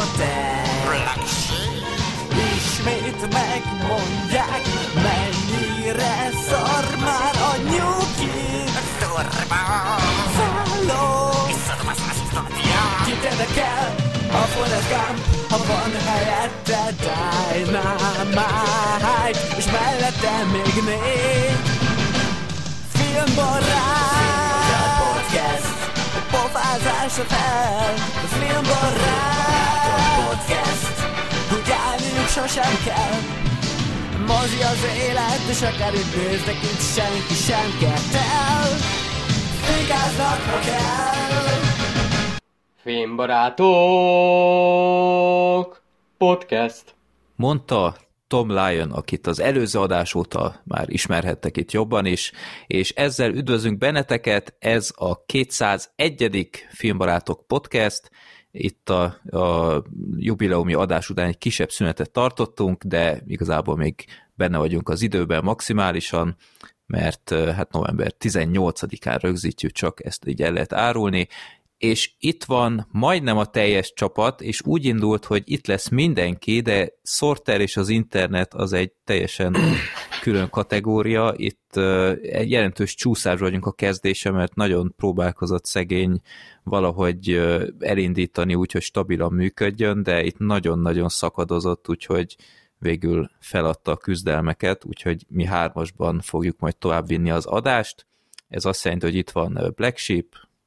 te. Ismét megmondják, mennyire szar már a nyugi. Szálló, kit érdekel a Forrest Gump, ha van helyette Dynamite, és mellette még 4 filmbarát podcast, a pofázásra fel, a filmbarát podcast, úgy állniuk sosem kell. Mozi az élet, és akár itt néznek, itt senki sem kettel. Fikáznak, ha kell. Filmbarátok podcast. Mondta Tom Lyon, akit az előző adás óta már ismerhettek itt jobban is, és ezzel üdvözlünk benneteket, ez a 201. Filmbarátok podcast. Itt a jubileumi adás után egy kisebb szünetet tartottunk, de igazából még benne vagyunk az időben maximálisan, mert hát november 18-án rögzítjük, csak ezt így el lehet árulni, és itt van majdnem a teljes csapat, és úgy indult, hogy itt lesz mindenki, de Sorter és az internet az egy teljesen külön kategória. Itt egy jelentős csúszás vagyunk a kezdése, mert nagyon próbálkozott szegény valahogy elindítani úgy, hogy stabilan működjön, de itt nagyon-nagyon szakadozott, úgyhogy végül feladta a küzdelmeket, úgyhogy mi 3-asban fogjuk majd továbbvinni az adást. Ez azt jelenti, hogy itt van Black Sheep.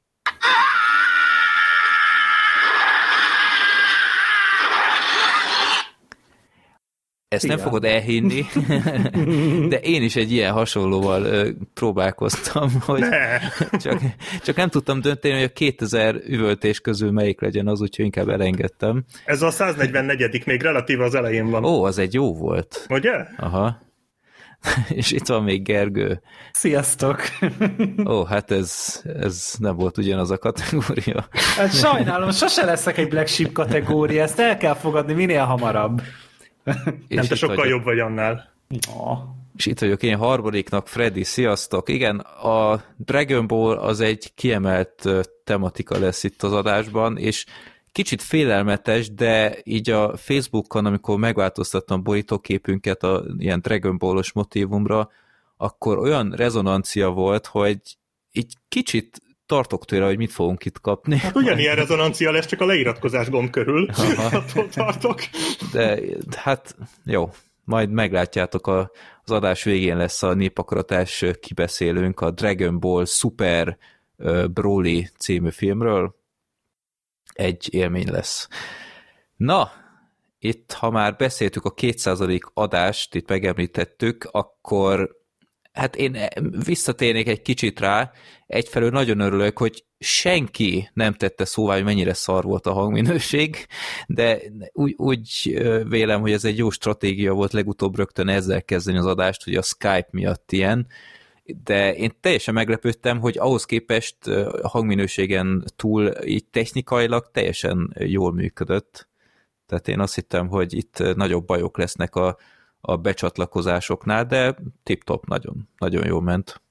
Ezt nem fogod elhinni, de én is egy ilyen hasonlóval próbálkoztam, hogy csak nem tudtam dönteni, hogy a 2000 üvöltés közül melyik legyen az, úgyhogy inkább elengedtem. Ez a 144. még relatív az elején van. Ó, az egy jó volt. Ugye? Aha. És itt van még Gergő. Sziasztok! Ó, hát ez nem volt ugyanaz a kategória. Hát sajnálom, sose leszek egy Black Sheep kategória, ezt el kell fogadni minél hamarabb. Nem, te sokkal jobb vagy annál. Oh. És itt vagyok én harmadiknak, Freddy, sziasztok! Igen, a Dragon Ball az egy kiemelt tematika lesz itt az adásban, és kicsit félelmetes, de így a Facebookon, amikor megváltoztattam borítóképünket a ilyen Dragon Ball-os motívumra, akkor olyan rezonancia volt, hogy így kicsit tartok tőle, hogy mit fogunk itt kapni. Hát ugyanilyen rezonancia lesz, csak a leiratkozás gomb körül. Attól tartok. De hát jó, majd meglátjátok, az adás végén lesz a népakaratás kibeszélünk a Dragon Ball Super Broly című filmről. Egy élmény lesz. Na, itt ha már beszéltük a 200. adást, itt megemlítettük, akkor hát én visszatérnék egy kicsit rá, egyfelől nagyon örülök, hogy senki nem tette szóvá, hogy mennyire szar volt a hangminőség, de úgy vélem, hogy ez egy jó stratégia volt legutóbb rögtön ezzel kezdeni az adást, hogy a Skype miatt ilyen, de én teljesen meglepődtem, hogy ahhoz képest a hangminőségen túl így technikailag teljesen jól működött. Tehát én azt hittem, hogy itt nagyobb bajok lesznek a becsatlakozásoknál, de tip-top, nagyon, nagyon jól ment.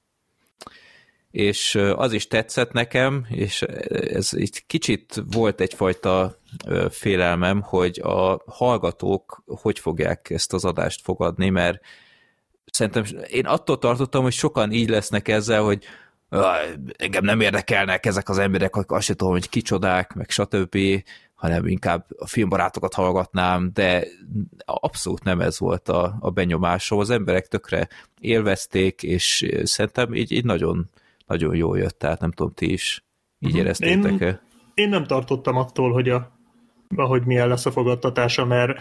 És az is tetszett nekem, és ez így kicsit volt egyfajta félelmem, hogy a hallgatók hogy fogják ezt az adást fogadni, mert szerintem én attól tartottam, hogy sokan így lesznek ezzel, hogy engem nem érdekelnek ezek az emberek, hogy azt sem tudom, hogy kicsodák, meg stb., hanem inkább a filmbarátokat hallgatnám, de abszolút nem ez volt a benyomásom. Az emberek tökre élvezték, és szerintem így nagyon, nagyon jól jött, tehát nem tudom, ti is így éreztétek-e? Én nem tartottam attól, hogy milyen lesz a fogadtatása, mert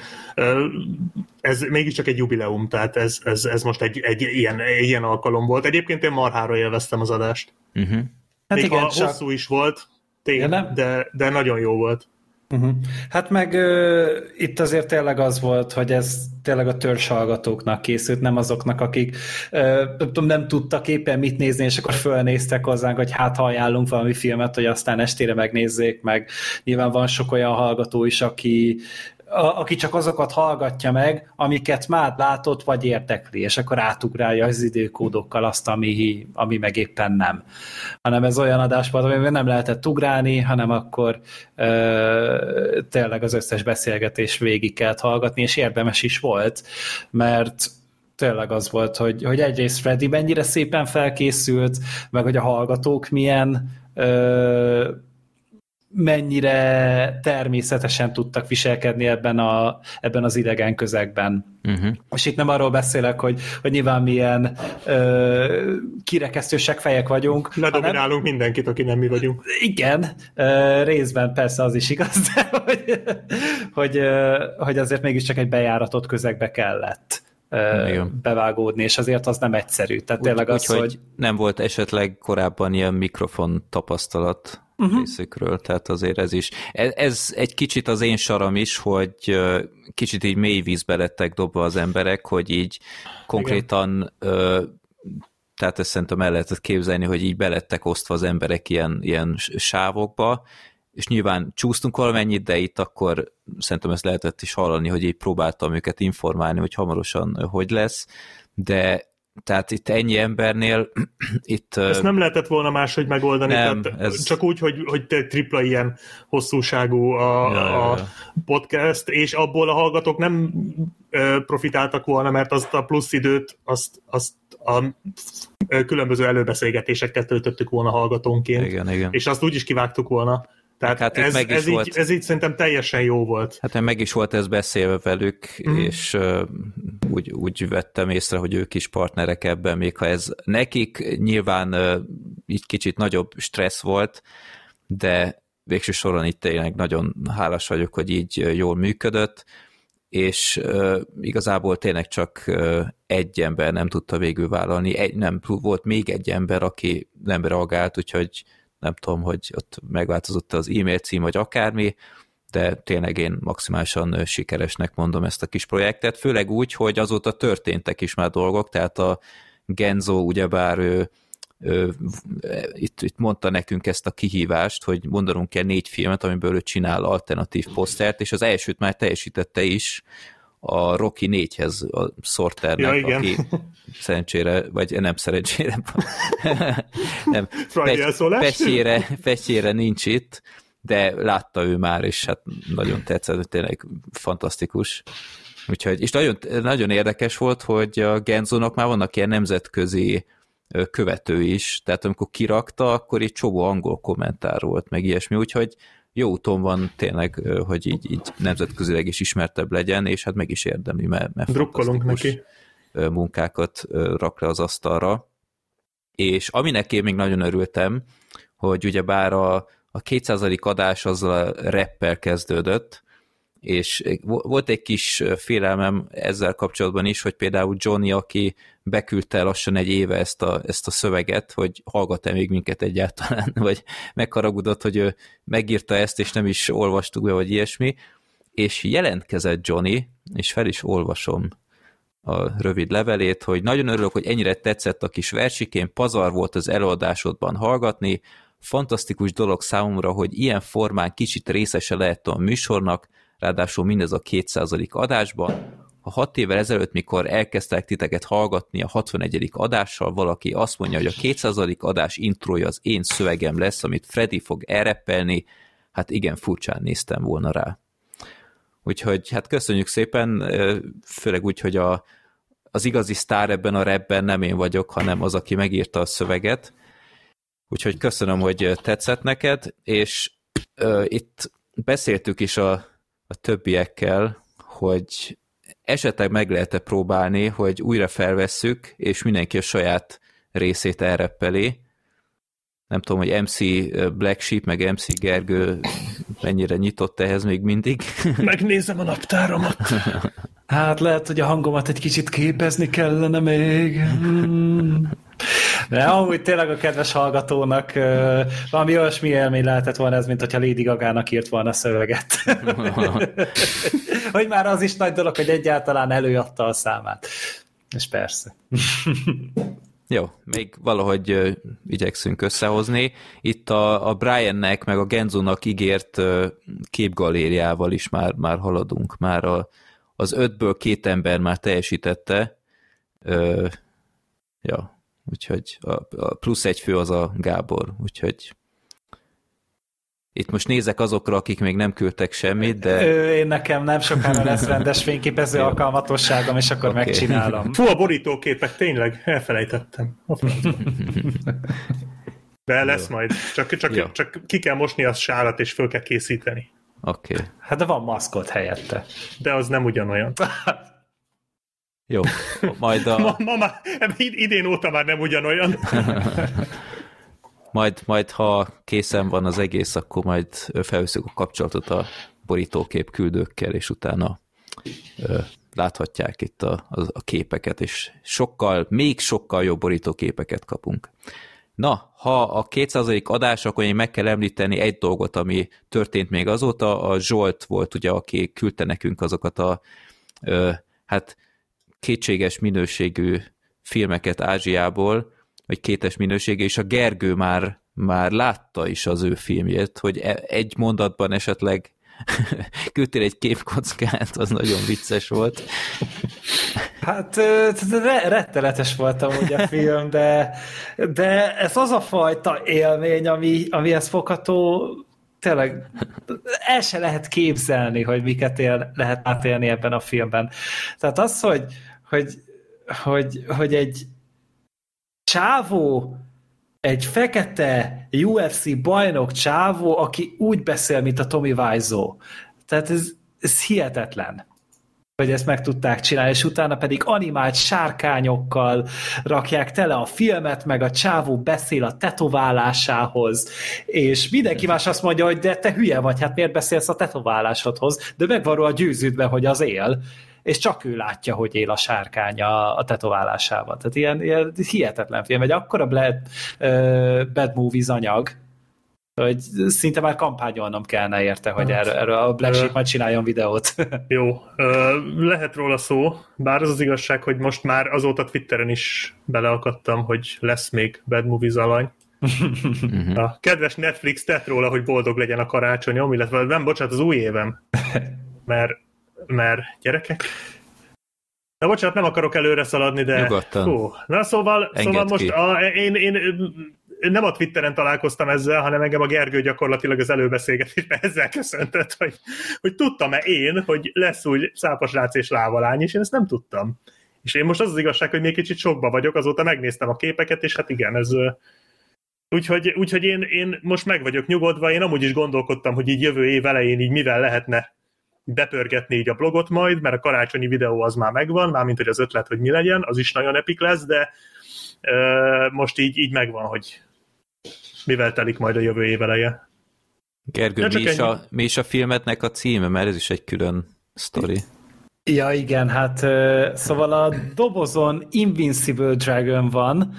ez mégiscsak egy jubileum, tehát ez most egy ilyen alkalom volt. Egyébként én marhára élveztem az adást. Hát még igen, hosszú is volt, de nagyon jó volt. Hát meg itt azért tényleg az volt, hogy ez tényleg a törzs hallgatóknak készült, nem azoknak, akik nem tudtak éppen mit nézni, és akkor fölnéztek hozzánk, hogy hát ha ajánlunk valami filmet, hogy aztán estére megnézzék, meg nyilván van sok olyan hallgató is, aki aki csak azokat hallgatja meg, amiket már látott, vagy érdekli, és akkor átugrálja az időkódokkal azt, ami meg éppen nem. Hanem ez olyan adás volt, amiben nem lehetett ugrálni, hanem akkor tényleg az összes beszélgetés végig kellett hallgatni, és érdemes is volt, mert tényleg az volt, hogy egyrészt Freddy mennyire szépen felkészült, meg hogy a hallgatók mennyire természetesen tudtak viselkedni ebben az idegen közegben. Uh-huh. És itt nem arról beszélek, hogy nyilván milyen kirekesztősek fejek vagyunk. Ledominálunk mindenkit, aki nem mi vagyunk. Igen, részben persze az is igaz, de hogy azért mégiscsak egy bejáratott közegbe kellett bevágódni, és azért az nem egyszerű. Tehát tényleg az, hogy nem volt esetleg korábban ilyen mikrofon tapasztalat részükről, tehát azért ez is. Ez egy kicsit az én saram is, hogy kicsit így mély vízbe lettek dobva az emberek, hogy így konkrétan tehát ezt szerintem el lehetett képzelni, hogy így belettek osztva az emberek ilyen sávokba, és nyilván csúsztunk valamennyit, de itt akkor szerintem ezt lehetett is hallani, hogy így próbáltam őket informálni, hogy hamarosan hogy lesz, de tehát itt ennyi embernél itt... Ezt nem lehetett volna máshogy megoldani, nem, tehát ez... csak úgy, hogy tripla ilyen hosszúságú a podcast, és abból a hallgatók nem profitáltak volna, mert azt a plusz időt azt a különböző előbeszélgetésekkel töltöttük volna hallgatónként, igen. És azt úgy is kivágtuk volna. Tehát hát ez így szerintem teljesen jó volt. Hát meg is volt ez beszélve velük, és úgy vettem észre, hogy ők is partnerek ebben, még ha ez nekik nyilván így kicsit nagyobb stressz volt, de végső soron itt tényleg nagyon hálás vagyok, hogy így jól működött, és igazából tényleg csak egy ember nem tudta végül vállalni, nem volt még egy ember, aki nem reagált, úgyhogy nem tudom, hogy ott megváltozott az e-mail cím, vagy akármi, de tényleg én maximálisan sikeresnek mondom ezt a kis projektet, főleg úgy, hogy azóta történtek is már dolgok, tehát a Genzo ugyebár itt mondta nekünk ezt a kihívást, hogy mondanunk kell 4 filmet, amiből ő csinál alternatív posztert, és az elsőt már teljesítette is, a Rocky 4-hez a Sorternek, aki szerencsére, vagy nem szerencsére, nem, Pecsére nincs itt, de látta ő már, és hát nagyon tetszett, tényleg fantasztikus. Úgyhogy, és nagyon, nagyon érdekes volt, hogy a Genzónak már vannak ilyen nemzetközi követő is, tehát amikor kirakta, akkor egy csomó angol kommentár volt, meg ilyesmi, úgyhogy jó úton van tényleg, hogy így nemzetközileg is ismertebb legyen, és hát meg is érdemli, mert drukkolunk neki. Munkákat rak le az asztalra. És aminek én még nagyon örültem, hogy ugyebár a 200. adás azzal a rappel kezdődött, és volt egy kis félelmem ezzel kapcsolatban is, hogy például Johnny, aki beküldte lassan egy éve ezt a szöveget, hogy hallgat-e még minket egyáltalán, vagy megharagudott, hogy ő megírta ezt, és nem is olvastuk be, vagy ilyesmi, és jelentkezett Johnny, és fel is olvasom a rövid levelét, hogy nagyon örülök, hogy ennyire tetszett a kis versikén, pazar volt az előadásodban hallgatni, fantasztikus dolog számomra, hogy ilyen formán kicsit részese lehettem a műsornak, ráadásul mindez a 200. adásban. Ha 6 évvel ezelőtt, mikor elkezdtek titeket hallgatni a 61. adással, valaki azt mondja, hogy a 200. adás intrója az én szövegem lesz, amit Freddy fog elreppelni, hát igen, furcsán néztem volna rá. Úgyhogy hát köszönjük szépen, főleg úgy, hogy az igazi sztár ebben a rapben nem én vagyok, hanem az, aki megírta a szöveget. Úgyhogy köszönöm, hogy tetszett neked, és itt beszéltük is a többiekkel, hogy esetleg meg lehet-e próbálni, hogy újra felvesszük, és mindenki a saját részét elreppeli. Nem tudom, hogy MC Black Sheep, meg MC Gergő mennyire nyitott ehhez még mindig. Megnézem a naptáramat. Hát lehet, hogy a hangomat egy kicsit képezni kellene még. De amúgy tényleg a kedves hallgatónak valami olyasmi élmény lehetett volna ez, mint hogyha Lady Gagának írt volna szöveget. Hogy már az is nagy dolog, hogy egyáltalán előadta a számát. És persze. Jó, még valahogy igyekszünk összehozni. Itt a Briannek meg a Genzunak ígért képgalériával is már haladunk. Már az 5-ből 2 ember már teljesítette. Ja, úgyhogy a plusz 1 fő az a Gábor, úgyhogy itt most nézek azokra, akik még nem küldtek semmit, de... Én nekem nem sokára lesz rendes fényképező alkalmatosságom, és akkor megcsinálom. Fú, a borítóképek, tényleg, elfelejtettem. De lesz majd. Csak ki kell mosni a sálat, és föl kell készíteni. Oké. Hát de van maszkot helyette. De az nem ugyanolyan. Jó, majd idén óta már nem ugyanolyan. Majd ha készen van az egész, akkor majd felveszünk a kapcsolatot a borítókép küldőkkel, és utána láthatják itt a képeket, és még sokkal jobb borítóképeket kapunk. Na, ha a 200. adás, akkor én meg kell említeni egy dolgot, ami történt még azóta. A Zsolt volt ugye, aki küldte nekünk azokat a kétséges minőségű filmeket Ázsiából, vagy kétes minőségű, és a Gergő már látta is az ő filmjét, hogy egy mondatban esetleg küldtél egy képkockát, az nagyon vicces volt. Hát rettenetes volt amúgy a film, de ez az a fajta élmény, amihez fogható, tényleg el se lehet képzelni, hogy miket lehet átélni ebben a filmben. Tehát az, hogy egy csávó, egy fekete UFC bajnok csávó, aki úgy beszél, mint a Tommy Wiseau. Tehát ez hihetetlen, hogy ezt meg tudták csinálni, és utána pedig animált sárkányokkal rakják tele a filmet, meg a csávó beszél a tetoválásához, és mindenki más azt mondja, hogy de te hülye vagy, hát miért beszélsz a tetoválásodhoz, de meg van róla győződve, hogy az él, és csak ő látja, hogy él a sárkány a tetoválásával. Tehát ilyen hihetetlen film, egy akkora Bad Movies anyag, hogy szinte már kampányolnom kellene érte, hogy erről a Black Sheep majd csináljon videót. Jó, lehet róla szó, bár az igazság, hogy most már azóta Twitteren is beleakadtam, hogy lesz még Bad Movies alany. A kedves Netflix tett róla, hogy boldog legyen a karácsonyom, illetve nem, bocsánat, az új évem. Mert gyerekek. Na bocsánat, nem akarok előre szaladni, de... Nyugodtan. Na szóval most én nem a Twitteren találkoztam ezzel, hanem engem a Gergő gyakorlatilag az előbeszélgetésben ezzel köszöntött, hogy tudtam-e én, hogy lesz úgy szápasrác és lávalány, és én ezt nem tudtam. És én most az igazság, hogy még kicsit sokba vagyok, azóta megnéztem a képeket, és hát igen, ez... Úgyhogy én most meg vagyok nyugodva, én amúgy is gondolkodtam, hogy így jövő év elején így mivel lehetne bepörgetni így a blogot majd, mert a karácsonyi videó az már megvan, mármint hogy az ötlet, hogy mi legyen, az is nagyon epik lesz, de most így megvan, hogy mivel telik majd a jövő év eleje. Gergő, mi is a filmetnek a címe, mert ez is egy külön sztori. Ja, igen, hát szóval a dobozon Invincible Dragon van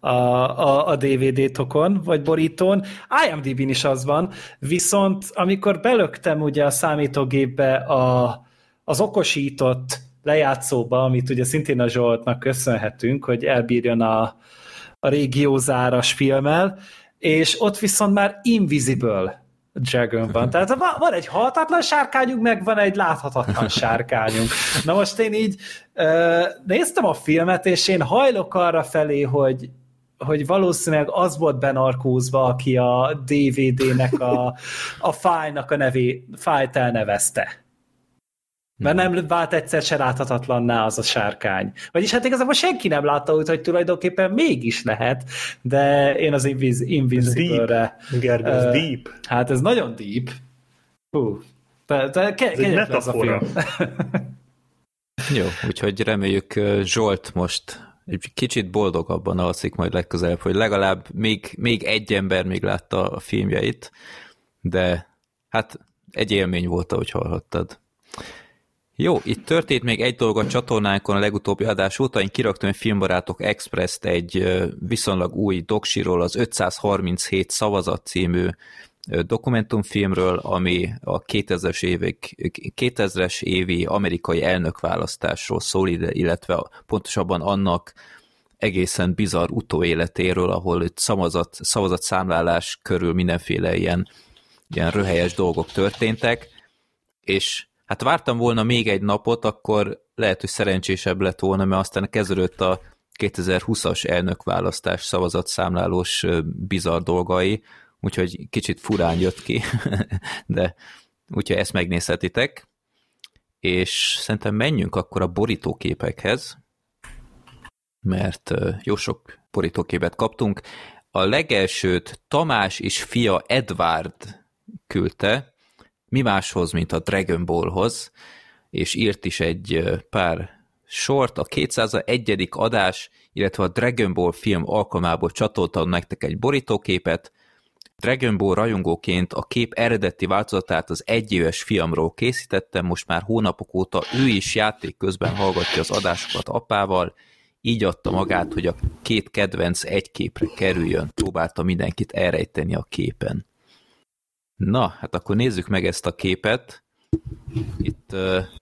a DVD-tokon, vagy borítón, IMDb-n is az van, viszont amikor belöktem ugye a számítógépbe az okosított lejátszóba, amit ugye szintén a Zsoltnak köszönhetünk, hogy elbírjon a régiózáras filmmel, és ott viszont már Invisible Dragon van. Tehát van egy halhatatlan sárkányunk, meg van egy láthatatlan sárkányunk. Na most én így néztem a filmet, és én hajlok arra felé, hogy valószínűleg az volt benarkózva, aki a DVD-nek a fájlt elnevezte. Mert nem vált egyszer se láthatatlanná az a sárkány. Vagyis hát igazából senki nem látta úgy, hogy tulajdonképpen mégis lehet, de én az Invincible-re... Gergő, ez deep. Hát ez nagyon deep. Hú. Ez egy metafora. Jó, úgyhogy reméljük Zsolt most egy kicsit boldogabban alszik majd legközelebb, hogy legalább még egy ember még látta a filmjeit, de hát egy élmény volt, ahogy hallhattad. Jó, itt történt még egy dolog a csatornánkon a legutóbbi adás óta, én kiraktam egy Filmbarátok Express-t egy viszonylag új doksiról, az 537 szavazat című dokumentumfilmről, ami a 2000-es évi amerikai elnökválasztásról szól, illetve pontosabban annak egészen bizarr utóéletéről, ahol itt szavazatszámlálás körül mindenféle ilyen röhelyes dolgok történtek, és hát vártam volna még egy napot, akkor lehet, hogy szerencsésebb lett volna, mert aztán kezdődött a 2020-as elnökválasztás szavazatszámlálós bizarr dolgai, úgyhogy kicsit furán jött ki, de úgyhogy ezt megnézhetitek, és szerintem menjünk akkor a borítóképekhez, mert jó sok borítóképet kaptunk. A legelsőt Tamás és fia Edward küldte, mi máshoz, mint a Dragon Ballhoz, és írt is egy pár sort. A 201. adás, illetve a Dragon Ball film alkalmából csatoltam nektek egy borítóképet. Dragon Ball rajongóként a kép eredeti változatát az egyéves fiamról készítettem, most már hónapok óta ő is játék közben hallgatja az adásokat apával, így adta magát, hogy a két kedvenc egy képre kerüljön. Próbálta mindenkit elrejteni a képen. Na, hát akkor nézzük meg ezt a képet. Itt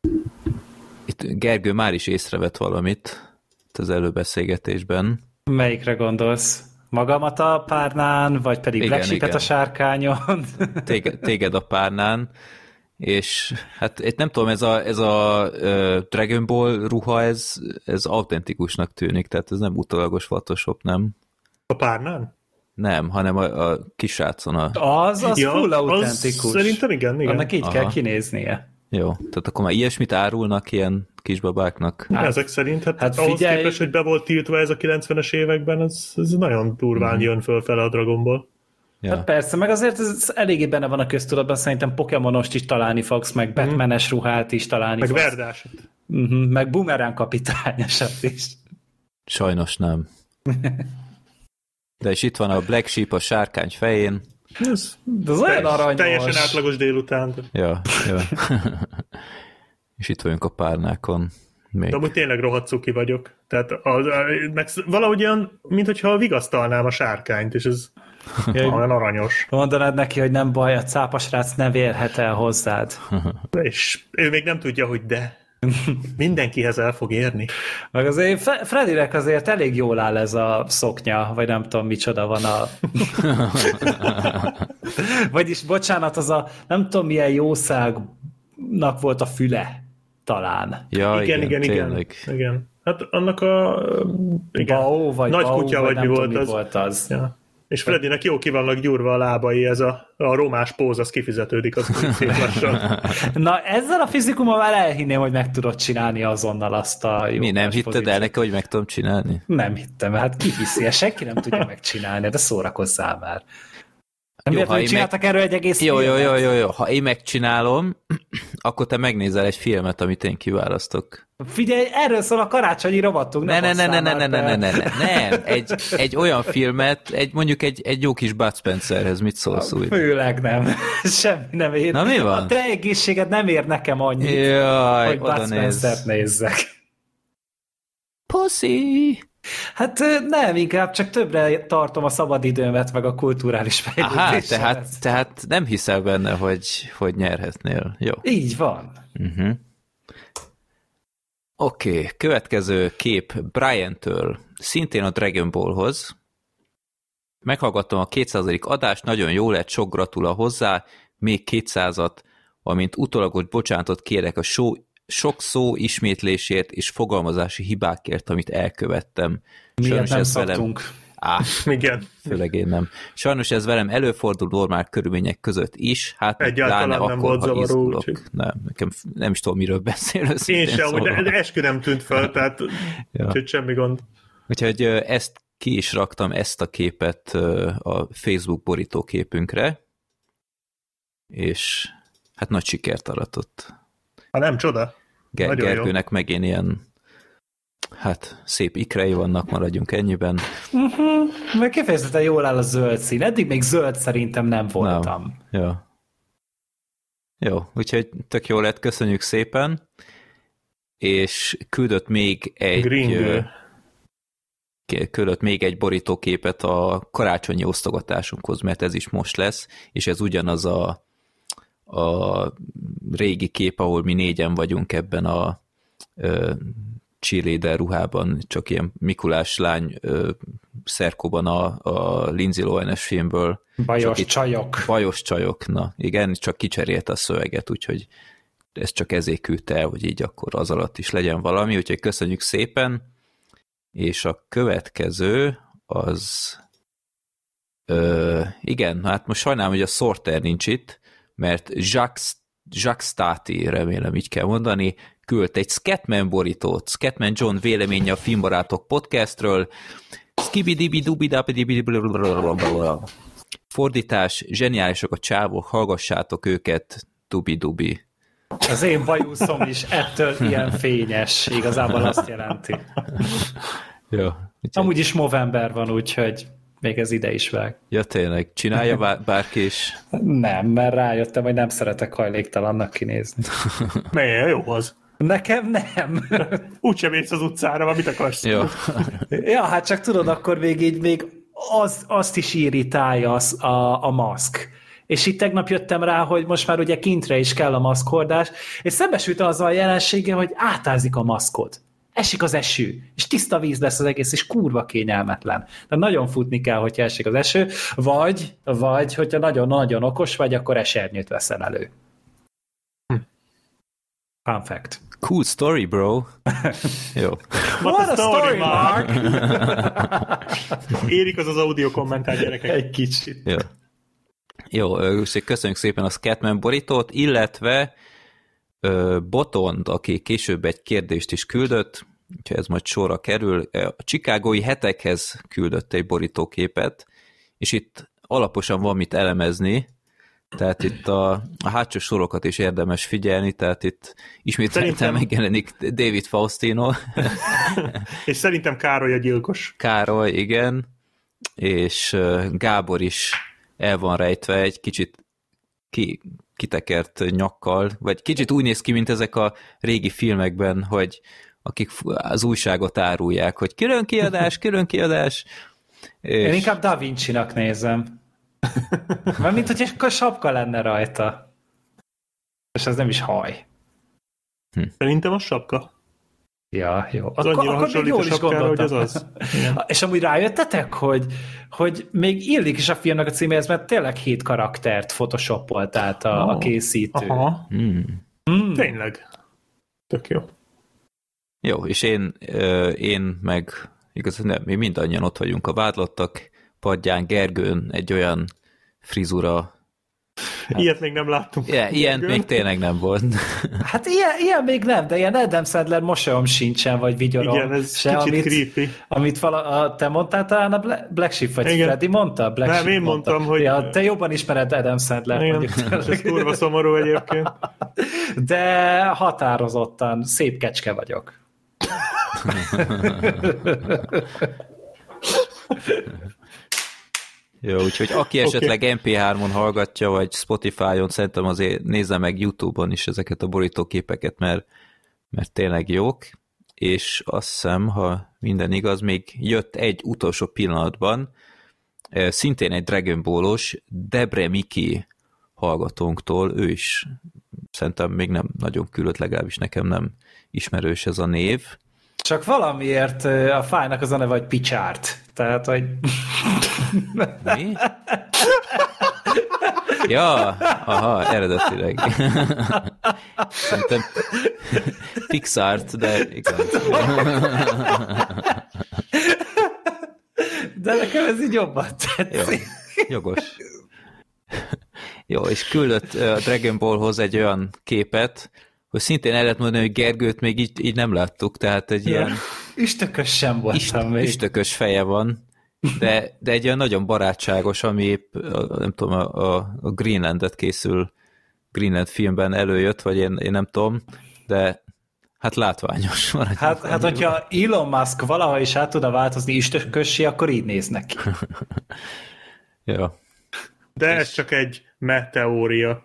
Gergő már is észrevett valamit az előbeszélgetésben. Melyikre gondolsz? Magamat a párnán, vagy pedig Black Sheep-et a sárkányon? Téged a párnán, és hát itt nem tudom, ez a Dragon Ball ruha, ez autentikusnak tűnik, tehát ez nem utólagos Photoshop, nem? A párnán? Nem, hanem a kisrácon. Az full autentikus. Szerintem igen. Annak így kell kinéznie. Jó, tehát akkor már ilyesmit árulnak ilyen kisbabáknak. Ezek szerint, hát ahhoz képest, hogy be volt tiltva ez a 90-es években, ez nagyon durván jön fölfele a Dragon Ball. Ja. Hát persze, meg azért ez eléggé benne van a köztudatban, szerintem Pokémonost is találni fogsz, meg Batmanes ruhát is találni fogsz. Meg Verdásot. Meg Boomerang kapitányosat is. Sajnos nem. De és itt van a Black Sheep a sárkány fején. Ez olyan aranyos. Teljesen átlagos délután. Ja. És itt vagyunk a párnákon. Még. De amúgy tényleg rohadt cuki vagyok. Tehát valahogy olyan, mintha vigasztalnám a sárkányt, és ez olyan aranyos. Mondanád neki, hogy nem baj, a cápasrác ne vélhet el hozzád. És ő még nem tudja, hogy de. Mindenkihez el fog érni. Meg azért Freddynek azért elég jól áll ez a szoknya, vagy nem tudom micsoda van a... Vagyis bocsánat, az a nem tudom milyen jószágnak volt a füle, talán. Ja, igen. Hát annak a... Bao, vagy nagy Bao, kutya, vagy mi tudom, volt az. Ja. És Freddynek jó ki vannak gyúrva a lábai, ez a romás póz, az kifizetődik, az szép lassan. Na, ezzel a fizikummal már elhinném, hogy meg tudod csinálni azonnal azt a jó. Mi, nem hitted el neki, hogy meg tudom csinálni? Nem hittem, hát ki hiszi, senki nem tudja megcsinálni, de szórakozzál már. Nem értem, hogy csináltak erről egy egész filmet? Jó. Ha én megcsinálom, akkor te megnézel egy filmet, amit én kiválasztok. Figyelj, erről szól a karácsonyi rovatunk. Nem. Egy olyan filmet, mondjuk egy jó kis Bud Spencerhez, mit szólsz úgy? Főleg nem. Semmi nem ér. Na mi van? A te egészséged nem ér nekem annyit, jaj, hogy Bud Spencert nézzek. Pussy! Hát nem, inkább csak többre tartom a szabadidőmet, meg a kulturális fejlődésemet. Tehát nem hiszel benne, hogy nyerhetnél. Jó. Így van. Oké, következő kép Brian-től, szintén a Dragon Ballhoz. Meghallgattam a 200. adást, nagyon jó lett, sok gratula hozzá, még 200-at, amint utólagos bocsánatot kérek a sok szó ismétlésért és fogalmazási hibákért, amit elkövettem. Miért nem szoktunk? Igen. Főleg én nem. Sajnos ez velem előfordul normál körülmények között is, hát egyáltalán pláne nem akkor, volt ha izgulok. Úgyhogy... Nekem nem is tudom, miről beszélsz. Én sem, de eskü nem tűnt fel, tehát úgyhogy semmi gond. Úgyhogy ezt ki is raktam, ezt a képet a Facebook borítóképünkre, és hát nagy sikert aratott. Nem csoda. Gergőnek megint ilyen hát szép ikrei vannak, maradjunk ennyiben. Meg kifejezetten jól áll a zöld szín. Eddig még zöld szerintem nem voltam. Ja. Jó, úgyhogy tök jó lett, köszönjük szépen. És küldött még egy borítóképet a karácsonyi osztogatásunkhoz, mert ez is most lesz, és ez ugyanaz a régi kép, ahol mi négyen vagyunk ebben a cheerleader ruhában, csak ilyen Mikulás lány szerkóban a Lindsay Lohan-es filmből. Bajos csajok. Bajos csajok, na igen, csak kicserélte a szöveget, úgyhogy ez csak ezért küldte el, hogy így akkor az alatt is legyen valami, úgyhogy köszönjük szépen, és a következő az igen, hát most sajnálom, hogy a Sorter nincs itt, mert Jacques Stati, remélem így kell mondani, küldt egy Scatman borítót, Scatman John véleménye a Filmbarátok podcastről, fordítás, zseniálisak a csávok, hallgassátok őket, dubi-dubi. Az én bajuszom is ettől ilyen fényes, igazából azt jelenti. Jó. Amúgy is november van, úgyhogy még ez ide is vág. Ja, tényleg. Csinálja bárki is? Nem, mert rájöttem, hogy nem szeretek hajléktalannak kinézni. Milyen jó az. Nekem nem. Úgyse mész az utcára, mit akarsz? Jó. Ja, hát csak tudod, akkor még azt is irritálja a maszk. És itt tegnap jöttem rá, hogy most már ugye kintre is kell a maszkhordás, és szembesültem azzal a jelenséggel, hogy átázik a maszkod. Esik az eső, és tiszta víz lesz az egész, és kurva kényelmetlen. De nagyon futni kell, hogyha esik az eső, vagy hogyha nagyon-nagyon okos vagy, akkor esernyőt veszel elő. Fun fact. Cool story, bro. Jó. What a story, Mark! Érik az audio kommentár, gyerekek. Egy kicsit. Jó. Jó, köszönjük szépen a Scatman borítót, illetve Botond, aki később egy kérdést is küldött, úgyhogy ez majd sorra kerül, a chicagói hetekhez küldött egy borítóképet, és itt alaposan van mit elemezni, tehát itt a hátsó sorokat is érdemes figyelni, tehát itt ismételten megjelenik David Faustino. És szerintem Károly a gyilkos. Károly, igen, és Gábor is el van rejtve egy kicsit kitekert nyakkal, vagy kicsit úgy néz ki, mint ezek a régi filmekben, hogy akik az újságot árulják, hogy külön kiadás. És... Én inkább Da Vinci-nak nézem. Mert mint hogy egy sapka lenne rajta. És ez nem is haj. Szerintem a sapka. Ja, jó. Az annyira hasonlít a sapkára, hogy az az. És amúgy rájöttetek, hogy még illik is a filmnek a címéhez, mert tényleg 7 karaktert photoshopolt át a készítő. Aha. Tényleg. Tök jó. Jó, és én meg igazán nem, mi mindannyian ott vagyunk a vádlottak padján, Gergőn egy olyan frizura. Ilyet még nem láttunk. Ilyen még tényleg nem volt. Hát ilyen még nem, de ilyen Adam Sandler mosolyom sincsen, vagy vigyorom. Igen, ez se, kicsit creepy. Amit te mondtál talán a Black Sheep, vagy igen. Freddy mondta? Black nem, Sheep én mondtam, hogy... Ja, te jobban ismered Adam Sandler. Igen, ez kurva szomorú egyébként. De határozottan szép kecske vagyok. Jó, úgyhogy aki esetleg MP3-on hallgatja, vagy Spotify-on, szerintem azért nézze meg YouTube-on is ezeket a borítóképeket, mert tényleg jók, és azt hiszem, ha minden igaz, még jött egy utolsó pillanatban, szintén egy Dragon Ball-os Debre Miki hallgatónktól, ő is szerintem még nem nagyon küldött, legalábbis nekem nem ismerős ez a név. Csak valamiért a fájnak az a neve, hogy Picsárt. Tehát, hogy... Mi? Ja, aha, eredetileg. Szerintem Pixart, de igaz. De nekem ez így jobban tetszik. Jó, jogos. Jó, és küldött a Dragon Ballhoz egy olyan képet, hogy szintén el lehet mondani, hogy Gergőt még így nem láttuk, tehát egy ilyen... Üstökös sem voltam még. Üstökös feje van, de egy olyan nagyon barátságos, ami épp, nem tudom, a Greenlandet készül, Greenland filmben előjött, vagy én nem tudom, de hát látványos. Hát hogyha Elon Musk valaha is át tudna változni üstökössé, akkor így néz neki. Jó. De ez csak egy meteória.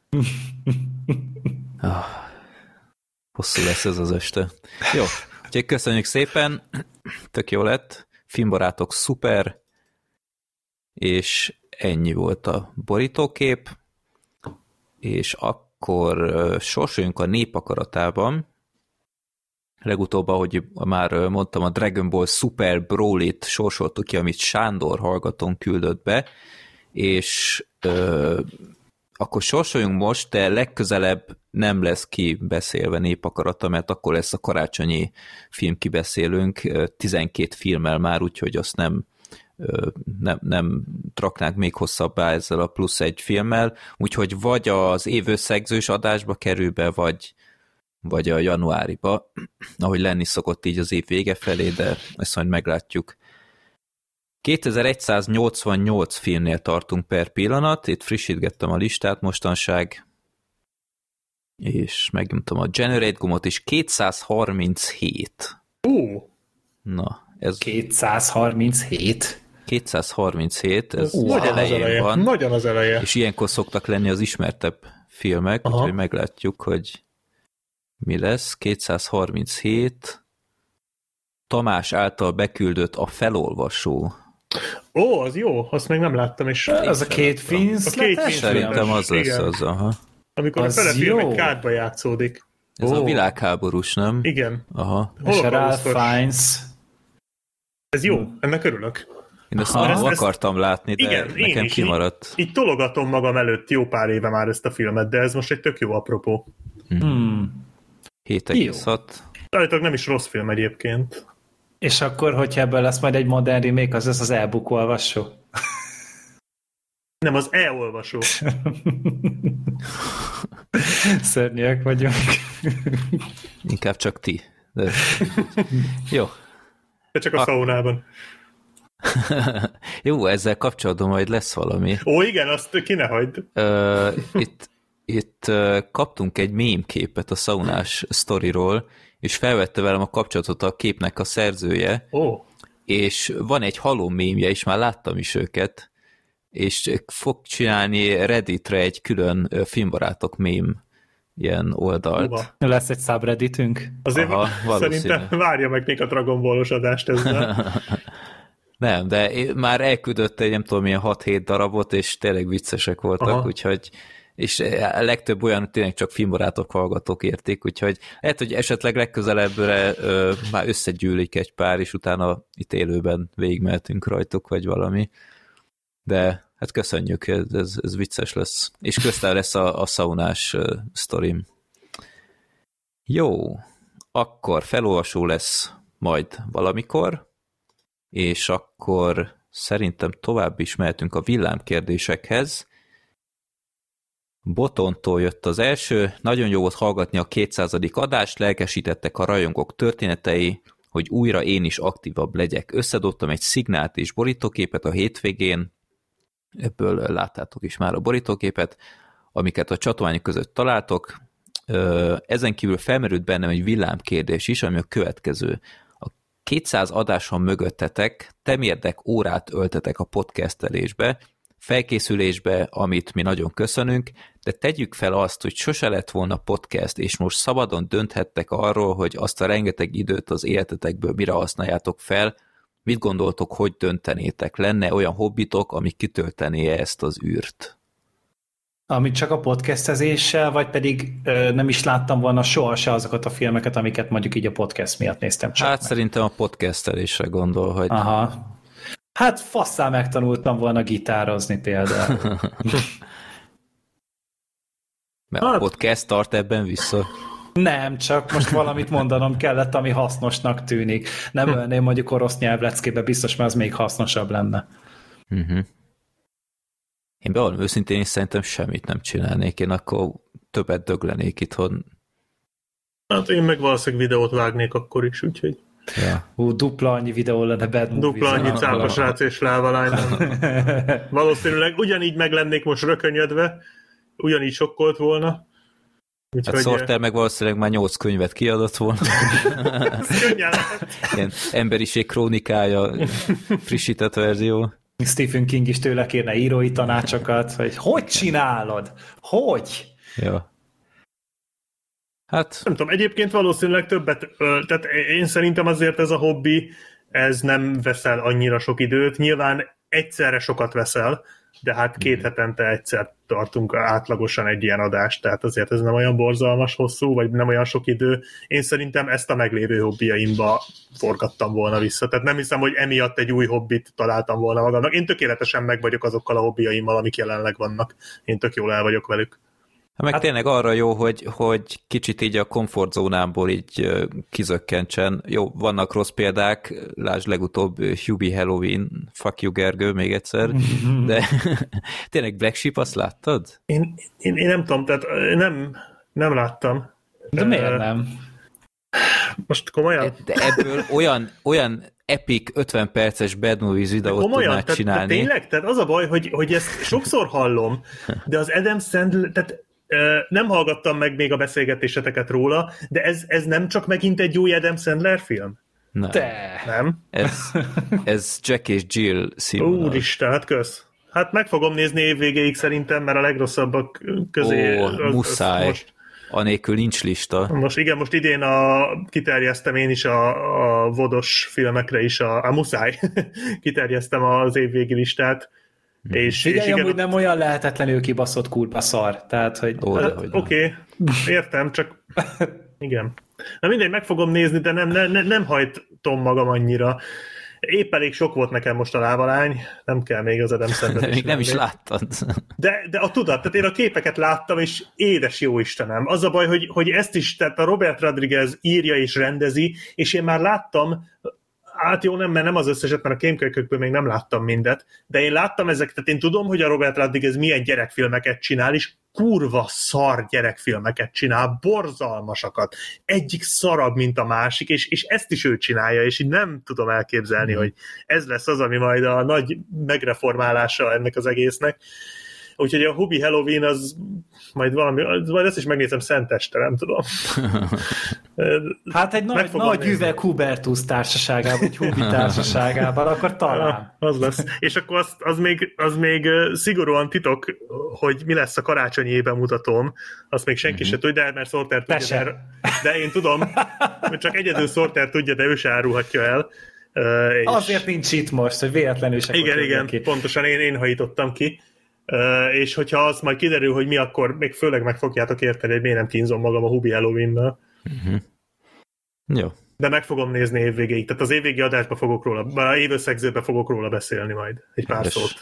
Hosszú lesz ez az este. Jó, úgyhogy köszönjük szépen, tök jó lett, filmbarátok szuper, és ennyi volt a borítókép, és akkor sorsoljunk a nép akaratában, legutóbb, ahogy már mondtam, a Dragon Ball Super Broly-t sorsoltuk ki, amit Sándor hallgatón küldött be, és akkor sorsoljunk most, de legközelebb nem lesz kibeszélve Népakarata, mert akkor lesz a karácsonyi film kibeszélünk, 12 filmmel már, úgyhogy azt nem raknánk még hosszabbá ezzel a plusz egy filmmel, úgyhogy vagy az évösszegzős adásba kerül be, vagy a januáriba, ahogy lenni szokott így az év vége felé, de ezt majd meglátjuk. 2188 filmnél tartunk per pillanat, itt frissítgettem a listát mostanság, és megnyomtam a Generate gombot, és 237. Na, ez... 237? 237, ez nagyon elején van. Nagyon az eleje. És ilyenkor szoktak lenni az ismertebb filmek, úgyhogy meglátjuk, hogy mi lesz. 237. Tamás által beküldött A felolvasó. Ó, az jó, azt még nem láttam. És az a két Winslet-es? Szerintem az lesz az, aha. Amikor az a fele film jó. egy kádba játszódik. Ez a világháborús, nem? Igen. Aha. És a Ralph Fiennes. Ez jó, ennek örülök. Én ezt nem akartam látni, de igen, nekem kimaradt. Így tologatom magam előtt jó pár éve már ezt a filmet, de ez most egy tök jó apropó. 7,6. Állítólag nem is rossz film egyébként. És akkor, hogyha ebből lesz majd egy modern remake, az lesz az e-book olvasó. Nem, az e-olvasó. Szörnyűek vagyunk. Inkább csak ti. De... Jó. De csak a szaunában. Jó, ezzel kapcsolatban majd lesz valami. Ó, igen, azt ki ne hagyd. Itt kaptunk egy meme képet a szaunás sztoriról, és felvette velem a kapcsolatot a képnek a szerzője, és van egy halom mémje, és már láttam is őket, és fog csinálni Redditre egy külön filmbarátok meme ilyen oldalt. Lesz egy subredditünk? Azért szerintem várja meg még a Dragon Ball-os adást ezzel. Nem, de már elküldött egy nem tudom milyen 6-7 darabot, és tényleg viccesek voltak, úgyhogy és a legtöbb olyan tényleg csak filmbarátok hallgatók érték, úgyhogy lehet, hogy esetleg legközelebbre már összegyűlik egy pár, és utána itt élőben végigmehetünk rajtuk, vagy valami. De hát köszönjük, ez vicces lesz. És köztán lesz a szaunás sztorim. Jó, akkor felolvasó lesz majd valamikor, és akkor szerintem tovább is mehetünk a villámkérdésekhez. Botontól jött az első, nagyon jó volt hallgatni a 200. adást, lelkesítettek a rajongók történetei, hogy újra én is aktívabb legyek. Összedobtam egy szignált és borítóképet a hétvégén, ebből láttátok is már a borítóképet, amiket a csatornák között találtok. Ezen kívül felmerült bennem egy villámkérdés is, ami a következő. A 200 adáson mögöttetek, temérdek órát öltetek a podcastelésbe, felkészülésbe, amit mi nagyon köszönünk, de tegyük fel azt, hogy sose lett volna podcast, és most szabadon dönthettek arról, hogy azt a rengeteg időt az életetekből mire használjátok fel. Mit gondoltok, hogy döntenétek? Lenne olyan hobbitok, ami kitöltené ezt az űrt? Amit csak a podcastezéssel, vagy pedig nem is láttam volna sohasem azokat a filmeket, amiket mondjuk így a podcast miatt néztem csak Hát meg. szerintem a podcastelésre gondol, hogy... Aha. Hát fasszál megtanultam volna gitározni például. Mert a podcast tart ebben vissza. Nem, csak most valamit mondanom kellett, ami hasznosnak tűnik. Nem ölném mondjuk orosz nyelvleckébe, biztos, mert az még hasznosabb lenne. Én bevallom őszintén, én szerintem semmit nem csinálnék, én akkor többet döglenék itthon. Hát én meg valószínűleg videót vágnék akkor is, úgyhogy... Ja. Dupla annyi videó lenne Bad Movies. Dupla annyi cápasrác és lávalány. Valószínűleg ugyanígy meg lennék most rökönyödve, ugyanígy sokkolt volna. Hát Sorter meg valószínűleg már 8 könyvet kiadott volna. Ilyen emberiség krónikája, frissített verzió. Stephen King is tőle kérne írói tanácsokat, hogy csinálod? Hogy? Ja. Hát... Nem tudom, egyébként valószínűleg többet, tehát én szerintem azért ez a hobbi, ez nem veszel annyira sok időt, nyilván egyszerre sokat veszel, de hát 2 hetente egyszer tartunk átlagosan egy ilyen adást, tehát azért ez nem olyan borzalmas hosszú, vagy nem olyan sok idő. Én szerintem ezt a meglévő hobbiaimba forgattam volna vissza. Tehát nem hiszem, hogy emiatt egy új hobbit találtam volna magamnak. Én tökéletesen meg vagyok azokkal a hobbiaimmal, amik jelenleg vannak. Én tök jól el vagyok velük. Meg tényleg arra jó, hogy kicsit így a komfortzónámból így kizökkentsen. Jó, vannak rossz példák, lásd legutóbb Hubie Halloween, fuck you Gergő, még egyszer, de tényleg Black Sheep, azt láttad? Én nem tudom, tehát nem láttam. De miért nem? Most komolyan? De ebből olyan epic 50 perces Bad Movies videót tudnád csinálni. Tehát tényleg? Tehát az a baj, hogy ezt sokszor hallom, de az Adam Sandler, tehát nem hallgattam meg még a beszélgetéseteket róla, de ez nem csak megint egy új Adam Sandler film? Nem. Nem? Ez Jack és Jill színvonal. Úristen, hát kösz. Hát meg fogom nézni évvégéig szerintem, mert a legrosszabbak közé... Muszáj. Most, anélkül nincs lista. Most idén kiterjesztem én is a vodos filmekre is, muszáj. Kiterjesztem az évvégi listát. És igen, amúgy nem olyan lehetetlenül kibaszott kurva szar. Tehát, hogy... Oké, értem, csak igen. Na mindegy, meg fogom nézni, de nem hajtom magam annyira. Épp elég sok volt nekem most a lávalány, nem kell még az Adam Sandler is. Még nem is láttad. De a tudat, tehát én a képeket láttam, és édes jó Istenem. Az a baj, hogy ezt is, tehát a Robert Rodriguez írja és rendezi, és én már láttam, hát jó, nem, mert nem az összeset, mert a kémkölykökből még nem láttam mindet, de én láttam ezeket, tehát én tudom, hogy a Robert Rodriguez milyen gyerekfilmeket csinál, és kurva szar gyerekfilmeket csinál, borzalmasakat. Egyik szarabb, mint a másik, és ezt is ő csinálja, és így nem tudom elképzelni, hogy ez lesz az, ami majd a nagy megreformálása ennek az egésznek. Úgyhogy a Hubie Halloween az majd ezt is megnézem szenteste, nem tudom. Hát egy nagy üveg Hubertus társaságában, vagy Hubie társaságában, akkor talán. Az lesz. És akkor az még szigorúan titok, hogy mi lesz a karácsonyi bemutatóm, azt még senki se tudja, mert Sorter tudja, de én tudom, csak egyedül Sorter tudja, de ő se árulhatja el. Azért nincs itt most, hogy véletlenül se. Igen, pontosan én hajítottam ki. És hogyha az majd kiderül, hogy mi, akkor még főleg meg fogjátok érteni, hogy miért nem kínzom magam a Hubie Halloween-nal. Jó. De meg fogom nézni évvégéig. Tehát az évvégi adásban fogok róla, évösszegzőben fogok róla beszélni majd. Egy pár szót.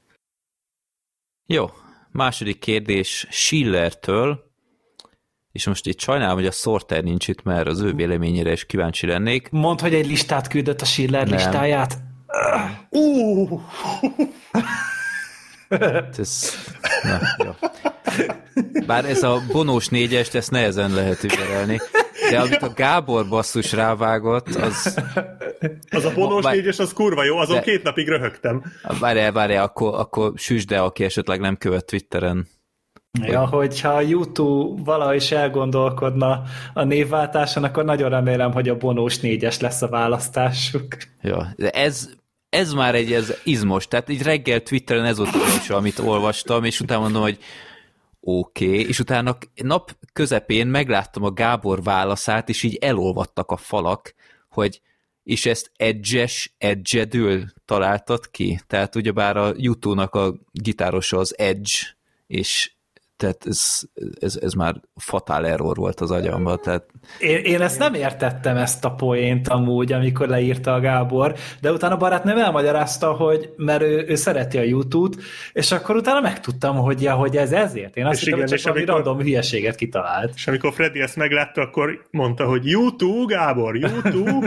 Jó. Második kérdés Schillertől, és most itt sajnálom, hogy a Sorter nincs itt, mert az ő véleményére is kíváncsi lennék. Mondd, hogy egy listát küldött a Schiller listáját. Jó. Bár ez a bonós 4-est, ezt nehezen lehet ügyelni. De amit a Gábor basszus rávágott, az... Az a bonós 4-es, az kurva jó, azon 2 napig röhögtem. Várjál, akkor süsd el, aki esetleg nem követ Twitteren. Ja, hogyha a YouTube valahogy is elgondolkodna a névváltáson, akkor nagyon remélem, hogy a bonós 4-es lesz a választásuk. Ja, de ez már ez izmos, tehát így reggel Twitteren ez volt az első, amit olvastam, és utána mondom, hogy oké, és utána nap közepén megláttam a Gábor válaszát, és így elolvadtak a falak, hogy és ezt edge-edül találtad ki, tehát ugyebár a YouTube-nak a gitárosa az Edge, és tehát ez már fatál error volt az agyamban. Tehát... Én ezt nem értettem, ezt a poént amúgy, amikor leírta a Gábor, de utána a barátnőm elmagyarázta, hogy mert ő szereti a YouTube-t, és akkor utána megtudtam, hogy ez ezért. Én azt hittem, hogy csak valami random hülyeséget kitalált. És amikor Freddy ezt meglátta, akkor mondta, hogy YouTube, Gábor, YouTube.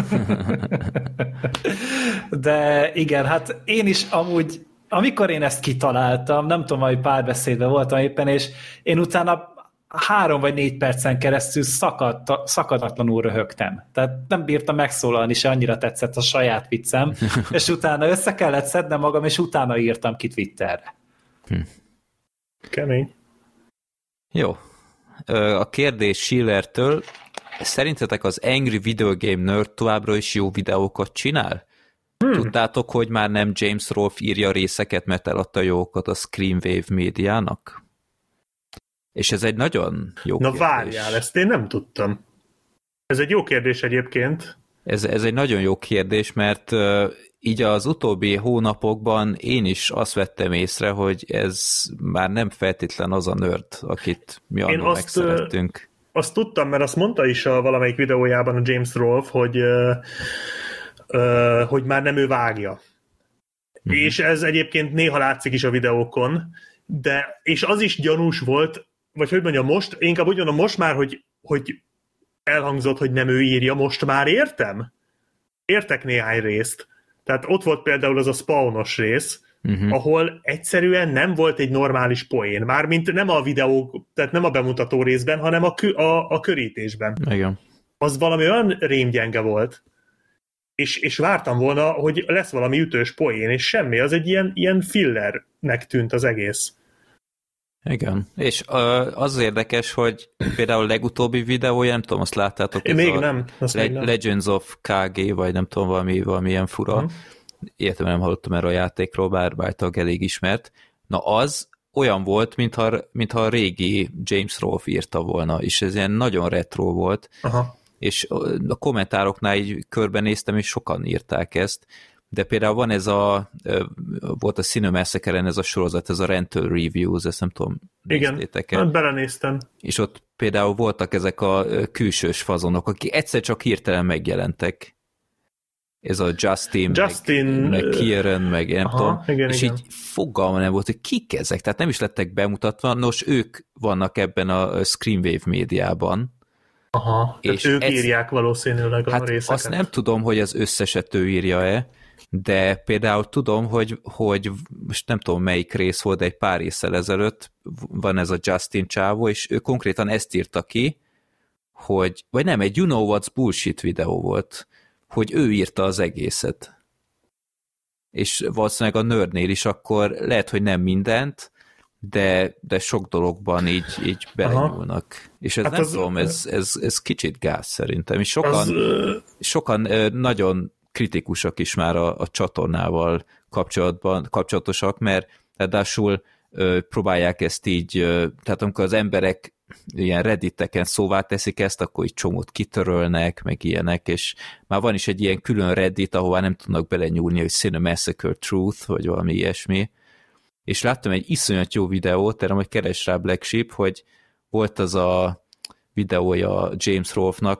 De igen, hát én is amúgy amikor én ezt kitaláltam, nem tudom, hogy párbeszédben voltam éppen, és én utána 3 vagy 4 percen keresztül szakadatlanul röhögtem. Tehát nem bírtam megszólalni, se annyira tetszett a saját viccem, és utána össze kellett szednem magam, és utána írtam ki Twitterre. Kemény. Jó. A kérdés Schillertől, szerintetek az Angry Video Game Nerd továbbra is jó videókat csinál? Tudtátok, hogy már nem James Rolfe írja részeket, mert eladta jogokat a Screenwave médiának? És ez egy nagyon jó kérdés. Várjál, ezt én nem tudtam. Ez egy jó kérdés egyébként. Ez egy nagyon jó kérdés, mert így az utóbbi hónapokban én is azt vettem észre, hogy ez már nem feltétlen az a nerd, akit mi annól megszerettünk. Azt tudtam, mert azt mondta is a valamelyik videójában a James Rolfe, hogy már nem ő vágja. És ez egyébként néha látszik is a videókon, és az is gyanús volt, vagy hogy mondjam, inkább úgy mondom, most már, hogy elhangzott, hogy nem ő írja, most már értem? Értek néhány részt. Tehát ott volt például az a spawnos rész, ahol egyszerűen nem volt egy normális poén. Mármint nem a videó, tehát nem a bemutató részben, hanem a körítésben. Igen. Az valami olyan rémgyenge volt, és vártam volna, hogy lesz valami ütős poén, és semmi, az egy ilyen fillernek tűnt az egész. Igen, és az érdekes, hogy például a legutóbbi videója, nem tudom, azt láttátok? Még nem. Legends of KG, vagy nem tudom, valamilyen fura. Értem, nem hallottam erről a játékról, bár elég ismert. Na az olyan volt, mintha a régi James Rolfe írta volna, és ez ilyen nagyon retro volt. Aha. És a kommentároknál így körbenéztem, és sokan írták ezt, de például van volt a Cinemassacre-en ez a sorozat, ez a Rental Reviews, ezt nem tudom, néztétek el. Igen, belenéztem. És ott például voltak ezek a külsős fazonok, akik egyszer csak hirtelen megjelentek. Ez a Justin. Meg Kieran, meg nem tudom. Igen, és így fogalma nem volt, hogy kik ezek, tehát nem is lettek bemutatva, nos, ők vannak ebben a Screenwave médiában. Aha, és ők írják valószínűleg a részeket. Azt nem tudom, hogy az összeset ő írja-e, de például tudom, hogy most nem tudom melyik rész volt, de egy pár résszel ezelőtt van ez a Justin csávó, és ő konkrétan ezt írta ki, vagy nem, egy You Know What's Bullshit videó volt, hogy ő írta az egészet. És valószínűleg a nerdnél is akkor lehet, hogy nem mindent, de sok dologban így belenyúlnak. És ez hát nem tudom, ez kicsit gáz szerintem. És sokan nagyon kritikusak is már a csatornával kapcsolatosak, mert ráadásul próbálják ezt így, tehát amikor az emberek ilyen redditeken szóvá teszik ezt, akkor így csomót kitörölnek, meg ilyenek, és már van is egy ilyen külön reddit, ahová nem tudnak belenyúlni, hogy Cinemassacre Truth, vagy valami ilyesmi. És láttam egy iszonyat jó videót, erre majd keres rá Black Sheep, hogy volt az a videója James Rolfe-nak,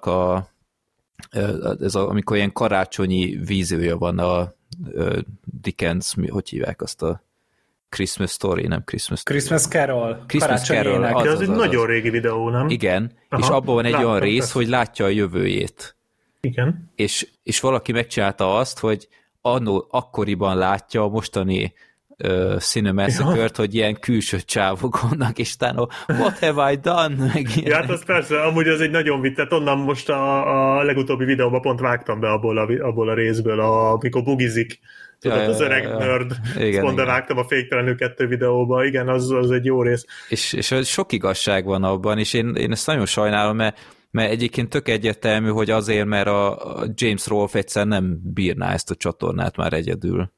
amikor ilyen karácsonyi víziója van a Dickens, hogy hívják azt a Christmas Story, nem Christmas Story. Christmas Carol. Christmas Carol. Az egy nagyon régi videó, nem? Igen, és abban van egy olyan rész, hogy látja a jövőjét. Igen. És valaki megcsinálta azt, hogy akkoriban látja a mostani Cinemassacre-t, hogy ilyen külső csávok vannak, és utána what have I done? Ja, hát az persze, amúgy az egy nagyon vicc, tehát onnan most a legutóbbi videóban pont vágtam be abból a részből, amikor bugizik, tudod, az öreg nerd, pont bevágtam a Féktelenül 2 videóba, igen, az egy jó rész. És sok igazság van abban, és én ezt nagyon sajnálom, mert egyébként tök egyértelmű, hogy azért, mert a James Rolfe egyszer nem bírná ezt a csatornát már egyedül.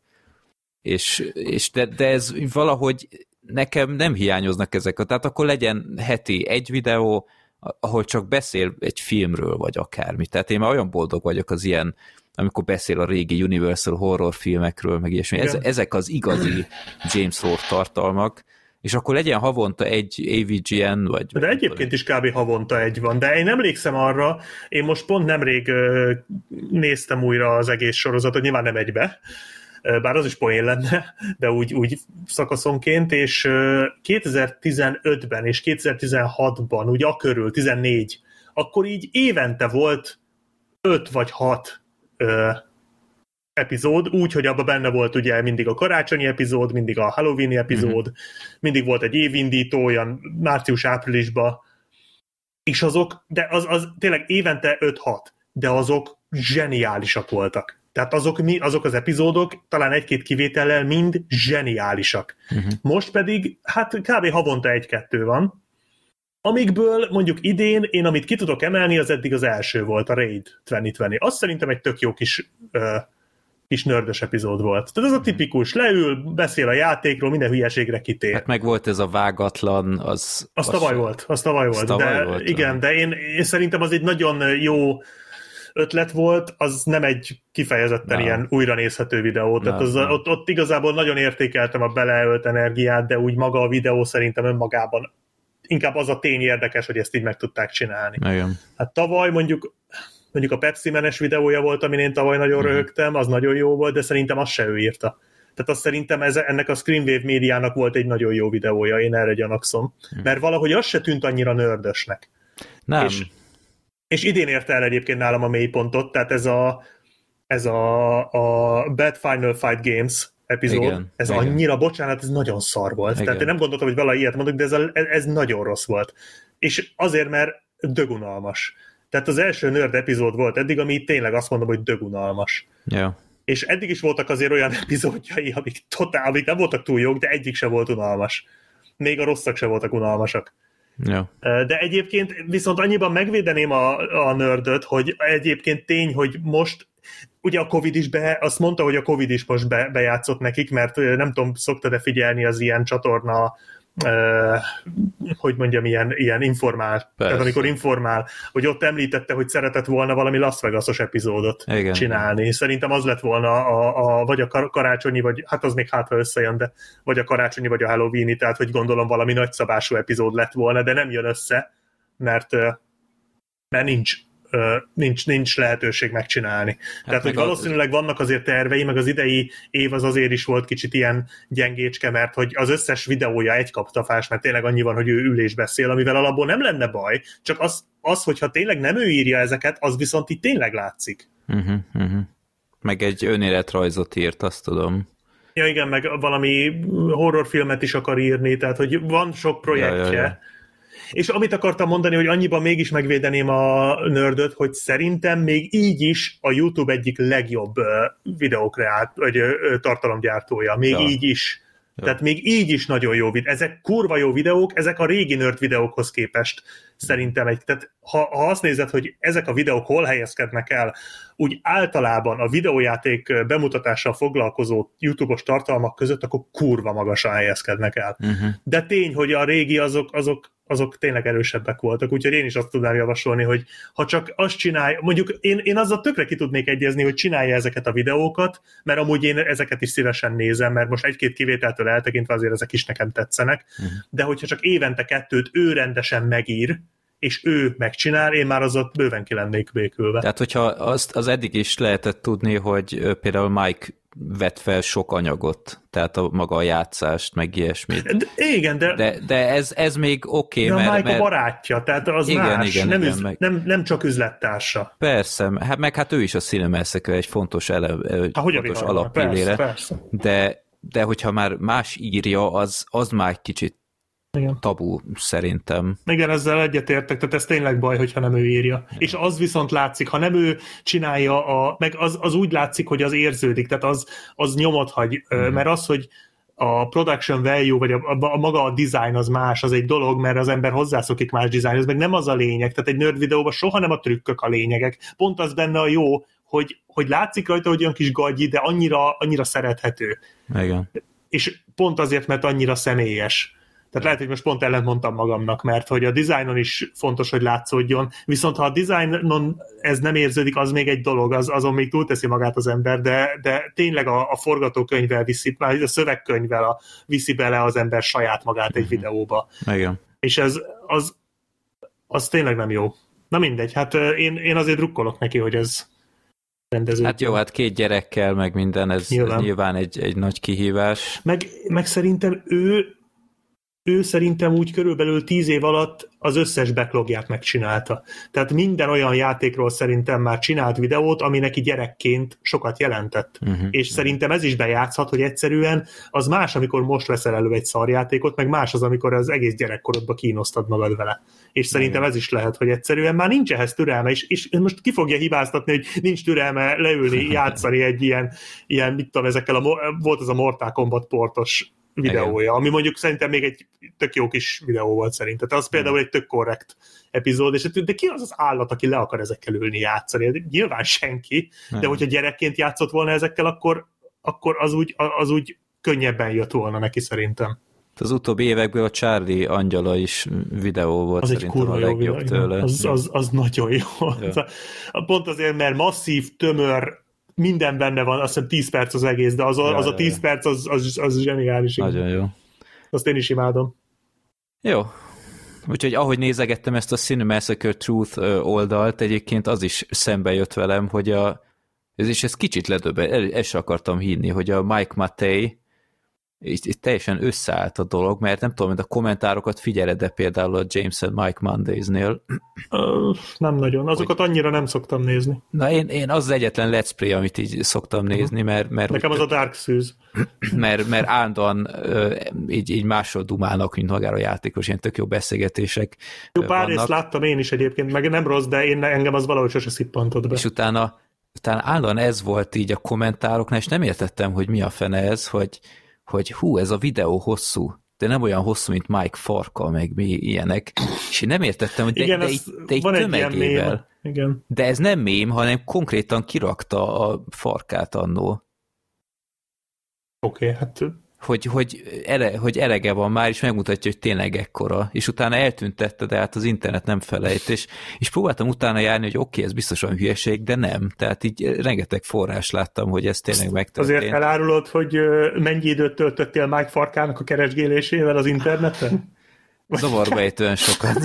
De ez valahogy nekem nem hiányoznak ezek. Tehát akkor legyen heti egy videó, ahol csak beszél egy filmről, vagy akármi. Tehát én már olyan boldog vagyok az ilyen, amikor beszél a régi Universal horror filmekről, meg ilyesmi. Ezek az igazi James Rolfe tartalmak, és akkor legyen havonta egy AVGN, vagy... De egyébként is kb. Havonta egy van, de én emlékszem arra, én most pont nemrég néztem újra az egész sorozatot, nyilván nem egybe, bár az is poén lenne, de úgy szakaszonként, és 2015-ben és 2016-ban, úgy akörül, 14, akkor így évente volt 5 vagy 6 epizód, úgy, hogy abban benne volt ugye mindig a karácsonyi epizód, mindig a Halloweeni epizód, mindig volt egy évindító, olyan március-áprilisban, és azok, de az tényleg évente 5-6, de azok zseniálisak voltak. Tehát azok az epizódok, talán egy-két kivétellel mind zseniálisak. Most pedig, hát kb. Havonta 1-2 van, amikből mondjuk idén én, amit ki tudok emelni, az eddig az első volt, a Raid 2020. Azt szerintem egy tök jó kis nördös epizód volt. Tehát ez a tipikus, leül, beszél a játékról, minden hülyeségre kitér. Hát meg volt ez a vágatlan, az tavaly volt. Igen, de én szerintem az egy nagyon jó ötlet volt, az nem egy kifejezetten ilyen újra nézhető videó. Tehát ott igazából nagyon értékeltem a beleölt energiát, de úgy maga a videó szerintem önmagában inkább az a tény érdekes, hogy ezt így meg tudták csinálni. Igen. Hát tavaly mondjuk a Pepsi menes videója volt, amin én tavaly nagyon röhögtem, az nagyon jó volt, de szerintem azt se ő írta. Tehát azt szerintem ennek a Screenwave médiának volt egy nagyon jó videója, én erre gyanakszom. Mert valahogy az se tűnt annyira nördösnek. Nem. És idén érte el egyébként nálam a mélypontot, tehát ez a Bad Final Fight Games epizód, igen, ez igen. annyira, bocsánat, ez nagyon szar volt. Igen. Tehát én nem gondoltam, hogy valahogy ilyet mondok, de ez nagyon rossz volt. És azért, mert dögunalmas. Tehát az első nerd epizód volt eddig, ami tényleg azt mondom, hogy dögunalmas. Ja. És eddig is voltak azért olyan epizódjai, amik nem voltak túl jók, de egyik se volt unalmas. Még a rosszak se voltak unalmasak. Ja. De egyébként viszont annyiban megvédeném a nerdöt, hogy egyébként tény, hogy most ugye a Covid is azt mondta, hogy a Covid is most bejátszott nekik, mert nem tudom, szoktad-e figyelni az ilyen csatorna, hogy mondjam, ilyen informál. Persze. Tehát amikor informál, hogy ott említette, hogy szeretett volna valami Las Vegas-os epizódot csinálni. Igen. Szerintem az lett volna vagy a karácsonyi, vagy hát az még hátra összejön, de vagy a karácsonyi, vagy a Halloween-i, tehát hogy gondolom valami nagyszabású epizód lett volna, de nem jön össze, mert nincs lehetőség megcsinálni. Hát tehát, hogy valószínűleg vannak azért tervei, meg az idei év az azért is volt kicsit ilyen gyengécske, mert hogy az összes videója egy kaptafás, mert tényleg annyi van, hogy ő ül és beszél, amivel alapból nem lenne baj, csak az hogyha tényleg nem ő írja ezeket, az viszont itt tényleg látszik. Meg egy önéletrajzot írt, azt tudom. Ja igen, meg valami horrorfilmet is akar írni, tehát hogy van sok projektje. Ja. És amit akartam mondani, hogy annyiban mégis megvédeném a nerdöt, hogy szerintem még így is a YouTube egyik legjobb videókreát, vagy tartalomgyártója. Még így is. Tehát még így is nagyon jó videók. Ezek kurva jó videók, ezek a régi nerd videókhoz képest szerintem tehát ha azt nézed, hogy ezek a videók hol helyezkednek el, úgy általában a videójáték bemutatással foglalkozó YouTube-os tartalmak között, akkor kurva magasan helyezkednek el. De tény, hogy a régi azok tényleg erősebbek voltak, úgyhogy én is azt tudnám javasolni, hogy ha csak azt csinálja, mondjuk én azzal tökre ki tudnék egyezni, hogy csinálja ezeket a videókat, mert amúgy én ezeket is szívesen nézem, mert most egy-két kivételtől eltekintve azért ezek is nekem tetszenek, de hogyha csak évente 2 ő rendesen megír, és ő megcsinál, én már azzal bőven ki lennék békülve. Tehát, hogyha az eddig is lehetett tudni, hogy például Mike vett fel sok anyagot, tehát maga a játszást, meg ilyesmit. Igen, de ez még oké, mert... Mike a barátja, tehát az más, nem csak üzlettársa. Persze, hát ő is a Cinemassacre egy fontos alappillére. Persze. De hogyha már más írja, az már egy kicsit tabu szerintem. Igen, ezzel egyetértek, tehát ez tényleg baj, hogyha nem ő írja. És az viszont látszik, ha nem ő csinálja, meg az úgy látszik, hogy az érződik, tehát az nyomot hagy, mert az, hogy a production value, vagy a maga a design az más, az egy dolog, mert az ember hozzászokik más dizájnhoz, meg nem az a lényeg, tehát egy nerd videóban soha nem a trükkök a lényegek. Pont az benne a jó, hogy látszik rajta, hogy olyan kis gagyi, de annyira szerethető. Igen. És pont azért, mert annyira személyes. Tehát lehet, hogy most pont ellent mondtam magamnak, mert hogy a dizájnon is fontos, hogy látszódjon, viszont ha a dizájnon ez nem érződik, az még egy dolog, azon még túlteszi magát az ember, de tényleg a forgatókönyvvel viszi, már a szövegkönyvvel viszi bele az ember saját magát egy videóba. Igen. És az tényleg nem jó. Na mindegy, hát én azért drukkolok neki, hogy ez rendező. Hát jó, hát 2 gyerekkel, meg minden, ez nyilván egy nagy kihívás. Meg szerintem ő szerintem úgy körülbelül 10 év alatt az összes backlogját megcsinálta. Tehát minden olyan játékról szerintem már csinált videót, ami neki gyerekként sokat jelentett. És szerintem ez is bejátszhat, hogy egyszerűen az más, amikor most veszel elő egy szarjátékot, meg más az, amikor az egész gyerekkorodba kínosztad magad vele. És szerintem ez is lehet, hogy egyszerűen már nincs ehhez türelme, és most ki fogja hibáztatni, hogy nincs türelme leülni, játszani egy ilyen mit tudom, volt az a Mortal Kombat portos videója, ami mondjuk szerintem még egy tök jó kis videó volt szerintem. Tehát az például egy tök korrekt epizód, de ki az állat, aki le akar ezekkel ülni, játszani? Nyilván senki, de hogyha gyerekként játszott volna ezekkel, akkor az úgy könnyebben jött volna neki szerintem. Az utóbbi évekből a Charlie angyala is videó volt, az szerintem a legjobb tőle. Az nagyon jó. Ja. Pont azért, mert masszív, tömör, minden benne van, azt hiszem 10 perc az egész, de az a 10 perc az zseniális. Nagyon jó. Azt én is imádom. Jó. Úgyhogy ahogy nézegettem ezt a Cinemassacre Truth oldalt, egyébként az is szembe jött velem, hogy ez kicsit ledöbben, ezt sem akartam hinni, hogy a Mike Mattei itt teljesen összeállt a dolog, mert nem tudom, hogy a kommentárokat figyeled, de például a James and Mike Mondays-nél. Nem nagyon, azokat annyira nem szoktam nézni. Na én az egyetlen let's play, amit így szoktam nézni, mert nekem az a Dark Souls. Mert állandóan így másról dumálnak, mint magára a játékos, ilyen tök jó beszélgetések jó, pár részt láttam én is egyébként, meg nem rossz, de engem az valahogy sose szippantott be. És utána állandóan ez volt így a kommentároknál, és nem értettem, hogy mi a fene ez, hogy hú, ez a videó hosszú, de nem olyan hosszú, mint Mike Farka, meg mi ilyenek. És én nem értettem, hogy igen, de így tömegével. Igen. De ez nem mém, hanem konkrétan kirakta a farkát annó. Oké, hát... Hogy elege van már, és megmutatja, hogy tényleg ekkora. És utána eltüntette, de hát az internet nem felejt. És próbáltam utána járni, hogy oké, ez biztosan hülyeség, de nem. Tehát így rengeteg forrás láttam, hogy ez tényleg megtörtént. Azért elárulod, hogy mennyi időt töltöttél Mike Farkának a keresgélésével az interneten? Zavarba ejtően sokat.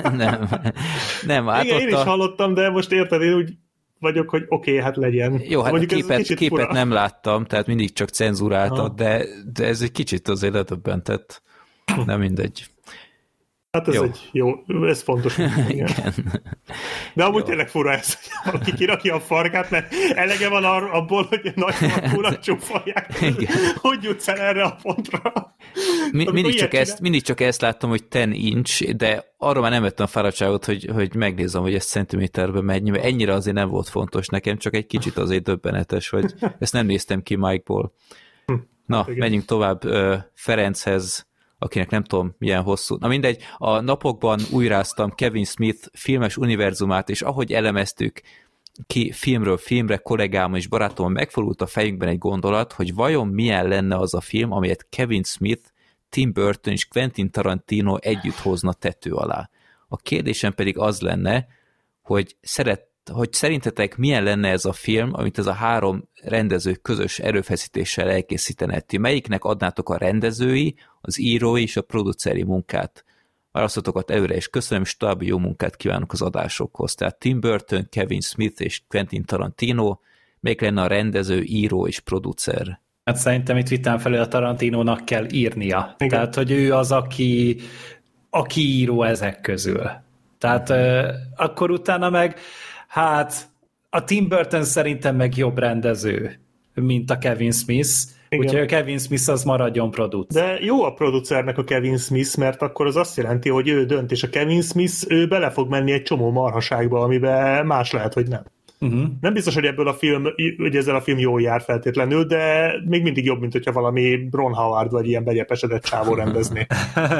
Nem. Hát igen, én is hallottam, de most érted, én úgy vagyok, hogy oké, hát legyen. Jó, hát képet nem láttam, tehát mindig csak cenzuráltad, de ez egy kicsit azért ledöbbentett. Nem mindegy. Hát ez ez fontos. Igen. De amúgy tényleg fura ez, hogy valaki kirakja a farkát, mert elege van abból, hogy nagy farkúnak csúfolják. Hogy jutsz el erre a pontra? Mindig csak ezt láttam, hogy 10 inch, de arra már nem vettem a fáradtságot, hogy megnézem, hogy ez centiméterben megy, mert ennyire azért nem volt fontos nekem, csak egy kicsit azért döbbenetes, hogy ezt nem néztem ki Mike-ból. Na, menjünk tovább Ferenchez, akinek nem tudom milyen hosszú. Na mindegy, a napokban újráztam Kevin Smith filmes univerzumát, és ahogy elemeztük ki filmről filmre, kollégám és barátom, megfordult a fejünkben egy gondolat, hogy vajon milyen lenne az a film, amelyet Kevin Smith, Tim Burton és Quentin Tarantino együtt hozna tető alá. A kérdésem pedig az lenne, hogy szerintetek milyen lenne ez a film, amit ez a 3 rendező közös erőfeszítéssel elkészítene. Ti melyiknek adnátok a rendezői, az írói és a produceri munkát? Választotokat előre is köszönöm, és további jó munkát kívánok az adásokhoz. Tehát Tim Burton, Kevin Smith és Quentin Tarantino, melyik lenne a rendező, író és producer? Hát szerintem itt vitán felül a Tarantinónak kell írnia. Igen. Tehát, hogy ő az, aki író ezek közül. Tehát akkor utána meg hát a Tim Burton szerintem meg jobb rendező, mint a Kevin Smith, úgyhogy a Kevin Smith az maradjon producer. De jó a producernek a Kevin Smith, mert akkor az azt jelenti, hogy ő dönt, és a Kevin Smith, ő bele fog menni egy csomó marhaságba, amiben más lehet, hogy nem. Nem biztos, hogy hogy ezzel a film jól jár feltétlenül, de még mindig jobb, mint hogyha valami Ron Howard vagy ilyen begyepesedett csávó rendezné.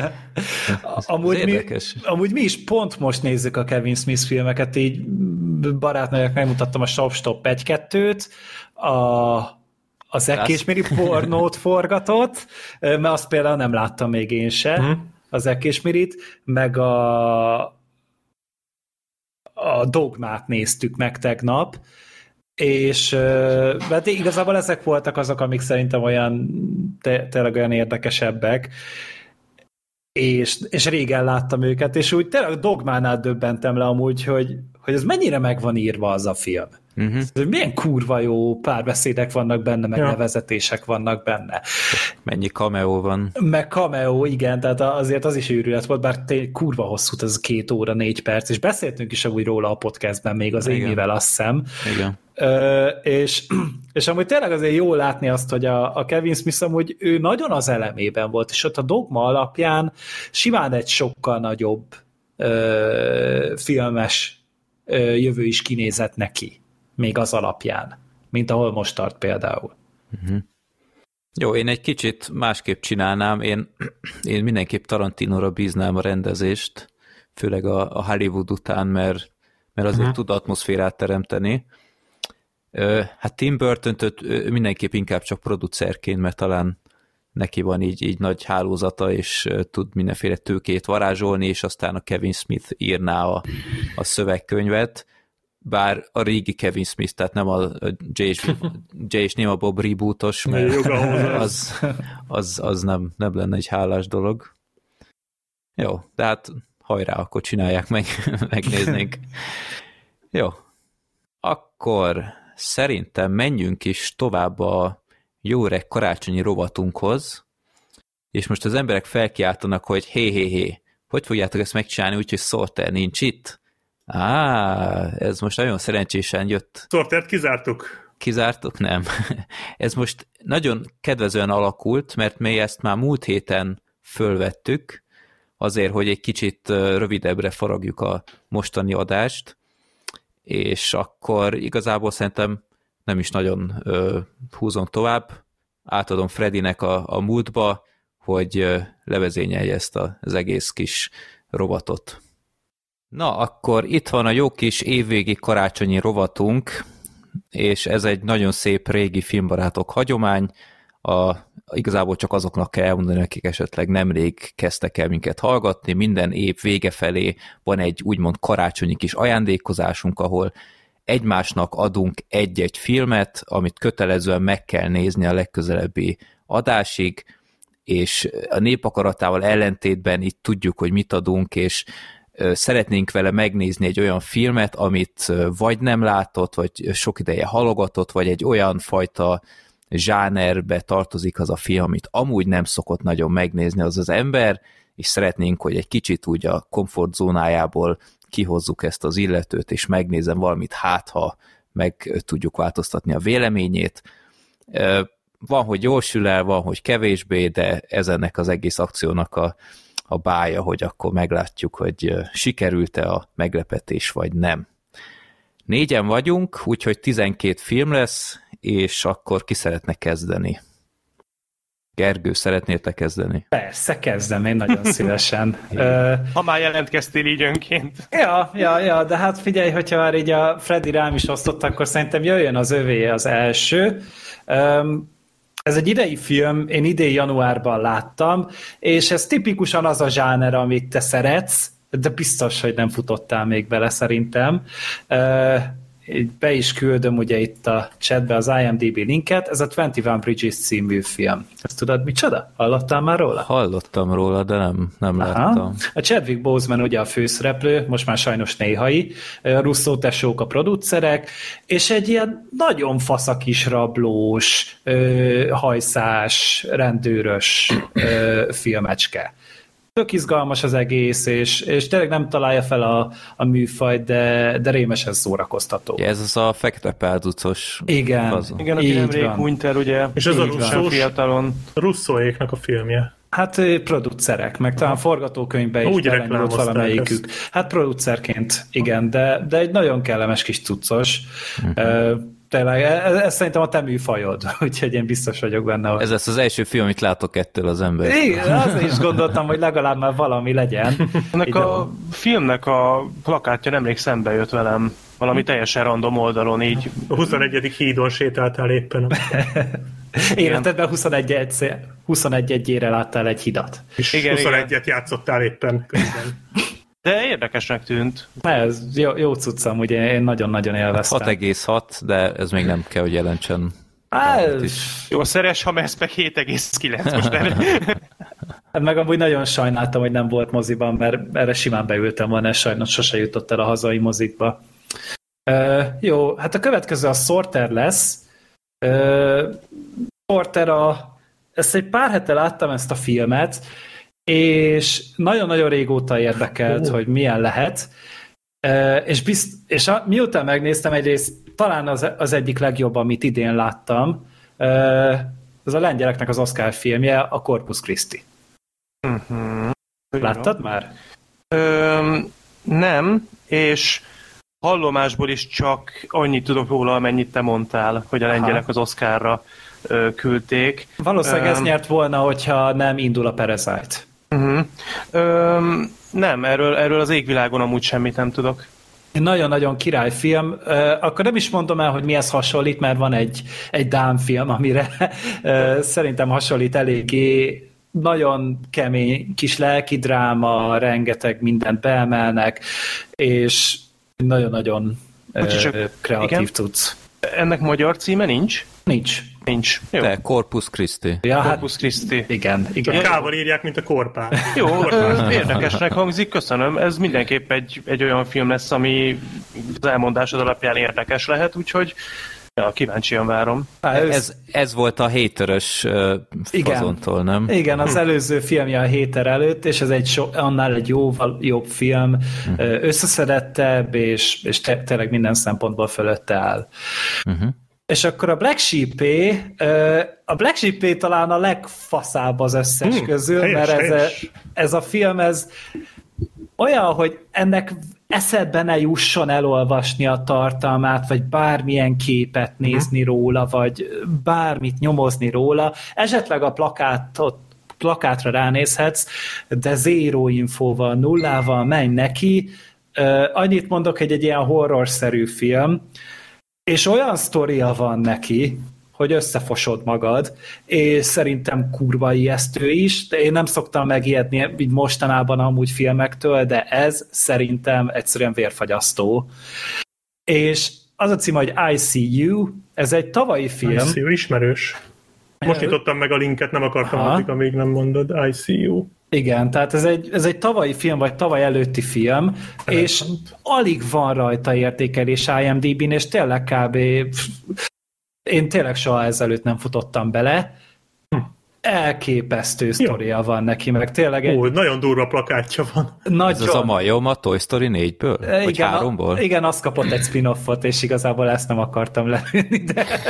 amúgy mi is pont most nézzük a Kevin Smith filmeket, így barátnőnek megmutattam a Stop 1-2-t, a Zack és Miri pornót forgatott, mert azt például nem láttam még én se, a Zack és Mirit, meg a Dogmát néztük meg tegnap, és hát igazából ezek voltak azok, amik szerintem olyan tényleg olyan érdekesebbek, és régen láttam őket, és úgy tényleg Dogmánál döbbentem le amúgy, hogy ez mennyire meg van írva az a film. Milyen kurva jó párbeszédek vannak benne, meg nevezetések vannak benne. Mennyi cameo van. Meg cameo, igen, tehát azért az is őrület volt, bár kurva hosszú, ez 2 óra, 4 perc, és beszéltünk is amúgy róla a podcastben még az Émivel, azt hiszem. Igen. És amúgy tényleg azért jó látni azt, hogy a Kevin Smith amúgy ő nagyon az elemében volt, és ott a Dogma alapján simán egy sokkal nagyobb filmes jövő is kinézett neki, még az alapján, mint ahol most tart például. Jó, én egy kicsit másképp csinálnám, én mindenképp Tarantinóra bíznám a rendezést, főleg a Hollywood után, mert azért tud atmoszférát teremteni. Hát Tim Burton-t mindenképp inkább csak producerként, mert talán neki van így nagy hálózata, és tud mindenféle tőkét varázsolni, és aztán a Kevin Smith írná a szövegkönyvet, bár a régi Kevin Smith, tehát nem a J és Néma Bob rebootos, mert az nem lenne egy hálás dolog. Jó, de hát hajrá, akkor csinálják meg, megnéznénk. Jó, akkor szerintem menjünk is tovább a jó öreg karácsonyi rovatunkhoz, és most az emberek felkiáltanak, hogy hé, hogy fogjátok ezt megcsinálni, úgyhogy Sorter nincs itt? Ez most nagyon szerencsésen jött. Sortert kizártuk. Kizártuk? Nem. Ez most nagyon kedvezően alakult, mert mi ezt már múlt héten fölvettük, azért, hogy egy kicsit rövidebbre faragjuk a mostani adást, és akkor igazából szerintem nem is nagyon húzom tovább, átadom Fredinek a múltba, hogy levezényelje ezt az egész kis rovatot. Na, akkor itt van a jó kis évvégi karácsonyi rovatunk, és ez egy nagyon szép régi filmbarátok hagyomány, igazából csak azoknak kell elmondani, akik esetleg nemrég kezdtek el minket hallgatni. Minden év vége felé van egy úgymond karácsonyi kis ajándékozásunk, ahol egymásnak adunk egy-egy filmet, amit kötelezően meg kell nézni a legközelebbi adásig, és a népakaratával ellentétben itt tudjuk, hogy mit adunk, és szeretnénk vele megnézni egy olyan filmet, amit vagy nem látott, vagy sok ideje halogatott, vagy egy olyan fajta zsánerbe tartozik az a film, amit amúgy nem szokott nagyon megnézni az ember, és szeretnénk, hogy egy kicsit úgy a komfortzónájából kihozzuk ezt az illetőt, és megnézem valamit, ha meg tudjuk változtatni a véleményét. Van, hogy jól sül el, van, hogy kevésbé, de ez ennek az egész akciónak a bája, hogy akkor meglátjuk, hogy sikerült-e a meglepetés, vagy nem. 4-en vagyunk, úgyhogy 12 film lesz, és akkor ki szeretne kezdeni? Gergő, szeretnél te kezdeni? Persze, kezdem, én nagyon szívesen. Ha már jelentkeztél így önként. Ja, de hát figyelj, hogyha már így a Freddy rám is osztott, akkor szerintem jöjjön az övé az első. Ez egy idei film, én idén januárban láttam, és ez tipikusan az a zsáner, amit te szeretsz, de biztos, hogy nem futottál még bele szerintem. Be is küldöm ugye itt a chatbe az IMDb linket, ez a 21 Bridges című film. Ezt tudod micsoda? Hallottál már róla? Hallottam róla, de nem láttam. A Chadwick Boseman ugye a főszereplő, most már sajnos néhai, Russo tesók a producerek, és egy ilyen nagyon fasz kis rablós, hajszás, rendőrös filmecske. Tök izgalmas az egész, és tényleg nem találja fel a műfajt, de rémesen szórakoztató. Ja, ez az a fekete pálducos. Igen, aki nemrég hunyt el, ugye. És az a fiatalon. Russzóéknak a filmje. Hát producerek, meg talán forgatókönyvben is elengedott valamelyikük. Ezt. Hát producerként, igen, de egy nagyon kellemes kis cuccos. Tényleg, ez szerintem a te műfajod, úgyhogy én biztos vagyok benne. Hogy... Ez lesz az első film, amit látok ettől az ember. Igen, azt is gondoltam, hogy legalább már valami legyen. Ennek a filmnek a plakátja nemrég szembe jött velem. Valami teljesen random oldalon így. A 21. hídon sétáltál éppen. Életedben 21-ére láttál egy hidat. És 21-et játszottál éppen közben. De érdekesnek tűnt. Ez jó cuccam, ugye én nagyon-nagyon élveztem. 6,6, de ez még nem kell, hogy jelentsen. Jó, szeres, ha ez meg 7,9 most erre. Hát meg amúgy nagyon sajnáltam, hogy nem volt moziban, mert erre simán beültem volna, és sajnos sose jutott el a hazai mozikba. Jó, hát a következő a Sorter lesz. Sorter ezt egy pár hete láttam ezt a filmet, és nagyon-nagyon régóta érdekelt, hogy milyen lehet, és miután megnéztem, egyrészt talán az egyik legjobb, amit idén láttam, ez a lengyeleknek az Oscar filmje, a Corpus Christi. Láttad már? Nem, és hallomásból is csak annyit tudok róla, amennyit te mondtál, hogy a lengyelek az Oscarra küldték. Valószínűleg ez nyert volna, hogyha nem indul a Parasite. Nem, erről az égvilágon amúgy semmit nem tudok. nagyon-nagyon királyfilm. Akkor nem is mondom el, hogy mihez hasonlít, mert van egy dán film, amire szerintem hasonlít eléggé. Nagyon kemény kis lelki dráma, rengeteg mindent beemelnek, és nagyon-nagyon kreatív cucc. Ennek magyar címe nincs? Nincs. Jó. De Corpus Christi. Ja, Corpus Christi. Igen. A K-val írják, mint a korpár. Jó, érdekesnek hangzik, köszönöm. Ez mindenképp egy olyan film lesz, ami az elmondásod alapján érdekes lehet, úgyhogy kíváncsian várom. Ez volt a haterös fazontól, nem? Igen, az előző filmje a Hater előtt, és ez annál egy jóval jobb film, összeszedettebb, és tényleg minden szempontból fölötte áll. És akkor a Black Sheep-é talán a legfaszább az összes közül, mert ez a film, ez olyan, hogy ennek eszedbe ne jusson elolvasni a tartalmát, vagy bármilyen képet nézni róla, vagy bármit nyomozni róla. Esetleg a plakátra ránézhetsz, de zéró infóval, nullával menj neki. Annyit mondok, hogy egy ilyen horrorszerű film, és olyan sztoria van neki, hogy összefosod magad, és szerintem kurva ijesztő is, de én nem szoktam megijedni így mostanában amúgy filmektől, de ez szerintem egyszerűen vérfagyasztó. És az a címe, hogy I See You, ez egy tavalyi film. I See You, ismerős. Most nyitottam meg a linket, nem akartam addig, amíg nem mondod. I See You. Igen, tehát ez egy tavalyi film, vagy tavaly előtti film, és alig van rajta értékelés IMDb-n, és tényleg kb. Én tényleg soha ezelőtt nem futottam bele. Elképesztő sztoria van neki, meg tényleg egy... nagyon durva plakátja van. Ez az a majom a Toy Story 4-ből? Vagy 3-ból? Igen, az kapott egy spin-offot, és igazából ezt nem akartam lelőni,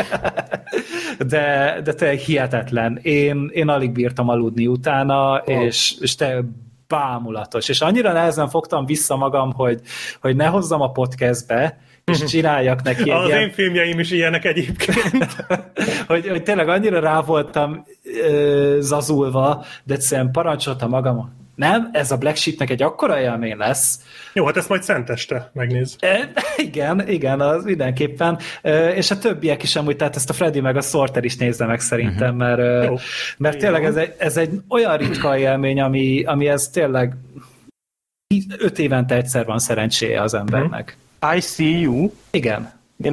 de tényleg hihetetlen. Én alig bírtam aludni utána, és te bámulatos. És annyira nehezen fogtam vissza magam, hogy ne hozzam a podcastbe, és csináljak neki az én filmjeim is ilyenek egyébként. hogy tényleg annyira rá voltam zazulva, de egyszerűen parancsoltam magam, nem, ez a Black Sheepnek egy akkora élmény lesz. Jó, hát ezt majd szenteste megnéz. Igen, az mindenképpen. És a többiek is amúgy, tehát ezt a Freddy meg a Sorter is nézze meg szerintem, mert tényleg ez egy olyan ritka élmény, ami ez tényleg 5 évente egyszer van szerencséje az embernek. I See You? Igen. Én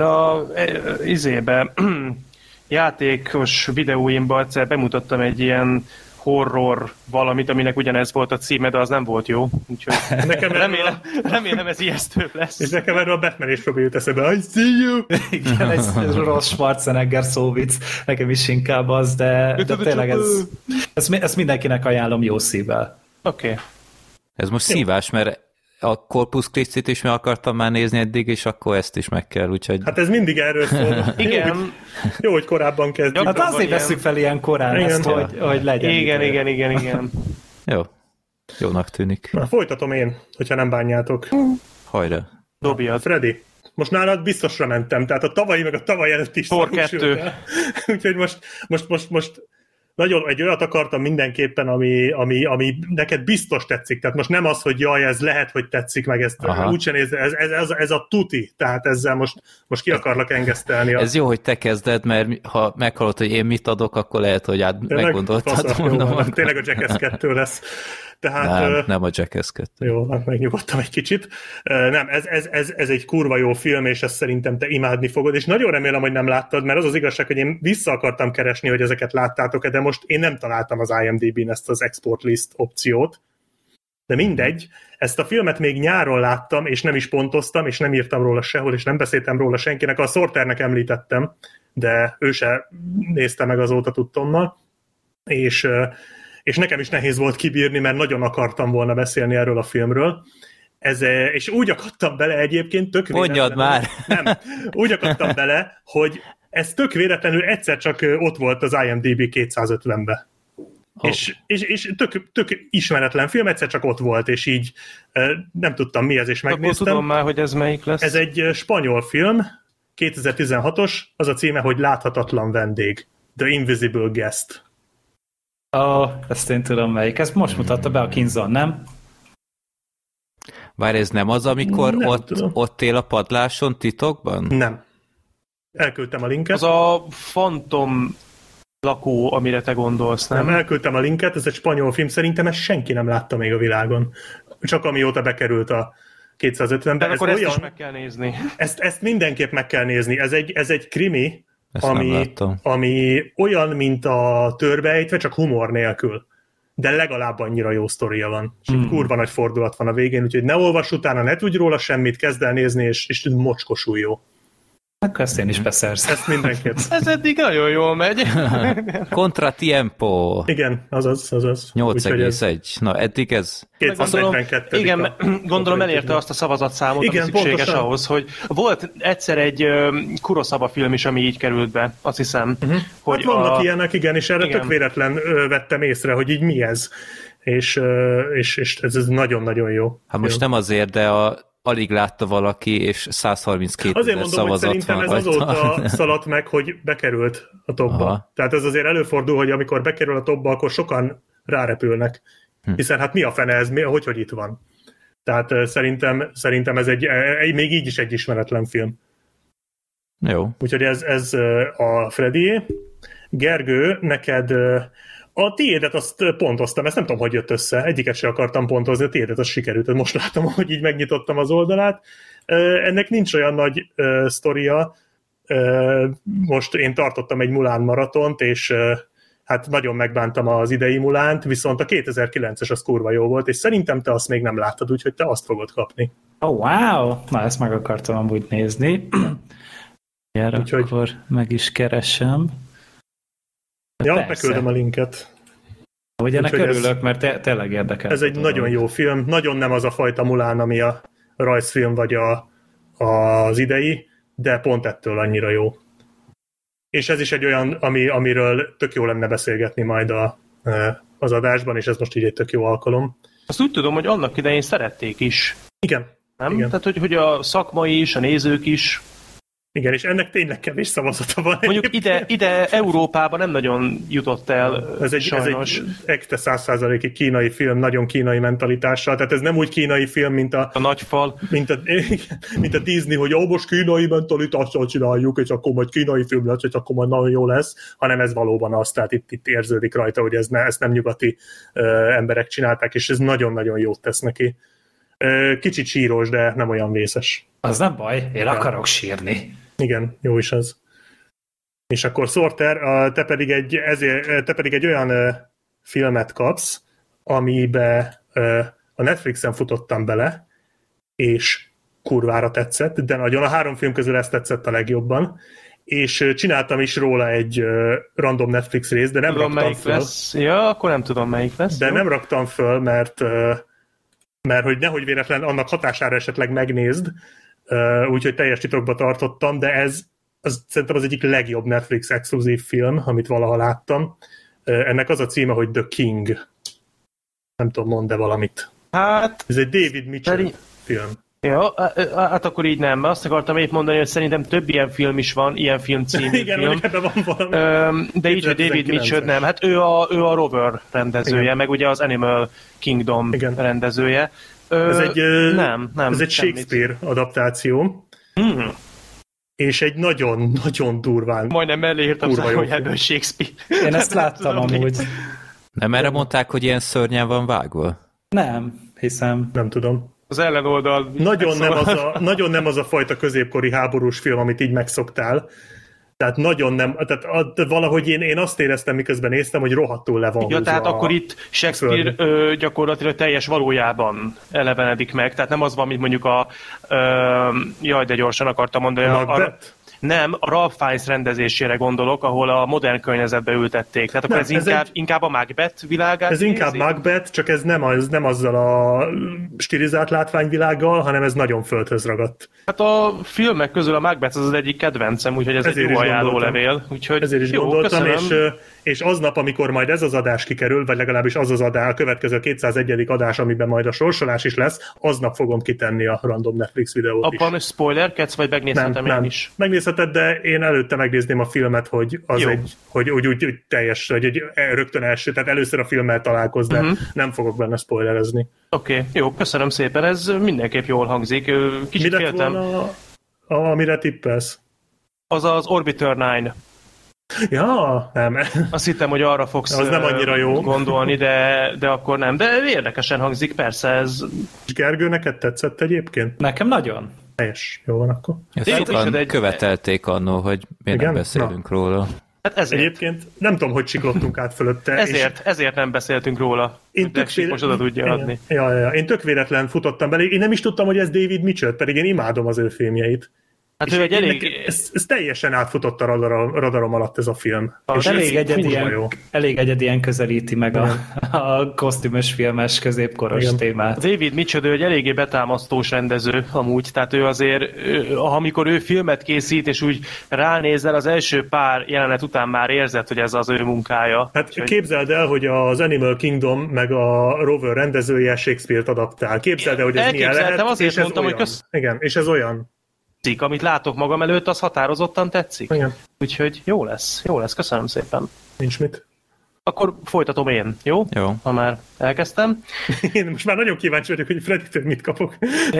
játékos videóimban egyszer bemutattam egy ilyen horror valamit, aminek ugyanez volt a címe, de az nem volt jó. Úgyhogy remélem ez ijesztő lesz. És nekem erről a Batman is jut eszembe. I see you! Igen, ez rossz Schwarzenegger szóvic. Nekem is inkább az, de tényleg ezt mindenkinek ajánlom jó szívvel. Oké. Ez most szívás, mert a Corpus Christi-t is meg akartam már nézni eddig, és akkor ezt is meg kell, úgyhogy... Hát ez mindig erről szól. Igen. Jó, hogy korábban kezdjük. Hát azért veszük fel ilyen korán ezt, hogy legyen. Igen. Jónak tűnik. Na, folytatom én, hogyha nem bánjátok. Hajrá. Dobjad. Freddy, most nálad biztosra mentem, tehát a tavalyi meg a tavaly előtt is Thor 2. Úgyhogy most nagyon egy olyat akartam mindenképpen, ami neked biztos tetszik. Tehát most nem az, hogy jaj, ez lehet, hogy tetszik, meg ezt úgyse néz, ez a tuti. Tehát ezzel most ki akarlak engesztelni. Ez jó, hogy te kezded, mert ha meghallod, hogy én mit adok, akkor lehet, hogy meggondoltad volna. Tényleg a Jackass 2 lesz. Tehát, nem a Jackass 2. Jó, hát megnyugodtam egy kicsit. Nem, ez egy kurva jó film, és ezt szerintem te imádni fogod, és nagyon remélem, hogy nem láttad, mert az az igazság, hogy én vissza akartam keresni, hogy ezeket láttátok-e, de most én nem találtam az IMDb-n ezt az export list opciót. De mindegy, ezt a filmet még nyáron láttam, és nem is pontoztam, és nem írtam róla sehol, és nem beszéltem róla senkinek. A Sorternek említettem, de ő se nézte meg azóta tudtommal. És nekem is nehéz volt kibírni, mert nagyon akartam volna beszélni erről a filmről. És úgy akadtam bele egyébként, tök mondjad már! Nem, úgy akadtam bele, hogy ez tök véletlenül egyszer csak ott volt az IMDb 250-be. Oh. És tök ismeretlen film, egyszer csak ott volt, és így nem tudtam mi ez, és megnéztem. Akkor tudom már, hogy ez melyik lesz. Ez egy spanyol film, 2016-os, az a címe, hogy Láthatatlan vendég. The Invisible Guest. Ezt én tudom melyik. Ezt most mutatta be a Kinzon, nem? Várj, ez nem az, amikor ott él a padláson titokban? Nem. Elküldtem a linket. Az a Phantom lakó, amire te gondolsz, nem? Nem, elküldtem a linket, ez egy spanyol film, szerintem ezt senki nem látta még a világon. Csak amióta bekerült a 250-be. De akkor ezt is meg kell nézni. Ezt mindenképp meg kell nézni. Ez egy krimi, Ezt ami olyan, mint a Törbeejtve, csak humor nélkül. De legalább annyira jó sztoria van. És kurva nagy fordulat van a végén, úgyhogy ne olvass utána, ne tudj róla semmit, kezd el nézni, és mocskosul jó. Akkor ezt én is beszerzem. Ezt mindenképp. Ez eddig nagyon jól megy. Contratiempo. Igen, azaz. 8,1. Na, eddig ez... 242. Igen, gondolom elérte azt a szavazatszámot, igen, ami szükséges pontosan ahhoz, hogy volt egyszer egy Kurosawa film is, ami így került be, azt hiszem. Hogy hát vannak ilyenek, igen, és erre tök véletlen vettem észre, hogy így mi ez. És ez nagyon-nagyon jó. Hát most nem azért, de alig látta valaki, és 132 azért mondom, szavazat hogy szerintem van ez azóta szaladt meg, hogy bekerült a topba. Aha. Tehát ez azért előfordul, hogy amikor bekerül a topba, akkor sokan rárepülnek. Hiszen hát mi a fene ez, hogy itt van. Tehát szerintem ez egy még így is egy ismeretlen film. Jó. Úgyhogy ez a Freddy. Gergő, neked a tiédet azt pontoztam, ezt nem tudom, hogy jött össze. Egyiket sem akartam pontozni, a tiédet az sikerült. Most látom, hogy így megnyitottam az oldalát. Ennek nincs olyan nagy sztoria. Most én tartottam egy Mulan maratont, és hát nagyon megbántam az idei Mulánt, viszont a 2009-es az kurva jó volt, és szerintem te azt még nem láttad, úgyhogy te azt fogod kapni. Oh, wow! Na, ezt meg akartam amúgy nézni. Gyere, úgyhogy... akkor meg is keresem. Ja, beküldöm a linket. Ugye ennek örülök, mert tényleg érdekel. Ez egy nagyon jó film. Nagyon nem az a fajta Mulan, ami a rajzfilm vagy az idei, de pont ettől annyira jó. És ez is egy olyan, amiről tök jó lenne beszélgetni majd az adásban, és ez most így egy tök jó alkalom. Azt úgy tudom, hogy annak idején szerették is. Igen. Nem? Igen. Tehát, hogy a szakmai is, a nézők is. Igen, és ennek tényleg kevés szavazata van. Mondjuk ide Európában nem nagyon jutott el, ez egy ekte 100%-ig kínai film, nagyon kínai mentalitással, tehát ez nem úgy kínai film, mint a nagy fal. Mint a Disney, hogy most kínai mentalitással csináljuk, és akkor majd kínai film lesz, és akkor majd nagyon jó lesz, hanem ez valóban az, tehát itt érződik rajta, hogy ezt nem nyugati emberek csinálták, és ez nagyon-nagyon jót tesz neki. Kicsit síros, de nem olyan vészes. Az nem baj, én akarok sírni. Igen, jó is az. És akkor Sorter, te pedig egy olyan filmet kapsz, amibe a Netflixen futottam bele, és kurvára tetszett, de nagyon a 3 film közül ezt tetszett a legjobban, és csináltam is róla egy random Netflix részt, de nem raktam föl. Lesz. Ja, akkor nem tudom, melyik lesz. De jó? Nem raktam föl, mert hogy nehogy véletlen annak hatására esetleg megnézd, úgyhogy teljes titokba tartottam, de szerintem az egyik legjobb Netflix exkluzív film, amit valaha láttam. Ennek az a címe, hogy The King. Nem tudom, mondd-e valamit. Hát... Ez egy David Mitchell film. Ja, hát akkor így nem. Azt akartam épp mondani, hogy szerintem több ilyen film is van, ilyen film című igen, film. Igen, van valami. De így, hogy David Mitchell nem. Hát ő a Rover rendezője, igen. Meg ugye az Animal Kingdom igen. rendezője. Ez egy, nem, ez egy Shakespeare adaptáció. És egy nagyon-nagyon durván... Majdnem mellé írtam, hogy ebből Shakespeare. Én ezt láttam amúgy. Nem erre mondták, hogy ilyen szörnyen van vágva? Nem, hiszem. Nem tudom. Az ellenoldal... Nagyon nem az a fajta középkori háborús film, amit így megszoktál. Tehát nagyon nem, tehát valahogy én azt éreztem, miközben néztem, hogy rohadtul le van. Ja, tehát akkor itt Shakespeare gyakorlatilag teljes valójában elevenedik meg, tehát nem az van, mint mondjuk jaj, de gyorsan akartam mondani. Nem, a Ralph Fiennes rendezésére gondolok, ahol a modern környezetbe ültették. Tehát akkor ez inkább a Macbeth világát ez inkább Macbeth, csak ez nem azzal a stilizált látványvilággal, hanem ez nagyon földhöz ragadt. Hát a filmek közül a Macbeth az egyik kedvencem, úgyhogy ez egy jó ajánlólevél. Úgyhogy ezért is jó, gondoltam, és aznap, amikor majd ez az adás kikerül, vagy legalábbis az adás, a következő 201. adás, amiben majd a sorsolás is lesz, aznap fogom kitenni a random Netflix videót is. Abban spoilerkedsz, vagy megnézhetem én is? Megnézheted, de én előtte megnézném a filmet, hogy az hogy úgy teljes, hogy rögtön első, tehát először a filmmel találkozz, de nem fogok benne spoilerezni. Oké, jó, köszönöm szépen, ez mindenképp jól hangzik. Kicsit mi lett féltem. volna, amire tippelsz? Az az Orbiter 9. Ja, nem. Azt hittem, hogy arra fogsz az nem annyira jó. Gondolni, de akkor nem. De érdekesen hangzik, persze ez... És Gergő, neked tetszett egyébként? Nekem nagyon. Helyes, jó van akkor. Sokan követelték annól, hogy miért nem beszélünk róla. Hát ezért. Egyébként nem tudom, hogy csiklottunk át fölötte. Ezért nem beszéltünk róla. Én most oda tudja adni. Ja. Én tök véletlen futottam bele. Én nem is tudtam, hogy ez David Mitchell, pedig én imádom az ő filmjeit. Hát ő egy elég... Ez teljesen átfutott a radarom alatt ez a film. Elég egyedien közelíti meg a kosztümös filmes középkoros témát. David Mitchell, ő egy eléggé betámasztós rendező amúgy, tehát ő azért, amikor ő filmet készít, és úgy ránézel, az első pár jelenet után már érzed, hogy ez az ő munkája. Hát képzeld el, hogy az Animal Kingdom meg a Rover rendezője Shakespeare-t adaptál. Képzeld el, hogy ez milyen lehet, azért mondtam, hogy igen, és ez olyan. Amit látok magam előtt, az határozottan tetszik. Igen. Úgyhogy jó lesz, köszönöm szépen. Nincs mit. Akkor folytatom én, jó? Jó. Ha már elkezdtem. Én most már nagyon kíváncsi vagyok, hogy Freddy-től mit kapok.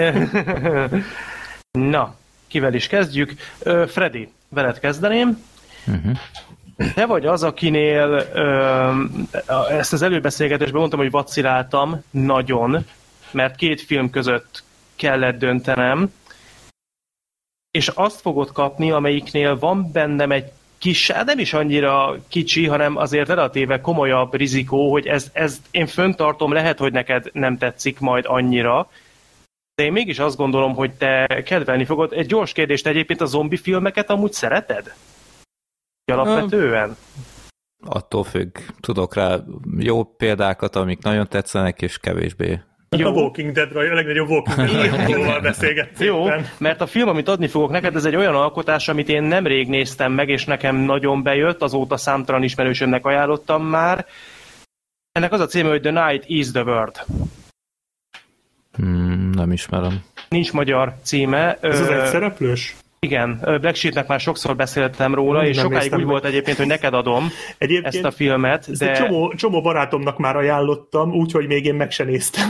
Na, kivel is kezdjük? Freddy, veled kezdeném. Te vagy az, akinél ezt az előbeszélgetésben mondtam, hogy vaciláltam nagyon, mert két film között kellett döntenem, és azt fogod kapni, amelyiknél van bennem egy kis, nem is annyira kicsi, hanem azért relatíve komolyabb rizikó, hogy ezt én föntartom, lehet, hogy neked nem tetszik majd annyira, de én mégis azt gondolom, hogy te kedvelni fogod. Egy gyors kérdést, egyébként a zombi filmeket amúgy szereted? Alapvetően? Attól függ. Tudok rá jó példákat, amik nagyon tetszenek, és kevésbé. Jó. A Walking Dead, a legnagyobb Walking Dead-ról beszélgetsz. Jó, mert a film, amit adni fogok neked, ez egy olyan alkotás, amit én nemrég néztem meg, és nekem nagyon bejött, azóta számtalan ismerősömnek ajánlottam már. Ennek az a címe, hogy The Night is the World. Nem ismerem. Nincs magyar címe. Ez az egyszereplős? Igen, Black Sheepnek már sokszor beszéltem róla, és sokáig úgy volt egyébként, hogy neked adom ezt a filmet. De... Csomó barátomnak már ajánlottam, úgyhogy még én meg se néztem.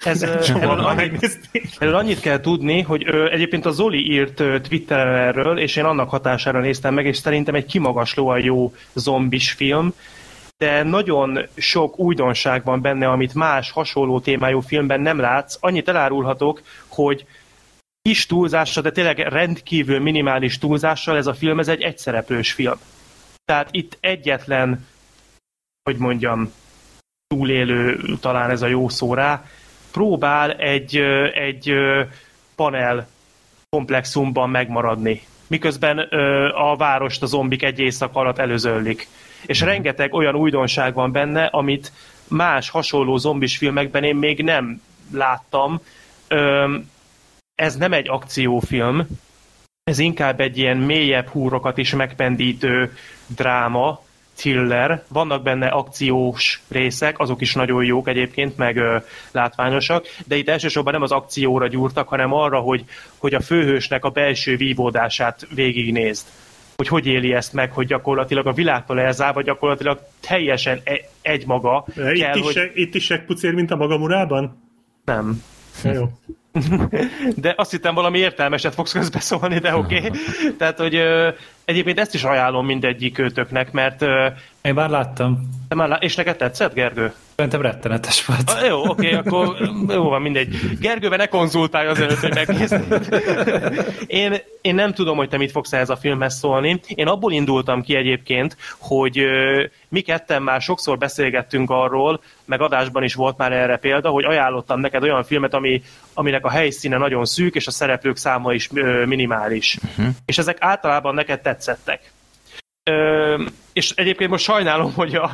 Erről annyit kell tudni, hogy egyébként a Zoli írt Twitteren erről, és én annak hatására néztem meg, és szerintem egy kimagaslóan jó zombis film, de nagyon sok újdonság van benne, amit más hasonló témájú filmben nem látsz. Annyit elárulhatok, hogy kis túlzással, de tényleg rendkívül minimális túlzással ez a film, ez egy egyszereplős film. Tehát itt egyetlen, hogy mondjam, túlélő, talán ez a jó szó rá, próbál egy panel komplexumban megmaradni. Miközben a várost a zombik egy éjszaka alatt előzöllik. És rengeteg olyan újdonság van benne, amit más hasonló zombis filmekben én még nem láttam. Ez nem egy akciófilm, ez inkább egy ilyen mélyebb húrokat is megpendítő dráma, thriller. Vannak benne akciós részek, azok is nagyon jók egyébként, meg látványosak, de itt elsősorban nem az akcióra gyúrtak, hanem arra, hogy a főhősnek a belső vívódását végignézd. Hogy éli ezt meg, hogy gyakorlatilag a világtól elzárva, gyakorlatilag teljesen egymaga. Itt is pucér, mint a Magamurában? Nem. Jó. De azt hittem valami értelmeset fogsz közbeszólni, de oké. Tehát, hogy egyébként ezt is ajánlom mindegyik őtöknek, mert... Én már láttam. És neked tetszett, Gergő? Szerintem rettenetes volt. Jó, oké, akkor jó van, mindegy. Gergővel ne konzultálj azelőtt, hogy megnézd. Én nem tudom, hogy te mit fogsz ehhez a filmhez szólni. Én abból indultam ki egyébként, hogy mi ketten már sokszor beszélgettünk arról, meg adásban is volt már erre példa, hogy ajánlottam neked olyan filmet, aminek a helyszíne nagyon szűk, és a szereplők száma is minimális. És ezek általában neked tetszettek. És egyébként most sajnálom, hogy a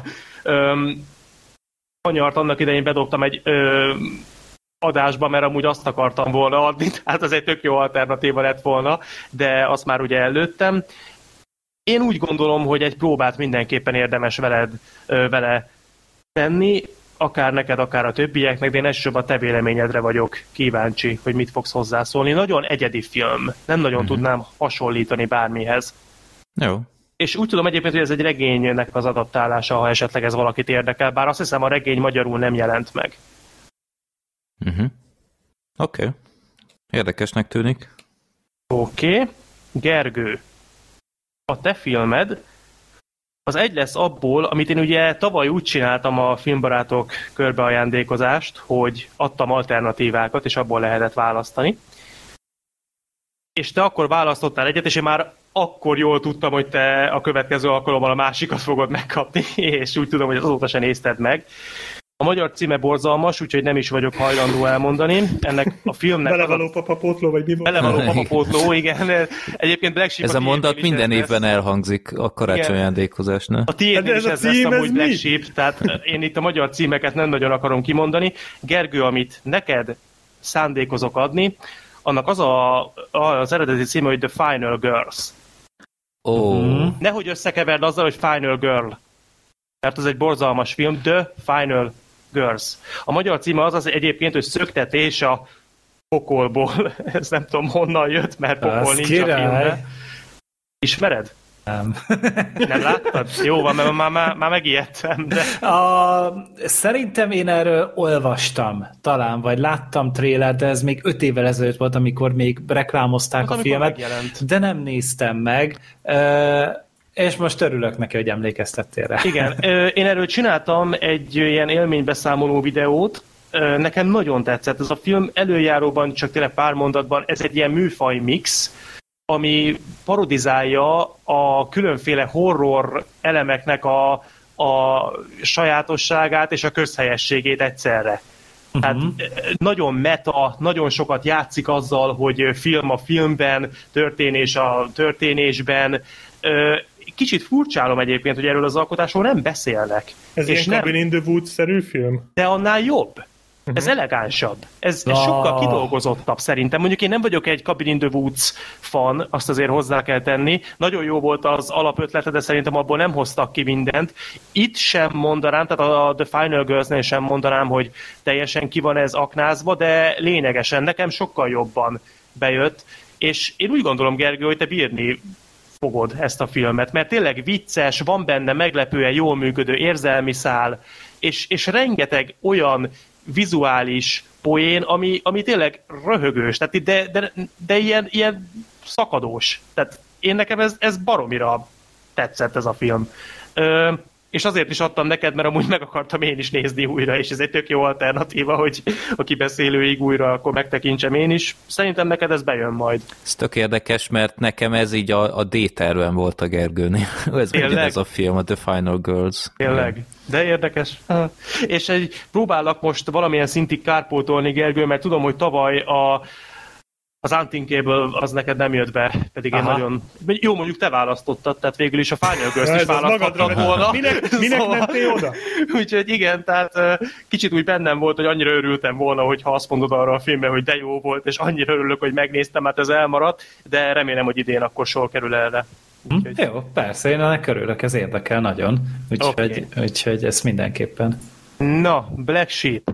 Anyart annak idején bedobtam egy adásba, mert amúgy azt akartam volna adni, tehát az egy tök jó alternatíva lett volna, de azt már ugye előttem. én úgy gondolom, hogy egy próbát mindenképpen érdemes vele tenni, akár neked, akár a többieknek, de én elsősorban a te véleményedre vagyok kíváncsi, hogy mit fogsz hozzászólni. Nagyon egyedi film, nem nagyon tudnám hasonlítani bármihez. Jó. És úgy tudom egyébként, hogy ez egy regénynek az adaptálása, ha esetleg ez valakit érdekel, bár azt hiszem a regény magyarul nem jelent meg. Oké. Érdekesnek tűnik. Oké. Gergő, a te filmed az egy lesz abból, amit én ugye tavaly úgy csináltam a Filmbarátok körbeajándékozást, hogy adtam alternatívákat, és abból lehetett választani. És te akkor választottál egyet, és én már akkor jól tudtam, hogy te a következő alkalommal a másikat fogod megkapni, és úgy tudom, hogy azóta se nézted meg. A magyar címe borzalmas, úgyhogy nem is vagyok hajlandó elmondani. Ennek a filmnek... Belevaló papapótló, vagy mi volt? Belevaló papapótló, igen. Egyébként Black Sheep... Ez a mondat minden évben elhangzik a karácsony ajándékozásnál. A tiédnél is ez lesz amúgy Black Sheep, tehát én itt a magyar címeket nem nagyon akarom kimondani. Gergő, amit neked szándékozok adni, annak az eredeti címe, hogy The Final Girls. Nehogy összekeverd azzal, hogy Final Girl. Mert az egy borzalmas film, The Final Girls. A magyar címe az egyébként, hogy Szöktetés a pokolból. Ez nem tudom honnan jött, mert pokol nincs a filmben. Ismered? Nem. Nem láttad? Jó van, mert már megijedtem. De... Szerintem én erről olvastam talán, vagy láttam trailer, de ez még 5 évvel ezelőtt volt, amikor még reklámozták a filmet, megjelent. De nem néztem meg. És most örülök neki, hogy emlékeztettél rá. Igen, én erről csináltam egy ilyen élménybeszámoló videót, nekem nagyon tetszett. Ez a film előjáróban, csak tényleg pár mondatban, ez egy ilyen műfaj mix, ami parodizálja a különféle horror elemeknek a sajátosságát és a közhelyességét egyszerre. Tehát nagyon meta, nagyon sokat játszik azzal, hogy film a filmben, történés a történésben. Kicsit furcsálom egyébként, hogy erről az alkotásról nem beszélnek. Ez és ilyen Cabin in the Woods-szerű film? De annál jobb. Ez elegánsabb. Ez sokkal kidolgozottabb szerintem. Mondjuk én nem vagyok egy Cabin in the Woods fan, azt azért hozzá kell tenni. Nagyon jó volt az alapötlete, de szerintem abból nem hoztak ki mindent. Itt sem mondanám, tehát a The Final Girls-nél sem mondanám, hogy teljesen ki van ez aknázva, de lényegesen nekem sokkal jobban bejött. És én úgy gondolom, Gergő, hogy te bírni fogod ezt a filmet, mert tényleg vicces, van benne meglepően jól működő érzelmi szál, és rengeteg olyan vizuális poén, ami tényleg röhögős, tehát de ilyen szakadós. Tehát nekem ez baromira tetszett ez a film. És azért is adtam neked, mert amúgy meg akartam én is nézni újra, és ez egy tök jó alternatíva, hogy a kibeszélőig újra akkor megtekintsem én is. Szerintem neked ez bejön majd. Ez tök érdekes, mert nekem ez így a D-terven volt a Gergőnél. Ez a film, a The Final Girls. Tényleg? De érdekes. És próbálok most valamilyen szintig kárpótolni, Gergő, mert tudom, hogy tavaly az Unthinkable az neked nem jött be, pedig én nagyon... Jó, mondjuk te választottad, tehát végül is a Final Girls-t is választottad volna. Minek szóval... mentél oda? Úgyhogy igen, tehát kicsit úgy bennem volt, hogy annyira örültem volna, hogyha azt mondod arra a filmben, hogy de jó volt, és annyira örülök, hogy megnéztem, hát ez elmaradt, de remélem, hogy idén akkor sor kerül erre. Úgyhogy... Jó, persze, én ennek örülök, ez érdekel nagyon. Úgyhogy ez mindenképpen. Na, Black Sheep.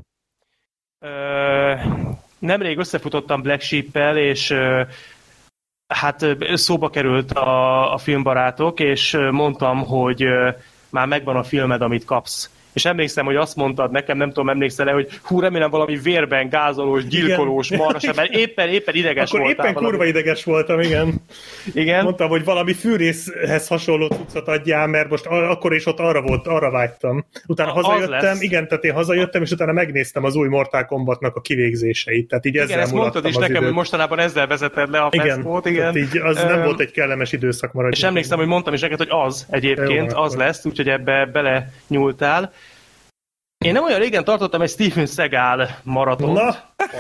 Nemrég összefutottam Black Sheep-el, és hát szóba került a Filmbarátok, és mondtam, hogy már megvan a filmed, amit kapsz. És emlékszem, hogy azt mondtad nekem, nem tudom, emlékszel-e, hogy remélem valami vérben gázolós, gyilkolós, marha, mert éppen ideges voltál. Akkor éppen valami. Kurva ideges voltam, igen. Igen. Mondtam, hogy valami fűrészhez hasonló cuccot adjál, mert most akkor és ott arra vágytam. Utána hazajöttem, igen, tehát én hazajöttem, és utána megnéztem az új Mortal Kombatnak a kivégzéseit. Tehát így ezzel ezt mondtad is nekem, hogy mostanában ezzel vezeted le a feszkót, igen. Így az nem volt egy kellemes időszak maradni. És emlékszem, hogy mondtam is neked, hogy az egyébként, az lesz, úgyhogy ebbe bele nyúltál. Én nem olyan régen tartottam egy Steven Seagal maratont. Na?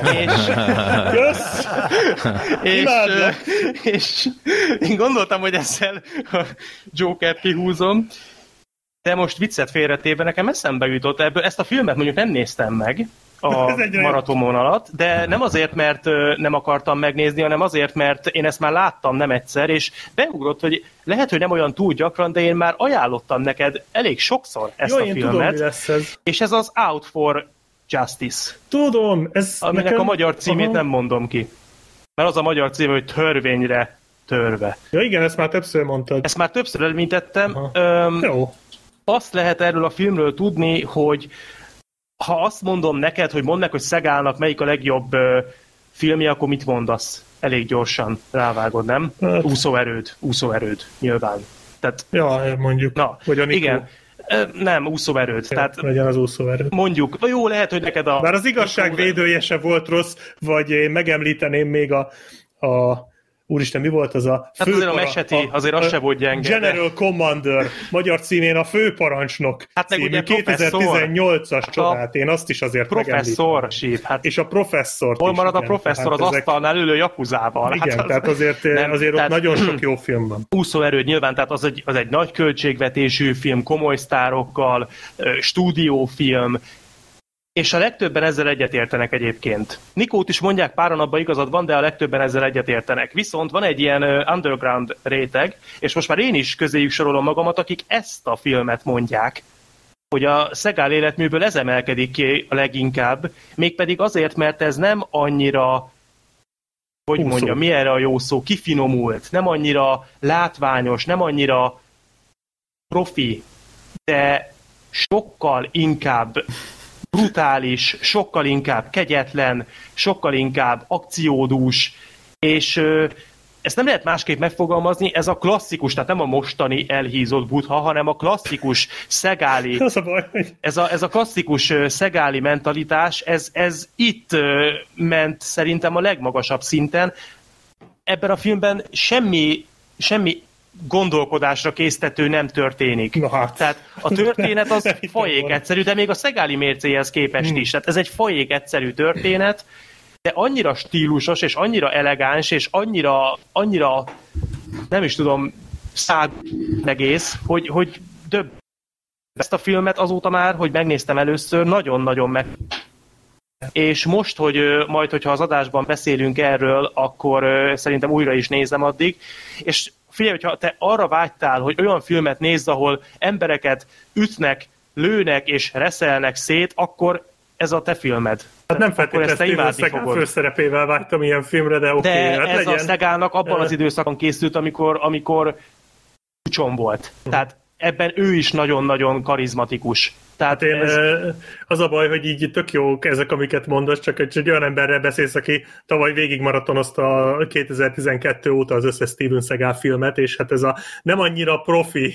És én gondoltam, hogy ezzel a Jokert kihúzom, de most viccet félretéve nekem eszembe jutott ebből. Ezt a filmet mondjuk nem néztem meg, a maratonon alatt, de nem azért, mert nem akartam megnézni, hanem azért, mert én ezt már láttam nem egyszer, és beugrott, hogy lehet, hogy nem olyan túl gyakran, de én már ajánlottam neked elég sokszor ezt a filmet. Tudom, mi lesz ez. És ez az Out for Justice. Tudom, ez aminek nekem... a magyar címét nem mondom ki. Mert az a magyar cím, hogy Törvényre törve. Ja igen, ezt már többször mondtad. Ezt már többször említettem. Jó. Azt lehet erről a filmről tudni, hogy ha azt mondom neked, hogy mondd meg, hogy Seagalnak melyik a legjobb filmje, akkor mit mondasz? Elég gyorsan rávágod, nem? Hát. Úszóerőd, nyilván. Tehát, ja, mondjuk. Na, igen. Nem, úszóerőd. Ja, tehát legyen az úszóerőd. Mondjuk, jó, lehet, hogy neked a... Bár az igazság védője se volt rossz, vagy én megemlíteném még a úristen, mi volt az a hát azért a meseti, azért az se volt gyenge. General Commander, magyar címén a főparancsnok című 2018-as csodát, én azt is azért professzor, hát, és a professzort hol marad a professzor az asztalnál ülő jakuzával? Igen, hát tehát azért ott nagyon sok jó film van. Úszóerőd nyilván, tehát az egy nagy költségvetésű film, komoly sztárokkal, stúdiófilm, és a legtöbben ezzel egyetértenek egyébként. Nikót is mondják, páran abban igazad van, de a legtöbben ezzel egyetértenek. Viszont van egy ilyen underground réteg, és most már én is közéjük sorolom magamat, akik ezt a filmet mondják, hogy a Seagal életműből ez emelkedik ki a leginkább, mégpedig azért, mert ez nem annyira, hogy mondjam, mi erre a jó szó, kifinomult, nem annyira látványos, nem annyira profi, de sokkal inkább brutális, sokkal inkább kegyetlen, sokkal inkább akciódús, és ezt nem lehet másképp megfogalmazni, ez a klasszikus, tehát nem a mostani elhízott Buddha, hanem a klasszikus Seagali, ez a klasszikus Seagali mentalitás, ez itt ment szerintem a legmagasabb szinten. Ebben a filmben semmi gondolkodásra késztető nem történik. Hát. Tehát a történet az fajék egyszerű, de még a Seagali mércéhez képest is. Tehát ez egy fajék egyszerű történet, de annyira stílusos, és annyira elegáns, és annyira nem is tudom, szád egész, hogy ezt a filmet azóta már, hogy megnéztem először, nagyon-nagyon meg. És most, hogy majd, hogyha az adásban beszélünk erről, akkor szerintem újra is nézem addig, és figyelj, hogyha te arra vágytál, hogy olyan filmet nézz, ahol embereket ütnek, lőnek és reszelnek szét, akkor ez a te filmed. Hát nem feltétlenül Seagal főszerepével vágytam ilyen filmre, de oké. De hát ez legyen. A Seagalnak abban az időszakon készült, amikor csúcson volt. Tehát ebben ő is nagyon-nagyon karizmatikus. Tehát az a baj, hogy így tök jók ezek, amiket mondasz, csak egy olyan emberrel beszélsz, aki tavaly végigmaratonozta 2012 óta az összes Steven Seagal filmet, és hát ez a nem annyira profi,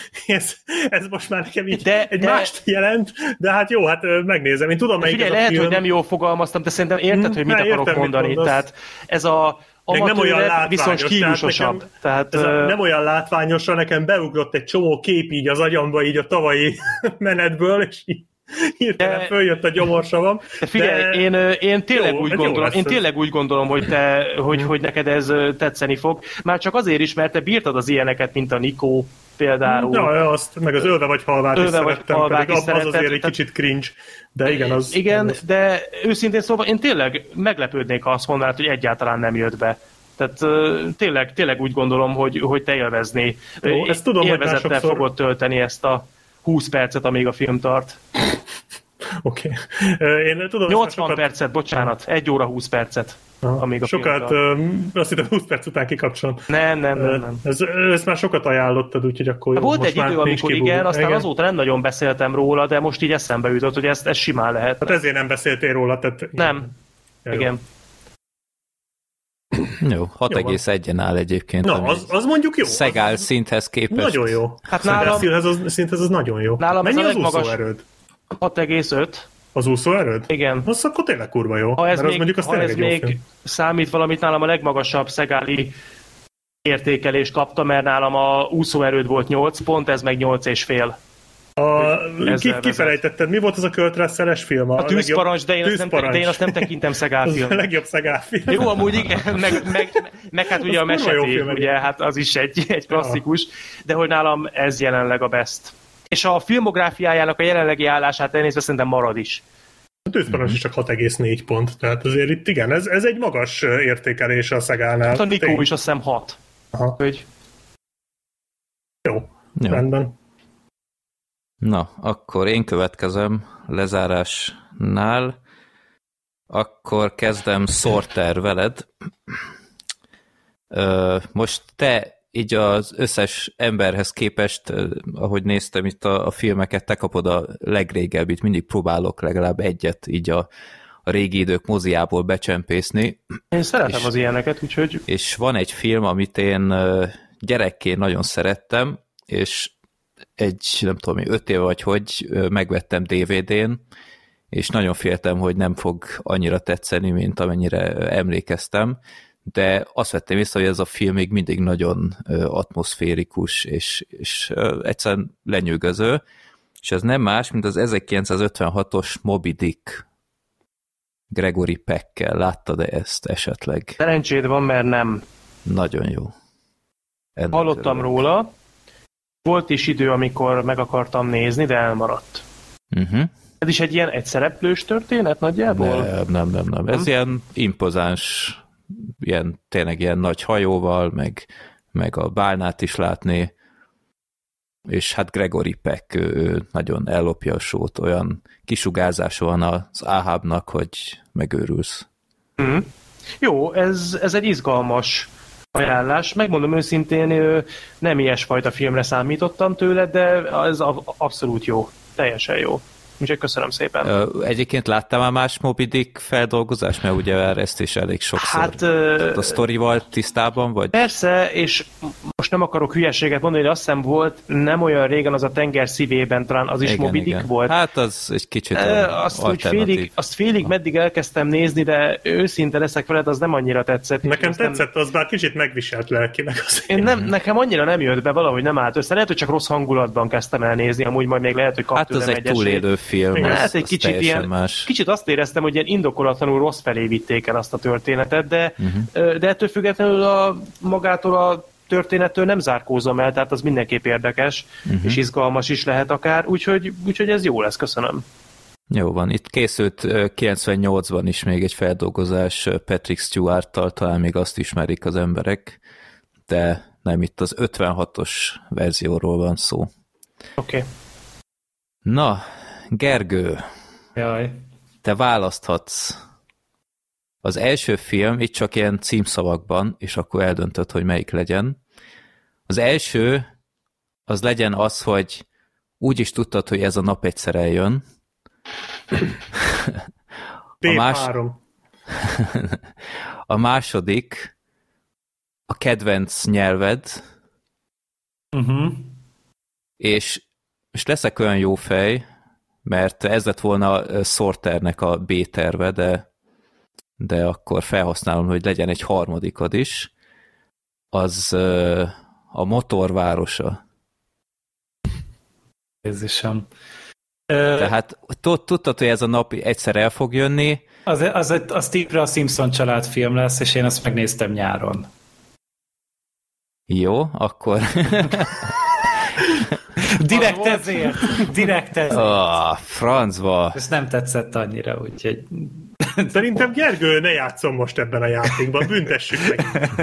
ez most már nekem így mást jelent, de hát jó, hát megnézem. Én tudom, melyik figyelj, ez a lehet, film. hogy nem jól fogalmaztam, de szerintem érted, hogy mit akarok mondani. Tehát ez a amatőrebb, viszont stílusosabb. Tehát, nem olyan látványosra, nekem beugrott egy csomó kép így az agyamba, így a tavalyi menetből, és így hirtelen följött a gyomorsavam. De figyelj, én tényleg úgy gondolom, hogy neked ez tetszeni fog. Már csak azért is, mert te bírtad az ilyeneket, mint a Nikó például. Ja, azt, meg az Ölve vagy halvát is szerettem, pedig az azért egy kicsit cringe, de igen, az... Igen, de őszintén szóval én tényleg meglepődnék, ha azt mondanád, hogy egyáltalán nem jött be. Tehát tényleg úgy gondolom, hogy te élvezni. Jó, ezt tudom, élvezettel fogod tölteni ezt a 20 percet, amíg a film tart. Oké. Én tudom, 80 percet, bocsánat, 1 óra 20 percet. Amíg a sokat, azt hittem 20 perc után kikapcsolom. Nem. Ezt már sokat ajánlottad, úgyhogy akkor jó. Volt egy idő, amikor igen, aztán azóta nem nagyon beszéltem róla, de most így eszembe jutott, hogy ez simán lehet. Hát ezért nem beszéltél róla, tehát... Nem. Ja, igen. Jó, 6,1-en áll egyébként. Na, az mondjuk jó. Seagal szinthez képest. Nagyon jó. Hát nálam... szinthez az nagyon jó. Nálam mennyi az úszóerőd? 6,5. Az úszóerőd? Igen. Az akkor tényleg kurva jó. Ha ez még számít valamit, nálam a legmagasabb Seagali értékelést kapta, mert nálam a úszóerőd volt 8 pont, ez meg 8,5. Kifelejtetted, mi volt az a Kurt Russell-es film? A Tűzparancs, de én azt nem tekintem Seagal film. A legjobb Seagal film. Jó, amúgy igen, meg hát ugye a Meseti, ugye, hát az is egy klasszikus, de hogy nálam ez jelenleg a best. És a filmográfiájának a jelenlegi állását elnézve szerintem marad is. A tűzparancs is csak 6,4 pont, tehát azért itt igen, ez egy magas értékelés a Szegálnál. Hát a Nikó is azt hiszem 6. Aha. Hogy... Jó, rendben. Na, akkor én következem lezárásnál. Akkor kezdem Sorter veled. Most te így az összes emberhez képest, ahogy néztem itt a filmeket, te kapod a legrégebbit, mindig próbálok legalább egyet így a régi idők moziából becsempészni. Én szeretem az ilyeneket, úgyhogy... És van egy film, amit én gyerekként nagyon szerettem, és nem tudom, 5 éve vagy hogy megvettem DVD-n, és nagyon féltem, hogy nem fog annyira tetszeni, mint amennyire emlékeztem, de azt vettem észre, hogy ez a film még mindig nagyon atmoszférikus, és egyszerűen lenyűgöző, és ez nem más, mint az 1956-os Moby Dick Gregory Peckkel. Láttad-e ezt esetleg? Szerencséd van, mert nem. Nagyon jó. Hallottam róla. Volt is idő, amikor meg akartam nézni, de elmaradt. Ez is egy ilyen egyszereplős történet nagyjából? Nem. Ez ilyen impozáns, tényleg ilyen nagy hajóval, meg a bálnát is látni, és hát Gregory Peck, ő nagyon ellopja a sót, olyan kisugárzása van az Ahabnak, hogy megőrülsz. Jó, ez egy izgalmas ajánlás. Megmondom őszintén, nem ilyesfajta filmre számítottam tőle, de ez abszolút jó. Teljesen jó. Úgyhogy köszönöm szépen. Egyébként láttál már más Moby Dick feldolgozást? Mert ugye ezt is elég sokszor. Hát, a sztorival tisztában vagy? Persze, és most nem akarok hülyeséget mondani, de azt hiszem volt nem olyan régen az a tenger szívében, talán az is igen, Moby Dick volt. Hát az egy kicsit azt félig meddig elkezdtem nézni, de őszinte leszek veled, az nem annyira tetszett. Nekem tetszett, az bár kicsit megviselt lelkileg azért. Nekem annyira nem jött be, valahogy nem állt össze. Lehet, hogy csak rossz hangulatban kezdtem el nézni, amúgy majd még lehet, hogy kap hát az egy túlélő film. Hát egy kicsit ilyen, más. Kicsit azt éreztem, hogy ilyen indokolatlanul rossz felé vitték el azt a történetet, de ettől függetlenül magától a történettől nem zárkózom el, tehát az mindenképp érdekes, és izgalmas is lehet akár, úgyhogy ez jó lesz, köszönöm. Jó van, itt készült 98-ban is még egy feldolgozás Patrick Stewart-tal, talán még azt ismerik az emberek, de nem, itt az 56-os verzióról van szó. Oké. Na, Gergő, jaj. Te választhatsz. Az első film, itt csak ilyen címszavakban, és akkor eldöntöd, hogy melyik legyen. Az első, az legyen az, hogy úgy is tudtad, hogy ez a nap egyszer eljön. A második, a kedvenc nyelved, és leszek olyan jó fej, mert ez lett volna Sorternek a B-terve, de akkor felhasználom, hogy legyen egy harmadikod is. Az a Motorvárosa. Érzésem. Tehát tudtad, hogy ez a nap egyszer el fog jönni. Az tipre a Simpson család film lesz, és én azt megnéztem nyáron. Jó, akkor... Direkt ezért. Francba. Ez nem tetszett annyira, úgyhogy... Szerintem Gergő ne játszom most ebben a játékban, büntessük meg.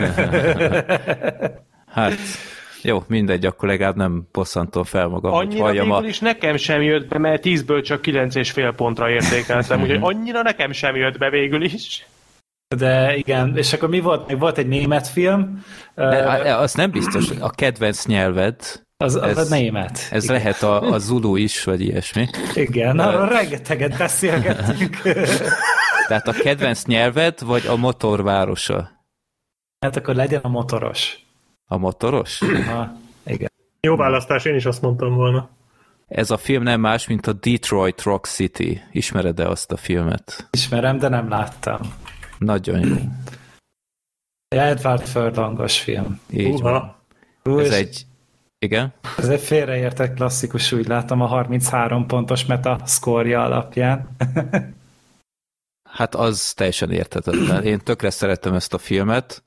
Hát, jó, mindegy, akkor legalább nem bosszantom fel magam. Annyira végül is nekem sem jött be, mert 10-ből csak 9,5 pontra értékeltem, úgyhogy annyira nekem sem jött be végül is. De igen, és akkor mi volt? Még volt egy német film. De az nem biztos, a kedvenc nyelved. Az a német. Ez igen. Lehet a Zulu is, vagy ilyesmi. Igen, arról rengeteget beszélgettünk. Tehát a kedvenc nyelved, vagy a Motorvárosa? Hát akkor legyen a motoros. A motoros? Igen. Jó választás, én is azt mondtam volna. Ez a film nem más, mint a Detroit Rock City. Ismered-e azt a filmet? Ismerem, de nem láttam. Nagyon jó. Edward Furlongos film. Így van. Ez egy... Igen? Ez egy félreértett klasszikus, úgy látom, a 33 pontos metaszkórja alapján. Hát az teljesen érthetetlen. Én tökre szeretem ezt a filmet.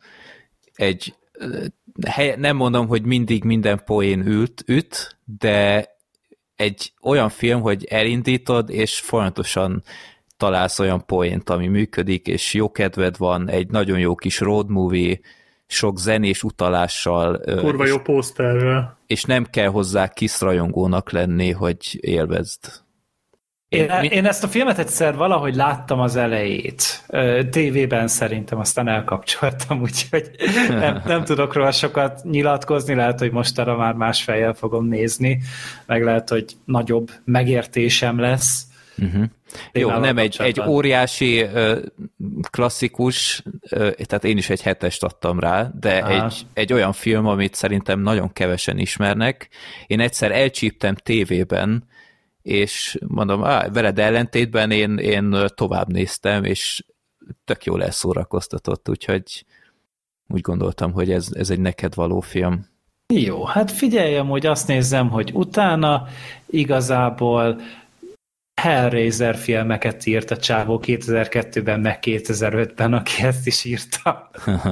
Nem mondom, hogy mindig minden poén üt, de egy olyan film, hogy elindítod, és folyamatosan találsz olyan poént, ami működik, és jó kedved van, egy nagyon jó kis road movie, sok zenés utalással. Kurva jó poszterrel. És nem kell hozzá kis rajongónak lenni, hogy élvezd. Én ezt a filmet egyszer valahogy láttam az elejét. TV-ben szerintem, aztán elkapcsoltam, úgyhogy nem tudok róla sokat nyilatkozni, lehet, hogy mostanra már más fejjel fogom nézni, meg lehet, hogy nagyobb megértésem lesz. Uh-huh. Jó, nem egy óriási klasszikus, tehát én is egy 7-est adtam rá, de egy olyan film, amit szerintem nagyon kevesen ismernek. Én egyszer elcsíptem tévében, és mondom, veled ellentétben én tovább néztem, és tök jól elszórakoztatott, úgyhogy úgy gondoltam, hogy ez egy neked való film. Jó, hát figyeljem, hogy azt nézzem, hogy utána igazából Hellraiser filmeket írt a csávó 2002-ben, meg 2005-ben, aki ezt is írta.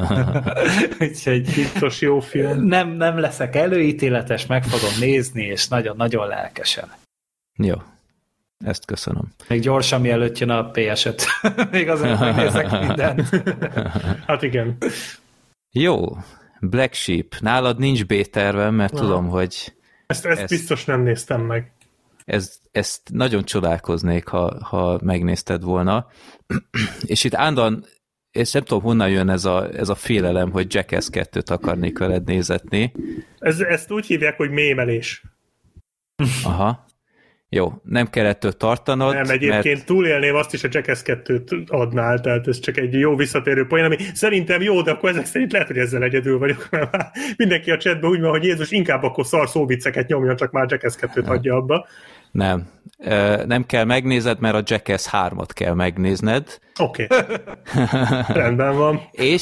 Úgyhogy biztos jó film. Nem leszek előítéletes, meg fogom nézni, és nagyon-nagyon lelkesen. Jó, ezt köszönöm. Még gyorsan, mielőtt jön a PS5. Még azért megnézek mindent. Hát igen. Jó, Black Sheep. Nálad nincs B-tervem, mert tudom, hogy... Ezt biztos nem néztem meg. Ezt nagyon csodálkoznék, ha megnézted volna. És itt állandóan, és nem tudom, honnan jön ez a félelem, hogy Jackass 2-t akarnék veled nézetni. Ezt úgy hívják, hogy mémelés. Aha. Jó, nem kell ettől tartanod. Nem, egyébként túlélném azt is, a Jackass 2-t adnál, tehát ez csak egy jó visszatérő poén, ami szerintem jó, de akkor ezek szerint lehet, hogy ezzel egyedül vagyok, mert mindenki a chatben úgy van, hogy Jézus inkább akkor szar szóvicceket nyomjon, csak már Jackass 2-t hagyja abba. Nem kell megnézed, mert a Jackass 3-at kell megnézned. Oké. Rendben van.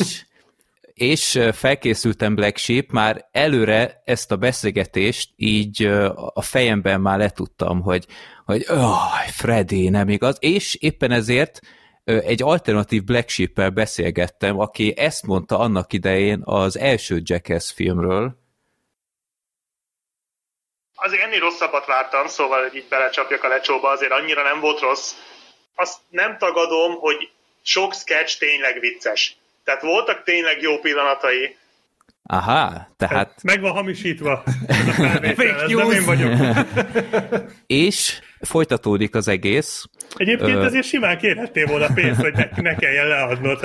És felkészültem Black Sheep, már előre ezt a beszélgetést így a fejemben már letudtam, hogy Freddy, nem igaz? És éppen ezért egy alternatív Black Sheep-el beszélgettem, aki ezt mondta annak idején az első Jackass filmről. Azért ennél rosszabbat vártam, szóval, hogy így belecsapjak a lecsóba, azért annyira nem volt rossz. Azt nem tagadom, hogy sok sketch tényleg vicces. Tehát voltak tényleg jó pillanatai. Aha, tehát... Meg van hamisítva. Ez nem én vagyok. És folytatódik az egész. Egyébként ezért simán kérhettél volna pénzt, hogy ne kelljen leadnod.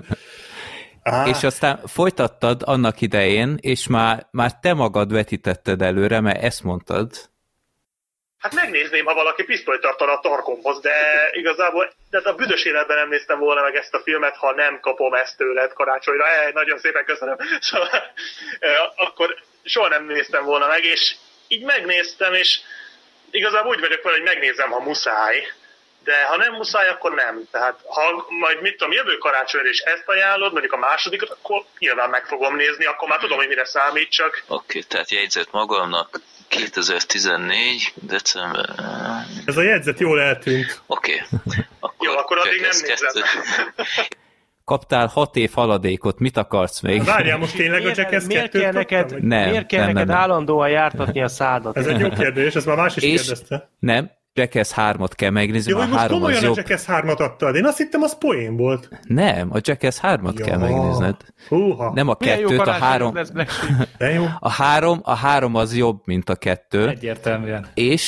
És aztán folytattad annak idején, és már te magad vetítetted előre, mert ezt mondtad. Hát megnézném, ha valaki pisztolyt tartana a tarkomhoz, de igazából de a büdös életben nem néztem volna meg ezt a filmet, ha nem kapom ezt tőled karácsonyra. Nagyon szépen köszönöm. Szóval, akkor soha nem néztem volna meg, és így megnéztem, és igazából úgy vagyok vele, hogy megnézem, ha muszáj. De ha nem muszáj, akkor nem. Tehát ha majd jövő karácsonyra is ezt ajánlod, mondjuk a másodikat, akkor nyilván meg fogom nézni, akkor már tudom, hogy mire számítsak. Oké, tehát jegyzett magamnak 2014. december... Ez a jegyzet jól eltűnt. Oké. Jó, akkor addig nem nézem. Kaptál 6 év haladékot, mit akarsz még? Várjál, most tényleg a Jackass 2-t Miért kell neked állandóan jártatni a szádat? Ez egy jó kérdés, ez már más is kérdezte. Nem, Jackass 3-at kell megnézni, jó, a 3 komolyan az jobb. A Jackass 3-at adtad. Én azt hittem, az poén volt. Nem, a Jackass 3-at kell megnézned. Húha. Nem a 2-t, a 3. De jó. A 3 az jobb, mint a 2. Egyértelműen.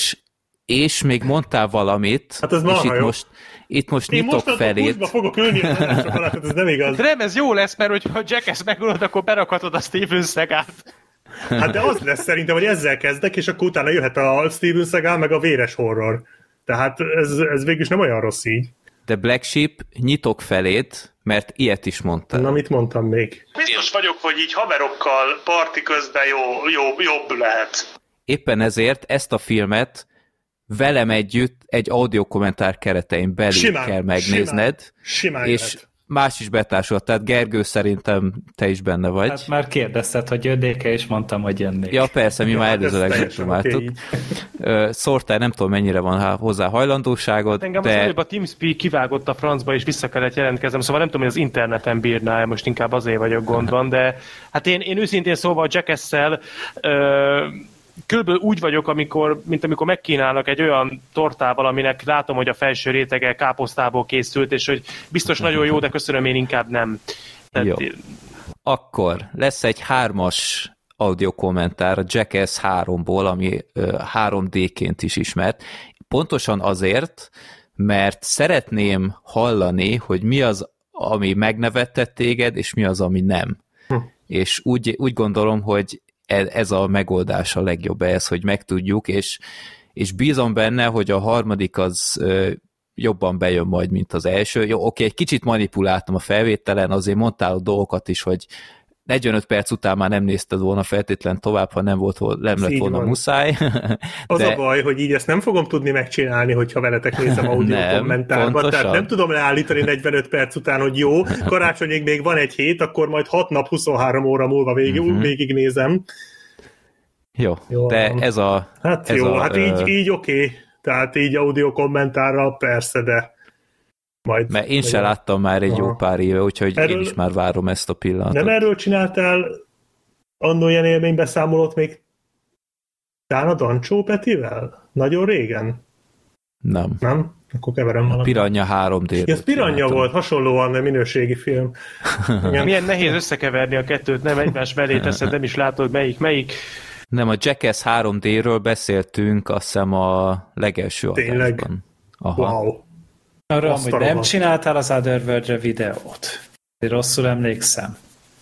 És még mondtál valamit, hát ez és itt most nyitok felét. Én fogok ülni, ez nem igaz. De nem, ez jó lesz, mert hogyha Jackass megölöd, akkor berakhatod a Steven Seagalt. Hát de az lesz szerintem, hogy ezzel kezdek, és akkor utána jöhet a Steven Seagal, meg a véres horror. Tehát ez végülis nem olyan rossz így. De Black Sheep, nyitok felét, mert ilyet is mondtál. Na, mit mondtam még? Biztos vagyok, hogy így haverokkal parti közben jobb lehet. Éppen ezért ezt a filmet velem együtt egy audio kommentár keretein belül kell megnézned. Simán és lehet. Más is betársolt, tehát Gergő, szerintem te is benne vagy. Hát már kérdezted, hogy jönnék-e, és mondtam, hogy jönnék. Ja, persze, mi már előzőleg megpróbáltuk. Szórtál, nem tudom, mennyire van hozzá hajlandóságod, engem az előbb a TeamSpeak kivágott a francba, és vissza kellett jelentkeznem, szóval nem tudom, hogy az interneten bírná, most inkább azért vagyok gondban, de hát én őszintén szóval a Jackass-szel körülbelül úgy vagyok, mint amikor megkínálnak egy olyan tortával, aminek látom, hogy a felső rétege káposztából készült, és hogy biztos nagyon jó, de köszönöm, én inkább nem. Tehát... Jó. Akkor lesz egy 3-as audio kommentár a Jackass 3-ból, ami 3D-ként is ismert. Pontosan azért, mert szeretném hallani, hogy mi az, ami megnevetett téged, és mi az, ami nem. És úgy gondolom, hogy ez a megoldás a legjobb ehhez, hogy megtudjuk, és bízom benne, hogy a harmadik az jobban bejön majd, mint az első. Jó, oké, egy kicsit manipuláltam a felvételen, azért mondtál a dolgokat is, hogy 45 perc után már nem nézted volna feltétlen tovább, ha nem lett volna van. Muszáj. Az a baj, hogy így ezt nem fogom tudni megcsinálni, hogyha veletek nézem audio kommentárban. Tehát nem tudom leállítani 45 perc után, hogy jó, karácsonyig még van egy hét, akkor majd 6 nap, 23 óra múlva végignézem. Jó, de ez a... Hát ez jó, hát így oké. Tehát így audio kommentárral persze, de majd... Mert én sem láttam már egy jó pár éve, úgyhogy én is már várom ezt a pillanatot. Nem erről csináltál annó ilyen élménybeszámolót még Tána Dancsó Petivel? Nagyon régen? Nem. Nem? Akkor keverem valamit. Piranha 3D. Ez Piranha volt, hasonlóan minőségi film. Milyen nehéz összekeverni a kettőt, nem egymás mellé teszed, nem is látod melyik. Nem, a Jackass 3D-ről beszéltünk, azt hiszem a legelső adásban. Aha. Wow. Arra, hogy nem csináltál az Otherworld-re videót. Én rosszul emlékszem.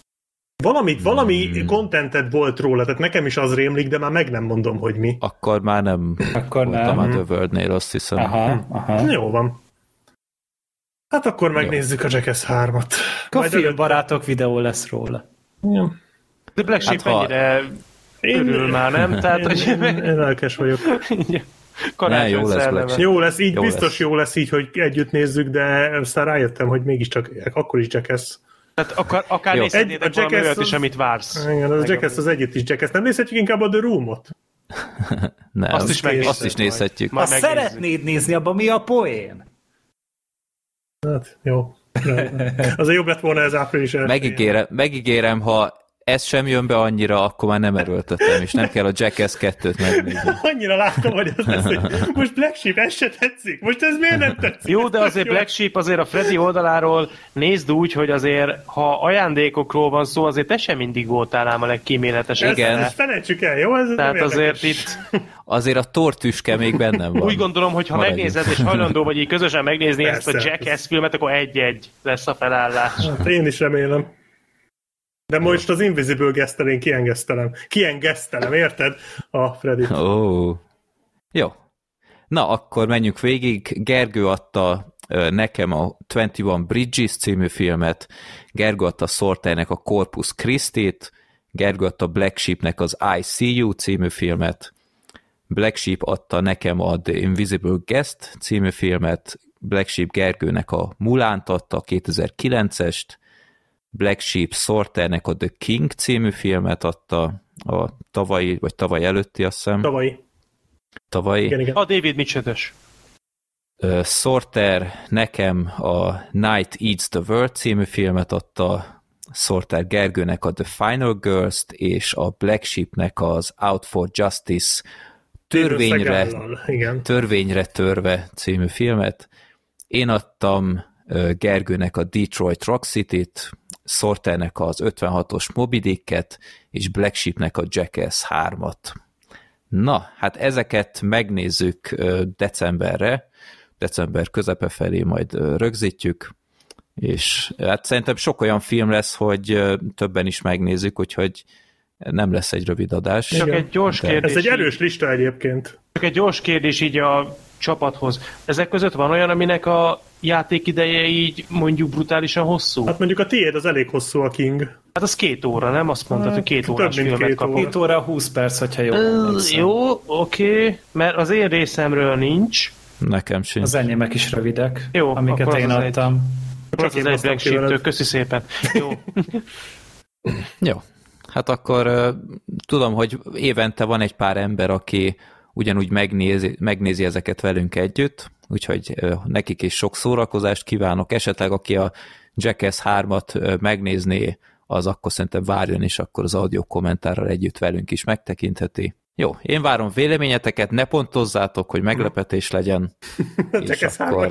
Valami contented volt róla, tehát nekem is az rémlik, de már meg nem mondom, hogy mi. Akkor már nem voltam Otherworld-nél, azt hiszem. Aha. Jó van. Hát akkor megnézzük a Jackass 3-at. A filmbarátok videó lesz róla. Ja. De Black Sheep ennyire örül már, nem? Tehát, én lelkes vagyok. Jó lesz, jó lesz, így jó biztos lesz. Jó lesz így, hogy együtt nézzük, de aztán rájöttem, hogy mégiscsak akkor is Jackass. Tehát akár nézhetnétek valami olyat is, amit vársz. Igen, az Jackass az együtt is Jackass. Nem nézhetjük inkább a The Room-ot? Nem, azt is nézhetjük. Azt szeretnéd nézni, abban mi a poén? Hát, jó. Az a jobb lett volna ez április. Megígérem, ha ez sem jön be annyira, akkor már nem erőltetem, és nem kell a Jackass 2-t megnézni. Annyira látom, hogy az lesz, hogy most Black Sheep, ez se tetszik. Most ez miért nem tetszik? Jó, de azért Black Sheep azért a Freddy oldaláról nézd úgy, hogy azért, ha ajándékokról van szó, azért te sem mindig voltál ám a legkíméletesebb. Igen. Ezt felejtsük el, jó? Ez tehát azért itt... Azért a tortüske még bennem van. Úgy gondolom, hogy ha megnézed, és hajlandó vagy így közösen megnézni persze, ezt a Jackass filmet, akkor 1-1 lesz a felállás. Hát én is remélem. De most az Invisible Guest-tel én kiengesztelem, érted? A Freddy-t. Jó. Na, akkor menjünk végig. Gergő adta nekem a 21 Bridges című filmet, Gergő adta Sorternek a Corpus Christi-t, Gergő adta Black Sheepnek az I See You című filmet, Black Sheep adta nekem a The Invisible Guest című filmet, Black Sheep Gergőnek a Mulánt adta, a 2009-est, Black Sheep Sorternek a The King című filmet adta, a tavaly előtti, azt hiszem. Tavalyi. Igen. A David Mitchell-ös. Sorter nekem a Night Eats the World című filmet adta, Sorter Gergőnek a The Final Girls-t, és a Black Sheepnek az Out for Justice törvényre törve című filmet. Én adtam Gergőnek a Detroit Rock City-t, Sorternek az 56-os Moby Dicket, és Black Sheepnek a Jackass 3-at. Na, hát ezeket megnézzük december közepe felé majd rögzítjük, és hát szerintem sok olyan film lesz, hogy többen is megnézzük, úgyhogy nem lesz egy rövid adás. Csak egy gyors kérdés. Ez egy erős lista egyébként. Csak egy gyors kérdés így a csapathoz. Ezek között van olyan, aminek a játékideje így mondjuk brutálisan hosszú? Hát mondjuk a tiéd az elég hosszú, a King. Hát az 2 óra, nem? Azt mondtad, hogy 2 órás filmet kapok. 2 óra 20 perc, hogyha jól jó, oké, mert az én részemről nincs. Nekem sincs. Az enyémek is rövidek, jó, amiket én adtam. Csak az egy Black Sheep-től, köszi szépen. Jó. Jó. Hát akkor tudom, hogy évente van egy pár ember, aki ugyanúgy megnézi ezeket velünk együtt, úgyhogy nekik is sok szórakozást kívánok. Esetleg aki a Jackass 3-at megnézné, az akkor szerintem várjon, és akkor az audio kommentárral együtt velünk is megtekintheti. Jó, én várom véleményeteket, ne pontozzátok, hogy meglepetés legyen. És akkor...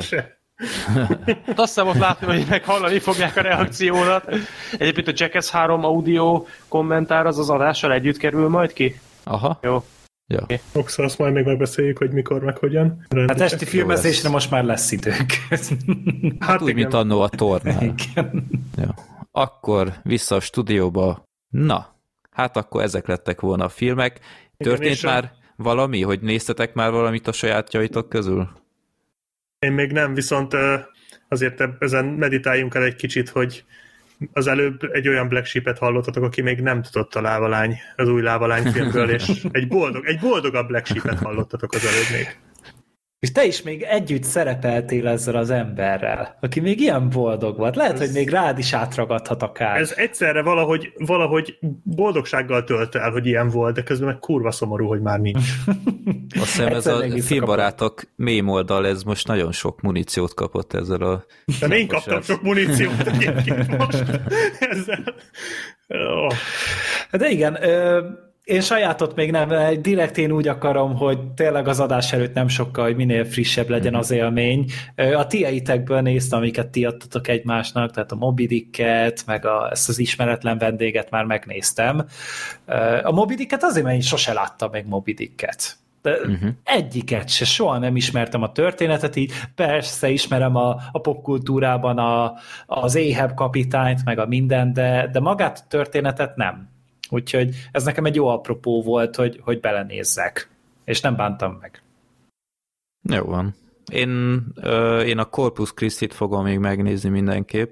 Azt hiszem, ott látni, hogy meghallani fogják a reakciódat. Egyébként a Jackass 3 audio kommentár az adással együtt kerül majd ki? Aha. Jó. Ja. Oxo, azt majd még megbeszéljük, hogy mikor, meg hogyan. Hát esti filmezésre most már lesz időnk. Hát úgy, mint annó a tornál. Ja. Akkor vissza a stúdióba. Na, hát akkor ezek lettek volna a filmek. Történt igen, már valami, hogy néztetek már valamit a sajátjaitok közül? Én még nem, viszont azért ezen meditáljunk el egy kicsit, hogy az előbb egy olyan Black Sheep-et hallottatok, aki még nem tudott a Lávalány, az új Lávalány filmből, és egy boldogabb Black Sheep-et hallottatok az előbb még. És te is még együtt szerepeltél ezzel az emberrel, aki még ilyen boldog volt. Lehet, hogy még rád is átragadhat akár. Ez egyszerre valahogy boldogsággal tölt el, hogy ilyen volt, de közben meg kurva szomorú, hogy már nincs. Azt hiszem ez a filmbarátok mém oldal, ez most nagyon sok muníciót kapott ezzel a... De én kaptam sok muníciót egyébként most ezzel. Oh. De igen, én sajátot még nem, direkt én úgy akarom, hogy tényleg az adás előtt nem sokkal, hogy minél frissebb legyen az élmény. A tieitekből néztem, amiket ti adtatok egymásnak, tehát a Moby Dicket, meg ezt az ismeretlen vendéget már megnéztem. A Moby Dicket azért, mert én sose láttam meg Moby Dicket. Egyiket se, soha nem ismertem a történetet, így persze ismerem a popkultúrában az Éheb kapitányt, meg a minden, de magát a történetet nem. Úgyhogy ez nekem egy jó apropó volt, hogy belenézzek. És nem bántam meg. Jó van. Én a Corpus Christi-t fogom még megnézni mindenképp.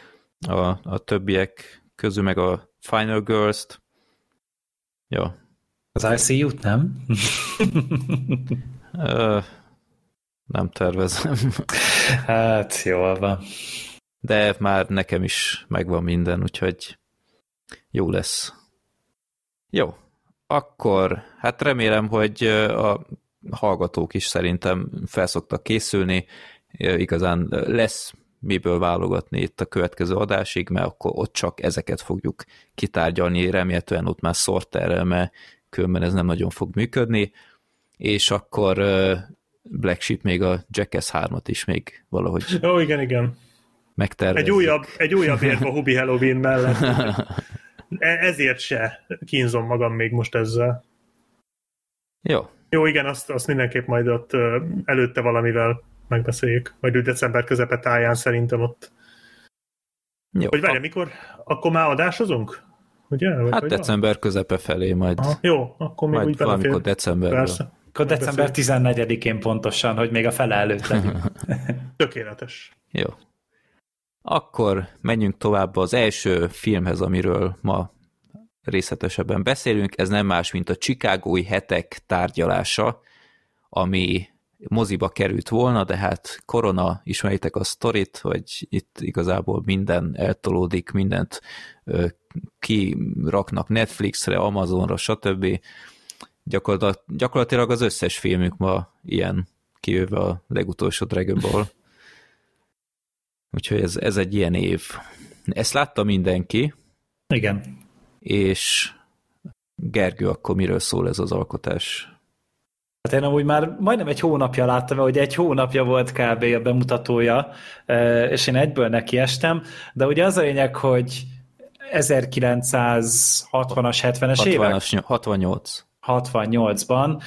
A többiek közül meg a Final Girls-t. Jó. Az ICU-t nem? Nem tervezem. Hát jól van. De már nekem is megvan minden, úgyhogy jó lesz. Jó, akkor hát remélem, hogy a hallgatók is szerintem felszoktak készülni, igazán lesz miből válogatni itt a következő adásig, mert akkor ott csak ezeket fogjuk kitárgyalni, remélhetően ott már Sorterrel, mert különben ez nem nagyon fog működni, és akkor Black Sheep még a Jackass 3-at is még valahogy Ó, igen. megtervezzük. Egy újabb érv a Hubie Halloween mellett. Ezért se kínzom magam még most ezzel. Jó, igen, azt mindenképp majd ott előtte valamivel megbeszéljük. Majd december közepe táján szerintem ott. Jó, hogy várja, mikor? Akkor már adásozunk? Ugye? Hát december közepe felé majd. Jó, akkor még majd úgy valamikor decemberben. Persze. Akkor december 14-én pontosan, hogy még a fele előtt legyünk. Tökéletes. Jó. Akkor menjünk tovább az első filmhez, amiről ma részletesebben beszélünk. Ez nem más, mint a Chicagói hetek tárgyalása, ami moziba került volna, de hát korona, ismeritek a sztorit, hogy itt igazából minden eltolódik, mindent kiraknak Netflixre, Amazonra, stb. Gyakorlatilag az összes filmük ma ilyen, kivéve a legutolsó Dragon Ball. Úgyhogy ez egy ilyen év. Ezt látta mindenki. Igen. És Gergő, akkor miről szól ez az alkotás? Hát én amúgy már majdnem egy hónapja láttam, hogy egy hónapja volt kb. A bemutatója, és én egyből nekiestem, de ugye az a lényeg, hogy 1960-as, 70-es évek? 68-ban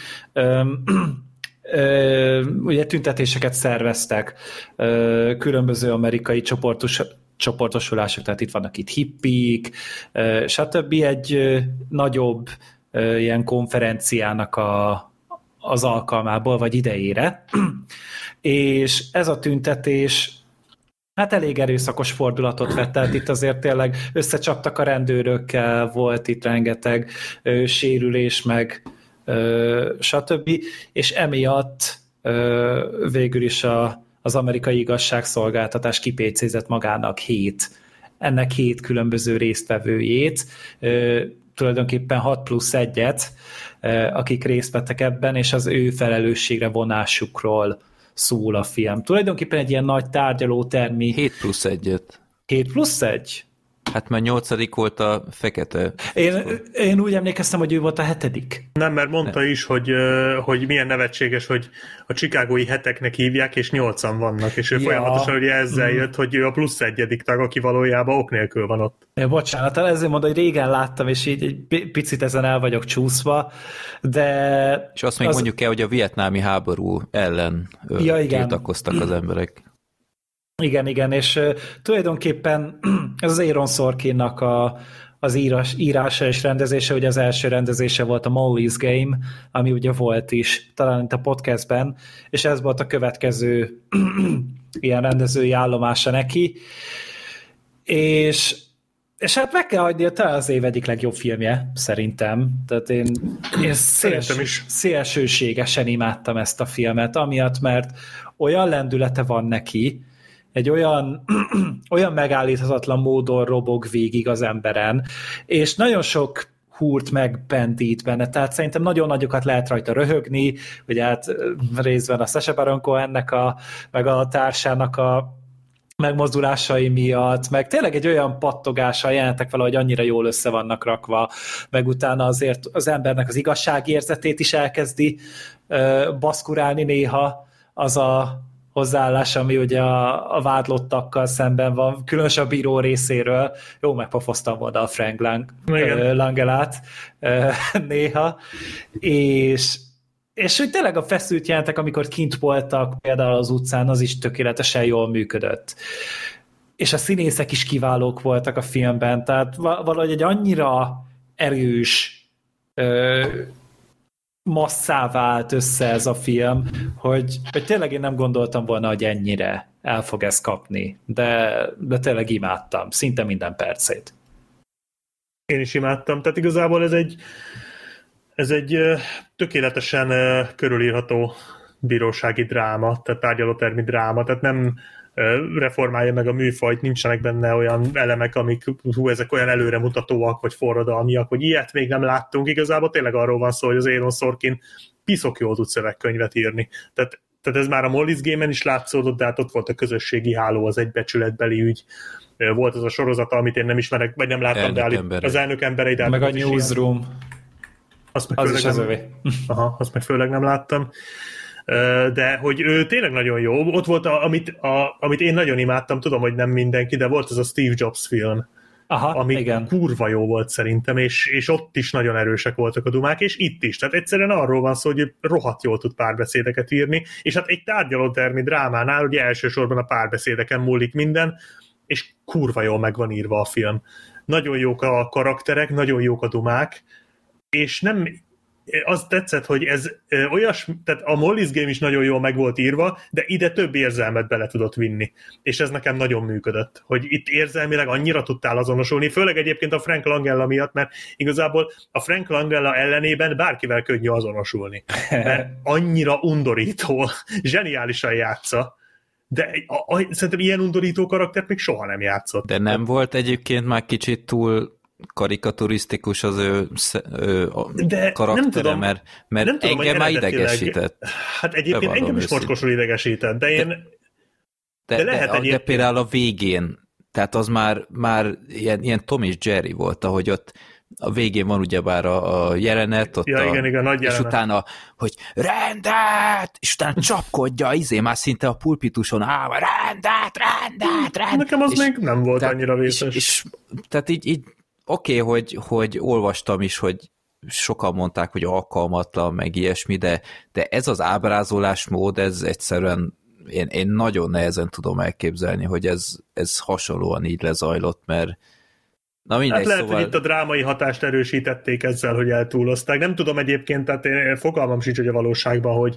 ugye tüntetéseket szerveztek, különböző amerikai csoportosulások, tehát itt vannak itt hippik, stb. Egy nagyobb ilyen konferenciának az alkalmából, vagy idejére. És ez a tüntetés hát elég erőszakos fordulatot vett, tehát itt azért tényleg összecsaptak a rendőrökkel, volt itt rengeteg sérülés, meg stb. És emiatt végül is az amerikai igazságszolgáltatás kipécézett magának 7 különböző résztvevőjét, tulajdonképpen 6+1-et, akik részt vettek ebben, és az ő felelősségre vonásukról szól a film. Tulajdonképpen egy ilyen nagy tárgyalótermi... 7+1-et. 7+1? Hát már 8. volt a fekete. Én úgy emlékeztem, hogy ő volt a 7. Nem, mert mondta is, hogy milyen nevetséges, hogy a chicagói heteknek hívják, és 8-an vannak, és ő folyamatosan ugye ezzel jött, hogy ő a plusz 1. tag, aki valójában ok nélkül van ott. Bocsánat, ezért mondom, hogy régen láttam, és így egy picit ezen el vagyok csúszva, de... És azt még mondjuk el, hogy a vietnámi háború ellen tiltakoztak az emberek. Igen, és tulajdonképpen ez az Aaron Sorkinnak az írása és rendezése, ugye az első rendezése volt a Molly's Game, ami ugye volt is, talán itt a podcastben, és ez volt a következő ilyen rendezői állomása neki, és hát meg kell hagyni, talán az év egyik legjobb filmje, szerintem. Tehát én szélsőségesen imádtam ezt a filmet, amiatt, mert olyan lendülete van neki, egy olyan megállíthatatlan módon robog végig az emberen, és nagyon sok húrt megbendít benne, tehát szerintem nagyon nagyokat lehet rajta röhögni, ugye hát részben a Sacha Baron Cohennek meg a társának a megmozdulásai miatt, meg tényleg egy olyan pattogással jelentek vele, hogy annyira jól össze vannak rakva, meg utána azért az embernek az igazságérzetét is elkezdi baszkurálni néha az a hozzáállás, ami ugye a vádlottakkal szemben van, különösen a bíró részéről. Jó, megpofoztam volna a Frank Langelát néha, és hogy tényleg a feszült jelentek, amikor kint voltak például az utcán, az is tökéletesen jól működött. És a színészek is kiválók voltak a filmben, tehát valahogy egy annyira erős masszá vált össze ez a film, hogy tényleg én nem gondoltam volna, hogy ennyire el fog ezt kapni, de tényleg imádtam, szinte minden percét. Én is imádtam, tehát igazából ez egy tökéletesen körülírható bírósági dráma, tehát tárgyalótermi dráma, tehát nem reformálja meg a műfajt, nincsenek benne olyan elemek, amik ezek olyan előremutatóak, vagy forradalmiak, hogy ilyet még nem láttunk. Igazából tényleg arról van szó, hogy az Aaron Sorkin piszok jól tud szövegkönyvet írni. Tehát ez már a Molly's Game-en is látszódott, de hát ott volt a közösségi háló, az egybecsületbeli ügy. Volt az a sorozata, amit én nem ismerek, vagy nem láttam, de az elnök emberei. Meg a Newsroom. Azt meg az is az övé. Aha, azt meg főleg nem láttam. De hogy ő tényleg nagyon jó. Ott volt, amit én nagyon imádtam, tudom, hogy nem mindenki, de volt az a Steve Jobs film, ami igen. Kurva jó volt szerintem, és ott is nagyon erősek voltak a dumák, és itt is. Tehát egyszerűen arról van szó, hogy rohadt jól tud párbeszédeket írni, és hát egy tárgyalótermi drámánál ugye elsősorban a párbeszédeken múlik minden, és kurva jól meg van írva a film. Nagyon jók a karakterek, nagyon jók a dumák, és nem az tetszett, hogy ez tehát a Molly's Game is nagyon jól meg volt írva, de ide több érzelmet bele tudott vinni. És ez nekem nagyon működött, hogy itt érzelmileg annyira tudtál azonosulni, főleg egyébként a Frank Langella miatt, mert igazából a Frank Langella ellenében bárkivel könnyű azonosulni. Mert annyira undorító, zseniálisan játsza, de szerintem ilyen undorító karaktert még soha nem játszott. De nem volt egyébként már kicsit túl karikaturisztikus az ő karaktere, mert nem tudom, engem már idegesített. Hát egyébként engem is mocskosul idegesített, de lehet egyébként. De például a végén, tehát az már ilyen Tom és Jerry volt, ahogy ott a végén van ugyebár a jelenet, ott igen, nagy jelenet. És utána, hogy rendet, és utána csapkodja, már szinte a pulpituson állva, rendet. Nekem az még nem volt annyira vészes. És tehát így oké, hogy olvastam is, hogy sokan mondták, hogy alkalmatlan, meg ilyesmi, de ez az ábrázolásmód, ez egyszerűen én nagyon nehezen tudom elképzelni, hogy ez hasonlóan így lezajlott, mert na mindegy, hát lehet, hogy itt a drámai hatást erősítették ezzel, hogy eltúlozták. Nem tudom egyébként, tehát fogalmam sincs, hogy a valóságban,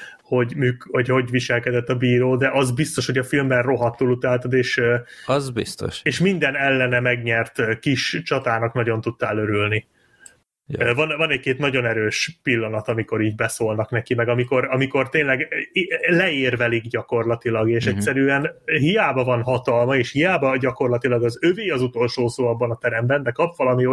hogy viselkedett a bíró, de az biztos, hogy a filmben rohadtul utáltad, és az biztos. És minden ellene megnyert kis csatának nagyon tudtál örülni. Ja. Van egy-két nagyon erős pillanat, amikor így beszólnak neki, meg amikor tényleg leérvelik gyakorlatilag, és egyszerűen hiába van hatalma, és hiába gyakorlatilag az övé az utolsó szó abban a teremben, de kap valami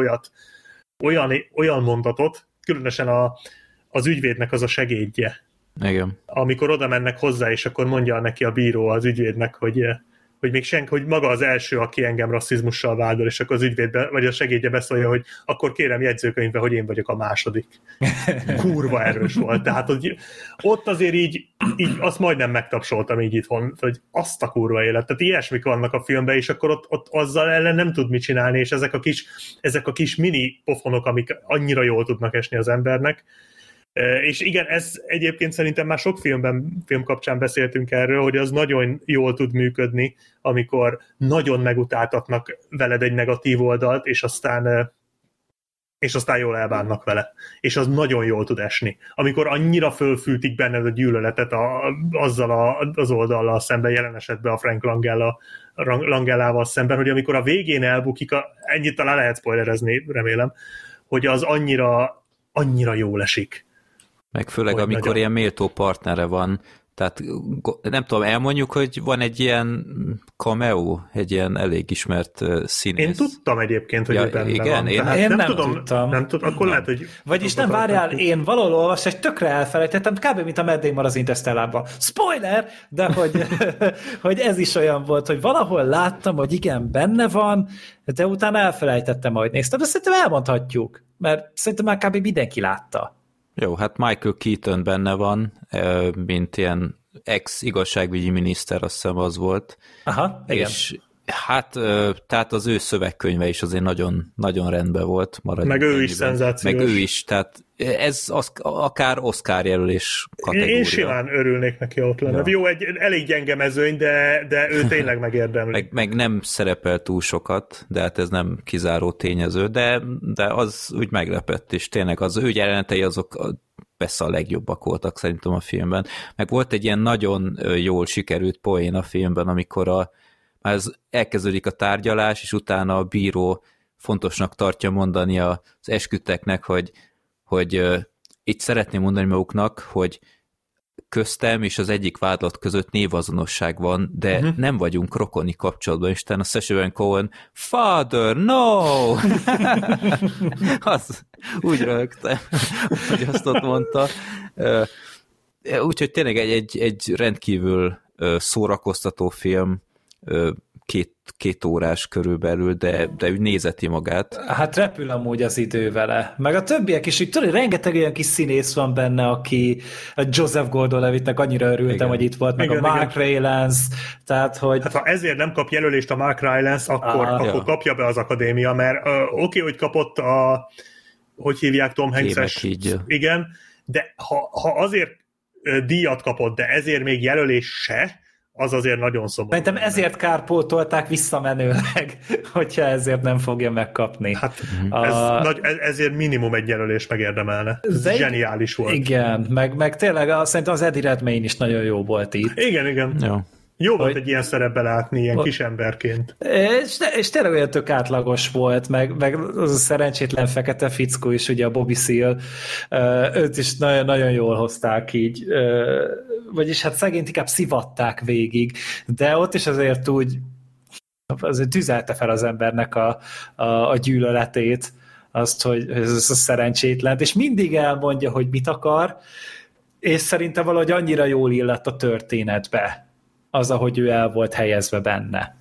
olyan mondatot, különösen az ügyvédnek az a segédje. Igen. Amikor oda mennek hozzá, és akkor mondja neki a bíró az ügyvédnek, hogy még senki, hogy maga az első, aki engem rasszizmussal vádol, és akkor az ügyvédbe, vagy a segédje beszólja, hogy akkor kérem jegyzőkönyvbe, hogy én vagyok a második. Kurva erős volt. Tehát hogy ott azért így azt majdnem megtapsoltam így itthon, hogy azt a kurva élet. Tehát ilyesmik vannak a filmben, és akkor ott azzal ellen nem tud mit csinálni, és ezek a kis mini pofonok, amik annyira jól tudnak esni az embernek. És igen, ez egyébként szerintem már sok film kapcsán beszéltünk erről, hogy az nagyon jól tud működni, amikor nagyon megutáltatnak veled egy negatív oldalt, és aztán jól elbánnak vele. És az nagyon jól tud esni. Amikor annyira fölfűtik benned a gyűlöletet azzal az oldallal szemben, jelen esetben a Frank Langellával szemben, hogy amikor a végén elbukik, ennyit talán lehet spoilerezni, remélem, hogy az annyira jól esik. Meg főleg, amikor nagyon... ilyen méltó partnere van. Tehát nem tudom, elmondjuk, hogy van egy ilyen cameo, egy ilyen elég ismert színész. Én tudtam egyébként, hogy ő benne igen, van. Én nem tudtam. Nem tudom, akkor lehet, hogy... Vagyis nem, várjál, én valahol olvastam, és tökre elfelejtettem, kb. Mint a Matt Damon az Interstellárban. Spoiler! De hogy ez is olyan volt, hogy valahol láttam, hogy igen, benne van, de utána elfelejtettem, ahogy néztem. De szerintem elmondhatjuk, mert szerintem már kb. Mindenki látta. Jó, hát Michael Keaton benne van, mint ilyen ex-igazságügyi miniszter, azt hiszem az volt. Aha, igen. És hát, tehát az ő szövegkönyve is azért nagyon, nagyon rendben volt. Meg ő is szenzációs. Meg ő is, tehát ez akár Oscar jelölés kategória. Én simán örülnék neki, ott lenne. Ja. Jó, egy elég gyenge mezőny, de ő tényleg megérdemli. meg nem szerepel túl sokat, de hát ez nem kizáró tényező, de az úgy meglepett, és tényleg az ő jelenetei azok persze a legjobbak voltak szerintem a filmben. Meg volt egy ilyen nagyon jól sikerült poén a filmben, amikor már elkezdődik a tárgyalás, és utána a bíró fontosnak tartja mondani az esküdteknek, hogy itt szeretném mondani maguknak, hogy köztem és az egyik vádlott között névazonosság van, de nem vagyunk rokoni kapcsolatban, és utána Sacha Baron Cohen, Father, no! Az, úgy rögtem, hogy azt ott mondta. Úgyhogy tényleg egy rendkívül szórakoztató film, két órás körülbelül, de úgy nézeti magát. Hát repül amúgy az idő vele. Meg a többiek is, hogy tudod, rengeteg olyan kis színész van benne, aki a Joseph Gordon-Levittnek annyira örültem, igen, hogy itt volt, meg igen, a Mark Rylance, tehát hogy... Hát ha ezért nem kap jelölést a Mark Rylance, akkor kapja be az akadémia, mert oké, hogy kapott hogy hívják, Tom Hanks-es, igen, de ha azért díjat kapott, de ezért még jelölés se, az azért nagyon szomorú. Szerintem ezért kárpótolták visszamenőleg, hogyha ezért nem fogja megkapni. Hát ezért minimum egy jelölés megérdemelne. Ez zseniális volt. Igen, meg tényleg szerintem az Eddie Redmayne is nagyon jó volt itt. Igen. Jó. Jó volt egy ilyen szerepbe látni, ilyen kis emberként. És tényleg olyan tök átlagos volt, meg az a szerencsétlen fekete fickó is, ugye a Bobby Seale, őt is nagyon, nagyon jól hozták így, vagyis hát szegényt inkább szivatták végig, de ott is azért úgy azért tüzelte fel az embernek a gyűlöletét, azt, hogy ez a szerencsétlen, és mindig elmondja, hogy mit akar, és szerintem valahogy annyira jól illett a történetbe az, ahogy ő el volt helyezve benne.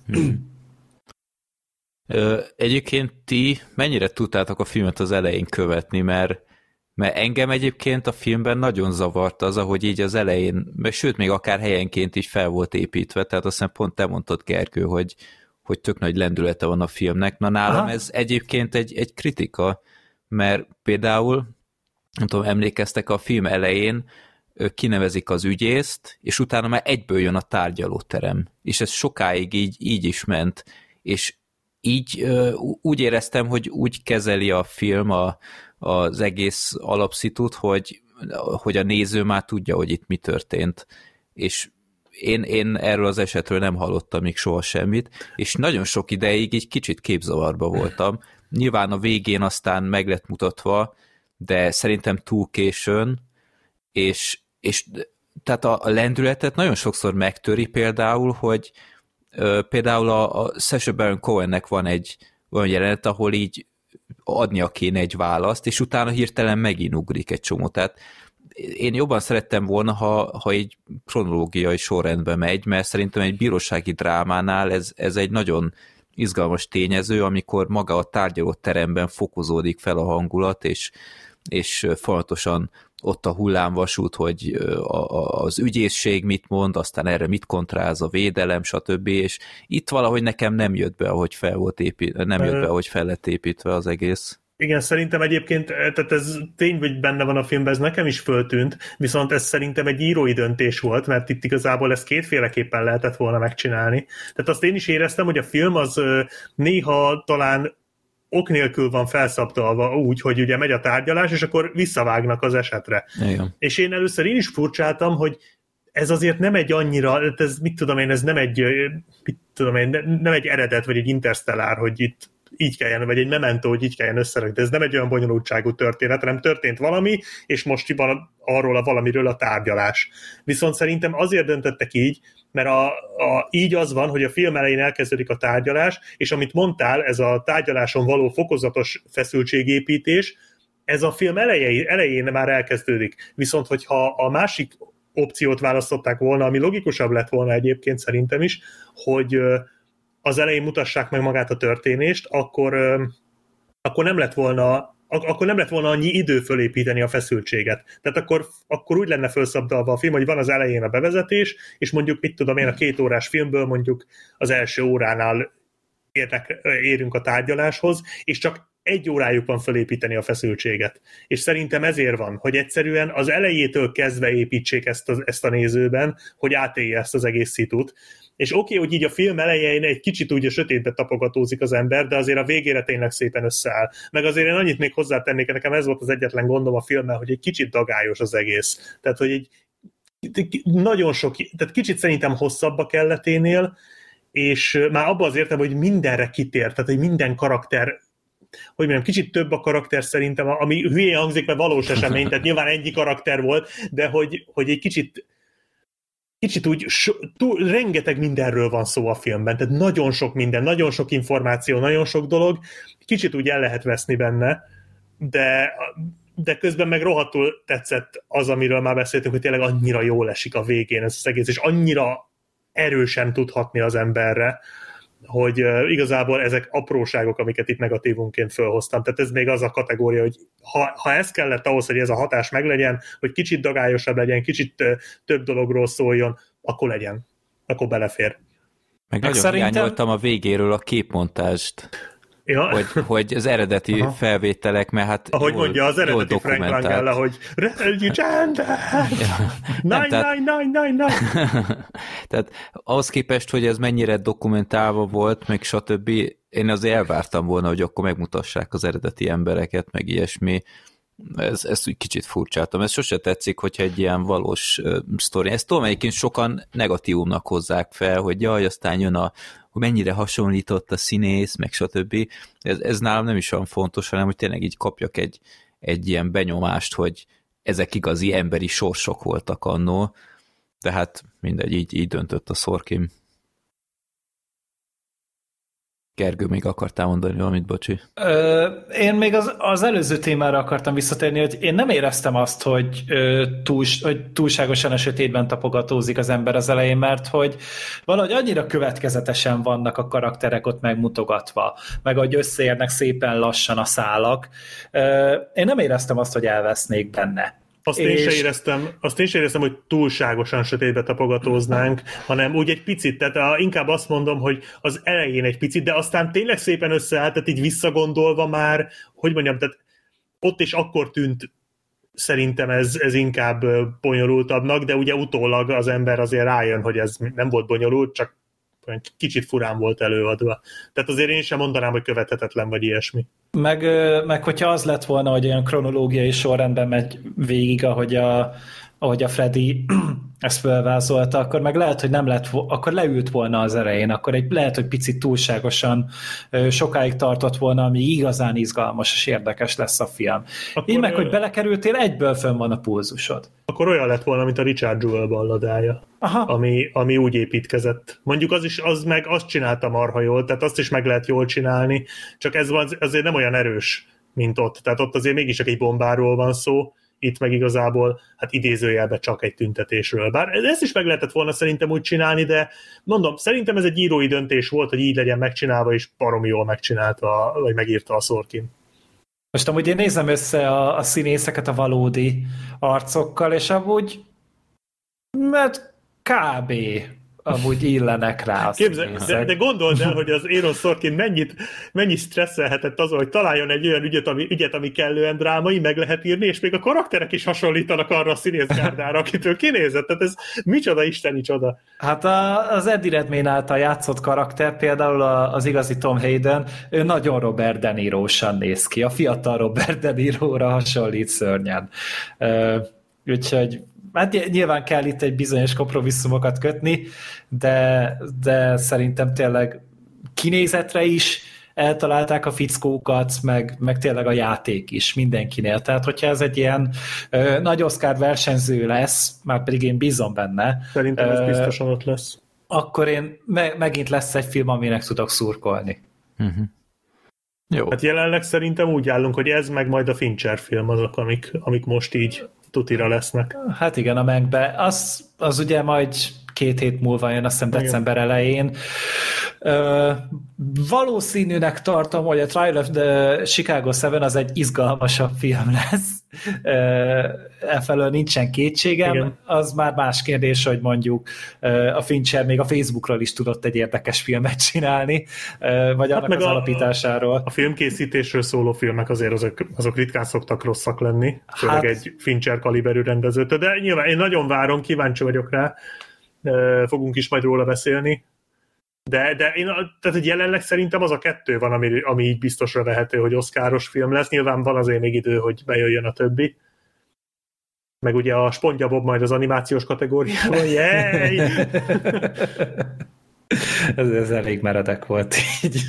Egyébként ti mennyire tudtátok a filmet az elején követni, mert engem egyébként a filmben nagyon zavart az, ahogy így az elején, sőt, még akár helyenként is fel volt építve, tehát azt hiszem pont te mondtad, Gergő, hogy tök nagy lendülete van a filmnek. Na nálam ez egyébként egy kritika, mert például, nem tudom, emlékeztek a film elején, kinevezik az ügyészt, és utána már egyből jön a tárgyalóterem. És ez sokáig így is ment. És így úgy éreztem, hogy úgy kezeli a film az egész alapszitut, hogy a néző már tudja, hogy itt mi történt. És én erről az esetről nem hallottam még soha semmit, és nagyon sok ideig így kicsit képzavarba voltam. Nyilván a végén aztán meg lett mutatva, de szerintem túl későn, és tehát a lendületet nagyon sokszor megtöri például, hogy például a Sacha Baron Cohennek van egy olyan jelenet, ahol így adnia kéne egy választ, és utána hirtelen megint ugrik egy csomó. Tehát én jobban szerettem volna, ha egy kronológiai sorrendben megy, mert szerintem egy bírósági drámánál ez egy nagyon izgalmas tényező, amikor maga a tárgyalóteremben fokozódik fel a hangulat, és folyamatosan ott a hullámvasút, hogy az ügyészség mit mond, aztán erre mit kontráz a védelem, stb. És itt valahogy nekem nem jött be, ahogy fel lett építve az egész. Igen, szerintem egyébként, tehát ez tény, hogy benne van a filmben, ez nekem is föltűnt, viszont ez szerintem egy írói döntés volt, mert itt igazából ezt kétféleképpen lehetett volna megcsinálni. Tehát azt én is éreztem, hogy a film az néha talán ok nélkül van felszabdalva úgy, hogy ugye megy a tárgyalás, és akkor visszavágnak az esetre. Igen. És én először is furcsáltam, hogy ez azért nem egy annyira, ez mit tudom én, ez nem egy, nem egy eredet, vagy egy interstellár, hogy itt így kelljen, vagy egy memento, hogy így kelljen összerakni, de ez nem egy olyan bonyolultságú történet, hanem történt valami, és most van arról a valamiről a tárgyalás. Viszont szerintem azért döntöttek így, mert így az van, hogy a film elején elkezdődik a tárgyalás, és amit mondtál, ez a tárgyaláson való fokozatos feszültségépítés, ez a film elején már elkezdődik. Viszont, hogyha a másik opciót választották volna, ami logikusabb lett volna egyébként szerintem is, hogy az elején mutassák meg magát a történést, akkor nem lett volna annyi idő fölépíteni a feszültséget. Tehát akkor úgy lenne felszabdalva a film, hogy van az elején a bevezetés, és mondjuk, mit tudom én, a 2 órás filmből mondjuk az első óránál érünk a tárgyaláshoz, és csak 1 órájuk van fölépíteni a feszültséget. És szerintem ezért van, hogy egyszerűen az elejétől kezdve építsék ezt a nézőben, hogy átélje ezt az egész szitut. És oké, hogy így a film elején egy kicsit úgy a sötétbe tapogatózik az ember, de azért a végére tényleg szépen összeáll. Meg azért én annyit még hozzátennék, nekem ez volt az egyetlen gondom a filmmel, hogy egy kicsit dagályos az egész. Tehát, hogy nagyon sok, tehát kicsit szerintem hosszabb a kelleténél, és már abban az értem, hogy mindenre kitér, tehát, hogy minden karakter, hogy mondjam, kicsit több a karakter szerintem, ami hülyén hangzik, mert valós esemény, tehát nyilván ennyi karakter volt, de hogy egy kicsit úgy, rengeteg mindenről van szó a filmben, tehát nagyon sok minden, nagyon sok információ, nagyon sok dolog, kicsit úgy el lehet veszni benne, de közben meg rohadtul tetszett az, amiről már beszéltünk, hogy tényleg annyira jól esik a végén ez az egész, és annyira erősen tud hatni az emberre, hogy igazából ezek apróságok, amiket itt negatívunként fölhoztam. Tehát ez még az a kategória, hogy ha ez kellett ahhoz, hogy ez a hatás meglegyen, hogy kicsit dagályosabb legyen, kicsit több dologról szóljon, akkor legyen. Akkor belefér. Meg nagyon hiányoltam a végéről a képmontást. Ja. Hogy az eredeti felvételek, mert hát ahogy mondja az eredeti Frank Langella, hogy tehát ahhoz képest, hogy ez mennyire dokumentálva volt, meg stb. Én azért elvártam volna, hogy akkor megmutassák az eredeti embereket, meg ilyesmi. Ezt úgy kicsit furcsáltam. Ez sose tetszik, hogyha egy ilyen valós sztori. Ezt tudom, egyébként sokan negatívumnak hozzák fel, hogy jaj, aztán jön hogy mennyire hasonlított a színész, meg stb. Ez nálam nem is olyan fontos, hanem hogy tényleg így kapjak egy ilyen benyomást, hogy ezek igazi emberi sorsok voltak annó. Tehát mindegy, így döntött a Sorkin. Gergő, még akartál mondani valamit, bocsi? Én még az előző témára akartam visszatérni, hogy én nem éreztem azt, hogy túlságosan a sötétben tapogatózik az ember az elején, mert hogy valahogy annyira következetesen vannak a karakterek ott megmutogatva, meg hogy összeérnek szépen lassan a szálak. Én nem éreztem azt, hogy elvesznék benne. Azt én sem éreztem, hogy túlságosan sötétbe tapogatóznánk, hanem úgy egy picit, tehát inkább azt mondom, hogy az elején egy picit, de aztán tényleg szépen összeállt, tehát így visszagondolva már, hogy mondjam, tehát ott és akkor tűnt szerintem ez inkább bonyolultabbnak, de ugye utólag az ember azért rájön, hogy ez nem volt bonyolult, csak kicsit furán volt előadva. Tehát azért én sem mondanám, hogy követhetetlen vagy ilyesmi. Meg hogyha az lett volna, hogy olyan kronológiai sorrendben megy végig, ahogy a Freddy ezt felvázolta, akkor meg lehet, hogy nem lett, akkor leült volna az elején, akkor lehet, hogy picit túlságosan sokáig tartott volna, ami igazán izgalmas és érdekes lesz a film. Akkor, így meg, hogy belekerültél, egyből fönn van a pulzusod. Akkor olyan lett volna, mint a Richard Jewell balladája, ami úgy építkezett. Mondjuk az meg azt csinálta marha jól, tehát azt is meg lehet jól csinálni, csak ez azért nem olyan erős, mint ott. Tehát ott azért mégis csak egy bombáról van szó, itt meg igazából hát idézőjelben csak egy tüntetésről. Bár ezt is meg lehetett volna szerintem úgy csinálni, de mondom, szerintem ez egy írói döntés volt, hogy így legyen megcsinálva, és baromi jól megcsinálta, vagy megírta a Sorkin. Most amúgy én nézem össze a színészeket a valódi arcokkal, és amúgy mert kb. Amúgy illenek rá a színészek. De gondold el, hogy az Aaron Sorkin mennyi stresszelhetett azon, hogy találjon egy olyan ügyet, ami kellően drámai, meg lehet írni, és még a karakterek is hasonlítanak arra a színészgárdára, akitől kinézett. Tehát ez micsoda isteni csoda. Hát az Eddie Redmayne által játszott karakter, például az igazi Tom Hayden, ő nagyon Robert De Niro-san néz ki. A fiatal Robert De Niro-ra hasonlít szörnyen. Úgyhogy hát nyilván kell itt egy bizonyos kompromisszumokat kötni, de szerintem tényleg kinézetre is eltalálták a fickókat, meg tényleg a játék is mindenkinél. Tehát, hogyha ez egy ilyen nagy Oscar versenyző lesz, már pedig én bízom benne. Szerintem ez biztosan ott lesz. Akkor én megint lesz egy film, aminek tudok szurkolni. Uh-huh. Jó. Hát jelenleg szerintem úgy állunk, hogy ez meg majd a Fincher film azok, amik most így tutira lesznek. Hát igen, a Mankbe. Az ugye majd 2 hét múlva jön, azt hiszem december elején. Valószínűnek tartom, hogy a Trial of the Chicago 7 az egy izgalmasabb film lesz. Efelől nincsen kétségem. Igen. Az már más kérdés, hogy mondjuk a Fincher még a Facebookról is tudott egy érdekes filmet csinálni, vagy annak meg az alapításáról. A filmkészítésről szóló filmek azért azok ritkán szoktak rosszak lenni, főleg egy Fincher kaliberű rendezőtől, de nyilván én nagyon várom, kíváncsi vagyok rá, fogunk is majd róla beszélni. De tehát egy jelenleg szerintem az a 2 van, ami így biztosra vehető, hogy oszkáros film lesz. Nyilván van azért még idő, hogy bejöjjön a többi. Meg ugye a SpongeBob majd az animációs kategóriában. Jej! ez elég meredek volt így.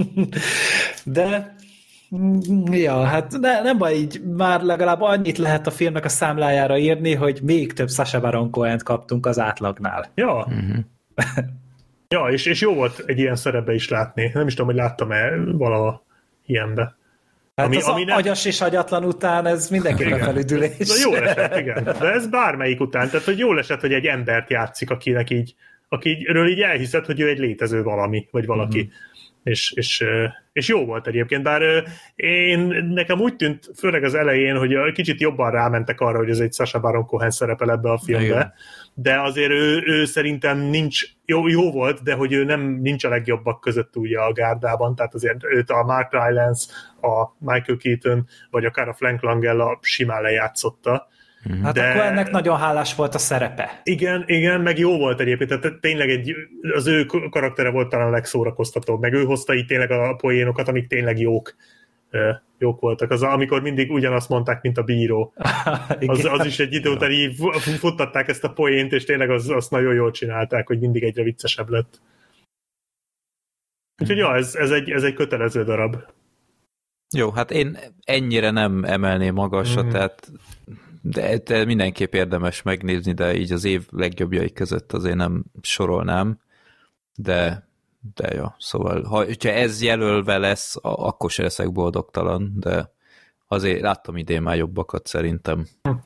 De ja, hát nem baj, így már legalább annyit lehet a filmnek a számlájára írni, hogy még több Sacha Baron Cohent kaptunk az átlagnál. Ja. Uh-huh. Ja, és jó volt egy ilyen szerepbe is látni. Nem is tudom, hogy láttam-e valaha ilyenbe. Hát ami nem... agyas és agyatlan után ez mindenképpen felüdülés. De jó esett, igen. De ez bármelyik után. Tehát, hogy jól esett, hogy egy embert játszik, akiről így elhiszed, hogy ő egy létező valami, vagy valaki. Uh-huh. És jó volt egyébként, bár nekem úgy tűnt, főleg az elején, hogy kicsit jobban rámentek arra, hogy ez egy Sacha Baron Cohen szerepel ebbe a filmbe, igen. De azért ő szerintem nincs, jó volt, de hogy ő nincs a legjobbak között ugye a gárdában, tehát azért őt a Mark Rylance, a Michael Keaton, vagy akár a Frank Langella simán lejátszotta. Hát de... akkor ennek nagyon hálás volt a szerepe. Igen, meg jó volt egyébként, tehát tényleg az ő karaktere volt talán a legszórakoztatóbb, meg ő hozta így tényleg a poénokat, amik tényleg jók voltak. Amikor mindig ugyanazt mondták, mint a bíró. Az is egy idő után így futtatták ezt a poént, és tényleg azt nagyon jól csinálták, hogy mindig egyre viccesebb lett. Úgyhogy ja, ez egy kötelező darab. Jó, hát én ennyire nem emelném magasra, tehát de mindenképp érdemes megnézni, de így az év legjobbjai között azért nem sorolnám, de jó, szóval hogyha ez jelölve lesz, akkor se leszek boldogtalan, de azért láttam idén már jobbakat szerintem.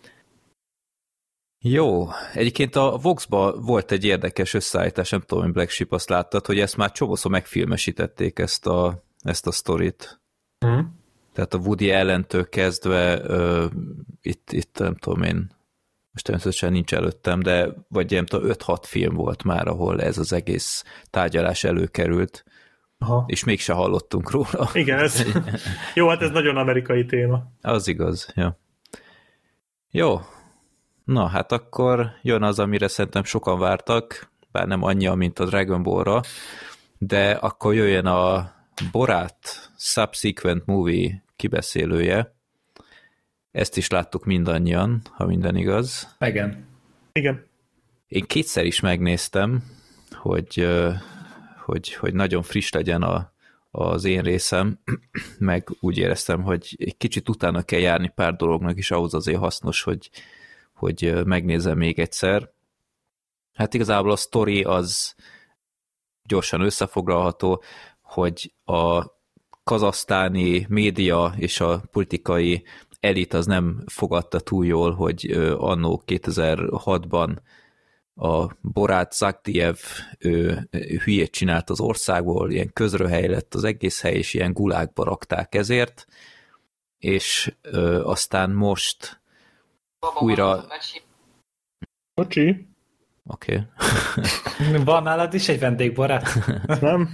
Jó, egyébként a Vox-ba volt egy érdekes összeállítás, nem tudom, hogy Black Sheep azt láttad, hogy ezt már csomószor megfilmesítették ezt a sztorit. Tehát a Woody Allentől kezdve itt nem tudom én, most természetesen nincs előttem, de vagy nem tudom, 5-6 film volt már, ahol ez az egész tárgyalás előkerült, és mégse hallottunk róla. Igen, jó, hát ez nagyon amerikai téma. Az igaz, ja. Jó, na hát akkor jön az, amire szerintem sokan vártak, bár nem annyi, mint a Dragon Ball-ra, de akkor jöjjön a Borat Subsequent Movie kibeszélője. Ezt is láttuk mindannyian, ha minden igaz. Igen. Én 2-szer is megnéztem, hogy nagyon friss legyen az én részem, meg úgy éreztem, hogy egy kicsit utána kell járni pár dolognak, és ahhoz azért hasznos, hogy megnézem még egyszer. Hát igazából a sztori az gyorsan összefoglalható, hogy a kazahsztáni média és a politikai elit az nem fogadta túl jól, hogy annó 2006-ban a Borát Zagdiev hülyét csinált az országból, ilyen közröhely lett az egész hely, és ilyen gulágba rakták ezért, és aztán most újra... Bocsi. Oké. Van nálad is egy vendégbarát? Nem?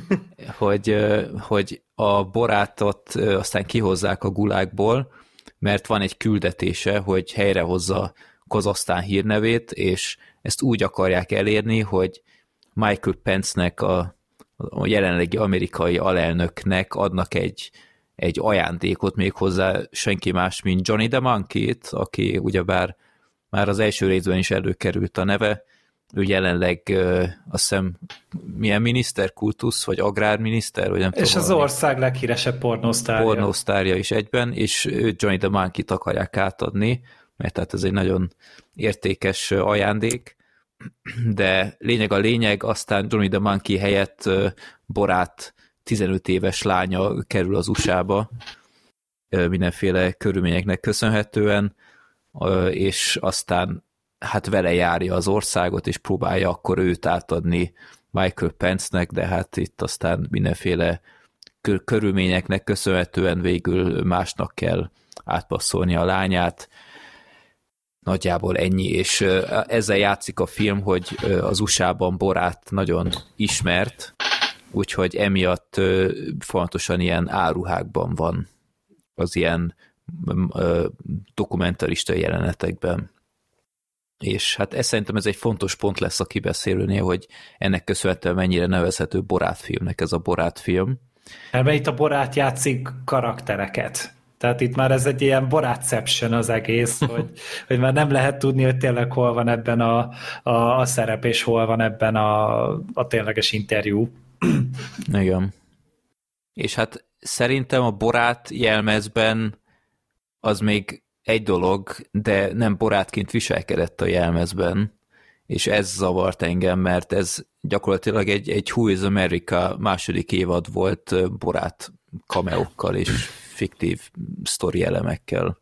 hogy a Borátot aztán kihozzák a gulágból, mert van egy küldetése, hogy helyrehozza Kazahsztán hírnevét, és ezt úgy akarják elérni, hogy Michael Pence-nek, a jelenlegi amerikai alelnöknek adnak egy ajándékot, még hozzá senki más, mint Johnny the Monkey-t, aki ugyebár már az első részben is előkerült a neve, ő jelenleg azt hiszem milyen miniszter, kultusz, vagy agrárminiszter, vagy nem tudom. És az ország leghíresebb pornósztárja. Pornósztárja is egyben, és Johnny the Monkey-t akarják átadni, mert tehát ez egy nagyon értékes ajándék, de lényeg a lényeg, aztán Johnny the Monkey helyett Borát 15 éves lánya kerül az USA-ba, mindenféle körülményeknek köszönhetően, és aztán hát vele járja az országot, és próbálja akkor őt átadni Michael Pence-nek, de hát itt aztán mindenféle körülményeknek köszönhetően végül másnak kell átpasszolni a lányát. Nagyjából ennyi, és ezzel játszik a film, hogy az USA-ban Borát nagyon ismert, úgyhogy emiatt fontosan ilyen áruhákban van az ilyen dokumentarista jelenetekben. És hát szerintem ez egy fontos pont lesz a kibeszélőnél, hogy ennek köszönhetően mennyire nevezhető Borát filmnek ez a Borát film. Mert itt a Borát játszik karaktereket. Tehát itt már ez egy ilyen Borátception az egész, hogy már nem lehet tudni, hogy tényleg hol van ebben a szerep, és hol van ebben a tényleges interjú. Igen. És hát szerintem a Borát jelmezben az még egy dolog, de nem Borátként viselkedett a jelmezben, és ez zavart engem, mert ez gyakorlatilag egy Who is America második évad volt Borát cameókkal és fiktív sztori elemekkel.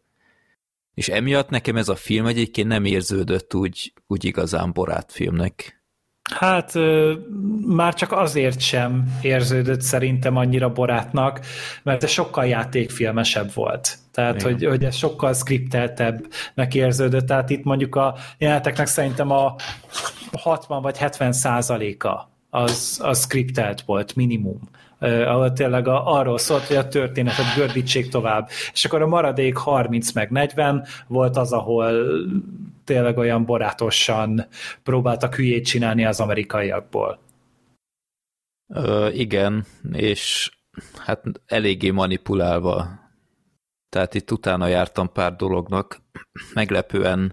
És emiatt nekem ez a film egyébként nem érződött úgy igazán Borát filmnek. Hát már csak azért sem érződött szerintem annyira Borátnak, mert ez sokkal játékfilmesebb volt. Tehát, hogy ez sokkal skripteltebbnek érződött. Tehát itt mondjuk a jeleneteknek szerintem a 60 vagy 70%-a az skriptelt volt, minimum. Ahol tényleg arról szólt, hogy a történetet gördítsék tovább. És akkor a maradék 30 meg 40 volt az, ahol tényleg olyan borátosan próbáltak hülyét csinálni az amerikaiakból. Igen, és hát eléggé manipulálva. Tehát itt utána jártam pár dolognak, meglepően,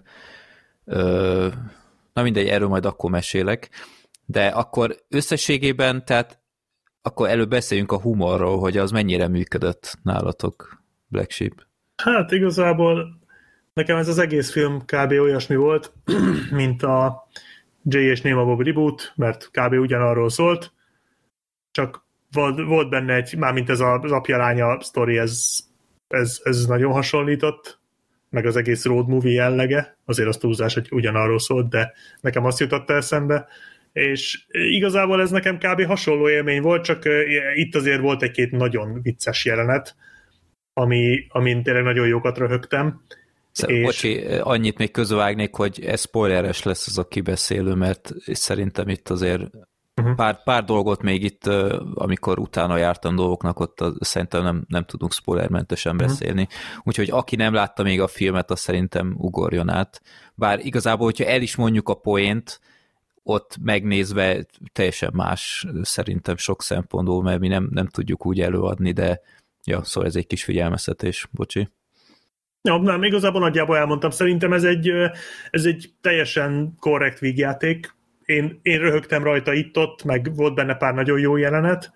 na mindegy, erről majd akkor mesélek, de akkor összességében, tehát akkor előbb beszéljünk a humorról, hogy az mennyire működött nálatok, Black Sheep. Hát igazából nekem ez az egész film kb. Olyasmi volt, mint a Jay és Néma Bob reboot, mert kb. Ugyanarról szólt, csak volt benne mármint ez az apja-lánya sztori, ez nagyon hasonlított, meg az egész road movie jellege, azért az túlzás, hogy ugyanarról szólt, de nekem azt jutott eszembe, és igazából ez nekem kb. Hasonló élmény volt, csak itt azért volt egy-két nagyon vicces jelenet, amin tényleg nagyon jókat röhögtem. Bocsi, annyit még közvágnék, hogy ez spoileres lesz ez a kibeszélő, mert szerintem itt azért pár dolgot még itt, amikor utána jártam dolgoknak, ott szerintem nem tudunk spoilermentesen beszélni. Úgyhogy aki nem látta még a filmet, az szerintem ugorjon át. Bár igazából, hogyha el is mondjuk a poént, ott megnézve teljesen más szerintem sok szempontból, mert mi nem tudjuk úgy előadni, de ja, szóval ez egy kis figyelmeztetés, bocsi. Ja, nem, igazából nagyjából elmondtam, szerintem ez egy teljesen korrekt vígjáték. Én röhögtem rajta itt-ott, meg volt benne pár nagyon jó jelenet,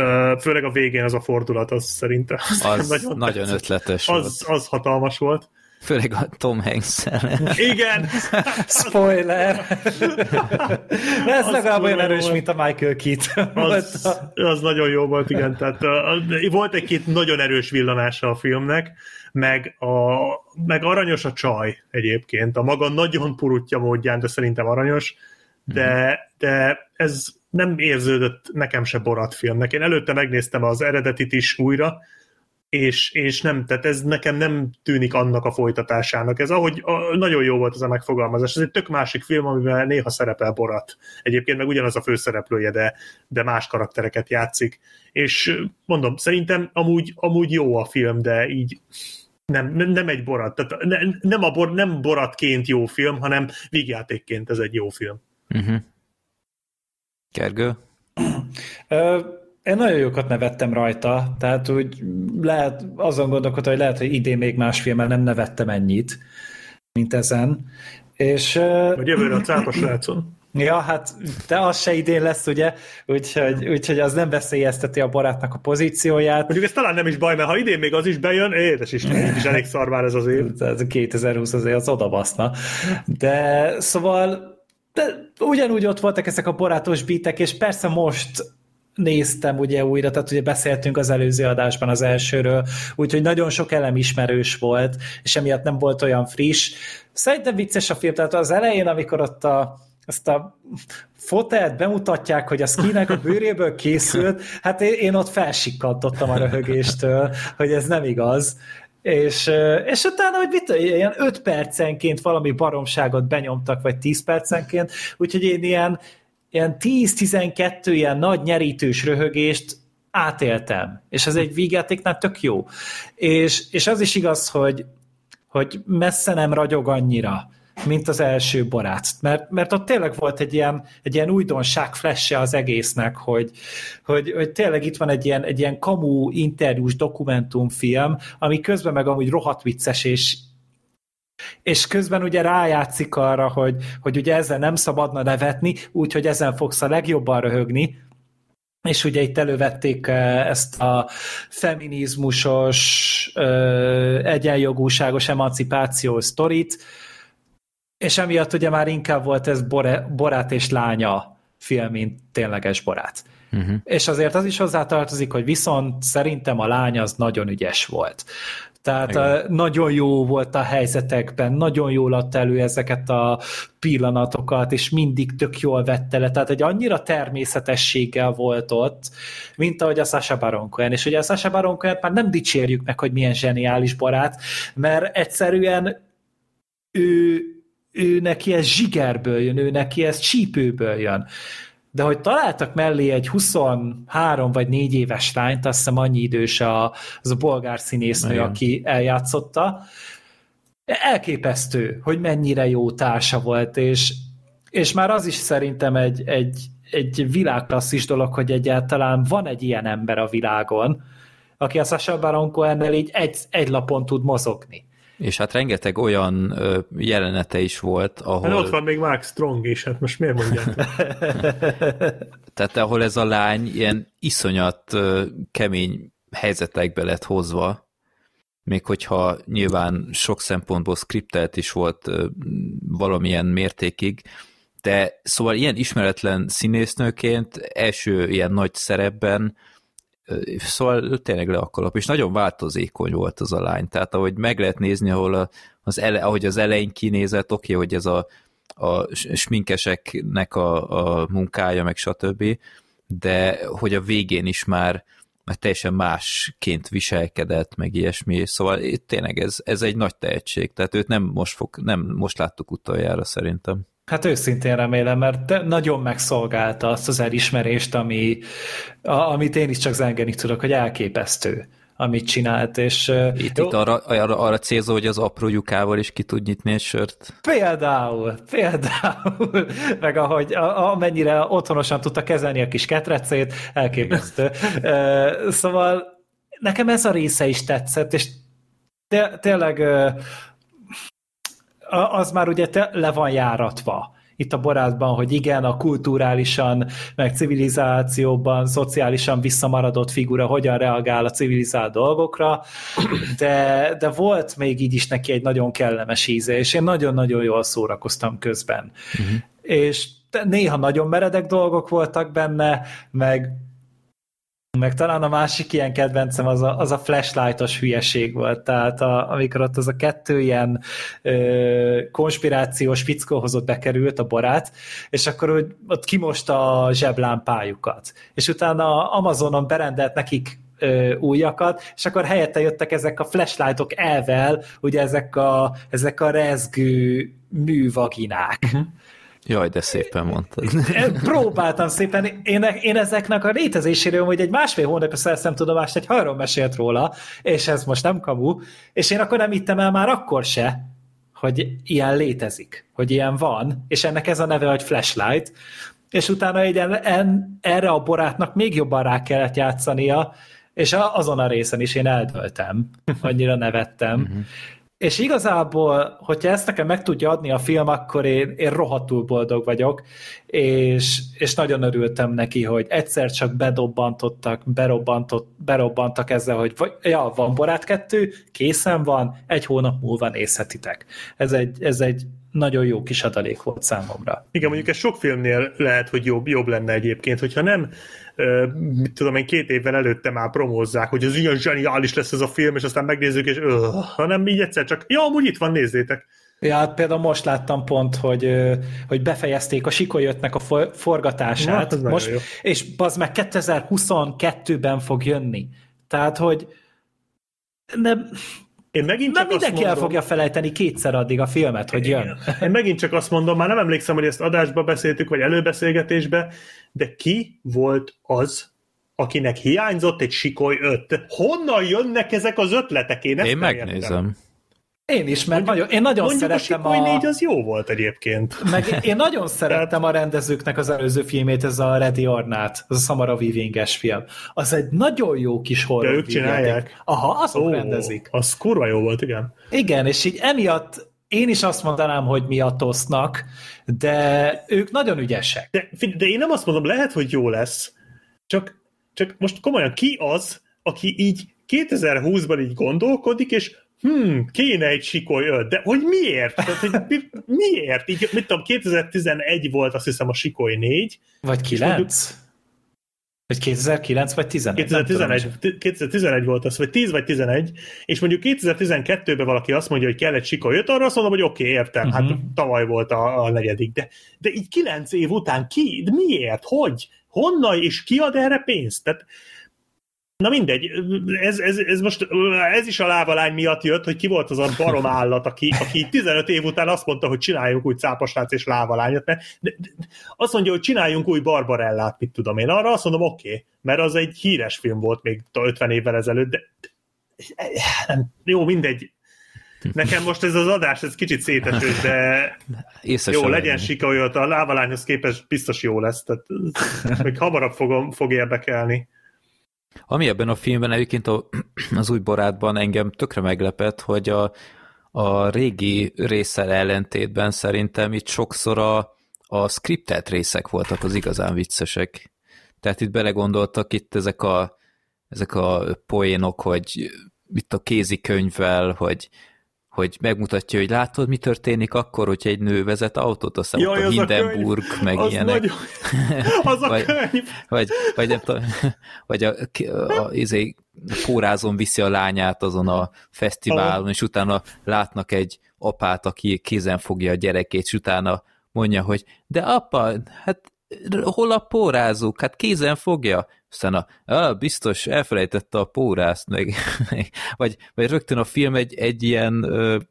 főleg a végén az a fordulat, az szerintem nagyon ötletes volt. Az hatalmas volt. Főleg a Tom Hanks-szel. Igen! Spoiler! De ez legalább olyan erős, mint a Michael Keaton. Az nagyon jó volt, igen. Tehát volt egy-két nagyon erős villanása a filmnek, meg aranyos a csaj egyébként. A maga nagyon purutja módján, de szerintem aranyos, de ez nem érződött nekem se Borat filmnek. Én előtte megnéztem az eredetit is újra, és nem, tehát ez nekem nem tűnik annak a folytatásának. Ez nagyon jó volt ez a megfogalmazás. Ez egy tök másik film, amiben néha szerepel Borat. Egyébként meg ugyanaz a főszereplője, de más karaktereket játszik. És mondom, szerintem amúgy jó a film, de így nem egy Borat. Tehát nem Boratként jó film, hanem vígjátékként ez egy jó film. Uh-huh. Gergő? Én nagyon jókat nevettem rajta, tehát úgy lehet, azon gondolkodtam, hogy lehet, hogy idén még más filmmel nem nevettem ennyit, mint ezen. És, vagy jövőre a Cápas srácon. Ja, hát de az se idén lesz, ugye? Úgyhogy az nem veszélyezteti a Barátnak a pozícióját. Mondjuk ez talán nem is baj, mert ha idén még az is bejön, édes Isten, is elég szar már ez az év. Ez 2020 azért az odabaszna. De szóval de ugyanúgy ott voltak ezek a barátos beatek, és persze most néztem ugye újra, tehát ugye beszéltünk az előző adásban az elsőről, úgyhogy nagyon sok elem ismerős volt, és emiatt nem volt olyan friss. Szerintem vicces a film, tehát az elején, amikor ott azt a fotelt bemutatják, hogy a skinek a bőréből készült, hát én ott felsikkantottam a röhögéstől, hogy ez nem igaz. És utána, hogy ilyen 5 percenként valami baromságot benyomtak, vagy 10 percenként, úgyhogy én ilyen 10-12 ilyen nagy nyerítős röhögést átéltem. És ez egy vígjátéknál tök jó. És az is igaz, hogy messze nem ragyog annyira, mint az első Barát. Mert ott tényleg volt egy ilyen újdonság flash-e az egésznek, hogy tényleg itt van egy ilyen kamu interjús dokumentumfilm, ami közben meg amúgy rohadt vicces, és közben ugye rájátszik arra, hogy ugye ezzel nem szabadna nevetni, úgyhogy ezen fogsz a legjobban röhögni, és ugye itt elővették ezt a feminizmusos, egyenjogúságos emancipációs sztorit, és emiatt ugye már inkább volt ez Borát és lánya film, mint tényleges Barát. Uh-huh. És azért az is hozzátartozik, hogy viszont szerintem a lány az nagyon ügyes volt. Tehát nagyon jó volt a helyzetekben, nagyon jól adta elő ezeket a pillanatokat, és mindig tök jól vette le. Tehát egy annyira természetességgel volt ott, mint ahogy a Sacha Baron Cohen. És ugye a Sacha Baron Cohen már nem dicsérjük meg, hogy milyen zseniális barát, mert egyszerűen ő neki ez zsigerből jön, ő neki ez csípőből jön. De hogy találtak mellé egy 23 vagy 4 éves lányt, azt hiszem annyi idős az a bolgár színésznő, aki eljátszotta, elképesztő, hogy mennyire jó társa volt, és már az is szerintem egy világklasszis dolog, hogy egyáltalán van egy ilyen ember a világon, aki a Sacha Baron Cohennel így egy lapon tud mozogni. És hát rengeteg olyan jelenete is volt, ahol... Hát ott van még Mark Strong is, hát most miért mondjátok? Tehát ahol ez a lány ilyen iszonyat kemény helyzetekbe lett hozva, még hogyha nyilván sok szempontból skriptelt is volt valamilyen mértékig, de szóval ilyen ismeretlen színésznőként első ilyen nagy szerepben szóval tényleg le a kalap, és nagyon változékony volt az a lány, tehát ahogy meg lehet nézni, ahogy az elején kinézett, oké, hogy ez a sminkeseknek a munkája, meg stb., de hogy a végén is már teljesen másként viselkedett, meg ilyesmi, szóval tényleg ez egy nagy tehetség, tehát őt nem most láttuk utoljára szerintem. Hát őszintén remélem, mert nagyon megszolgálta azt az elismerést, amit én is csak zengeni tudok, hogy elképesztő, amit csinált. És, itt arra célzó, hogy az apró lyukával is ki tud nyitni egy sört? Például, meg amennyire otthonosan tudta kezelni a kis ketrecét, elképesztő. Szóval nekem ez a része is tetszett, és tényleg az már ugye le van járatva itt a Borátban, hogy igen, a kulturálisan, meg civilizációban, szociálisan visszamaradott figura hogyan reagál a civilizált dolgokra, de volt még így is neki egy nagyon kellemes íze, és én nagyon-nagyon jól szórakoztam közben. És néha nagyon meredek dolgok voltak benne, meg talán a másik ilyen kedvencem az a flashlightos hülyeség volt, tehát amikor ott az a 2 ilyen konspirációs fickóhoz ott bekerült a barát, és akkor ott kimosta a zseblámpájukat, és utána Amazonon berendelt nekik újakat, és akkor helyette jöttek ezek a flashlightok elvel, ugye ezek a rezgő művaginák. Jaj, de szépen mondtad. Próbáltam szépen. Én ezeknek a létezéséről, hogy egy 1,5 hónapja szereztem tudomást, egy haverom mesélt róla, és ez most nem kamu, és én akkor nem hittem el már akkor se, hogy ilyen létezik, hogy ilyen van, és ennek ez a neve, hogy flashlight, és utána erre a barátnak még jobban rá kellett játszania, és azon a részen is én eldöltem, annyira nevettem. És igazából, hogyha ezt nekem meg tudja adni a film, akkor én rohadtul boldog vagyok, és nagyon örültem neki, hogy egyszer csak berobbantak ezzel, hogy ja, van Borát 2, készen van, 1 hónap múlva nézhetitek. Ez egy nagyon jó kis adalék volt számomra. Igen, mondjuk ez sok filmnél lehet, hogy jobb lenne egyébként, hogyha nem mit tudom én, 2 évvel előtte már promózzák, hogy ez ilyen zseniális lesz ez a film, és aztán megnézzük, és hanem így egyszer csak, ja, amúgy itt van, nézzétek. Ja, hát például most láttam pont, hogy befejezték a Sikoly 5-nek a forgatását, most, és bazd meg 2022-ben fog jönni. Tehát, hogy nem mindenki el fogja felejteni 2-szer addig a filmet, hogy jön. Én megint csak azt mondom, már nem emlékszem, hogy ezt adásba beszéltük, vagy előbeszélgetésbe, de ki volt az, akinek hiányzott egy Sikoly 5? Honnan jönnek ezek az ötletek? Én megnézem. Én is, mert én nagyon szerettem a Sikoly 4 az jó volt egyébként. Meg én nagyon szerettem a rendezőknek az előző filmét, ez a Ready or Not, az a Samara Weaving-es film. Az egy nagyon jó kis horror. De ők csinálják? Aha, azok rendezik. Az kurva jó volt, igen. Igen, és így emiatt én is azt mondanám, hogy miatt osznak, de ők nagyon ügyesek. De én nem azt mondom, lehet, hogy jó lesz, csak most komolyan ki az, aki így 2020-ban így gondolkodik, és kéne egy Sikoly 5, de hogy miért? Tehát, hogy miért? Így, mit tudom, 2011 volt azt hiszem a Sikoly 4. Vagy 9? Vagy 2009 vagy 2011 volt az, vagy 10 vagy 11, és mondjuk 2012-ben valaki azt mondja, hogy kell egy Sikoly 5, arra azt mondom, hogy oké, értem, hát tavaly volt a 4. De így 9 év után de miért? Hogy? Honnan? És ki ad erre pénzt? Tehát na mindegy, ez is a lávalány miatt jött, hogy ki volt az a barom állat, aki 15 év után azt mondta, hogy csináljunk új cápasrác és lávalányot, mert azt mondja, hogy csináljunk új Barbarellát, mit tudom én. Arra azt mondom, oké, mert az egy híres film volt még 50 évvel ezelőtt, de jó, mindegy. Nekem most ez az adás, ez kicsit szétesős, de jó, legyen Sikoly 5, a lávalányhoz képest biztos jó lesz, tehát még hamarabb fog érdekelni. Ami ebben a filmben egyébként az új barátban engem tökre meglepett, hogy a régi résszel ellentétben szerintem itt sokszor a scriptelt részek voltak az igazán viccesek. Tehát itt belegondoltak itt ezek a poénok, hogy itt a kézikönyvvel, hogy megmutatja, hogy látod, mi történik akkor, hogyha egy nő vezet autót, aztán ott a Hindenburg, meg az ilyenek. Nagyon... Az a könyv! Vagy a pórázon viszi a lányát azon a fesztiválon, és utána látnak egy apát, aki kézen fogja a gyerekét, és utána mondja, hogy de apa, hát hol a pórázók? Hát kézen fogja. Aztán biztos elfelejtette a pórázt, vagy rögtön a film egy ilyen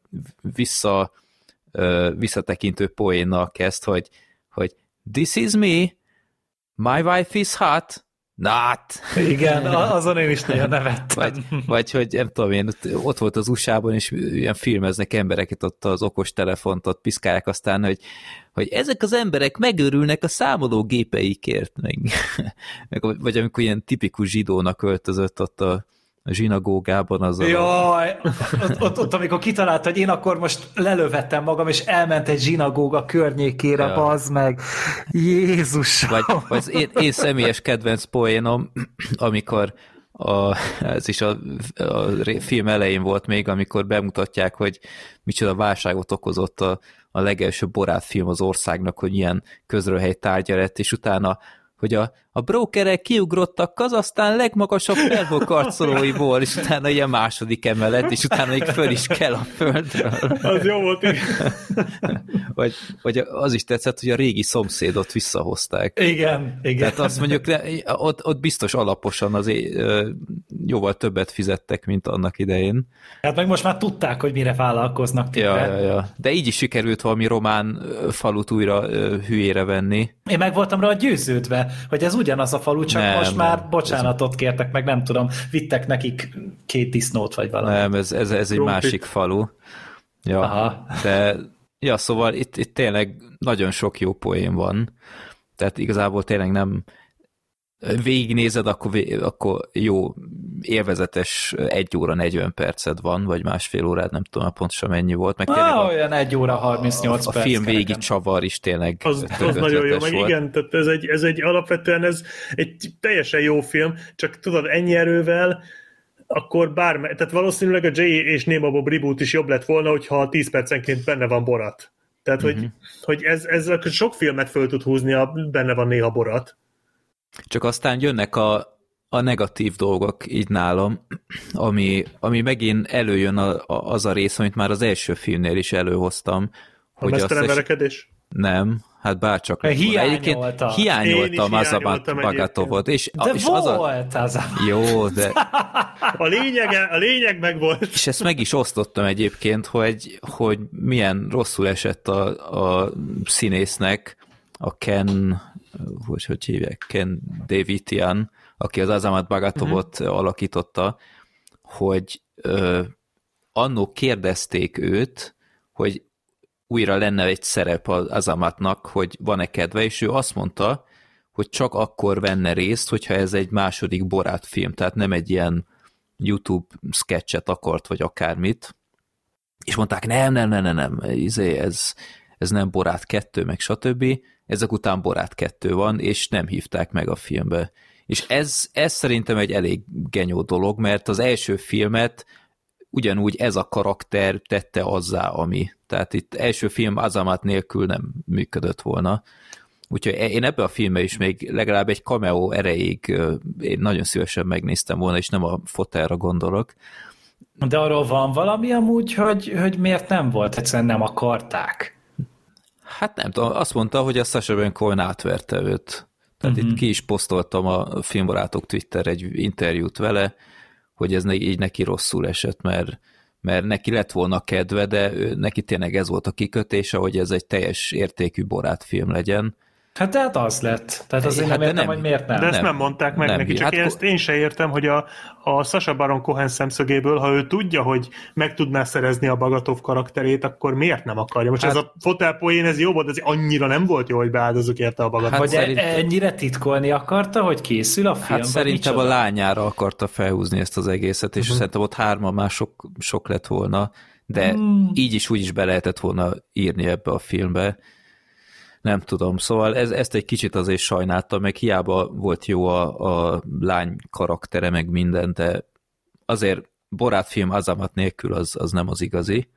visszatekintő poénnal kezd, hogy this is me, my wife is hot, not. Igen, azon én is nagyon nevettem. Vagy hogy nem tudom én, ott volt az USA-ban, és ilyen filmeznek embereket, ott az okostelefont, ott piszkálják, aztán, hogy ezek az emberek megörülnek a számológépeikért, vagy amikor ilyen tipikus zsidónak öltözött ott zsinagógában az Jaj, ott amikor kitalálta, hogy én akkor most lelövettem magam, és elment egy zsinagóga környékére, bazd meg. Jézus! Vagy én személyes kedvenc poénom, amikor ez is a film elején volt még, amikor bemutatják, hogy micsoda válságot okozott a legelső Borát film az országnak, hogy ilyen közröhely tárgya lett, és utána hogy a brókerek kiugrottak Kazahsztán legmagasabb felhőkarcolóiból, és utána ilyen második emelet, és utána még föl is kell a földről. Az jó volt, igen. Vagy az is tetszett, hogy a régi szomszédot visszahozták. Igen. Tehát azt mondjuk, ott biztos alaposan azért jóval többet fizettek, mint annak idején. Hát meg most már tudták, hogy mire vállalkoznak. Ja. De így is sikerült valami román falut újra hülyére venni. Én meg voltam rá győződve, hogy ez ugyanaz a falu, csak most már bocsánatot kértek, meg nem tudom, vittek nekik 2 disznót, vagy valami. Nem, ez egy másik falu. Ja, aha. De szóval itt tényleg nagyon sok jó poén van. Tehát igazából tényleg nem végignézed, akkor jó élvezetes 1 óra 40 perced van, vagy másfél órád, nem tudom, pontosan mennyi volt. Meg olyan 1 óra 38 perc. A film végig csavar is tényleg. Az nagyon jó, meg igen, tehát ez egy alapvetően ez egy teljesen jó film, csak tudod, ennyi erővel akkor tehát valószínűleg a Jay és Néma Bob reboot is jobb lett volna, hogyha 10 percenként benne van Borat. Tehát, hogy ez sok filmet föl tud húzni, benne van néha Borat. Csak aztán jönnek a negatív dolgok így nálam, ami megint előjön az a rész, amit már az első filmnél is előhoztam. A mesztelemberekedés? Nem, hát bárcsak. Hiányoltam Azamat Bagatovot. De volt az. Jó, de... A lényeg meg volt. És ezt meg is osztottam egyébként, hogy milyen rosszul esett a színésznek, a Ken... hogy hívják, Ken Davitian, aki az Azamat Bagatovot alakította, hogy annó kérdezték őt, hogy újra lenne egy szerep az Azamatnak, hogy van-e kedve, és ő azt mondta, hogy csak akkor venne részt, hogyha ez egy második Borát film, tehát nem egy ilyen YouTube sketchet akart, vagy akármit. És mondták, nem, ez nem Borát 2, meg stb., ezek után Borát 2 van, és nem hívták meg a filmbe. És ez szerintem egy elég genyó dolog, mert az első filmet ugyanúgy ez a karakter tette azzá, ami. Tehát itt első film Azamat nélkül nem működött volna. Úgyhogy én ebben a filmben is még legalább egy cameo erejéig én nagyon szívesen megnéztem volna, és nem a fotelra gondolok. De arról van valami amúgy, hogy miért nem volt? Egyszerűen nem akarták. Hát nem tudom, azt mondta, hogy a Sacha Baron Cohen átverte őt. Tehát itt ki is posztoltam a Filmbarátok Twitter egy interjút vele, hogy ez így neki rosszul esett, mert neki lett volna kedve, de neki tényleg ez volt a kikötése, hogy ez egy teljes értékű Borát film legyen. Hát tehát az lett. Tehát azért nem értem, hogy miért nem. De ezt nem mondták meg neki, csak ezt én se értem, hogy a Sacha Baron Cohen szemszögéből, ha ő tudja, hogy meg tudná szerezni a Bagatov karakterét, akkor miért nem akarja? Most ez a fotelpoén, ez jó volt, ez annyira nem volt jó, hogy beáldozzuk érte a Bagatov. Vagy ennyire titkolni akarta, hogy készül a film? Hát szerintem a lányára akarta felhúzni ezt az egészet, és szerintem ott 3 már sok lett volna, de így is úgy is be lehetett volna írni ebbe a filmbe. Nem tudom, szóval ezt egy kicsit azért sajnáltam, meg hiába volt jó a lány karaktere, meg minden, de azért Borát film Azamat nélkül az nem az igazi.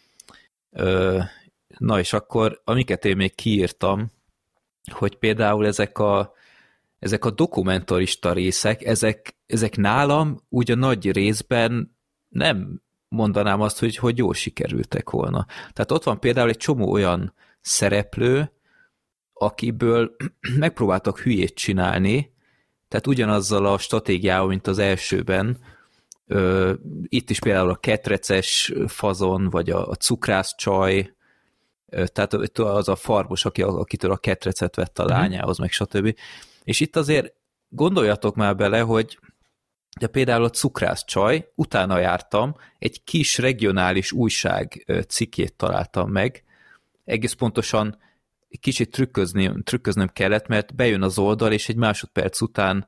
Na és akkor, amiket én még kiírtam, hogy például ezek a dokumentarista részek, ezek nálam úgy a nagy részben nem mondanám azt, hogy jól sikerültek volna. Tehát ott van például egy csomó olyan szereplő, akiből megpróbáltak hülyét csinálni, tehát ugyanazzal a stratégiával, mint az elsőben. Itt is például a ketreces fazon, vagy a cukrász csaj, tehát az a farmos, akitől a ketrecet vett a lányához, meg stb. És itt azért gondoljatok már bele, hogy de például a cukrász csaj, utána jártam, egy kis regionális újság cikkét találtam meg, egész pontosan kicsit trükköznöm kellett, mert bejön az oldal, és egy másodperc után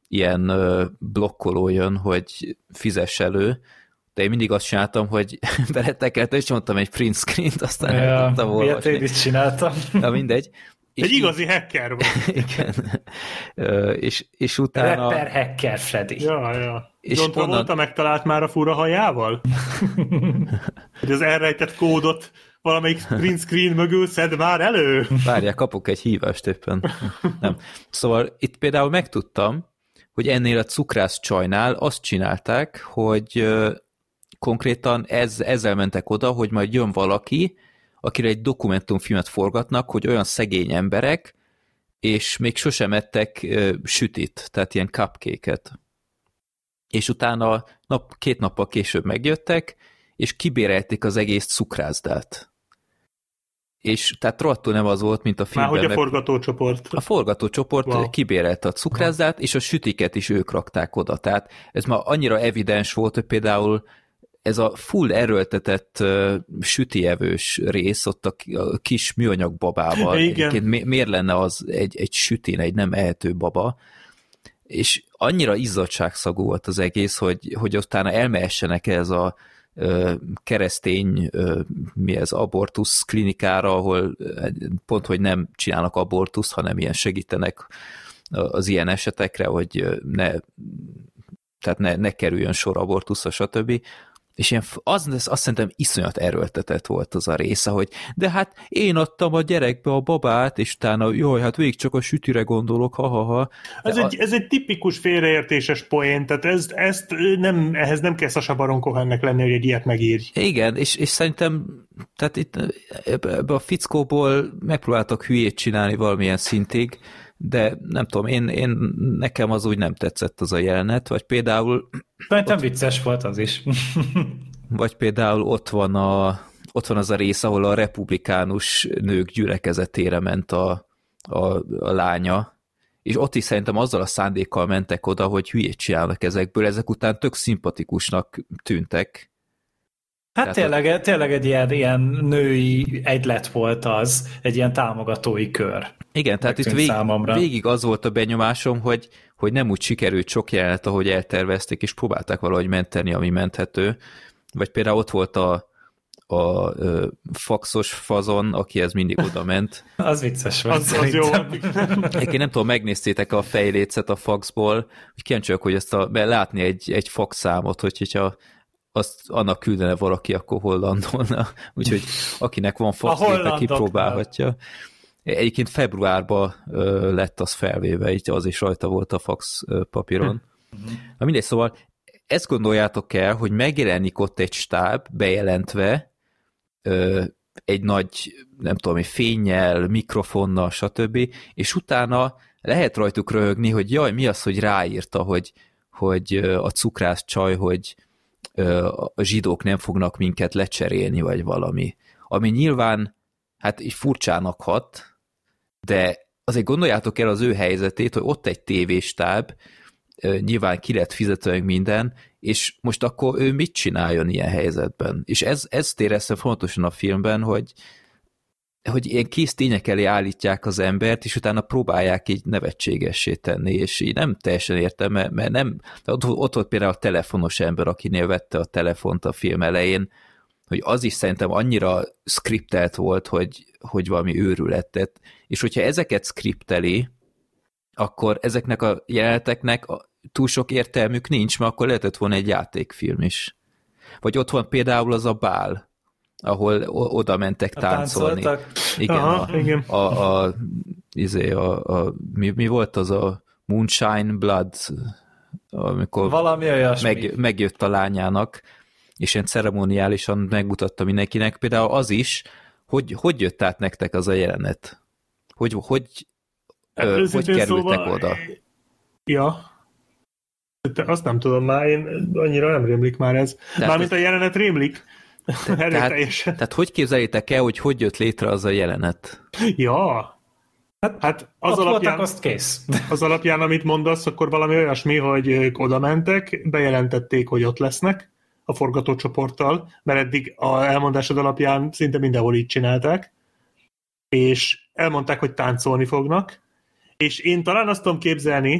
ilyen blokkoló jön, hogy fizess elő, de én mindig azt csináltam, hogy beletekeltem, és mondtam egy print screen-t, aztán el tudtam olvasni. Ilyet én is csináltam. Na mindegy. Egy igazi hacker vagy. Igen. És utána... Rapper hacker, Freddy. Ja. John Travolta megtalált már a fura hajával? Hogy az elrejtett kódot valamelyik print screen mögül szed már elő? Várjál, kapok egy hívást éppen. Nem. Szóval itt például megtudtam, hogy ennél a cukrász csajnál azt csinálták, hogy konkrétan ezzel mentek oda, hogy majd jön valaki, akire egy dokumentumfilmet forgatnak, hogy olyan szegény emberek, és még sosem ettek sütit, tehát ilyen cupcake-et. És utána 2 nappal később megjöttek, és kibérelték az egész cukrászdát. És tehát rohadtul nem az volt, mint a filmben. Már hogy a forgatócsoport. A forgatócsoport kibérelte a cukrászdát, és a sütiket is ők rakták oda. Tehát ez már annyira evidens volt, hogy például ez a full erőltetett sütievős rész, ott a kis műanyag babával. Egyébként miért lenne az egy sütin, egy nem ehető baba? És annyira izzadságszagú volt az egész, hogy utána elmehessenek ez a keresztény, mi ez, abortusz klinikára, ahol pont, hogy nem csinálnak abortuszt, hanem ilyen segítenek az ilyen esetekre, hogy ne kerüljön sor abortuszra, stb. És ilyen, azt szerintem iszonyat erőltetett volt az a része, hogy de hát én adtam a gyerekbe a babát, és utána, jaj, hát végig csak a sütire gondolok, ha-ha-ha. Ez egy tipikus félreértéses poén, tehát ehhez nem kell Sacha Baron Cohennek lenni, hogy egy ilyet megírj. Igen, és szerintem tehát itt ebbe a fickóból megpróbáltak hülyét csinálni valamilyen szintig, de nem tudom, nekem az úgy nem tetszett az a jelenet, vagy például... Szerintem vicces volt az is. Vagy például ott van az a rész, ahol a republikánus nők gyülekezetére ment a lánya, és ott is szerintem azzal a szándékkal mentek oda, hogy hülyét csinálnak ezekből, ezek után tök szimpatikusnak tűntek. Hát tényleg egy ilyen női egylet volt az, egy ilyen támogatói kör. Igen, tehát itt végig az volt a benyomásom, hogy nem úgy sikerült sok jelenet, ahogy eltervezték, és próbálták valahogy menteni, ami menthető. Vagy például ott volt a faxos fazon, akihez mindig oda ment. Az vicces volt. Az jó. Én nem tudom, megnéztétek a fejlécet a faxból, hogy kíváncsiak, hogy látni egy fax számot, hogyha azt annak küldene valaki, akkor hol landolna. Úgyhogy akinek van faxgépe, kipróbálhatja. Egyébként februárban lett az felvéve, így az is rajta volt a fax papíron. Na mindegy, szóval ezt gondoljátok el, hogy megjelenik ott egy stáb bejelentve egy nagy, nem tudom, egy fénnyel, mikrofonnal, stb. És utána lehet rajtuk röhögni, hogy jaj, mi az, hogy ráírta, hogy a cukrász csaj, hogy a zsidók nem fognak minket lecserélni, vagy valami. Ami nyilván, hát így furcsának hat, de azért gondoljátok el az ő helyzetét, hogy ott egy tévéstáb, nyilván ki lett fizetve minden, és most akkor ő mit csináljon ilyen helyzetben? És ezt éreztem fontosan a filmben, hogy ilyen kész tények elé állítják az embert, és utána próbálják így nevetségessé tenni, és így nem teljesen értem, mert nem, ott volt például a telefonos ember, akinél vette a telefont a film elején, hogy az is szerintem annyira skriptelt volt, hogy valami őrületet, és hogyha ezeket skripteli, akkor ezeknek a jeleneteknek túl sok értelmük nincs, mert akkor lehetett volna egy játékfilm is. Vagy ott van például az a bál, ahol oda mentek táncolni. Igen, aha, igen. Mi volt az a Moonshine Blood, amikor valami olyasmi. Megjött a lányának, és ilyen ceremoniálisan megmutatta mindenkinek. Például az is, hogy jött át nektek az a jelenet? Hogy kerültek szóval oda? Ja. De azt nem tudom már, én annyira nem rémlik már ez. Mármint a jelenet rémlik. Tehát hogy képzeljétek el, hogy jött létre az a jelenet? Ja. Hát az alapján, azt kész. Az alapján, amit mondasz, akkor valami olyasmi, hogy ők oda mentek, bejelentették, hogy ott lesznek a forgatócsoporttal, mert eddig a elmondásod alapján szinte mindenhol így csinálták, és elmondták, hogy táncolni fognak, és én talán azt tudom képzelni,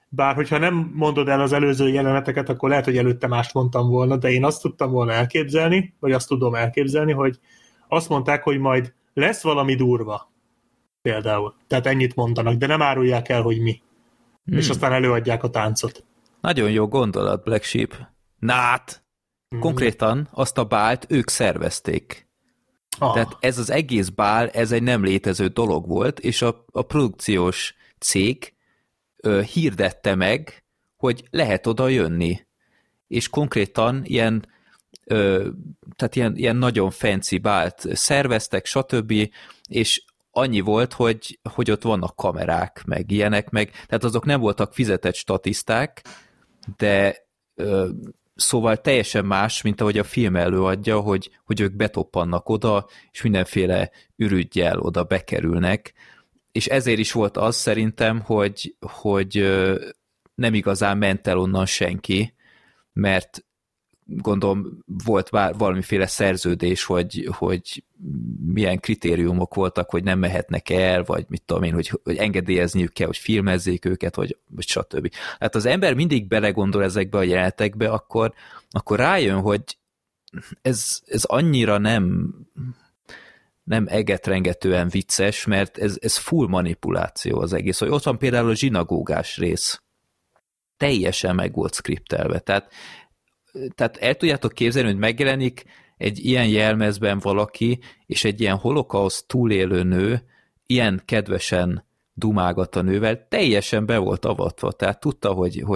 bár hogyha nem mondod el az előző jeleneteket, akkor lehet, hogy előtte mást mondtam volna, de én azt tudtam volna elképzelni, vagy azt tudom elképzelni, hogy azt mondták, hogy majd lesz valami durva. Például. Tehát ennyit mondanak, de nem árulják el, hogy mi. És aztán előadják a táncot. Nagyon jó gondolat, Black Sheep. Konkrétan azt a bált ők szervezték. Tehát ez az egész bál, ez egy nem létező dolog volt, és a produkciós cég hirdette meg, hogy lehet oda jönni. És konkrétan tehát ilyen nagyon fancy bált szerveztek, stb. És annyi volt, hogy ott vannak kamerák, meg ilyenek, tehát azok nem voltak fizetett statiszták, de szóval teljesen más, mint ahogy a film előadja, hogy ők betoppannak oda, és mindenféle ürüggyel oda bekerülnek, és ezért is volt az szerintem, hogy nem igazán ment el onnan senki, mert gondolom volt valamiféle szerződés, hogy milyen kritériumok voltak, hogy nem mehetnek el, vagy mit tudom én, hogy engedélyezniük kell, hogy filmezzék őket, vagy stb. Hát az ember mindig belegondol ezekbe a jelenetekbe, akkor rájön, hogy ez annyira nem egetrengetően vicces, mert ez full manipuláció az egész. Hogy ott van például a zsinagógás rész. Teljesen meg volt skriptelve. Tehát el tudjátok képzelni, hogy megjelenik egy ilyen jelmezben valaki, és egy ilyen holokauszt túlélő nő ilyen kedvesen dumágat a nővel, teljesen be volt avatva, tehát tudta,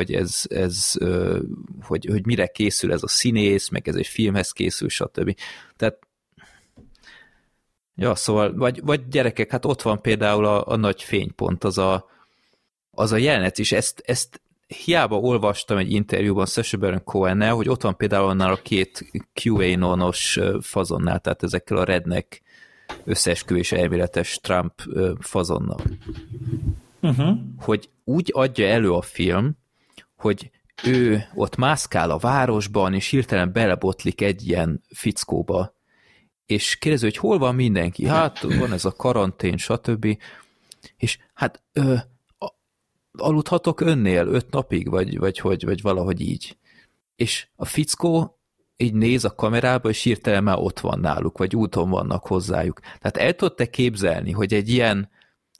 hogy mire készül ez a színész, meg ez egy filmhez készül, stb. Tehát ja, szóval, vagy gyerekek, hát ott van például a nagy fénypont, az a jelenet, és ezt hiába olvastam egy interjúban Sacha Baron Cohennel, hogy ott van például annál a két QAnon-os fazonnál, tehát ezekkel a redneck összeesküvés elméletes Trump fazonnal. Hogy úgy adja elő a film, hogy ő ott mászkál a városban, és hirtelen belebotlik egy ilyen fickóba, és kérdezi, hogy hol van mindenki? Hát van ez a karantén, stb. És hát aludhatok önnél 5 napig, vagy valahogy így. És a fickó így néz a kamerába, és hirtelen már ott van náluk, vagy úton vannak hozzájuk. Tehát el tudod-e képzelni, hogy egy ilyen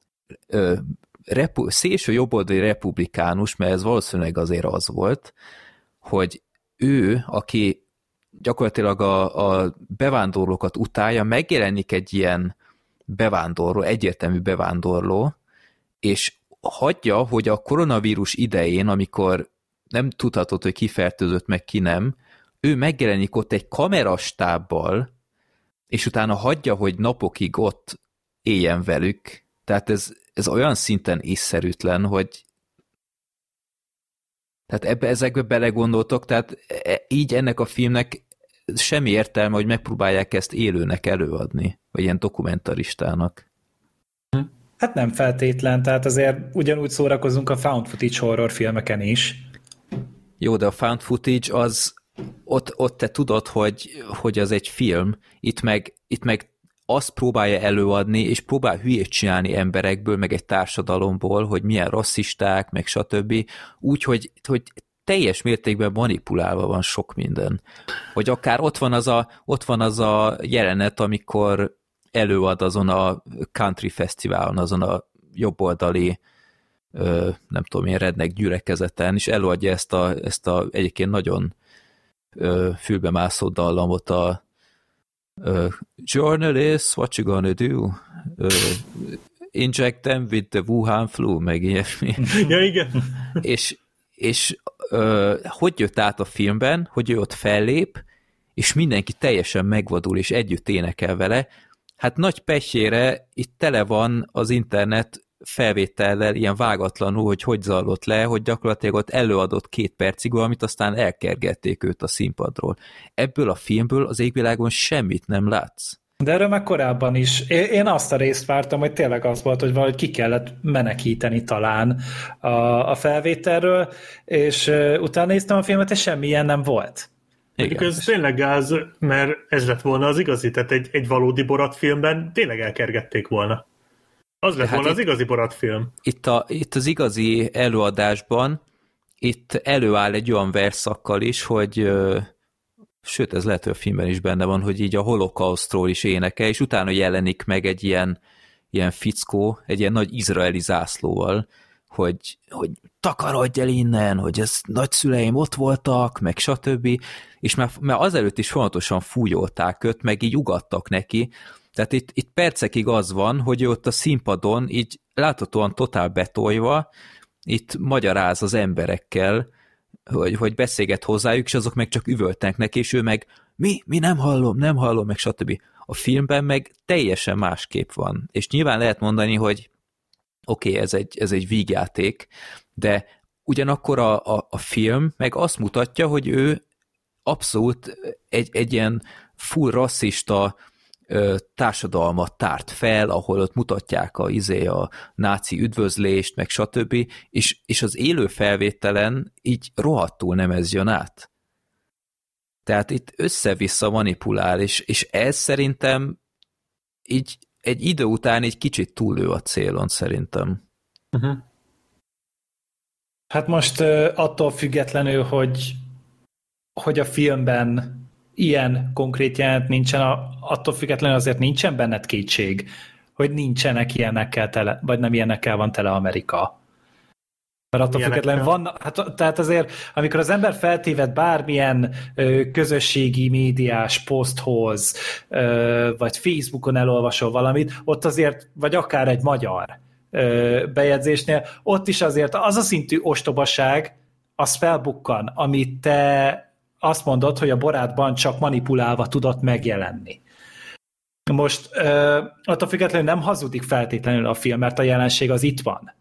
szélső jobboldali republikánus, mert ez valószínűleg azért az volt, hogy ő, aki gyakorlatilag a bevándorlókat utálja, megjelenik egy ilyen bevándorló, egyértelmű bevándorló, és hagyja, hogy a koronavírus idején, amikor nem tudhatod, hogy ki fertőzött, meg ki nem, ő megjelenik ott egy kamerastábbal, és utána hagyja, hogy napokig ott éljen velük. Tehát ez olyan szinten észszerűtlen, hogy tehát ezekbe belegondoltok, tehát így ennek a filmnek semmi értelme, hogy megpróbálják ezt élőnek előadni, vagy ilyen dokumentaristának. Hát nem feltétlen, tehát azért ugyanúgy szórakozunk a found footage horror filmeken is. Jó, de a found footage az ott te tudod, hogy az egy film, itt meg azt próbálja előadni, és próbál hülyét csinálni emberekből, meg egy társadalomból, hogy milyen rasszisták, meg stb. Úgy, hogy teljes mértékben manipulálva van sok minden. Vagy akár ott van az a jelenet, amikor előad azon a country fesztiválon, azon a jobboldali nem tudom, ilyen redneck gyülekezeten, és előadja ezt a egyébként nagyon fülbemászó dallamot a journalists, what you gonna do? Inject them with the Wuhan flu, meg ilyesmi. Ja, igen. És hogy jött át a filmben, hogy ő ott fellép, és mindenki teljesen megvadul, és együtt énekel vele. Hát nagy pehjére itt tele van az internet felvétellel ilyen vágatlanul, hogy zajlott le, hogy gyakorlatilag ott előadott 2 percig, amit aztán elkergették őt a színpadról. Ebből a filmből az égvilágon semmit nem látsz. De erről már korábban is. Én azt a részt vártam, hogy tényleg az volt, hogy valahogy ki kellett menekíteni talán a felvételről, és utána néztem a filmet, és semmi ilyen nem volt. Igen. Ez tényleg gáz, mert ez lett volna az igazi, tehát egy valódi Borat filmben tényleg elkergették volna. Az lett volna az igazi Borat film. Itt az igazi előadásban itt előáll egy olyan verszakkal is, hogy sőt, ez lehet, hogy a filmben is benne van, hogy így a holokausztról is énekel, és utána jelenik meg egy ilyen fickó, egy ilyen nagy izraeli zászlóval, hogy takarodj el innen, hogy ez nagyszüleim ott voltak, meg stb. És már azelőtt is folyamatosan fújolták őt, meg így ugattak neki. Tehát itt percekig az van, hogy ő ott a színpadon így láthatóan totál betolva, itt magyaráz az emberekkel, hogy beszélget hozzájuk, és azok meg csak üvöltenek neki, és ő meg mi nem hallom, meg stb. A filmben meg teljesen másképp van. És nyilván lehet mondani, hogy oké, ez egy vígjáték, de ugyanakkor a film meg azt mutatja, hogy ő abszolút egy ilyen full rasszista társadalmat tárt fel, ahol ott mutatják a náci üdvözlést, meg stb. És az élő felvételen így rohadtul nem ez jön át. Tehát itt össze-vissza manipulál, és ez szerintem így egy idő után egy kicsit túlő a célon, szerintem. Uh-huh. Hát most attól függetlenül, hogy a filmben ilyen konkrét jelent nincsen, attól függetlenül azért nincsen benned kétség, hogy nincsenek ilyenekkel tele, vagy nem ilyenekkel van tele Amerika. Mert attól függetlenül van, tehát azért, amikor az ember feltéved bármilyen közösségi médiás poszthoz, vagy Facebookon elolvasol valamit, ott azért, vagy akár egy magyar bejegyzésnél, ott is azért az a szintű ostobaság, az felbukkan, amit te azt mondod, hogy a Borátban csak manipulálva tudott megjelenni. Most attól függetlenül nem hazudik feltétlenül a film, mert a jelenség az itt van.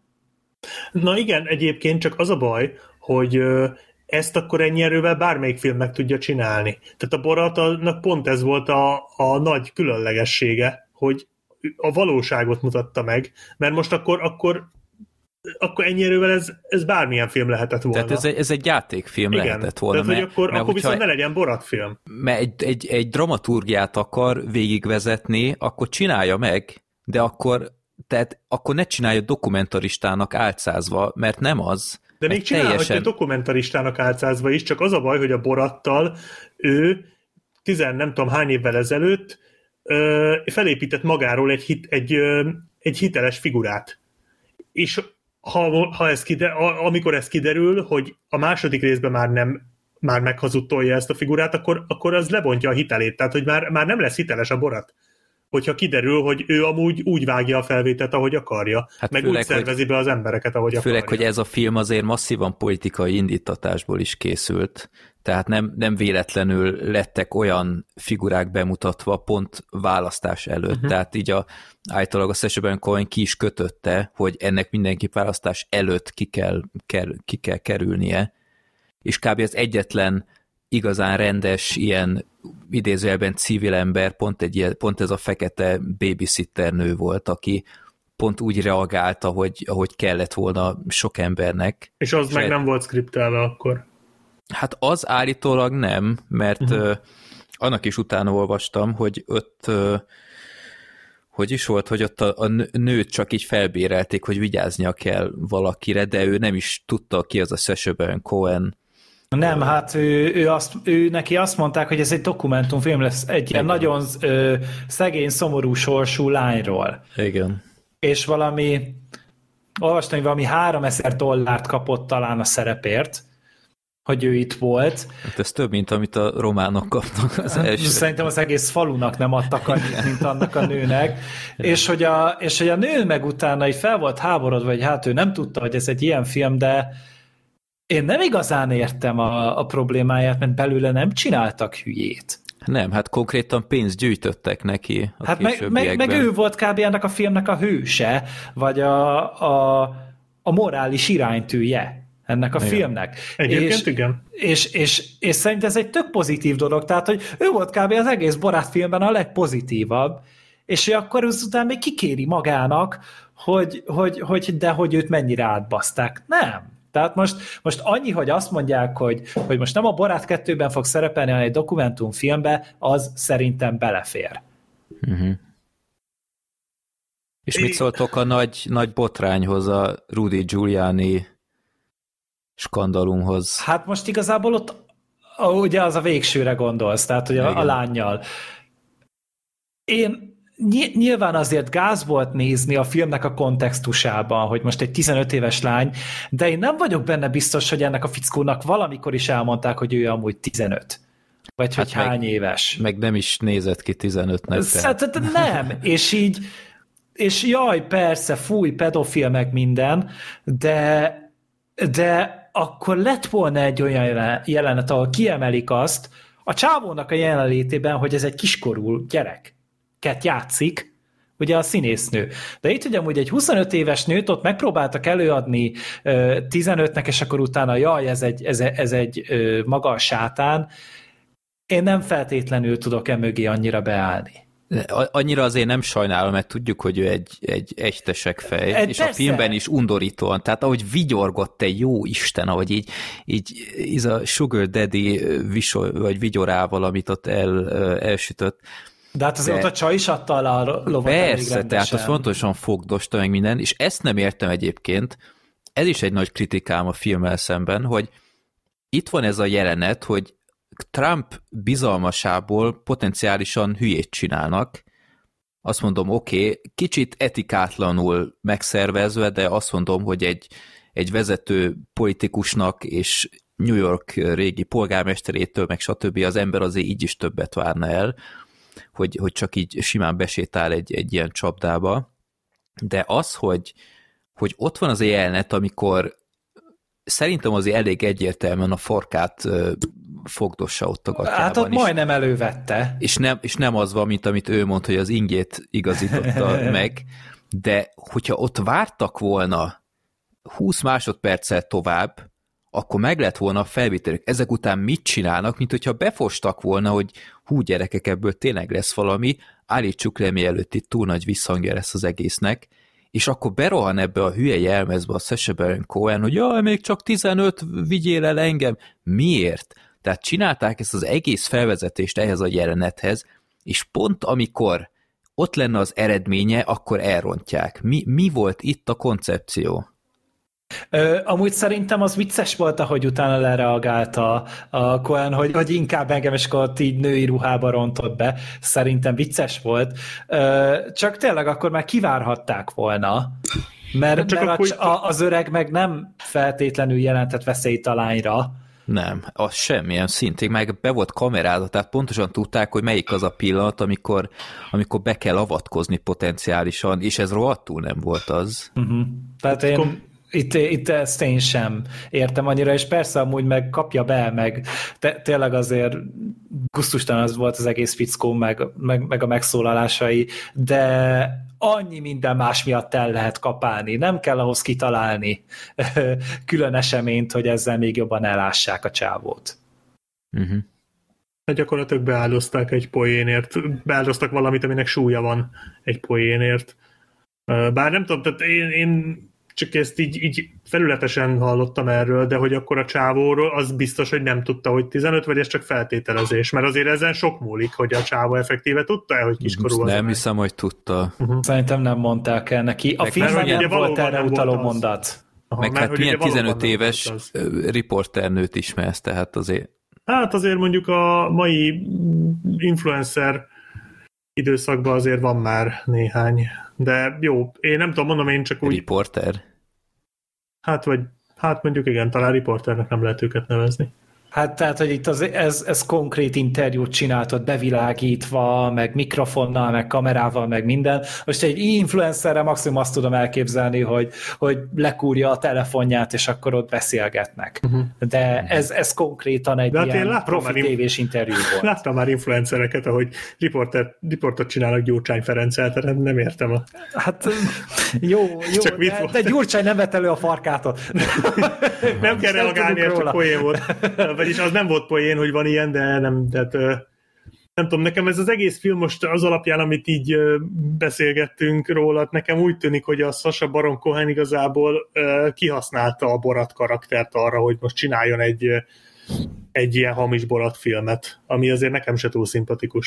Na igen, egyébként csak az a baj, hogy ezt akkor ennyi erővel bármelyik film meg tudja csinálni. Tehát a Boratnak pont ez volt a nagy különlegessége, hogy a valóságot mutatta meg, mert most akkor ennyi erővel ez bármilyen film lehetett volna. Tehát ez egy játékfilm igen, lehetett volna. Tehát, hogy akkor viszont ne legyen Borat film. Mert egy dramaturgiát akar végigvezetni, akkor csinálja meg, de akkor ne csinálja dokumentaristának álcázva, mert nem az. De még csinálhatja dokumentaristának álcázva is, csak az a baj, hogy a Borattal ő nem tudom hány évvel ezelőtt felépített magáról egy hiteles figurát. És amikor ez kiderül, hogy a második részben már meghazudtolja ezt a figurát, akkor az lebontja a hitelét, tehát hogy már nem lesz hiteles a Borat. Hogyha kiderül, hogy ő amúgy úgy vágja a felvételt, ahogy akarja, hát meg főleg, úgy szervezi be az embereket, ahogy főleg, akarja. hogy ez a film azért masszívan politikai indítatásból is készült, tehát nem véletlenül lettek olyan figurák bemutatva pont választás előtt, tehát így általában a Sacha Baron Cohen ki is kötötte, hogy ennek mindenképp választás előtt ki kell kerülnie, és kb. Az egyetlen igazán rendes, ilyen idézőjelben civil ember, pont ez a fekete babysitter nő volt, aki pont úgy reagált, ahogy kellett volna sok embernek. És az meg nem volt skriptelve akkor? Hát az állítólag nem, mert annak is utána olvastam, hogy ott hogy is volt, hogy ott a nőt csak így felbérelték, hogy vigyáznia kell valakire, de ő nem is tudta, ki az a Sacha Baron Cohen. Nem, hát ő neki azt mondták, hogy ez egy dokumentumfilm lesz, egy ilyen nagyon szegény, szomorú sorsú lányról. Igen. És olvastam, hogy valami $3000 kapott talán a szerepért, hogy ő itt volt. Hát ez több, mint amit a románok kapnak az első. Szerintem az egész falunak nem adtak annyit, mint annak a nőnek. És hogy a nő meg utána így fel volt háborodva, hogy hát ő nem tudta, hogy ez egy ilyen film, de én nem igazán értem a problémáját, mert belőle nem csináltak hülyét. Nem, hát konkrétan pénzt gyűjtöttek neki a hát meg ő volt kb. Ennek a filmnek a hőse, vagy a morális iránytűje ennek a filmnek. Egyébként igen. És szerintem ez egy tök pozitív dolog, tehát, hogy ő volt kb. Az egész Borat filmben a legpozitívabb, és ő akkor azután még kikéri magának, hogy őt mennyire átbaszták. Nem. Tehát most annyi, hogy azt mondják, hogy most nem a Borat 2-ben fog szerepelni, hanem egy dokumentumfilmbe, az szerintem belefér. És mit szóltok a nagy botrányhoz, a Rudy Giuliani skandalumhoz? Hát most igazából ott ugye az a végsőre gondolsz, tehát hogy a lánnyal. Én nyilván azért gáz volt nézni a filmnek a kontextusában, hogy most egy 15 éves lány, de én nem vagyok benne biztos, hogy ennek a fickónak valamikor is elmondták, hogy ő amúgy 15. Vagy hát hogy hány éves. Meg nem is nézett ki 15-nek. Nem, és jaj, persze, fúj, pedofil meg minden, de akkor lett volna egy olyan jelenet, ahol kiemelik azt a csávónak a jelenlétében, hogy ez egy kiskorú gyereket játszik, ugye a színésznő. De itt ugye amúgy egy 25 éves nőt ott megpróbáltak előadni 15-nek, és akkor utána jaj, ez egy maga a sátán. Én nem feltétlenül tudok emögé annyira beállni. Annyira azért nem sajnálom, mert tudjuk, hogy ő egy echtesekfej, és persze. A filmben is undorítóan, tehát ahogy vigyorgott egy jó Isten, ahogy így a Sugar Daddy vagy vigyorával, amit ott elsütött. De hát azért ott a csaj is adta alá a lovat. Persze, tehát az fontosan fogdosta meg minden, és ezt nem értem egyébként, ez is egy nagy kritikám a filmmel szemben, hogy itt van ez a jelenet, hogy Trump bizalmasából potenciálisan hülyét csinálnak. Azt mondom, oké, kicsit etikátlanul megszervezve, de azt mondom, hogy egy vezető politikusnak és New York régi polgármesterétől, meg stb. Az ember azért így is többet várna el, hogy csak így simán besétál egy ilyen csapdába. De az, hogy ott van az a jelenet, amikor szerintem azért elég egyértelműen a farkát fogdossa ott a gatyában. Hát ott majdnem elővette. És nem az van, mint amit ő mondta, hogy az ingét igazította meg, de hogyha ott vártak volna 20 másodperccel tovább, akkor meg lett volna a felvételük. Ezek után mit csinálnak, mint hogyha befostak volna, hogy hú gyerekek, ebből tényleg lesz valami, állítsuk le, mielőtt itt túl nagy visszhangja lesz az egésznek, és akkor berohan ebbe a hülye jelmezbe a Sacha Baron Cohen, hogy jaj, még csak 15, vigyél el engem. Miért? Tehát csinálták ezt az egész felvezetést ehhez a jelenethez, és pont amikor ott lenne az eredménye, akkor elrontják. Mi volt itt a koncepció? Amúgy szerintem az vicces volt, ahogy utána lereagált a Cohen, hogy inkább engem, és akkor így női ruhába rontott be. Szerintem vicces volt. Csak tényleg akkor már kivárhatták volna. Mert az öreg meg nem feltétlenül jelentett veszélyt a lányra. Nem, az semmilyen szintig, meg be volt kamerázva, tehát pontosan tudták, hogy melyik az a pillanat, amikor be kell avatkozni potenciálisan, és ez rohadtul nem volt az. Uh-huh. Tehát itt ezt én sem értem annyira, és persze amúgy meg kapja be, meg tényleg azért gusztustalan az volt az egész fickó, meg a megszólalásai, de annyi minden más miatt el lehet kapálni. Nem kell ahhoz kitalálni külön eseményt, hogy ezzel még jobban elássák a csávót. Uh-huh. Gyakorlatilag beáldozták egy poénért. Beáldoztak valamit, aminek súlya van egy poénért. Bár nem tudom, tehát én csak ezt így felületesen hallottam erről, de hogy akkor a csávóról az biztos, hogy nem tudta, hogy 15, vagy ez csak feltételezés, mert azért ezen sok múlik, hogy a csávó effektíve tudta-e, hogy kiskorú az. Nem hiszem, hogy tudta. Uh-huh. Szerintem nem mondták el neki. A filmben nem volt erre utaló mondat. Meg hát milyen 15 éves riporternőt ismersz, tehát azért. Hát azért mondjuk a mai influencer időszakban azért van már néhány. De jó, én nem tudom, mondom, én csak úgy... Riporter? Hát mondjuk igen, talán riporternek nem lehet őket nevezni. Hát tehát, hogy itt ez konkrét interjút csináltad bevilágítva, meg mikrofonnal, meg kamerával, meg minden. Most egy influencerre maximum azt tudom elképzelni, hogy lekúrja a telefonját, és akkor ott beszélgetnek. Uh-huh. De ez konkrétan egy ilyen profi tévés interjú volt. Láttam már influencereket, ahogy riportot csinálnak Gyurcsány Ferenccel, tehát nem értem. Hát jó, de Gyurcsány nem vett elő a farkátot. Nem kell reagálni, ez csak poén volt. Vagyis az nem volt poén, hogy van ilyen, de nem, tehát nem tudom, nekem ez az egész film most az alapján, amit így beszélgettünk róla, nekem úgy tűnik, hogy a Sacha Baron Cohen igazából kihasználta a Borat karaktert arra, hogy most csináljon egy ilyen hamis Borat filmet, ami azért nekem se túl szimpatikus.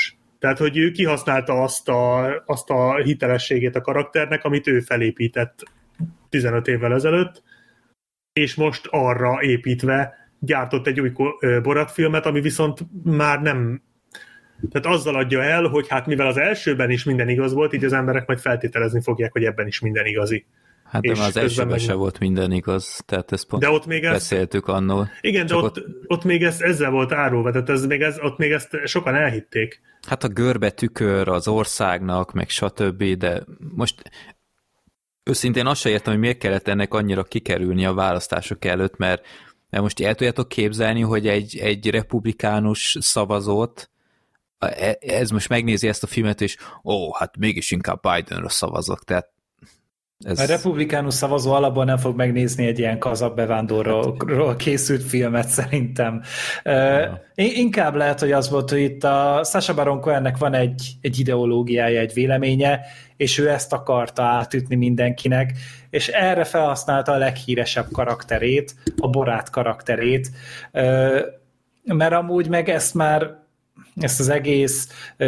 Tehát, hogy ő kihasználta azt a hitelességét a karakternek, amit ő felépített 15 évvel ezelőtt, és most arra építve gyártott egy új Borat filmet, ami viszont már nem... Tehát azzal adja el, hogy hát mivel az elsőben is minden igaz volt, így az emberek majd feltételezni fogják, hogy ebben is minden igazi. Hát de már az elsőben se volt minden igaz, tehát ezt pont de ott még beszéltük annól. Igen, de ott még ezzel volt árulva, tehát ott még ezt sokan elhitték. Hát a görbe tükör az országnak, meg stb., de most őszintén azt se értem, hogy miért kellett ennek annyira kikerülni a választások előtt, mert most el tudjátok képzelni, hogy egy republikánus szavazót, ez most megnézi ezt a filmet, és hát mégis inkább Bidenra szavazok, tehát a republikánus szavazó alapból nem fog megnézni egy ilyen kazak bevándorlóról készült filmet szerintem. Inkább lehet, hogy az volt, hogy itt a Sacha Baron Cohennek van egy ideológiája, egy véleménye, és ő ezt akarta átütni mindenkinek, és erre felhasználta a leghíresebb karakterét, a Borat karakterét, mert amúgy meg ezt az egész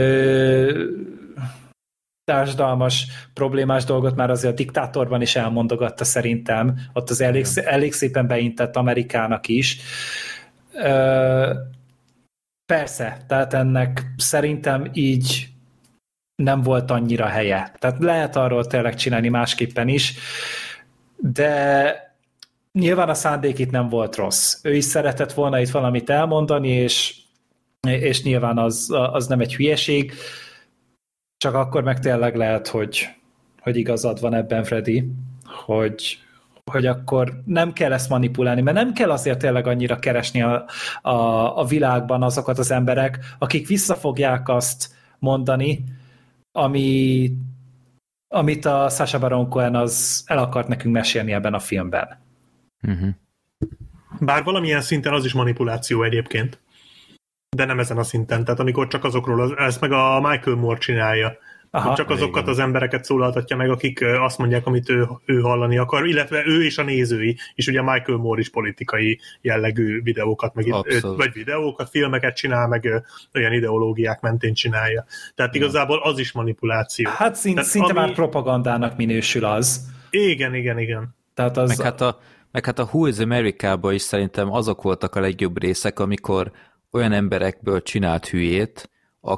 társadalmas, problémás dolgot már azért a Diktátorban is elmondogatta szerintem, ott az elég szépen beintett Amerikának is. Persze, tehát ennek szerintem így nem volt annyira helye. Tehát lehet arról tényleg csinálni másképpen is, de nyilván a szándék itt nem volt rossz. Ő is szeretett volna itt valamit elmondani, és nyilván az nem egy hülyeség, csak akkor meg tényleg lehet, hogy igazad van ebben, Freddy, hogy akkor nem kell ezt manipulálni, mert nem kell azért tényleg annyira keresni a világban azokat az emberek, akik vissza fogják azt mondani, amit a Sacha Baron Cohen az el akart nekünk mesélni ebben a filmben. Uh-huh. Bár valamilyen szinten az is manipuláció egyébként. De nem ezen a szinten. Tehát amikor csak azokról, ezt meg a Michael Moore csinálja. Aha, csak azokat igen. Az embereket szólaltatja meg, akik azt mondják, amit ő hallani akar, illetve ő és a nézői, és ugye Michael Moore is politikai jellegű videókat, vagy videókat, filmeket csinál, meg olyan ideológiák mentén csinálja. Tehát igazából az is manipuláció. Hát szinte már propagandának minősül az. Igen. Tehát az... Meg hát a Who is America-ban is szerintem azok voltak a legjobb részek, amikor olyan emberekből csinált hülyét,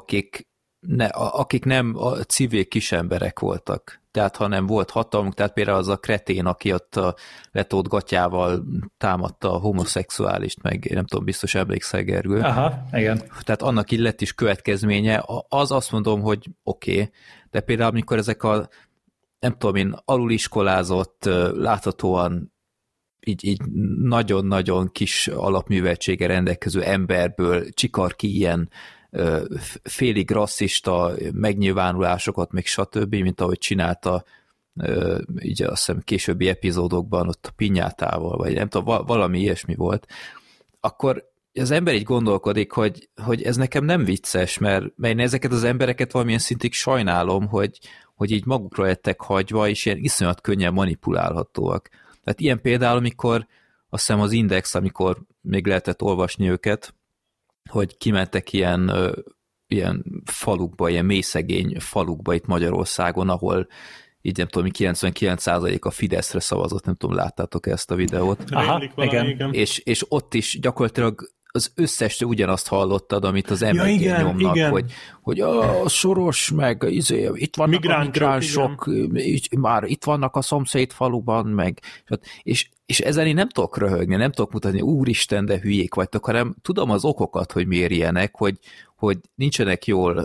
akik nem a civil kisemberek voltak. Tehát, hanem volt hatalmuk, tehát például az a kretén, aki ott a letót gatyával támadta a homoszexuálist, meg nem tudom, biztos emlékszel, Gergő. Aha, igen. Tehát annak így lett is következménye. Az azt mondom, hogy oké, de például amikor ezek a nem tudom én, aluliskolázott, láthatóan így nagyon-nagyon kis alapműveltsége rendelkező emberből csikar ki ilyen félig rasszista megnyilvánulásokat, még stb., mint ahogy csinálta így azt hiszem későbbi epizódokban ott a pinyátával, vagy nem tudom, valami ilyesmi volt, akkor az ember így gondolkodik, hogy ez nekem nem vicces, mert én ezeket az embereket valamilyen szintig sajnálom, hogy így magukra lettek hagyva, és ilyen iszonyat könnyen manipulálhatóak. Tehát ilyen például, amikor azt hiszem az Index, amikor még lehetett olvasni őket, hogy kimentek ilyen falukba, ilyen mélyszegény falukba itt Magyarországon, ahol így nem tudom, 99% a Fideszre szavazott, nem tudom, láttátok ezt a videót. Aha, igen. És ott is gyakorlatilag az összes ugyanazt hallottad, amit az emberek nyomnak, igen. hogy a Soros, meg itt vannak a migránsok, már itt vannak a szomszéd faluban, meg és ezzel én nem tudok röhögni, nem tudok mutatni, úristen, de hülyék vagytok, hanem tudom az okokat, hogy miért ilyenek, hogy nincsenek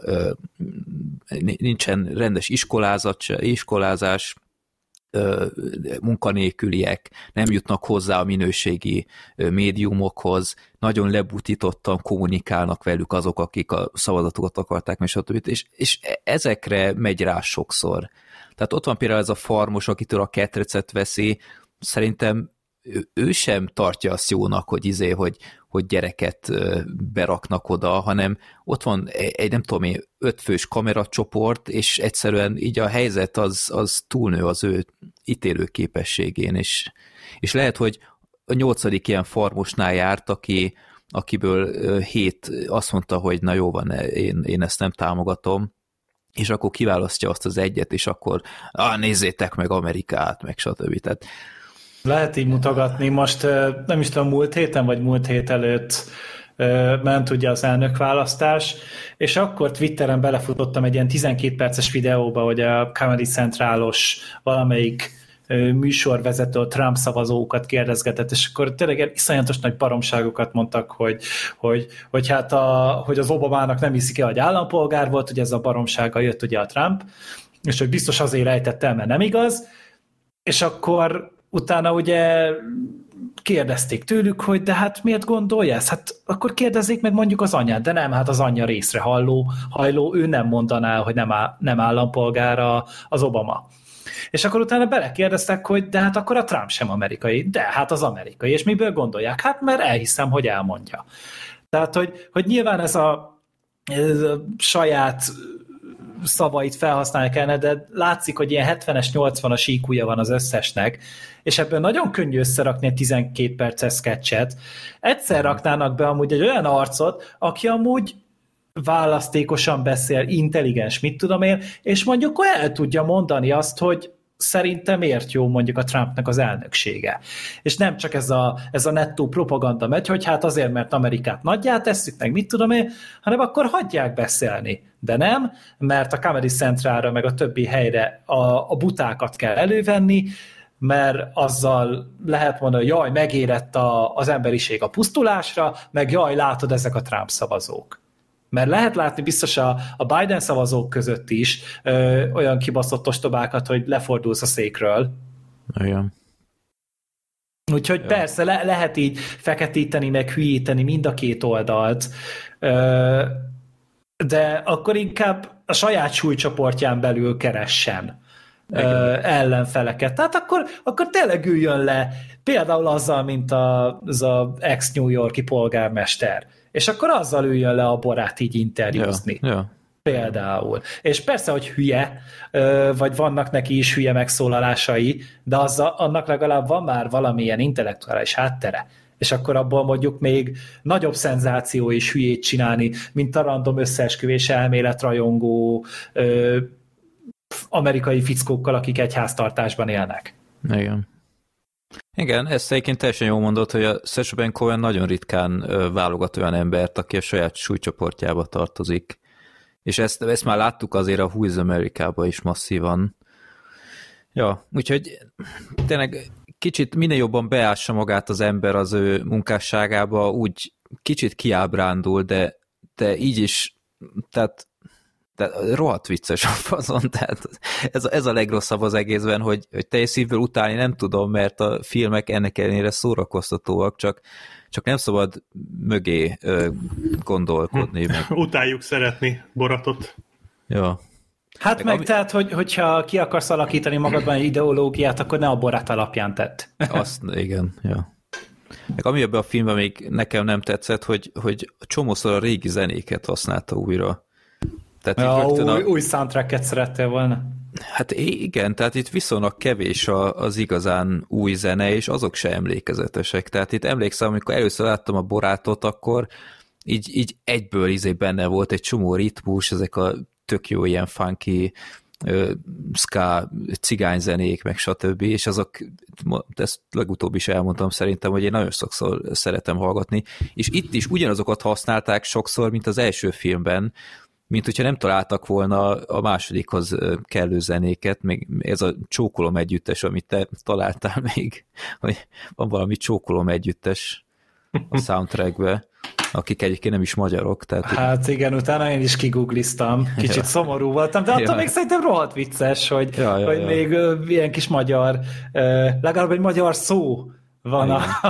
nincsen rendes iskolázás, munkanélküliek, nem jutnak hozzá a minőségi médiumokhoz, nagyon lebutítottan kommunikálnak velük azok, akik a szavazatokat akarták, és ezekre megy rá sokszor. Tehát ott van például ez a farmos, akitől a ketrecet veszi, szerintem ő sem tartja azt jónak, hogy gyereket beraknak oda, hanem ott van egy nem tudom én 5 fős kameracsoport, és egyszerűen így a helyzet az túlnő az ő ítélő képességén, és lehet, hogy a 8. ilyen farmosnál járt, aki akiből 7 azt mondta, hogy na jó van, én ezt nem támogatom, és akkor kiválasztja azt az egyet, és akkor nézzétek meg Amerikát, meg stb. Tehát lehet így mutogatni. Most nem is tudom, múlt héten, vagy múlt hét előtt ment ugye az elnökválasztás, és akkor Twitteren belefutottam egy ilyen 12 perces videóba, hogy a Comedy Centrálos valamelyik műsorvezető a Trump szavazókat kérdezgetett, és akkor tényleg iszonyatos nagy baromságokat mondtak, hogy hát hogy az Obamának nem hiszik el, hogy állampolgár volt, hogy ez a baromsága jött ugye a Trump, és hogy biztos azért rejtett el, mert nem igaz, és akkor utána ugye kérdezték tőlük, hogy de hát miért gondolja ezt? Hát akkor kérdezzék meg mondjuk az anyát, de nem, hát az anyja részre hajló, ő nem mondaná, hogy nem állampolgára az Obama. És akkor utána belekérdeztek, hogy de hát akkor a Trump sem amerikai, de hát az amerikai, és miből gondolják? Hát mert elhiszem, hogy elmondja. Tehát, hogy nyilván ez a saját szavait felhasználni kellene, de látszik, hogy ilyen 70-es, 80-as IQ-ja van az összesnek, és ebből nagyon könnyű összerakni egy 12 perces sketchet. Egyszer raknának be amúgy egy olyan arcot, aki amúgy választékosan beszél, intelligens, mit tudom én, és mondjuk el tudja mondani azt, hogy szerintem miért jó mondjuk a Trumpnak az elnöksége. És nem csak ez a nettó propaganda megy, hogy hát azért, mert Amerikát nagyjá tesszük, meg mit tudom én, hanem akkor hagyják beszélni. De nem, mert a Comedy Centralra, meg a többi helyre a butákat kell elővenni, mert azzal lehet mondani, hogy jaj, megérett az emberiség a pusztulásra, meg jaj, látod, ezek a Trump szavazók. Mert lehet látni biztos a Biden szavazók között is olyan kibaszott ostobákat, hogy lefordulsz a székről. Igen. Úgyhogy persze lehet így feketíteni, meg hülyíteni mind a két oldalt, de akkor inkább a saját súlycsoportján belül keressen ellenfeleket. Tehát akkor tényleg üljön le, például azzal, mint az ex-New York-i polgármester. És akkor azzal üljön le a Borát így interjúzni. Ja. Például. És persze, hogy hülye, vagy vannak neki is hülye megszólalásai, de annak legalább van már valamilyen intellektuális háttere. És akkor abból mondjuk még nagyobb szenzáció és hülyét csinálni, mint a random összeesküvés elméletrajongó amerikai fickókkal, akik egy háztartásban élnek. Igen, ezt egyébként teljesen jól mondott, hogy a Sacha Baron Cohen nagyon ritkán válogat olyan embert, aki a saját súlycsoportjába tartozik. És ezt már láttuk azért a Who is America-ba is masszívan. Ja, úgyhogy tényleg kicsit minél jobban beássa magát az ember az ő munkásságába, úgy kicsit kiábrándul, de így is, tehát rohadt vicces a fazon, tehát ez a legrosszabb az egészben, hogy teljes szívből utálni nem tudom, mert a filmek ennek ellenére szórakoztatóak, csak nem szabad mögé gondolkodni. Utáljuk szeretni Boratot. Ja. Hát meg tehát, hogyha ki akarsz alakítani magadban egy ideológiát, akkor ne a Borat alapján tedd. Azt, igen, ja. Meg ami ebben a filmben még nekem nem tetszett, hogy csomószor a régi zenéket használta újra. Tehát új soundtracket szerettél volna? Hát igen, tehát itt viszonylag kevés az igazán új zene, és azok se emlékezetesek. Tehát itt emlékszem, amikor először láttam a Borátot, akkor így egyből benne volt egy csomó ritmus, ezek a tök jó ilyen funky ska cigányzenék, meg stb. És azok, ezt legutóbb is elmondtam szerintem, hogy én nagyon sokszor szeretem hallgatni, és itt is ugyanazokat használták sokszor, mint az első filmben, mint hogyha nem találtak volna a másodikhoz kellő zenéket, még ez a Csókolom együttes, amit te találtál még, hogy van valami Csókolom együttes a soundtrackbe, akik egyébként nem is magyarok. Tehát hát igen, utána én is kigoogliztam, kicsit szomorú voltam, de attól még szerintem rohadt vicces, hogy még ilyen kis magyar, legalább egy magyar szó van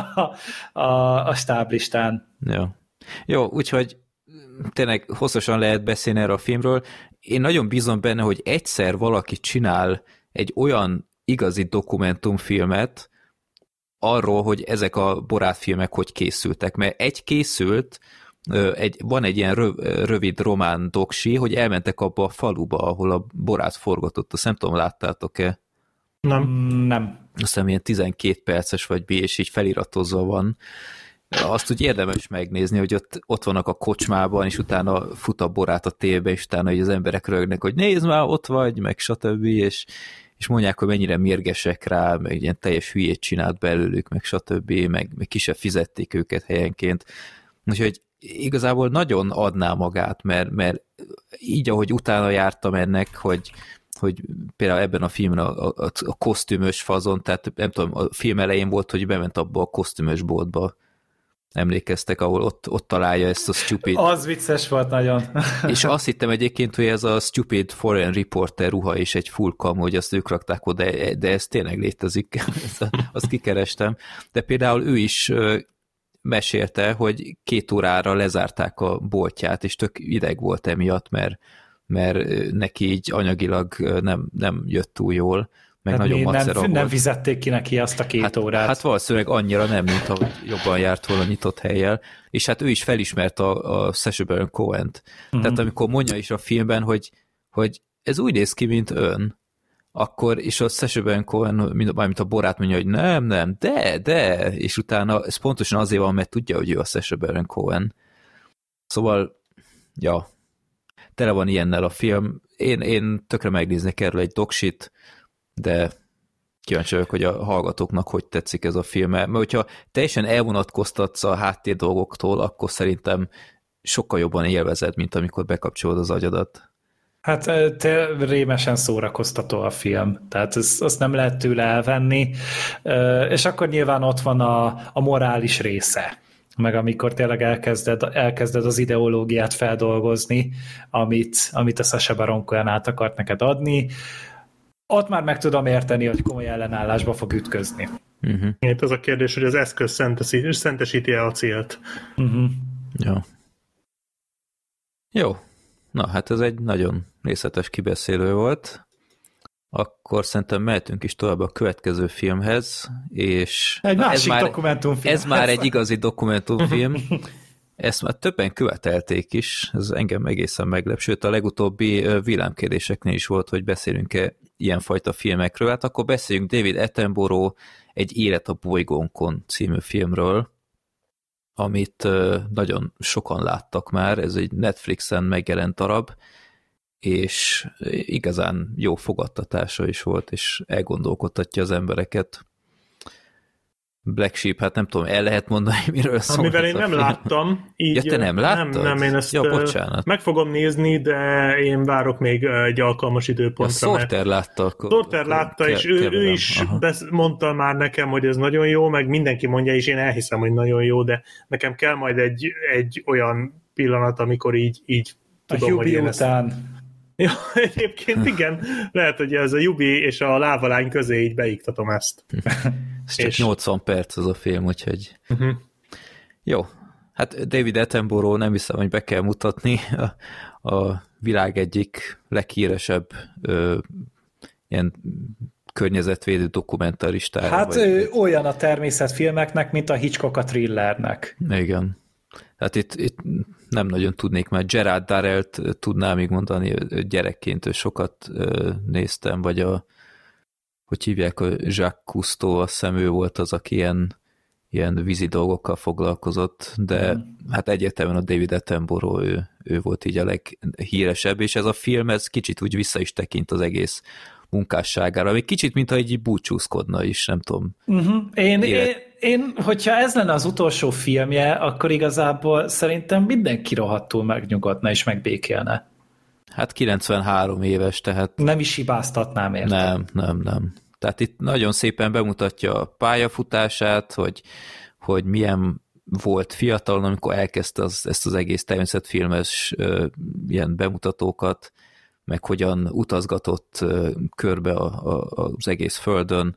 a stáblistán. Jó, úgyhogy tényleg hosszasan lehet beszélni erről a filmről. Én nagyon bízom benne, hogy egyszer valaki csinál egy olyan igazi dokumentumfilmet arról, hogy ezek a Borát filmek hogy készültek. Mert készült, van egy ilyen rövid román doksi, hogy elmentek abba a faluba, ahol a Borát forgatott. Azt nem tudom, láttátok-e? Nem. Azt hiszem ilyen 12 perces vagy és így feliratozva van. azt úgy érdemes megnézni, hogy ott vannak a kocsmában, és utána fut a borát a tévbe, és utána hogy az emberek rögnek, hogy nézd már, ott vagy, meg stb. És mondják, hogy mennyire mérgesek rá, meg ilyen teljes hülyét csinált belőlük, meg stb., meg ki se fizették őket helyenként. Úgyhogy igazából nagyon adná magát, mert így, ahogy utána jártam ennek, hogy például ebben a filmben a kosztümös fazon, tehát nem tudom, a film elején volt, hogy bement abba a kosztümös boltba. Emlékeztek, ahol ott találja ezt a stupid... Az vicces volt nagyon. És azt hittem egyébként, hogy ez a stupid foreign reporter ruha és egy full cam, hogy azt ők rakták oda, de ez tényleg létezik. Azt kikerestem. De például ő is mesélte, hogy 2 órára lezárták a boltját, és tök ideg volt emiatt, mert neki így anyagilag nem jött túl jól, meg hát nagyon macera volt. Nem fizették ki neki azt a 2 órát. Hát valószínűleg annyira nem, mint ahogy jobban járt volna nyitott hellyel, és hát ő is felismert a Sacha Baron Cohen-t. Tehát amikor mondja is a filmben, hogy ez úgy néz ki, mint ön, akkor, és a Sacha Baron Cohen, mint a Borát mondja, hogy nem, de, és utána ez pontosan azért van, mert tudja, hogy ő a Sacha Baron Cohen. Szóval, ja, tele van ilyennel a film. Én tökre megnéznék erről egy doksit, de kíváncsi vagyok, hogy a hallgatóknak hogy tetszik ez a film. Mert hogyha teljesen elvonatkoztatsz a háttér dolgoktól, akkor szerintem sokkal jobban élvezed, mint amikor bekapcsolod az agyadat. Hát rémesen szórakoztató a film, tehát azt nem lehet tőle elvenni, és akkor nyilván ott van a morális része, meg amikor tényleg elkezded az ideológiát feldolgozni, amit a Sacha Baron Cohen át akart neked adni, ott már meg tudom érteni, hogy komoly ellenállásba fog ütközni. Itt az a kérdés, hogy az eszköz szentesíti-e a célt. Ja. Jó. Na, hát ez egy nagyon részletes kibeszélő volt. Akkor szerintem mehetünk is tovább a következő filmhez, és... Egy másik dokumentumfilm. Ez már egy igazi dokumentumfilm. Ezt már többen követelték is, ez engem egészen meglep, sőt a legutóbbi villámkérdéseknél is volt, hogy beszélünk-e ilyenfajta filmekről. Hát akkor beszéljünk David Attenborough Egy élet a bolygónkon című filmről, amit nagyon sokan láttak már, ez egy Netflixen megjelent darab, és igazán jó fogadtatása is volt, és elgondolkodtatja az embereket. Black Sheep, hát nem tudom, el lehet mondani, miről szól. Amivel én nem láttam. Így, ja, te nem láttad? Nem, én ezt meg fogom nézni, de én várok még egy alkalmas időpontra. A Sorter látta. Sorter látta, és ő is mondta már nekem, hogy ez nagyon jó, meg mindenki mondja, és én elhiszem, hogy nagyon jó, de nekem kell majd egy olyan pillanat, amikor így tudom, a Jubi után. Ja, egyébként igen, lehet, hogy ez a Jubi és a lávalány közé így beiktatom ezt. Ez csak 80 perc az a film, úgyhogy... Jó, hát David Attenborough nem hiszem, hogy be kell mutatni, a világ egyik leghíresebb ilyen környezetvédő dokumentaristája. Hát olyan a természetfilmeknek, mint a Hitchcock a thrillernek. Igen. Hát itt nem nagyon tudnék, mert Gerard Darrellt tudnám még mondani, gyerekként sokat néztem, vagy hogy hívják, a Jacques Cousteau, azt hiszem ő volt az, aki ilyen vízi dolgokkal foglalkozott, de hát egyértelműen a David Attenborough, ő volt így a leghíresebb, és ez a film, ez kicsit úgy vissza is tekint az egész munkásságára, még kicsit, mintha így búcsúzkodna is, nem tudom. Én, hogyha ez lenne az utolsó filmje, akkor igazából szerintem mindenki rohadtul megnyugodna és megbékélne. Hát 93 éves, tehát... Nem is hibáztatnám érte. Nem. Tehát itt nagyon szépen bemutatja a pályafutását, hogy milyen volt fiatalon, amikor elkezdte ezt az egész természetfilmes ilyen bemutatókat, meg hogyan utazgatott körbe az egész Földön,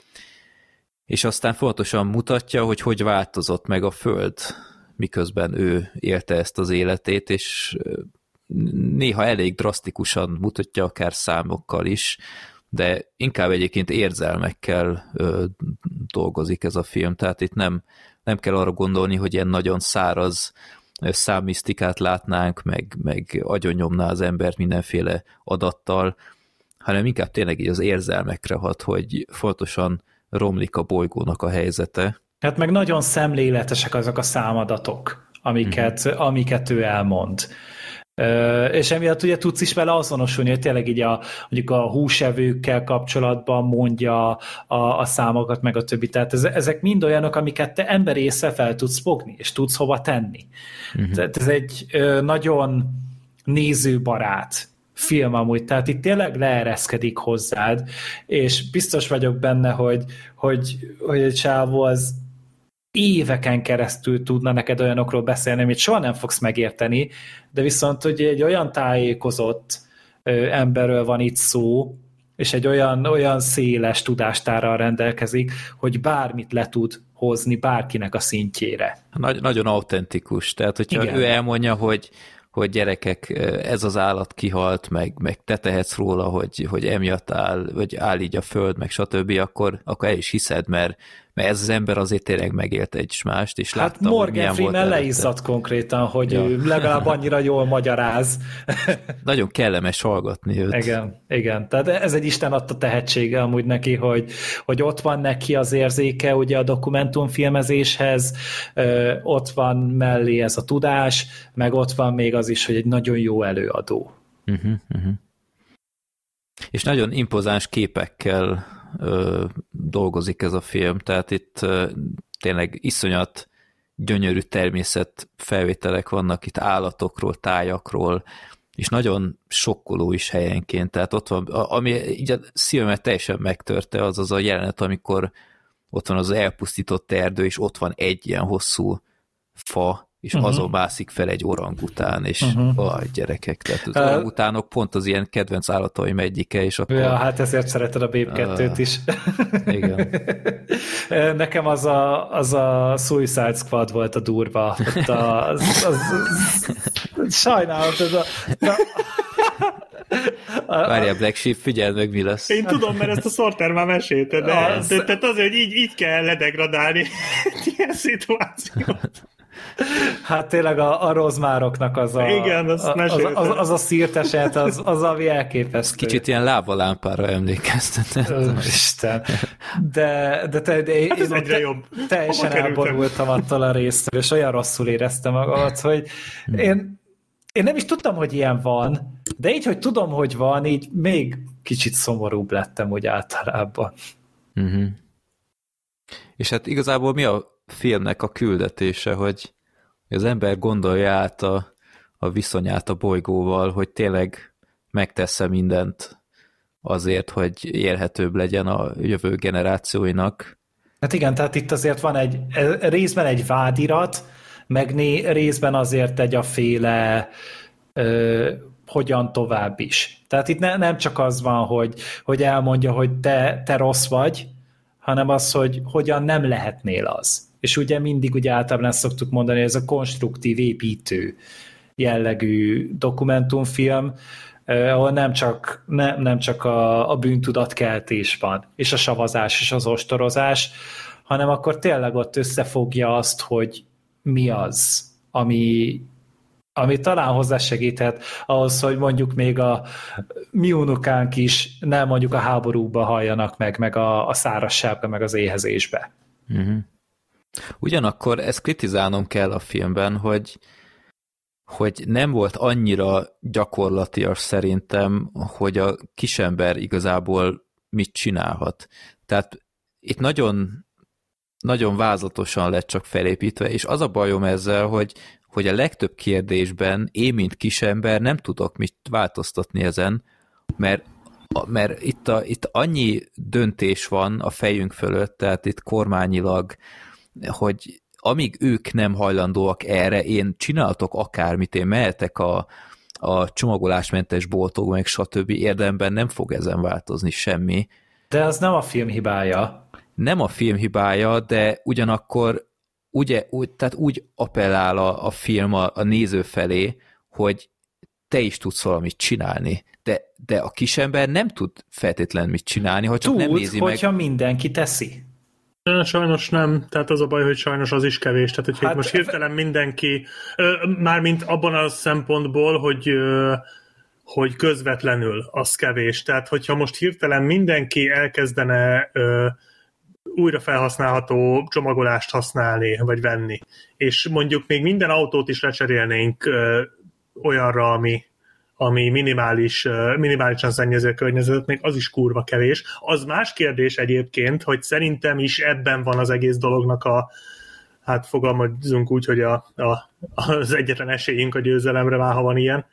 és aztán fontosan mutatja, hogy változott meg a Föld, miközben ő élte ezt az életét, és néha elég drasztikusan mutatja, akár számokkal is, de inkább egyébként érzelmekkel dolgozik ez a film, tehát itt nem kell arra gondolni, hogy ilyen nagyon száraz számmisztikát látnánk, meg agyonnyomná az embert mindenféle adattal, hanem inkább tényleg így az érzelmekre hat, hogy fontosan romlik a bolygónak a helyzete, Hát meg nagyon szemléletesek azok a számadatok, amiket ő elmond. És emiatt ugye tudsz is vele azonosulni, hogy tényleg így mondjuk a húsevőkkel kapcsolatban mondja a számokat, meg a többi. Tehát ezek mind olyanok, amiket te ember észre fel tudsz fogni, és tudsz hova tenni. Tehát ez egy nagyon nézőbarát film amúgy, tehát itt tényleg leereszkedik hozzád, és biztos vagyok benne, hogy egy csávó az éveken keresztül tudna neked olyanokról beszélni, amit soha nem fogsz megérteni, de viszont hogy egy olyan tájékozott emberről van itt szó, és egy olyan széles tudástárral rendelkezik, hogy bármit le tud hozni bárkinek a szintjére. Nagyon autentikus, tehát hogyha ő elmondja, hogy gyerekek, ez az állat kihalt, meg te tehetsz róla, hogy emiatt áll így a föld, meg stb., akkor el is hiszed, mert ez az ember azért tényleg megélt egy mást, és hát láttam, Morgan Freeman leizzadt konkrétan, hogy ő legalább annyira jól magyaráz. Nagyon kellemes hallgatni őt. Igen. Tehát ez egy Isten adta tehetsége amúgy neki, hogy ott van neki az érzéke ugye a dokumentumfilmezéshez, ott van mellé ez a tudás, meg ott van még az is, hogy egy nagyon jó előadó. És nagyon impozáns képekkel dolgozik ez a film, tehát itt tényleg iszonyat gyönyörű természet felvételek vannak itt állatokról, tájakról, és nagyon sokkoló is helyenként, tehát ott van, ami így a szívemet teljesen megtörte, az a jelenet, amikor ott van az elpusztított erdő, és ott van egy ilyen hosszú fa, és azon mászik fel egy orangután, és gyerekek, tehát az orangutánok pont az ilyen kedvenc állataim egyike, és akkor... Ja, hát ezért szereted a Babe 2-t is. Igen. Nekem az a Suicide Squad volt a durva. Sajnálom, Várjál, Black Sheep, figyeld meg, mi lesz. Én tudom, mert ezt a Sorter már mesélte, de tehát azért, hogy így kell ledegradálni ilyen szituációt. Hát tényleg a rozmároknak az a szírt eset, az ami elképesztő. Kicsit ilyen lábalámpára emlékeztetett. Isten. De ez egyre jobb. Teljesen elborultam attól a résztől, és olyan rosszul éreztem magamat, hogy én nem is tudtam, hogy ilyen van, de így, hogy tudom, hogy van, így még kicsit szomorúbb lettem úgy általában. És hát igazából mi a filmnek a küldetése, hogy az ember gondolja át a viszonyát a bolygóval, hogy tényleg megtesz-e mindent azért, hogy élhetőbb legyen a jövő generációinak. Hát igen, tehát itt azért van részben egy vádirat, meg részben azért egy afféle hogyan tovább is. Tehát itt nem csak az van, hogy elmondja, hogy te rossz vagy, hanem az, hogy hogyan nem lehetnél az. És ugye mindig ugye általában ezt szoktuk mondani, hogy ez a konstruktív, építő jellegű dokumentumfilm, ahol nem csak a bűntudatkeltés van, és a savazás, és az ostorozás, hanem akkor tényleg ott összefogja azt, hogy mi az, ami talán hozzásegíthet ahhoz, hogy mondjuk még a mi unokánk is nem mondjuk a háborúkba halljanak meg a szárazságba, meg az éhezésbe. Ugyanakkor ezt kritizálnom kell a filmben, hogy nem volt annyira gyakorlatias szerintem, hogy a kisember igazából mit csinálhat. Tehát itt nagyon, nagyon vázlatosan lett csak felépítve, és az a bajom ezzel, hogy a legtöbb kérdésben én, mint kisember nem tudok mit változtatni ezen, mert itt annyi döntés van a fejünk fölött, tehát itt kormányilag, hogy amíg ők nem hajlandóak erre, én csináltok akármit, én mehetek a csomagolásmentes boltokba, meg stb. Érdemben nem fog ezen változni semmi. De az nem a film hibája. Nem a film hibája, de ugyanakkor tehát úgy appellál a film a néző felé, hogy te is tudsz valamit csinálni. De a kisember nem tud feltétlenül mit csinálni, ha csak nem nézi meg. Hogyha mindenki teszi. Sajnos nem, tehát az a baj, hogy sajnos az is kevés, tehát hogyha most hirtelen mindenki, mármint abban a szempontból, hogy közvetlenül az kevés, tehát hogyha most hirtelen mindenki elkezdene újra felhasználható csomagolást használni, vagy venni. És mondjuk még minden autót is lecserélnénk olyanra, ami minimálisan szennyező a környezetet, még az is kurva kevés. Az más kérdés egyébként, hogy szerintem is ebben van az egész dolognak hát fogalmazunk úgy, hogy az egyetlen esélyünk a győzelemre, már ha van ilyen,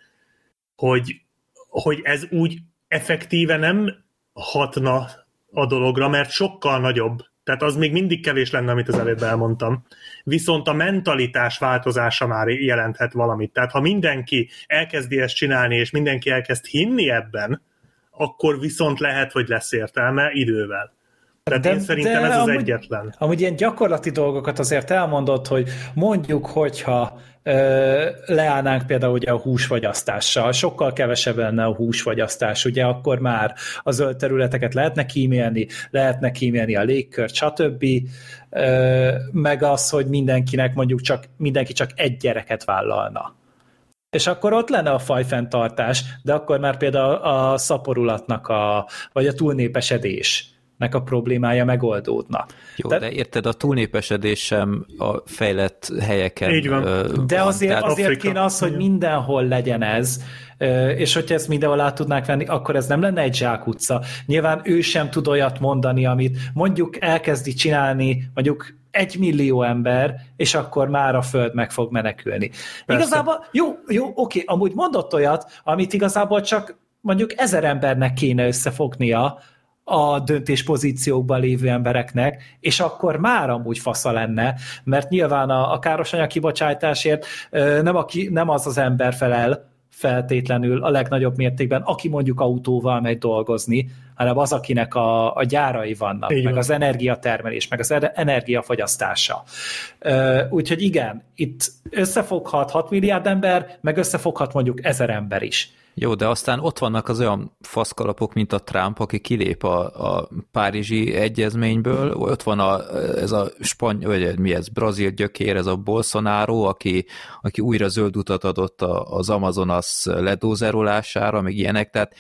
hogy ez úgy effektíve nem hatna a dologra, mert sokkal nagyobb. Tehát az még mindig kevés lenne, amit az előbb elmondtam. Viszont a mentalitás változása már jelenthet valamit. Tehát ha mindenki elkezdi ezt csinálni, és mindenki elkezd hinni ebben, akkor viszont lehet, hogy lesz értelme idővel. Tehát én szerintem ez az egyetlen. Amúgy ilyen gyakorlati dolgokat azért elmondott, hogy mondjuk, hogyha leállnánk például ugye a húsfogyasztással, sokkal kevesebb lenne a húsfogyasztás, ugye akkor már a zöld területeket lehetne kímélni a légkört, stb. Meg az, hogy mindenki csak egy gyereket vállalna. És akkor ott lenne a fajfenntartás, de akkor már például a szaporulatnak vagy a túlnépesedésnek a problémája megoldódna. Jó, de érted, a túlnépesedés sem a fejlett helyeken. Így van. De azért kéne az, hogy mindenhol legyen ez, és hogyha ezt mindenhol át tudnánk venni, akkor ez nem lenne egy zsákutca. Nyilván ő sem tud olyat mondani, amit mondjuk elkezdi csinálni, mondjuk 1 millió ember, és akkor már a Föld meg fog menekülni. Persze. Igazából, jó, oké, amúgy mondott olyat, amit igazából csak mondjuk 1000 embernek kéne összefognia a döntéspozíciókban lévő embereknek, és akkor már amúgy fasza lenne, mert nyilván a károsanyag kibocsátásért nem az ember felel feltétlenül a legnagyobb mértékben, aki mondjuk autóval megy dolgozni, hanem az, akinek a gyárai vannak, meg az energiatermelés, meg az energiafogyasztása. Úgyhogy igen, itt összefoghat 6 milliárd ember, meg összefoghat mondjuk 1000 ember is. Jó, de aztán ott vannak az olyan faszkalapok, mint a Trump, aki kilép a Párizsi egyezményből, ott van ez a brazil gyökér, ez a Bolsonaro, aki újra zöld utat adott az Amazonas ledózerolására, meg ilyenek, tehát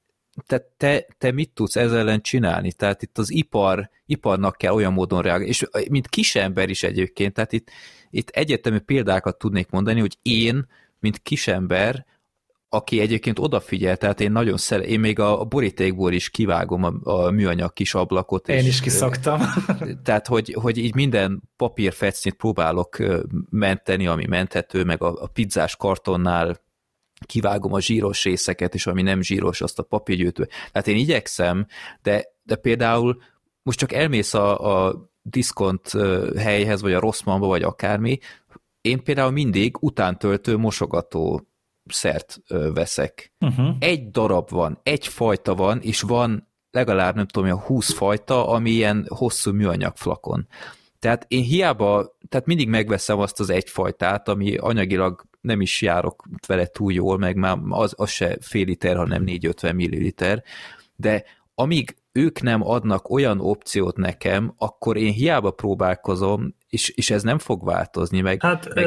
te mit tudsz ezzel ellen csinálni? Tehát itt az iparnak kell olyan módon reagálni, és mint kisember is egyébként, tehát itt egyértelmű példákat tudnék mondani, hogy én, mint kisember, aki egyébként odafigyel, tehát én még a borítékból is kivágom a műanyag kis ablakot. Én is kiszoktam. Tehát, hogy így minden papírfecnit próbálok menteni, ami menthető, meg a pizzás kartonnál kivágom a zsíros részeket, és ami nem zsíros, azt a papírgyűjtő. Tehát én igyekszem, de például most csak elmész a diszkont helyhez, vagy a Rossmannba, vagy akármi, én például mindig utántöltő mosogató szert veszek. Egy darab van, egy fajta van, és van legalább nem tudom, 20 fajta, ami ilyen hosszú műanyag flakon. Tehát én tehát mindig megveszem azt az egyfajtát, ami anyagilag nem is járok vele túl jól, meg már az se fél liter, hanem 450 milliliter, de amíg ők nem adnak olyan opciót nekem, akkor én hiába próbálkozom, és ez nem fog változni.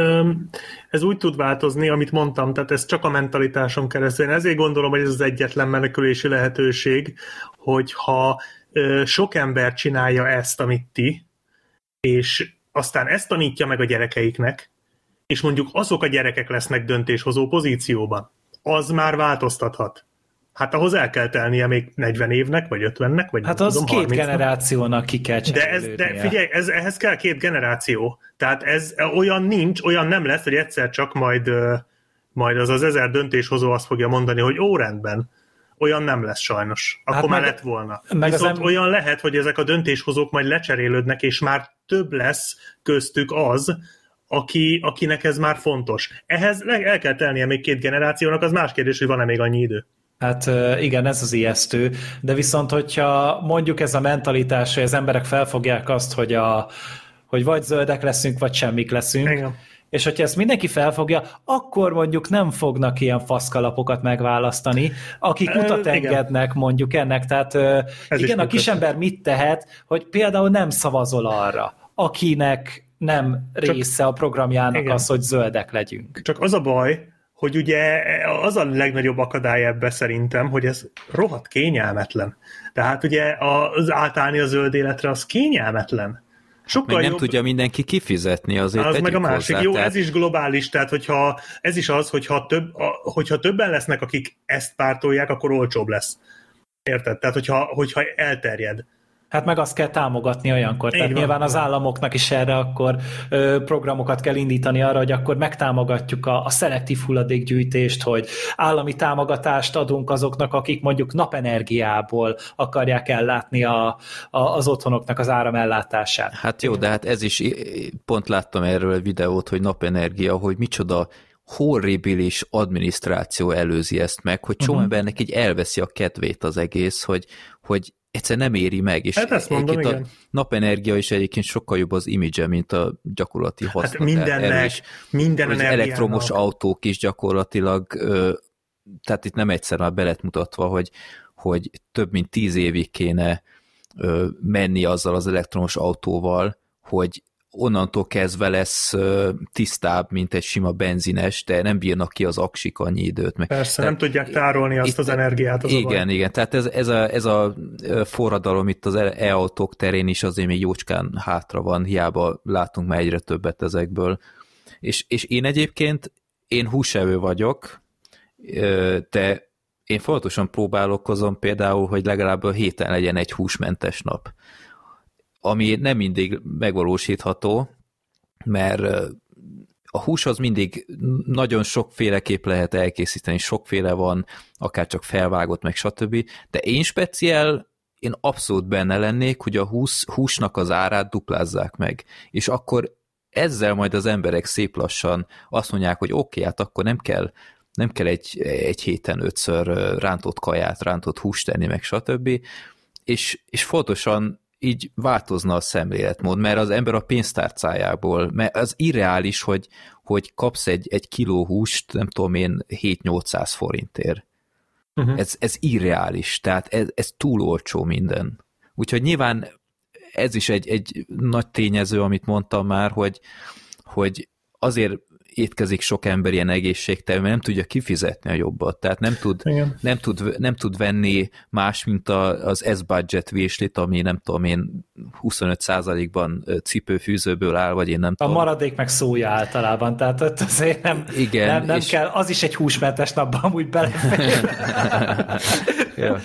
Ez úgy tud változni, amit mondtam, tehát ez csak a mentalitáson keresztül. Én ezért gondolom, hogy ez az egyetlen menekülési lehetőség, hogyha sok ember csinálja ezt, amit ti, és aztán ezt tanítja meg a gyerekeiknek, és mondjuk azok a gyerekek lesznek döntéshozó pozícióban, az már változtathat. Hát ahhoz el kell telnie még 40 évnek, vagy 50-nek, vagy hát az 2 generációnak ki kell cserélődnie. De figyelj, ehhez kell 2 generáció. Tehát ez olyan nincs, olyan nem lesz, hogy egyszer csak majd az 1000 döntéshozó azt fogja mondani, hogy rendben. Olyan nem lesz sajnos. Akkor már lett volna. Viszont olyan lehet, hogy ezek a döntéshozók majd lecserélődnek, és már több lesz köztük az, akinek ez már fontos. Ehhez el kell telnie még 2 generációnak, az más kérdés, hogy van-e még annyi idő. Hát igen, ez az ijesztő, de viszont, hogyha mondjuk ez a mentalitás, hogy az emberek felfogják azt, hogy vagy zöldek leszünk, vagy semmik leszünk, igen. És hogyha ezt mindenki felfogja, akkor mondjuk nem fognak ilyen faszkalapokat megválasztani, akik utat engednek mondjuk ennek. Tehát igen, a kisember mit tehet, hogy például nem szavazol arra, akinek nem része a programjának az, hogy zöldek legyünk. Csak az a baj, hogy ugye az a legnagyobb akadály ebbe szerintem, hogy ez rohadt kényelmetlen. Tehát ugye az átállni a zöld életre, az kényelmetlen. Sokkal meg nem tudja mindenki kifizetni, azért az meg a másik. Hozzá, jó, tehát... ez is globális, tehát ez is az, hogyha többen lesznek, akik ezt pártolják, akkor olcsóbb lesz. Érted? Tehát hogyha elterjed. Hát meg azt kell támogatni olyankor. Tehát nyilván az államoknak is erre akkor programokat kell indítani arra, hogy akkor megtámogatjuk a szelektív hulladékgyűjtést, hogy állami támogatást adunk azoknak, akik mondjuk napenergiából akarják ellátni az otthonoknak az áramellátását. Hát jó, de hát ez is, pont láttam erről a videót, hogy napenergia, hogy micsoda horribilis adminisztráció előzi ezt meg, hogy csomó embernek így elveszi a kedvét az egész, hogy egyszer nem éri meg, és hát ezt mondom, a napenergia is egyébként sokkal jobb az image mint a gyakorlati használat. Hát minden energiának. Elektromos autók is gyakorlatilag, tehát itt nem egyszer már be lett mutatva, hogy több mint 10 évig kéne menni azzal az elektromos autóval, hogy onnantól kezdve lesz tisztább, mint egy sima benzines, de nem bírnak ki az aksik annyi időt. Persze, tehát nem tudják tárolni azt az energiát. Igen, tehát ez a forradalom itt az e-autók terén is azért még jócskán hátra van, hiába látunk már egyre többet ezekből. És én egyébként, húsevő vagyok, de én folyamatosan próbálkozom például, hogy legalább a héten legyen egy húsmentes nap, ami nem mindig megvalósítható, mert a hús az mindig nagyon sokféleképp lehet elkészíteni, sokféle van, akár csak felvágott, meg stb. De én abszolút benne lennék, hogy a húsnak az árát duplázzák meg. És akkor ezzel majd az emberek szép lassan azt mondják, hogy oké, hát akkor nem kell egy héten 5-ször rántott kaját, rántott húst tenni, meg stb. És fontosan így változna a szemléletmód, mert az ember a pénztárcájából, mert az irreális, hogy kapsz egy kiló húst, nem tudom én, 7-800 forintért. Ez irreális, tehát ez túl olcsó minden. Úgyhogy nyilván ez is egy nagy tényező, amit mondtam már, hogy azért étkezik sok ember ilyen egészségtelen, mert nem tudja kifizetni a jobbat, tehát nem tud venni más, mint az S-budget véslit, ami nem tudom én 25%-ban cipőfűzőből áll, vagy én nem tudom. A maradék meg szója általában, tehát ott azért nem kell, az is egy húsmentes napban amúgy belefér. Ja.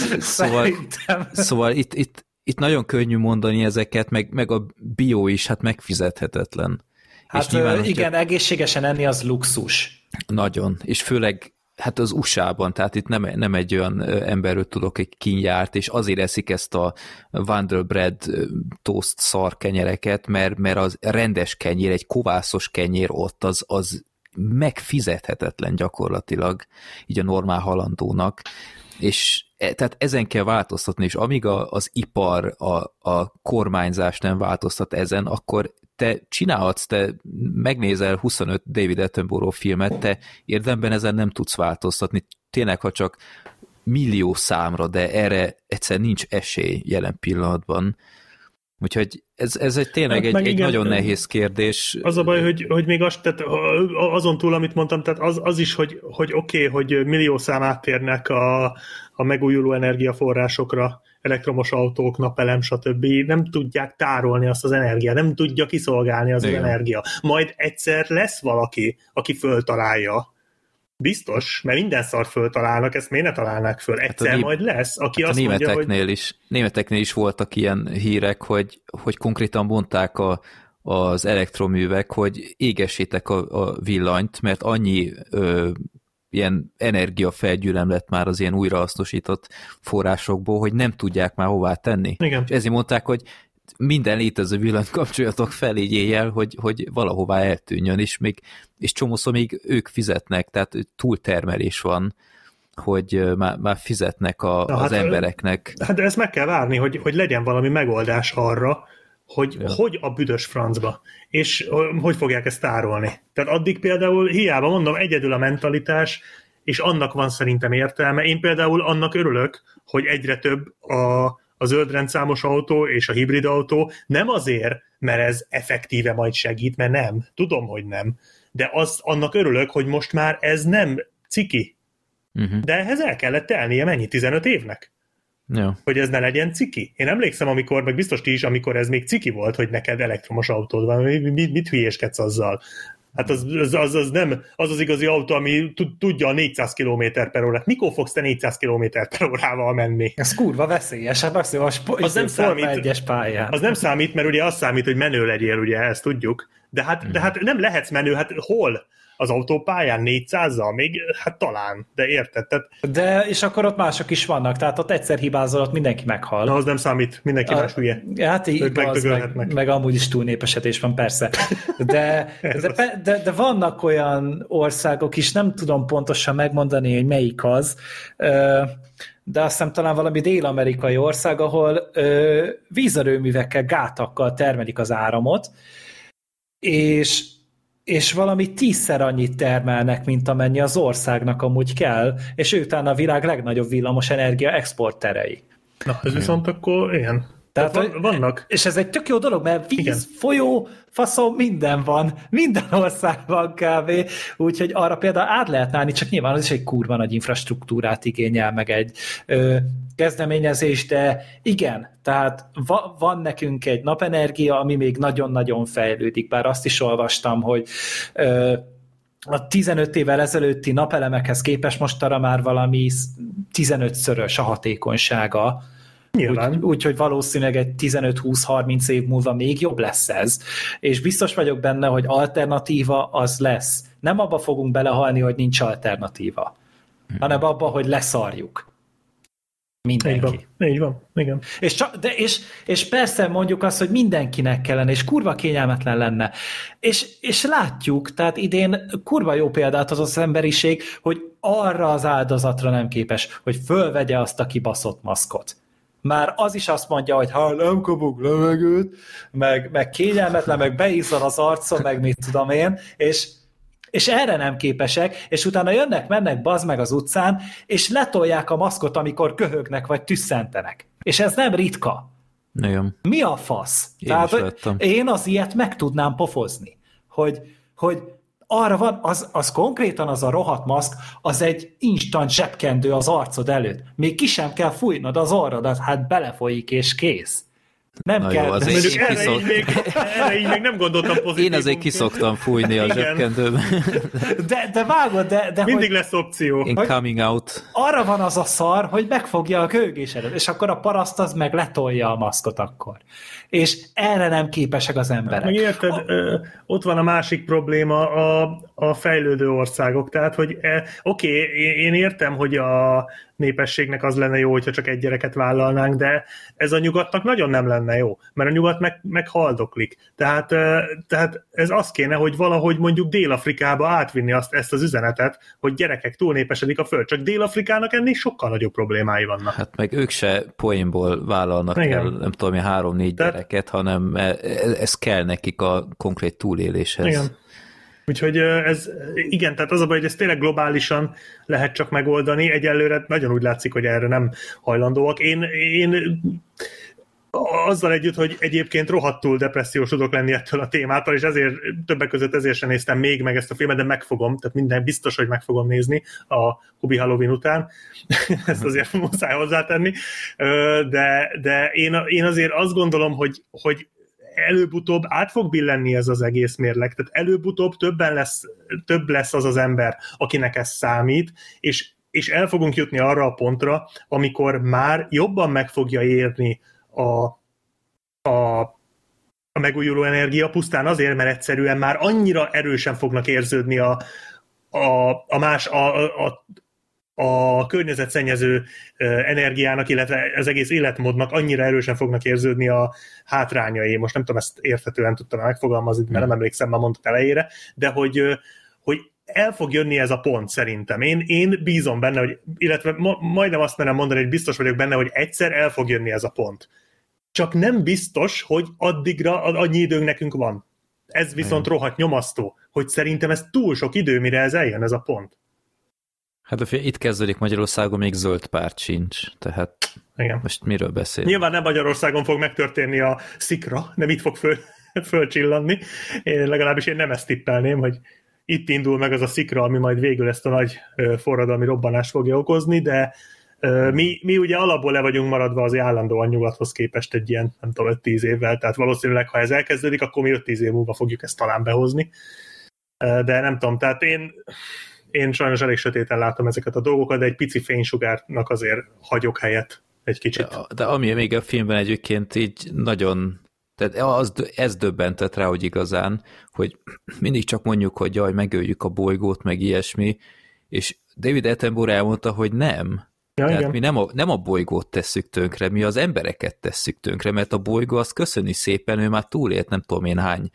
Szóval itt nagyon könnyű mondani ezeket, meg a bio is hát megfizethetetlen. Hát nyilván, igen, egészségesen enni az luxus. Nagyon, és főleg hát az USA-ban, tehát itt nem egy olyan emberről tudok, egy kínjárt, és azért eszik ezt a Wonder Bread toast szar kenyereket, mert az rendes kenyér, egy kovászos kenyér ott, az megfizethetetlen gyakorlatilag, így a normál halandónak, és tehát ezen kell változtatni, és amíg az ipar, a kormányzás nem változtat ezen, akkor te megnézel 25 David Attenborough filmet, te érdemben ezen nem tudsz változtatni. Tényleg, ha csak millió számra, de erre egyszer nincs esély jelen pillanatban. Úgyhogy ez tényleg egy nagyon nehéz kérdés. Az a baj, hogy még tehát azon túl, amit mondtam, tehát az is, hogy oké, hogy millió szám áttérnek a megújuló energiaforrásokra, elektromos autók, napelem, stb. Nem tudják tárolni azt az energiát, nem tudja kiszolgálni az energia. Majd egyszer lesz valaki, aki föltalálja. Biztos, mert minden szar föltalálnak, ezt miért ne találnák föl? Egyszer majd lesz, aki azt mondja, hogy... Németeknél is voltak ilyen hírek, hogy konkrétan mondták az elektroművek, hogy égessétek a villanyt, mert annyi ilyen energiafelgyűlöm lett már az ilyen újrahasznosított forrásokból, hogy nem tudják már hová tenni. Igen. És ezért mondták, hogy minden létező villanyt kapcsoljatok fel így éjjel, hogy valahová eltűnjön, és csomószor még ők fizetnek, tehát túltermelés van, hogy már fizetnek az embereknek. Hát ezt meg kell várni, hogy legyen valami megoldás arra, hogy a büdös francba, és hogy fogják ezt tárolni. Tehát addig például hiába mondom, egyedül a mentalitás, és annak van szerintem értelme. Én például annak örülök, hogy egyre több a zöldrendszámos autó és a hibrid autó, nem azért, mert ez effektíve majd segít, mert nem. Tudom, hogy nem. de annak örülök, hogy most már ez nem ciki. De ehhez el kellett telnie mennyi? 15 évnek? Ja. Hogy ez ne legyen ciki. Én emlékszem, amikor, meg biztos ti is, amikor ez még ciki volt, hogy neked elektromos autód van. Mit hülyéskedsz azzal? Hát az nem az igazi autó, ami tudja a 400 km/h. Mikor fogsz te 400 km/h menni? Ez kurva veszélyes, hát az nem számít, egyes pályán. Az nem számít, mert ugye az számít, hogy menő legyél, ugye, ezt tudjuk. De hát nem lehetsz menő, hát hol? Az autópályán 400-zal? Még, hát talán, de érted? De, és akkor ott mások is vannak, tehát ott egyszer hibázol, ott mindenki meghal. Na, az nem számít, mindenki más hülye. Hát igaz, meg amúgy is túlnépesedés van, persze. De vannak olyan országok is, nem tudom pontosan megmondani, hogy melyik az, de azt hiszem talán valami dél-amerikai ország, ahol vízerőművekkel, gátakkal termelik az áramot, és valami 10-szer annyit termelnek, mint amennyi az országnak amúgy kell, és ő utána a világ legnagyobb villamosenergia exportterei. Na, ez viszont akkor ilyen. Tehát vannak. És ez egy tök jó dolog, mert víz, igen, folyó, faszom, minden van. Minden országban kb. Úgyhogy arra például át lehet állni, csak nyilván az is egy kurva nagy infrastruktúrát igényel, meg egy kezdeményezés, de igen, tehát van nekünk egy napenergia, ami még nagyon-nagyon fejlődik, bár azt is olvastam, hogy a 15 évvel ezelőtti napelemekhez képest mostanra már valami 15-szörös a hatékonysága. Úgyhogy valószínűleg egy 15-20-30 év múlva még jobb lesz ez. És biztos vagyok benne, hogy alternatíva az lesz. Nem abba fogunk belehalni, hogy nincs alternatíva, hanem abba, hogy leszarjuk. Mindenki. Így van. Igen. És persze mondjuk azt, hogy mindenkinek kellene, és kurva kényelmetlen lenne. És látjuk, tehát idén kurva jó példát az emberiség, hogy arra az áldozatra nem képes, hogy fölvegye azt a kibaszott maszkot. Már az is azt mondja, hogy ha nem kapok levegőt, meg kényelmetlen, meg beizzan az arcom, meg mit tudom én, és erre nem képesek, és utána mennek bazd meg az utcán, és letolják a maszkot, amikor köhögnek, vagy tüsszentenek. És ez nem ritka. Igen. Mi a fasz? Én az ilyet meg tudnám pofozni, hogy arra van, az konkrétan az a rohadt maszk, az egy instant zsebkendő az arcod előtt. Még ki sem kell fújnod az orrodat, hát belefolyik és kész. Nem na kell. Jó, erre így még nem gondoltam pozitív. Én azért kiszoktam fújni a zsebkendőbe. De vágod, de mindig lesz opció. Én coming out. Arra van az a szar, hogy megfogja a kőgésedet, és akkor a paraszt az meg letolja a maszkot akkor. És erre nem képesek az emberek. Meg érted, ott van a másik probléma, a fejlődő országok. Tehát, hogy oké, én értem, hogy a népességnek az lenne jó, hogyha csak egy gyereket vállalnánk, de ez a nyugatnak nagyon nem lenne jó, mert a nyugat meg haldoklik. Tehát ez az kéne, hogy valahogy mondjuk Dél-Afrikába átvinni ezt az üzenetet, hogy gyerekek, túlnépesedik a föld, csak Dél-Afrikának ennél sokkal nagyobb problémái vannak. Hát meg ők se poénból vállalnak el, nem tudom, 3-4 gyereket, hanem ez kell nekik a konkrét túléléshez. Igen. Úgyhogy igen, tehát az a baj, hogy ezt tényleg globálisan lehet csak megoldani, egyelőre nagyon úgy látszik, hogy erre nem hajlandóak. Én azzal együtt, hogy egyébként rohadtul depressziós tudok lenni ettől a témától, és ezért többek között ezért sem néztem még meg ezt a filmet, de megfogom, tehát minden biztos, hogy meg fogom nézni a Hubi Halloween után, ezt azért muszáj hozzátenni, de én azért azt gondolom, hogy előbb-utóbb át fog billenni ez az egész mérleg, tehát előbb-utóbb több lesz az az ember, akinek ez számít, és el fogunk jutni arra a pontra, amikor már jobban meg fogja érni a megújuló energia, pusztán azért, mert egyszerűen már annyira erősen fognak érződni a környezetszennyező energiának, illetve az egész életmódnak annyira erősen fognak érződni a hátrányai. Most nem tudom, ezt érthetően tudtam megfogalmazni, mert nem emlékszem már mondtad elejére, de hogy el fog jönni ez a pont szerintem. Én bízom benne, hogy, illetve majdnem azt merem mondani, hogy biztos vagyok benne, hogy egyszer el fog jönni ez a pont. Csak nem biztos, hogy addigra annyi időnk nekünk van. Ez viszont rohadt nyomasztó, hogy szerintem ez túl sok idő, mire ez eljön, ez a pont. Hát itt kezdődik Magyarországon, még zöld párt sincs, tehát igen. Most miről beszél? Nyilván nem Magyarországon fog megtörténni a szikra, nem itt fog fölcsillanni. Legalábbis én nem ezt tippelném, hogy itt indul meg az a szikra, ami majd végül ezt a nagy forradalmi robbanást fogja okozni, de mi ugye alapból le vagyunk maradva az állandóan nyugathoz képest egy ilyen, nem tudom, 5-10 évvel, tehát valószínűleg, ha ez elkezdődik, akkor mi 5-10 év múlva fogjuk ezt talán behozni. De nem tudom, tehát én sajnos elég sötéten látom ezeket a dolgokat, de egy pici fénysugárnak azért hagyok helyet egy kicsit. De ami még a filmben egyébként így nagyon, tehát ez döbbentett rá, hogy igazán, hogy mindig csak mondjuk, hogy jaj, megöljük a bolygót, meg ilyesmi, és David Attenborough elmondta, hogy nem. Ja, tehát igen. Mi nem a bolygót tesszük tönkre, mi az embereket tesszük tönkre, mert a bolygó az köszöni szépen, ő már túlélt nem tudom én hány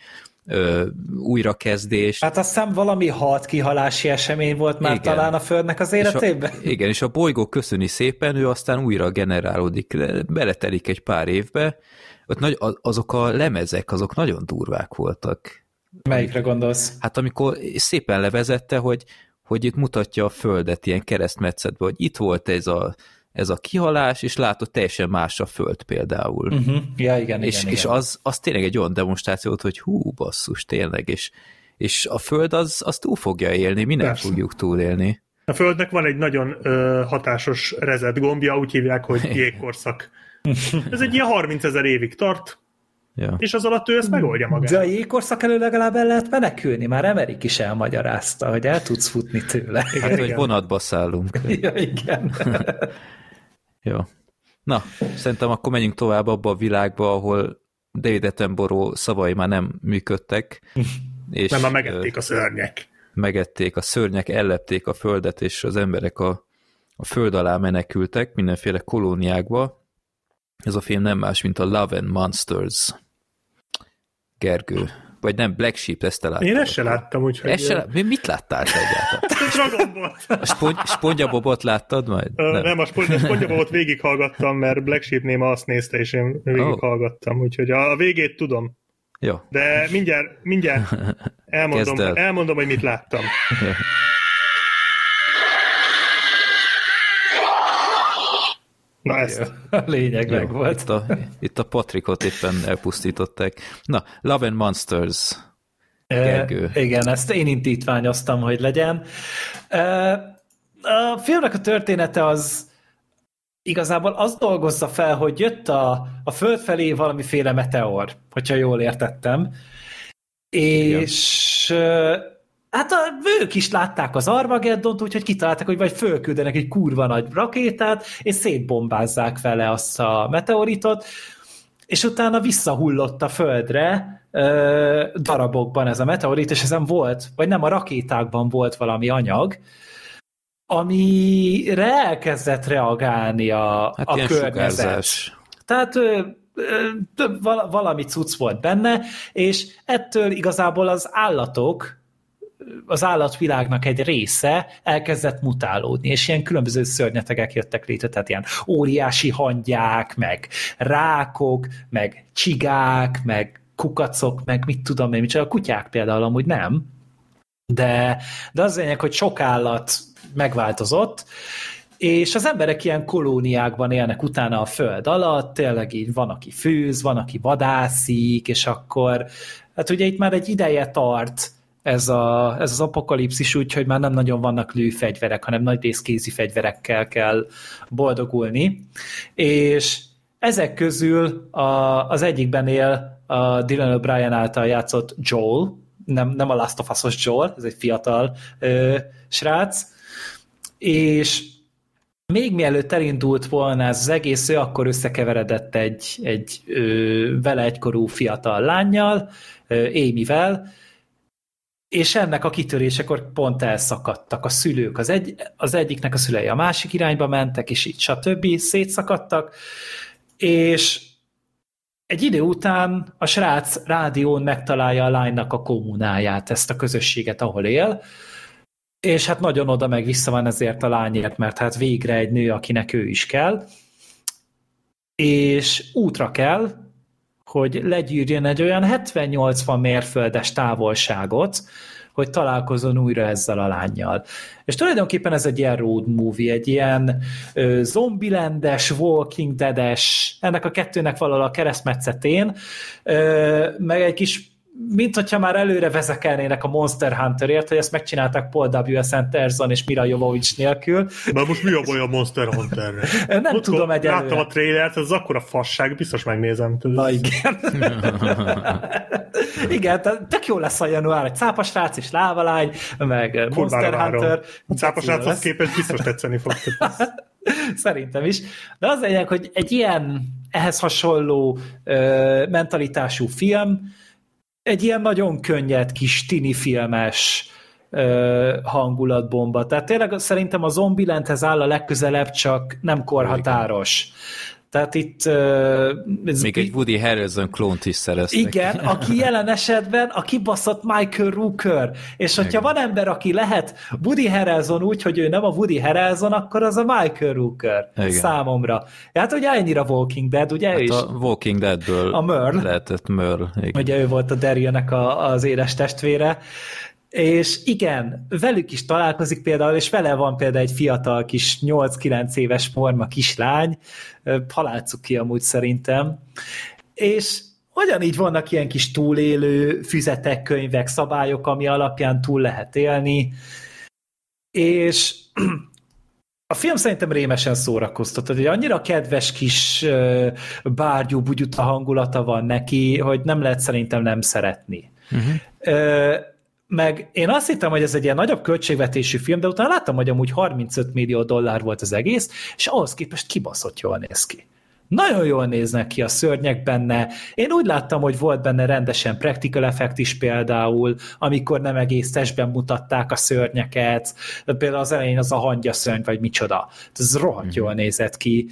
újrakezdés. Hát azt hiszem valami 6 kihalási esemény volt már igen. Talán a Földnek az életében. Igen, és a bolygó köszöni szépen, ő aztán újra generálódik, beletelik egy pár évbe. Ott azok a lemezek, azok nagyon durvák voltak. Melyikre gondolsz? Hát amikor szépen levezette, hogy itt mutatja a Földet ilyen keresztmetszetben, hogy itt volt ez a kihalás, és látod, teljesen más a Föld például. Ja, igen, és az tényleg egy olyan demonstráció volt, hogy hú, basszus, tényleg, és a Föld az túl fogja élni, mi nem fogjuk túlélni. A Földnek van egy nagyon hatásos reset gombja, úgy hívják, hogy jégkorszak. Ez egy ilyen 30 000 évig tart, ja. És az alatt ő ezt megoldja magát. De a jégkorszak elől legalább el lehet menekülni, már Emerik is elmagyarázta, hogy el tudsz futni tőle. Hát, igen. Hogy vonatba szállunk. Ja, igen. Jó. Na, szerintem akkor menjünk tovább abba a világba, ahol David Attenborough szavai már nem működtek. És nem, már megették a szörnyek. Megették a szörnyek, ellepték a Földet, és az emberek a föld alá menekültek mindenféle kolóniákba. Ez a film nem más, mint a Love and Monsters. Gergő. Vagy nem, Black Sheep, ezt te láttad. Én ezt se láttam, úgyhogy... Mit láttál te egyáltalán? Dragon Ball. A SpongeBobot láttad majd? Nem, a SpongeBobot végighallgattam, mert Black Sheep néma azt nézte, és én végighallgattam, úgyhogy a végét tudom. Jó. De mindjárt elmondom, hogy mit láttam. Jó. Na ezt. A lényeg meg volt. Itt a Patrickot éppen elpusztították. Na, Love and Monsters. Gergő. Igen, ezt én indítványoztam, hogy legyen. A filmnek a története az igazából azt dolgozza fel, hogy jött a Föld felé valamiféle meteor, hogyha jól értettem. És... Hát ők is látták az Armageddont, úgyhogy kitalálták, hogy vagy fölküldenek egy kurva nagy rakétát, és szétbombázzák vele azt a meteoritot, és utána visszahullott a Földre darabokban ez a meteorit, és ezen volt, vagy nem, a rakétákban volt valami anyag, amire elkezdett reagálni a környezet. Sugárzás. Tehát valami cucc volt benne, és ettől igazából az állatvilágnak egy része elkezdett mutálódni, és ilyen különböző szörnyetegek jöttek létre, tehát ilyen óriási hangyák, meg rákok, meg csigák, meg kukacok, meg mit tudom én, a kutyák például amúgy nem, de az lényeg, hogy sok állat megváltozott, és az emberek ilyen kolóniákban élnek utána a föld alatt, tényleg így van, aki főz, van, aki vadászik, és akkor, hát ugye itt már egy ideje tart ez az apokalipszis, úgyhogy már nem nagyon vannak lőfegyverek, hanem nagy rész kézi fegyverekkel kell boldogulni, és ezek közül az egyikben él a Dylan O'Brien által játszott Joel, nem a Last of Us-os Joel, ez egy fiatal srác, és még mielőtt elindult volna ez az egész, ő akkor összekeveredett egy vele egykorú fiatal lánnyal, Amy-vel, és ennek a kitörésekor pont elszakadtak a szülők. Az egyiknek a szülei a másik irányba mentek, és így stb. Szétszakadtak, és egy idő után a srác rádión megtalálja a lánynak a kommunáját, ezt a közösséget, ahol él, és hát nagyon oda meg vissza van ezért a lányért, mert hát végre egy nő, akinek ő is kell, és útra kell, hogy legyűrjön egy olyan 70-80 mérföldes távolságot, hogy találkozzon újra ezzel a lánnyal. És tulajdonképpen ez egy ilyen road movie, egy ilyen zombilandes, Walking Dead-es, ennek a kettőnek valahol a keresztmetszetén, meg egy kis mint hogyha már előre vezekelnének a Monster Hunterért, hogy ezt megcsinálták Paul W.S. Anderson és Mila Jovovich nélkül. De most mi a baj a Monster Hunterre? Nem tudom egyelőre. Láttam a trailert, ez akkora fasság, biztos megnézem. Na igen. Igen, tök jó lesz a január, egy cápasrác és lávalány, meg Monster Hunter. A cápasráchoz képest biztos tetszeni fog. Szerintem is. De az lényeg, hogy egy ilyen ehhez hasonló mentalitású film, egy ilyen nagyon könnyed kis tini filmes hangulatbomba. Tehát tényleg szerintem a Zombielandhez áll a legközelebb, csak nem korhatáros. Tehát itt... Még egy Woody Harrelson klónt is szereztek. Igen, aki jelen esetben a kibaszott Michael Rooker. És hogyha van ember, aki lehet Woody Harrelson úgy, hogy ő nem a Woody Harrelson, akkor az a Michael Rooker számomra. Hát ugye ennyire Walking Dead, ugye hát is? A Walking Deadből a Merle. lehetett Merle. Igen. Ugye ő volt a Darylnek az édes testvére. És igen, velük is találkozik például, és vele van például egy fiatal kis 8-9 éves morma kislány, halálcuki amúgy szerintem, és ugyanígy vannak ilyen kis túlélő füzetek, könyvek, szabályok, ami alapján túl lehet élni, és a film szerintem rémesen szórakoztat, hogy annyira kedves kis bárgyú, bugyuta hangulata van neki, hogy nem lehet szerintem nem szeretni. Meg én azt hittem, hogy ez egy ilyen nagyobb költségvetésű film, de utána láttam, hogy amúgy $35 millió volt az egész, és ahhoz képest kibaszott jól néz ki. Nagyon jól néznek ki a szörnyek benne. Én úgy láttam, hogy volt benne rendesen practical effect is például, amikor nem egész testben mutatták a szörnyeket. Például az elején az a hangyaszörny, vagy micsoda. Ez rohadt jól nézett ki.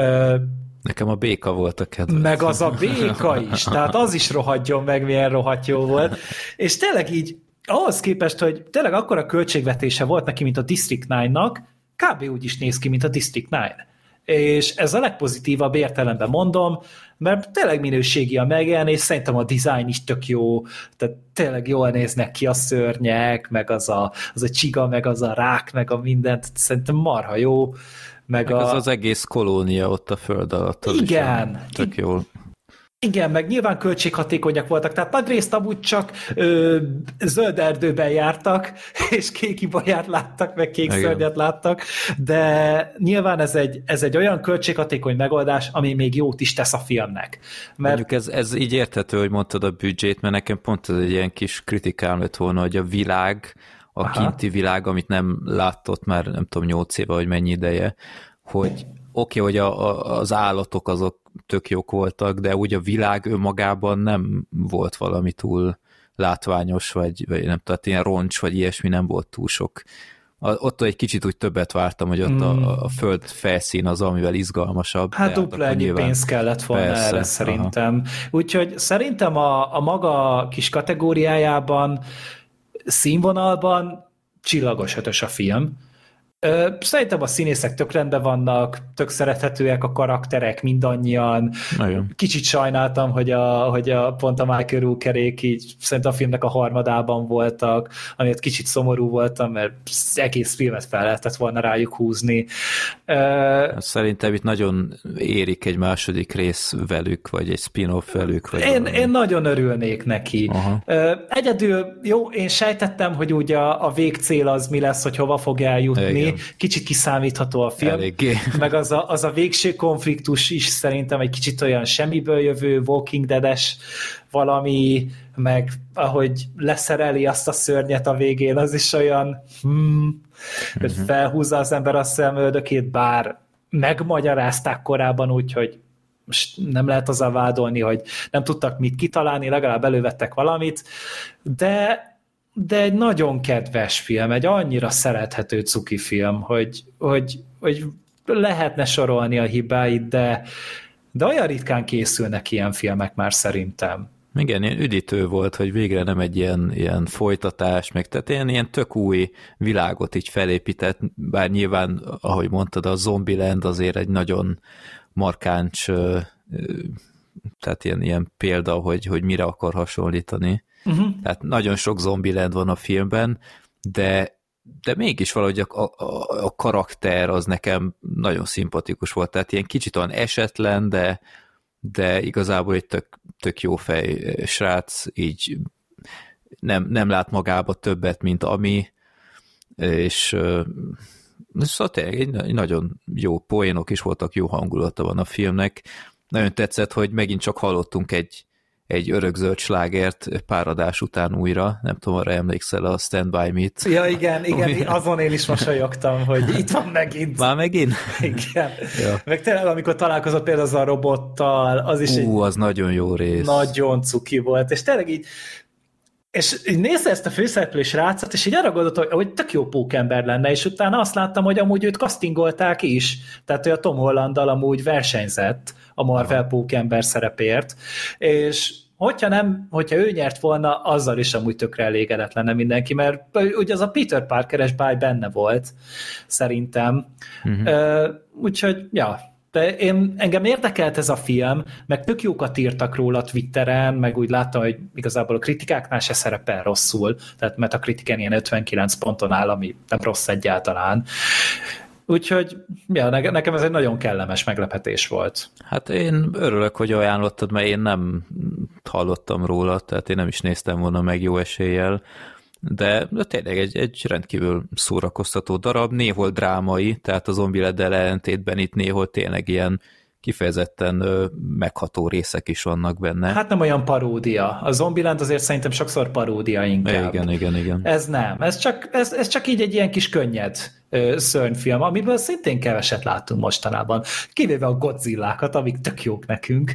Nekem a béka volt a kedvenc. Meg az a béka is. Tehát az is rohadjon meg, milyen rohadt jó volt. És tényleg így ahhoz képest, hogy tényleg akkora költségvetése volt neki, mint a District 9-nak, kb. Úgy is néz ki, mint a District 9. És ez a legpozitívabb értelemben mondom, mert tényleg minőségi a megjelenés, szerintem a design is tök jó, tehát tényleg jól néznek ki a szörnyek, meg az a csiga, meg az a rák, meg a mindent, szerintem marha jó. Meg az egész kolónia ott a föld alatt. Igen. Tök jól. Igen, meg nyilván költséghatékonyak voltak, tehát nagyrészt amúgy csak zöld erdőben jártak, és kék ibolyát láttak, meg kék szörnyet láttak, de nyilván ez egy olyan költséghatékony megoldás, ami még jót is tesz a filmnek. Mert... Mondjuk ez így érthető, hogy mondtad a büdzsét, mert nekem pont ez egy ilyen kis kritikám lett volna, hogy a világ, a kinti világ, amit nem látott már nem tudom 8 éve, vagy mennyi ideje, hogy oké, hogy az állatok azok tök jók voltak, de úgy a világ önmagában nem volt valami túl látványos, vagy nem tudom, ilyen roncs, vagy ilyesmi nem volt túl sok. Ott egy kicsit úgy többet vártam, hogy ott a föld felszín az, amivel izgalmasabb. Hát dupla ennyi pénz kellett volna erre szerintem. Úgyhogy szerintem a maga kis kategóriájában, színvonalban csillagos 5-ös a film. Szerintem a színészek tök rendben vannak, tök szerethetőek a karakterek mindannyian. Nagyon. Kicsit sajnáltam, hogy pont a Michael Rookerék így szerintem a filmnek a harmadában voltak, amiért kicsit szomorú voltam, mert egész filmet fel lehetett volna rájuk húzni. Szerintem itt nagyon érik egy második rész velük, vagy egy spin-off velük. Vagy én nagyon örülnék neki. Egyedül, jó, én sejtettem, hogy ugye a végcél az mi lesz, hogy hova fog eljutni. Igen. Kicsit kiszámítható a film, meg az a végső konfliktus is szerintem egy kicsit olyan semmiből jövő Walking Dead-es valami, meg ahogy leszereli azt a szörnyet a végén, az is olyan hogy felhúzza az ember a szemöldökét, bár megmagyarázták korábban úgy, hogy nem lehet azzal vádolni, hogy nem tudtak mit kitalálni, legalább elővettek valamit, de egy nagyon kedves film, egy annyira szerethető cuki film, hogy lehetne sorolni a hibáit, de olyan ritkán készülnek ilyen filmek már szerintem. Igen, ilyen üdítő volt, hogy végre nem egy ilyen folytatás, meg tehát ilyen tök új világot így felépített, bár nyilván, ahogy mondtad, a Zombieland azért egy nagyon markáns, tehát ilyen példa, hogy mire akar hasonlítani. Tehát nagyon sok Zombieland van a filmben, de mégis valahogy a karakter az nekem nagyon szimpatikus volt, tehát ilyen kicsit olyan esetlen, de igazából egy tök jó fej srác, így nem lát magába többet, mint ami, és szóval tényleg nagyon jó poénok is voltak, jó hangulata van a filmnek. Nagyon tetszett, hogy megint csak hallottunk egy örökzöld slágert pár adás után újra, nem tudom, arra emlékszel a Stand By Me-t. Ja, igen, azon én is mosolyogtam, hogy itt van megint. Már megint? Igen. Ja. Meg tényleg, amikor találkozott például az a robottal, az is az nagyon jó rész. Nagyon cuki volt, és tényleg így és nézze ezt a főszereplő srácot, és így arra gondoltam, hogy tök jó pókember lenne, és utána azt láttam, hogy amúgy őt castingolták is, tehát ő a Tom Hollanddal amúgy versenyzett a Marvel pókember szerepért, és hogyha ő nyert volna, azzal is amúgy tökre elégedett lenne mindenki, mert ugye az a Peter Parker-es báj benne volt, szerintem. Úgyhogy, ja, de engem érdekelt ez a film, meg tök jókat írtak róla Twitteren, meg úgy láttam, hogy igazából a kritikáknál se szerepel rosszul, tehát mert a kritikán ilyen 59 ponton áll, ami nem rossz egyáltalán. Úgyhogy ja, nekem ez egy nagyon kellemes meglepetés volt. Hát én örülök, hogy ajánlottad, mert én nem hallottam róla, tehát én nem is néztem volna meg jó eséllyel, de tényleg egy rendkívül szórakoztató darab, néhol drámai, tehát a Zombieland-del ellentétben itt néhol tényleg ilyen kifejezetten megható részek is vannak benne. Hát nem olyan paródia. A Zombieland azért szerintem sokszor paródia inkább. Igen. Ez nem. Ez csak így egy ilyen kis könnyed szörnyfilm, amiből szintén keveset látunk mostanában. Kivéve a Godzillákat, amik tök jók nekünk.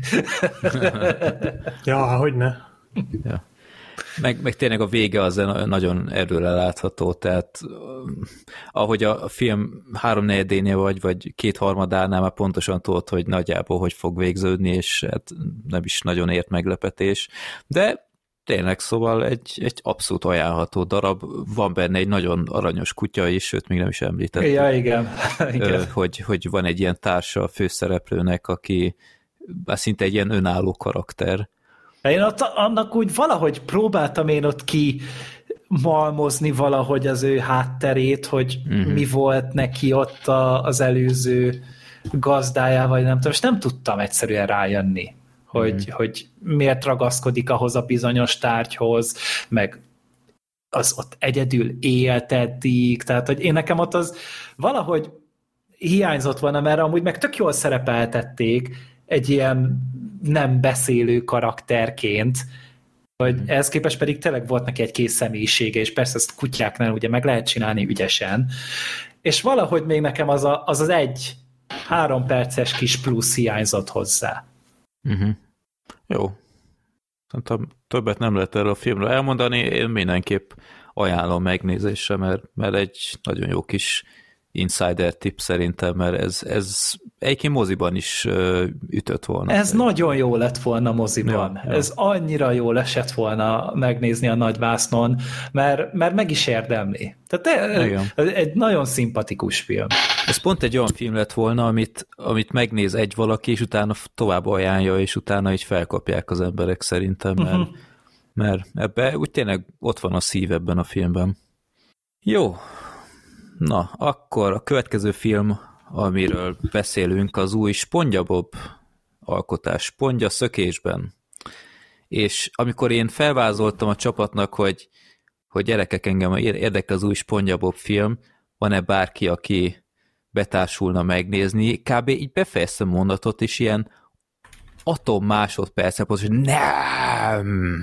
Ja, hogyne. Ja. Meg tényleg a vége az nagyon erőre látható, tehát ahogy a film 3/4-nél vagy 2/3-ánál már pontosan tudod, hogy nagyjából hogy fog végződni, és hát nem is nagyon ért meglepetés, de tényleg szóval egy abszolút ajánlható darab, van benne egy nagyon aranyos kutya is, sőt még nem is említettem. Ja, igen. Hogy van egy ilyen társa a főszereplőnek, aki szinte egy ilyen önálló karakter. Én annak úgy valahogy próbáltam én ott kimalmozni valahogy az ő hátterét, hogy mi volt neki ott az előző gazdájával, vagy nem tudom, és nem tudtam egyszerűen rájönni, hogy miért ragaszkodik ahhoz a bizonyos tárgyhoz, meg az ott egyedül élt eddig, tehát hogy én nekem ott az valahogy hiányzott volna, mert amúgy meg tök jól szerepeltették egy ilyen nem beszélő karakterként, hogy ehhez képest pedig tényleg volt neki egy kész személyisége, és persze ezt kutyáknál ugye meg lehet csinálni ügyesen, és valahogy még nekem az 1-3 perces kis plusz hiányzott hozzá. Jó. Szerintem többet nem lehet erről a filmről elmondani, én mindenképp ajánlom megnézésre, mert egy nagyon jó kis insider tip szerintem, mert ez egyébként moziban is ütött volna. Ez nagyon jó lett volna moziban. Ja. Ez annyira jó esett volna megnézni a nagyvásznon, mert meg is érdemli. Tehát egy nagyon szimpatikus film. Ez pont egy olyan film lett volna, amit megnéz egy valaki, és utána tovább ajánlja, és utána így felkapják az emberek szerintem, mert ebbe úgy tényleg ott van a szív ebben a filmben. Jó. Na, akkor a következő film, amiről beszélünk, az új SpongeBob alkotás, Spongya szökésben. És amikor én felvázoltam a csapatnak, hogy gyerekek, engem érdekel az új SpongeBob film, van-e bárki, aki betársulna megnézni, kb. Így befejeztem mondatot, és ilyen atom másodpercen, hogy nem!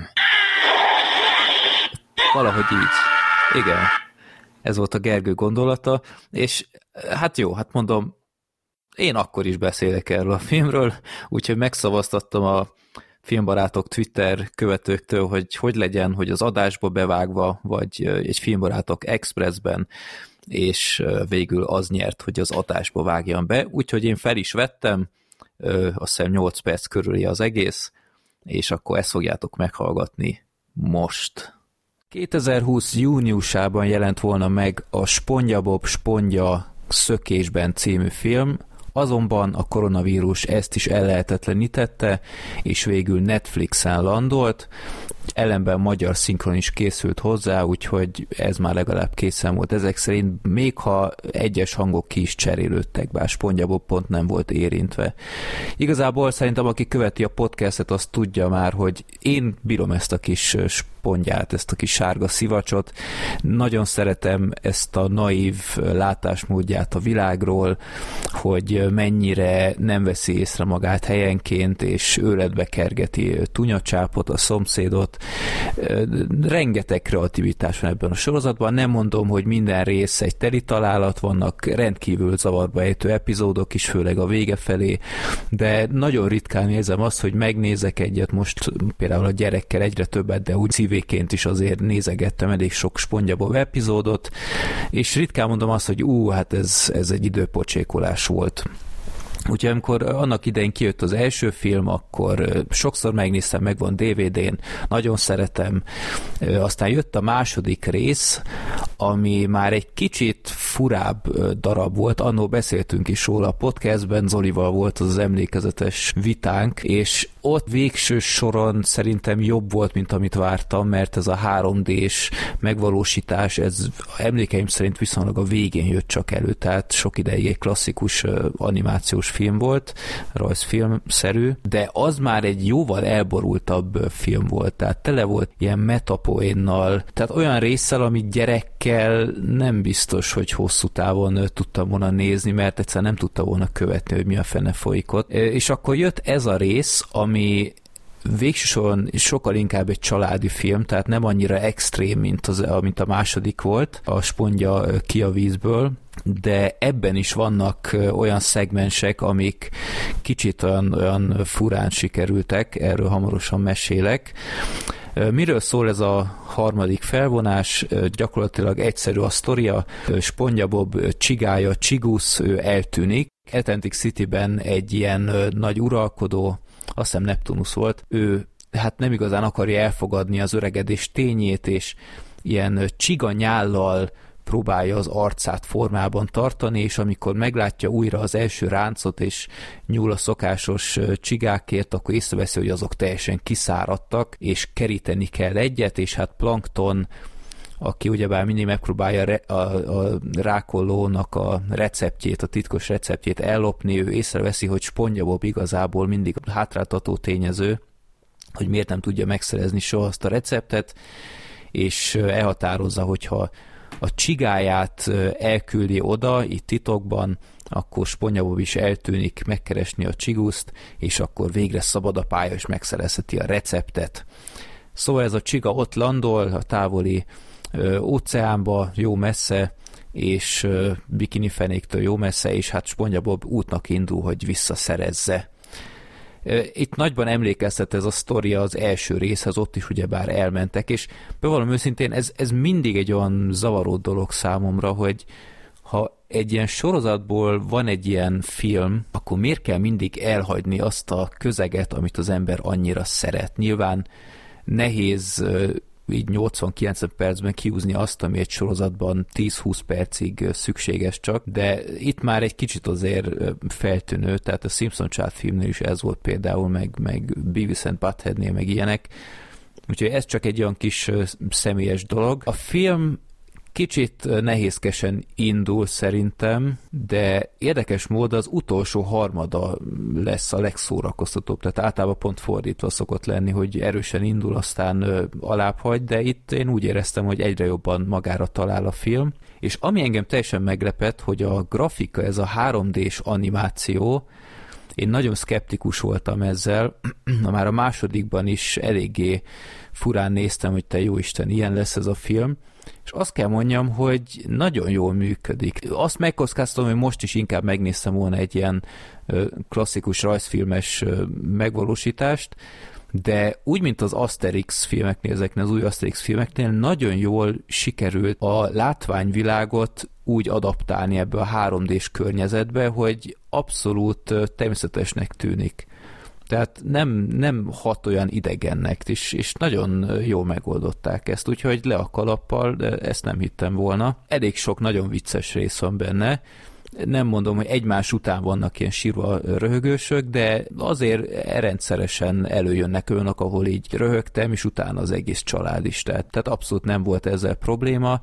Valahogy így. Igen. Ez volt a Gergő gondolata, és hát jó, hát mondom, én akkor is beszélek erről a filmről, úgyhogy megszavaztattam a Filmbarátok Twitter követőktől, hogy legyen, hogy az adásba bevágva, vagy egy Filmbarátok Expressben, és végül az nyert, hogy az adásba vágjan be, úgyhogy én fel is vettem, azt hiszem 8 perc körüli az egész, és akkor ezt fogjátok meghallgatni most. 2020 júniusában jelent volna meg a SpongeBob Spongya szökésben című film, azonban a koronavírus ezt is ellehetetlenítette, és végül Netflixen landolt. ellenben magyar szinkron is készült hozzá, úgyhogy ez már legalább készen volt. Ezek szerint még ha egyes hangok ki is cserélődtek, bár SpongeBob pont nem volt érintve. Igazából szerintem aki követi a podcastet, az tudja már, hogy én bírom ezt a kis spongyát, ezt a kis sárga szivacsot. Nagyon szeretem ezt a naív látásmódját a világról, hogy mennyire nem veszi észre magát helyenként, és őletbe kergeti tunyacsápot, a szomszédot. Rengeteg kreativitás van ebben a sorozatban. Nem mondom, hogy minden rész egy teli találat, vannak rendkívül zavarba ejtő epizódok is, főleg a vége felé, de nagyon ritkán érzem azt, hogy megnézek egyet, most például a gyerekkel egyre többet, de úgy szívéként is azért nézegettem elég sok SpongeBob epizódot, és ritkán mondom azt, hogy hát ez egy időpocsékolás volt. Úgyhogy amikor annak idején kijött az első film, akkor sokszor megnéztem, megvan DVD-n, nagyon szeretem. Aztán jött a második rész, ami már egy kicsit furább darab volt, annól beszéltünk is róla a podcastben, Zolival volt az emlékezetes vitánk, és ott végső soron szerintem jobb volt, mint amit vártam, mert ez a 3D-s megvalósítás, ez emlékeim szerint viszonylag a végén jött csak elő, tehát sok ideig egy klasszikus animációs film volt, rajzfilmszerű, de az már egy jóval elborultabb film volt, tehát tele volt ilyen metapoénnal, tehát olyan résszel, amit gyerekkel nem biztos, hogy hosszú távon tudtam volna nézni, mert egyszerűen nem tudta volna követni, hogy mi a fene folyik ott. És akkor jött ez a rész, ami végsősorban sokkal inkább egy családi film, tehát nem annyira extrém, mint a második volt, a Spongya ki a vízből, de ebben is vannak olyan szegmensek, amik kicsit olyan furán sikerültek, erről hamarosan mesélek. Miről szól ez a harmadik felvonás? Gyakorlatilag egyszerű a sztoria. SpongeBob csigája, Csigus, ő eltűnik. Atlantic Cityben egy ilyen nagy uralkodó, azt hiszem Neptunus volt, ő hát nem igazán akarja elfogadni az öregedés tényét, és ilyen csiganyállal próbálja az arcát formában tartani, és amikor meglátja újra az első ráncot, és nyúl a szokásos csigákért, akkor észreveszi, hogy azok teljesen kiszáradtak, és keríteni kell egyet, és hát Plankton, aki ugyebár mindig megpróbálja a rákollónak a receptjét, a titkos receptjét ellopni, ő észreveszi, hogy SpongeBob igazából mindig hátráltató tényező, hogy miért nem tudja megszerezni soha azt a receptet, és elhatározza, hogyha a csigáját elküldi oda, itt titokban, akkor SpongeBob is eltűnik megkeresni a Csiguszt, és akkor végre szabad a pálya, és megszerezheti a receptet. Szóval ez a csiga ott landol, a távoli óceánba, jó messze, és bikini fenéktől jó messze, és hát SpongeBob útnak indul, hogy visszaszerezze. Itt nagyban emlékeztet ez a sztori az első részhez, ott is ugyebár elmentek, és bevallom őszintén, ez mindig egy olyan zavaró dolog számomra, hogy ha egy ilyen sorozatból van egy ilyen film, akkor miért kell mindig elhagyni azt a közeget, amit az ember annyira szeret? Nyilván nehéz így 80-90 percben kihúzni azt, ami egy sorozatban 10-20 percig szükséges csak, de itt már egy kicsit azért feltűnő, tehát a Simpson Család filmnél is ez volt például, meg Beavis and Buttheadnél, meg ilyenek. Úgyhogy ez csak egy olyan kis személyes dolog. A film kicsit nehézkesen indul szerintem, de érdekes módon az utolsó harmada lesz a legszórakoztatóbb, tehát általában pont fordítva szokott lenni, hogy erősen indul, aztán alább hagy, de itt én úgy éreztem, hogy egyre jobban magára talál a film, és ami engem teljesen meglepett, hogy a grafika, ez a 3D-s animáció, én nagyon szkeptikus voltam ezzel, már a másodikban is eléggé furán néztem, hogy te jóisten, ilyen lesz ez a film, és azt kell mondjam, hogy nagyon jól működik. Azt megkockáztam, hogy most is inkább megnéztem volna egy ilyen klasszikus rajzfilmes megvalósítást, de úgy, mint az Asterix filmeknél, ezeknél az új Asterix filmeknél, nagyon jól sikerült a látványvilágot úgy adaptálni ebbe a 3D-s környezetbe, hogy abszolút természetesnek tűnik. Tehát nem hat olyan idegennek, és nagyon jól megoldották ezt, úgyhogy le a kalappal, de ezt nem hittem volna. Elég sok nagyon vicces rész van benne, Nem mondom, hogy egymás után vannak ilyen sírva röhögősök, de azért rendszeresen előjönnek olyanok, ahol így röhögtem, és utána az egész család is. Tehát abszolút nem volt ezzel probléma.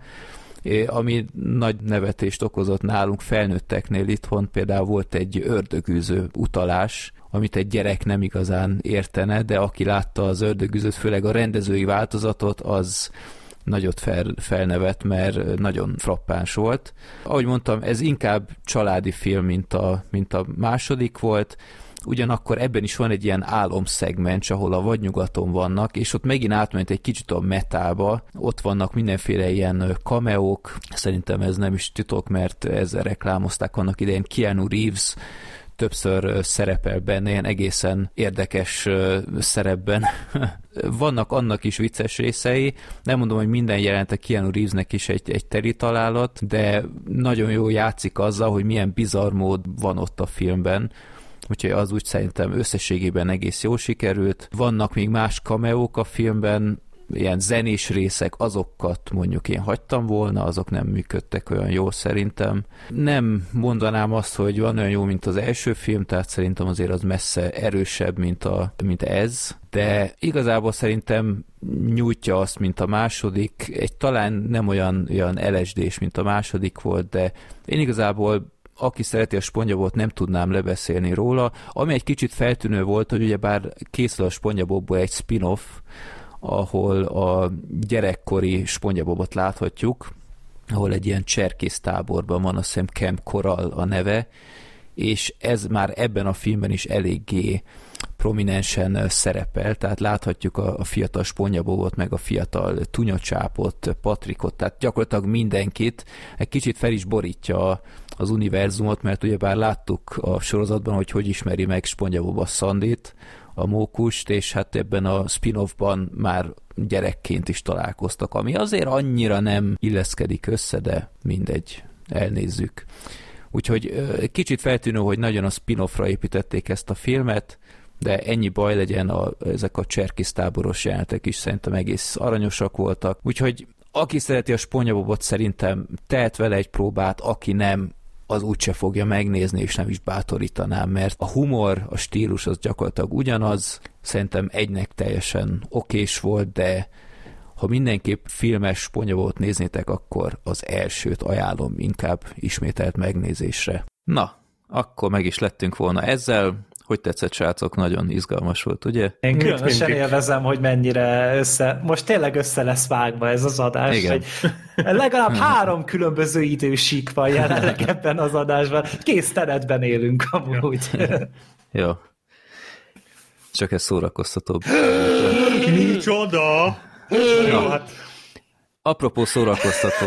Ami nagy nevetést okozott nálunk felnőtteknél itthon, például volt egy ördögűző utalás, amit egy gyerek nem igazán értene, de aki látta az ördögűzőt, főleg a rendezői változatot, az nagyot felnevet, mert nagyon frappáns volt. Ahogy mondtam, ez inkább családi film, mint a második volt, ugyanakkor ebben is van egy ilyen álomszegmens, ahol a vadnyugaton vannak, és ott megint átment egy kicsit a metába, ott vannak mindenféle ilyen cameók, szerintem ez nem is titok, mert ezzel reklámozták annak idején, Keanu Reeves többször szerepel benne, ilyen egészen érdekes szerepben. Vannak annak is vicces részei, nem mondom, hogy minden jelenete Keanu Reevesnek is egy teri találat, de nagyon jól játszik azzal, hogy milyen bizarr mód van ott a filmben, úgyhogy az úgy szerintem összességében egész jól sikerült. Vannak még más cameók a filmben, ilyen zenés részek, azokat mondjuk én hagytam volna, azok nem működtek olyan jól szerintem. Nem mondanám azt, hogy van olyan jó, mint az első film, tehát szerintem azért az messze erősebb, mint ez, de igazából szerintem nyújtja azt, mint a második. Talán nem olyan LSD-s, mint a második volt, de én igazából aki szereti a SpongeBobot, nem tudnám lebeszélni róla. Ami egy kicsit feltűnő volt, hogy ugyebár készül a SpongeBobból egy spin-off, ahol a gyerekkori SpongeBobot láthatjuk, ahol egy ilyen cserkész táborban van, azt hiszem Camp Coral a neve, és ez már ebben a filmben is eléggé prominensen szerepel, tehát láthatjuk a fiatal SpongeBobot, meg a fiatal Tunyacsápot, Patrikot, tehát gyakorlatilag mindenkit, egy kicsit fel is borítja az univerzumot, mert ugyebár láttuk a sorozatban, hogy ismeri meg SpongeBob a Szandit, a mókust, és hát ebben a spin-offban már gyerekként is találkoztak, ami azért annyira nem illeszkedik össze, de mindegy, elnézzük. Úgyhogy kicsit feltűnő, hogy nagyon a spin-offra építették ezt a filmet, de ennyi baj legyen, ezek a cserkésztáboros jelenetek is szerintem egész aranyosak voltak. Úgyhogy aki szereti a SpongeBobot, szerintem tehet vele egy próbát, aki nem, az úgyse fogja megnézni, és nem is bátorítanám, mert a humor, a stílus az gyakorlatilag ugyanaz, szerintem egynek teljesen okés volt, de ha mindenképp filmes SpongeBobot néznétek, akkor az elsőt ajánlom inkább ismételt megnézésre. Na, akkor meg is lettünk volna ezzel. Hogy tetszett, srácok? Nagyon izgalmas volt, ugye? Én különösen élvezem, hogy mennyire most tényleg össze lesz vágva ez az adás. Igen. Hogy legalább 3 különböző idősík van jelenleg ebben az adásban. Kész teretben élünk amúgy. Jó. Csak ez szórakoztatóbb. Micsoda! Jó, hát. Apropó szórakoztató.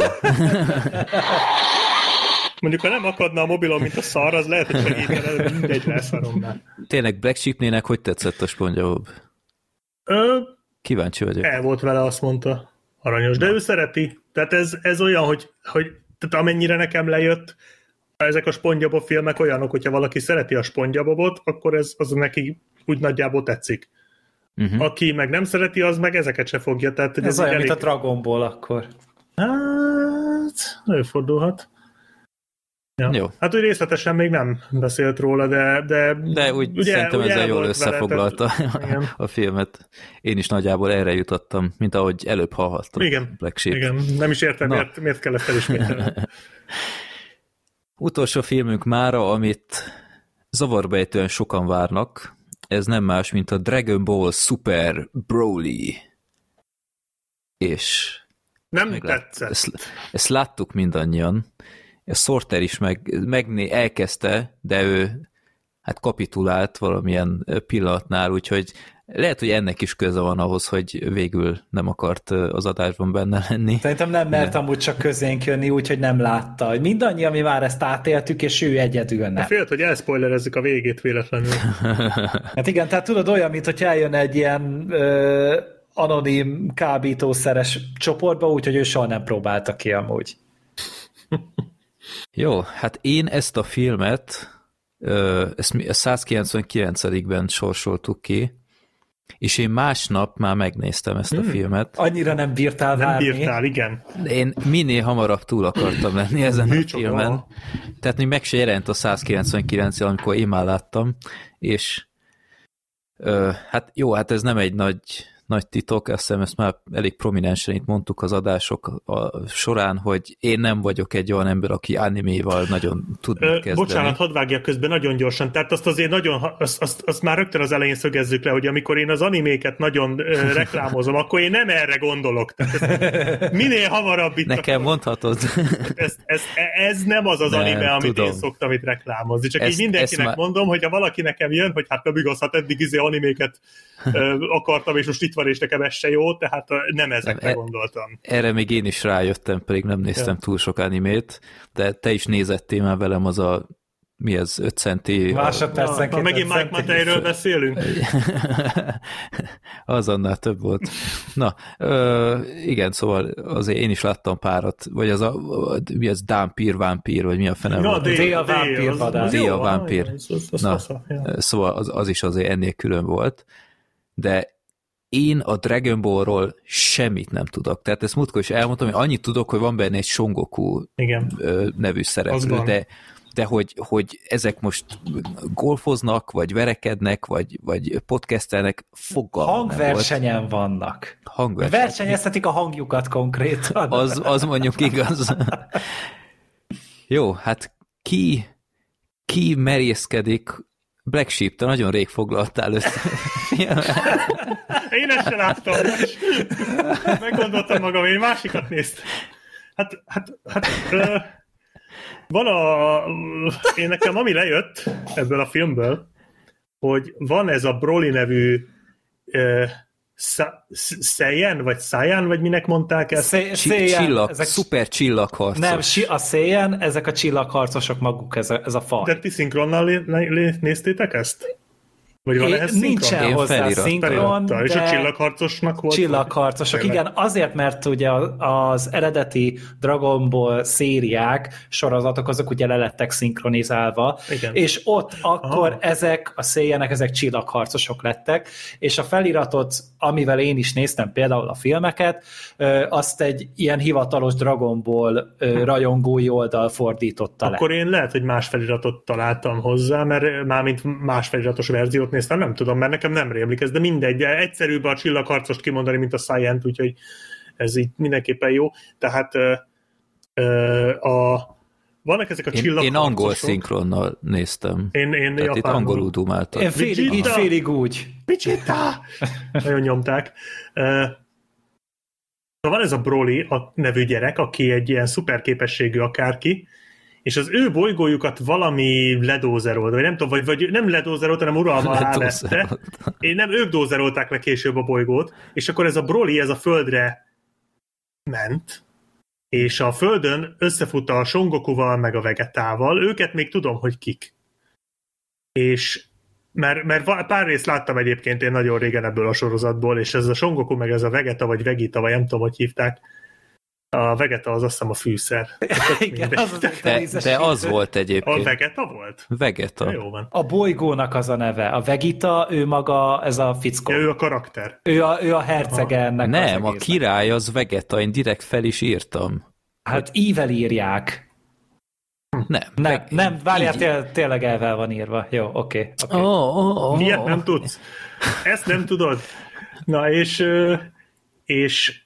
Mondjuk, ha nem akadna a mobilom, mint a szar, az lehet, hogy segítene, de mindegy, leszarom már. Tényleg Black Sheepnének hogy tetszett a SpongeBob? Kíváncsi vagyok. El volt vele, azt mondta. Aranyos, de ő szereti. Tehát ez olyan, hogy tehát amennyire nekem lejött, ezek a SpongeBob filmek olyanok, hogyha valaki szereti a SpongeBobot, akkor az neki úgy nagyjából tetszik. Uh-huh. Aki meg nem szereti, az meg ezeket se fogja. Tehát, ez olyan, mint a Dragon Ball akkor. Hát, előfordulhat. Ja. Jó. Hát úgy részletesen még nem beszélt róla, de úgy ugye, szerintem ugye ezzel jól összefoglalta a filmet. Én is nagyjából erre jutottam, mint ahogy előbb hallhattam. Igen, Black Sheep. igen. Nem is értem, miért kell ezt elismételni. Utolsó filmünk mára, amit zavarbejtően sokan várnak, ez nem más, mint a Dragon Ball Super Broly. És nem tetszett. Ezt láttuk mindannyian. A Sorter is elkezdte, de ő hát kapitulált valamilyen pillanatnál, úgyhogy lehet, hogy ennek is köze van ahhoz, hogy végül nem akart az adásban benne lenni. Szerintem nem mert amúgy csak közénk jönni, úgyhogy nem látta. Hogy mindannyian mi már ezt átéltük, és ő egyedül nem. Félt, hogy elszpoilerezzük a végét véletlenül. Hát igen, tehát tudod olyan, mint hogy eljön egy ilyen anonim kábítószeres csoportba, úgyhogy ő soha nem próbálta ki amúgy. Jó, hát én ezt a filmet ezt 199-ben sorsoltuk ki, És én másnap már megnéztem ezt a filmet. Annyira nem bírtál várni. Nem bírtál, igen. Én minél hamarabb túl akartam lenni ezen a filmen. Tehát még meg se jelent a 199, amikor én már láttam, és hát jó, hát ez nem egy nagy titok, azt hiszem ezt már elég prominensen itt mondtuk az adások során, hogy én nem vagyok egy olyan ember, aki animéval nagyon tud kezdeni. Bocsánat, hadd vágjak közben nagyon gyorsan, tehát azt azért azt már rögtön az elején szögezzük le, hogy amikor én az animéket nagyon reklámozom, akkor én nem erre gondolok. Tehát minél hamarabb itt... Nekem mondhatod. Ez nem az anime, amit tudom. én szoktam itt reklámozni. Csak így mindenkinek mondom, hogy ha valaki nekem jön, hogy hát nem igaz, hát eddig animéket akartam, és most itt van, és nekem ez se jó, tehát nem ezekre gondoltam. Erre még én is rájöttem, pedig nem néztem túl sok animét, de te is nézettél már velem az mi ez, 5 centi... Másodpercenként. Ha megint Mike Mateiről beszélünk? Az annál több volt. Na, igen, szóval azért én is láttam párat, vagy mi ez, Dámpír, Vámpír, vagy mi a fene volt? Dél Vámpír vadás. Dél Vámpír. Na, szóval az is azért ennél külön volt, de én a Dragon Ballról semmit nem tudok. Tehát ezt múltkor is elmondtam, hogy annyit tudok, hogy van benne egy Son Goku nevű szereplő, de hogy ezek most golfoznak, vagy verekednek, vagy podcastelnek, fogalmam hangversenyen vannak. Versenyeztetik a hangjukat konkrétan. Az mondjuk igaz. Jó, hát ki merészkedik? Black Sheep, te nagyon rég foglaltál össze. Én ezt sem láttam. Meggondoltam magam, én másikat néztem. Én nekem ami lejött ebből a filmből, hogy van ez a Broly nevű Saiyan, vagy Saiyan, vagy minek mondták ezt? Szuper csillagharcos. Nem, a Saiyan, ezek a csillagharcosok maguk, ez a faj. De ti szinkronnal néztétek ezt? Vagy van ehhez nincsen hozzá szinkron, de és a csillagharcosnak volt? Csillagharcosok, igen. Azért, mert ugye az eredeti Dragon Ball szériák, sorozatok, azok ugye lelettek szinkronizálva, igen. És ott akkor ezek a Saiyanek, ezek csillagharcosok lettek, és a feliratot, amivel én is néztem például a filmeket, azt egy ilyen hivatalos Dragon Ball rajongói oldal fordította le. Akkor én lehet, hogy más feliratot találtam hozzá, mert mármint más feliratos verziót néztem, nem tudom, mert nekem nem rémlik ez, de mindegy, egyszerűbb a csillagharcost kimondani, mint a Saiyan-t, úgyhogy ez így mindenképpen jó. Tehát vannak ezek a csillagharcosok. Én angol szinkronnal néztem. Tehát itt angolul dumáltam. Én félig úgy. Vegeta! Nagyon nyomták. Van ez a Broly a nevű gyerek, aki egy ilyen szuperképességű akárki, és az ő bolygójukat valami ledózerolt, vagy nem tudom, vagy nem ledózerolt, hanem uralma alá vette. Nem, ők dózerolták le később a bolygót, és akkor ez a Broly, ez a Földre ment, és a Földön összefut a Son Gokuval, meg a Vegetával. Őket még tudom, hogy kik. És mert pár részt láttam egyébként én nagyon régen ebből a sorozatból, és ez a Son Goku, meg ez a Vegeta, vagy Vegeta, vagy nem tudom, hogy hívták. A Vegeta az azt hiszem a fűszer. Igen, de az volt egyébként. A Vegeta volt? Vegeta. Jó van. A bolygónak az a neve. A Vegeta, ő maga, ez a fickó. Ja, ő a karakter. Ő a hercege ennek. Nem, a király az Vegeta, én direkt fel is írtam. Hát ível írják. Nem, várjál, tényleg elvel van írva. Jó, oké. Miért nem tudsz? Ezt nem tudod? Na, és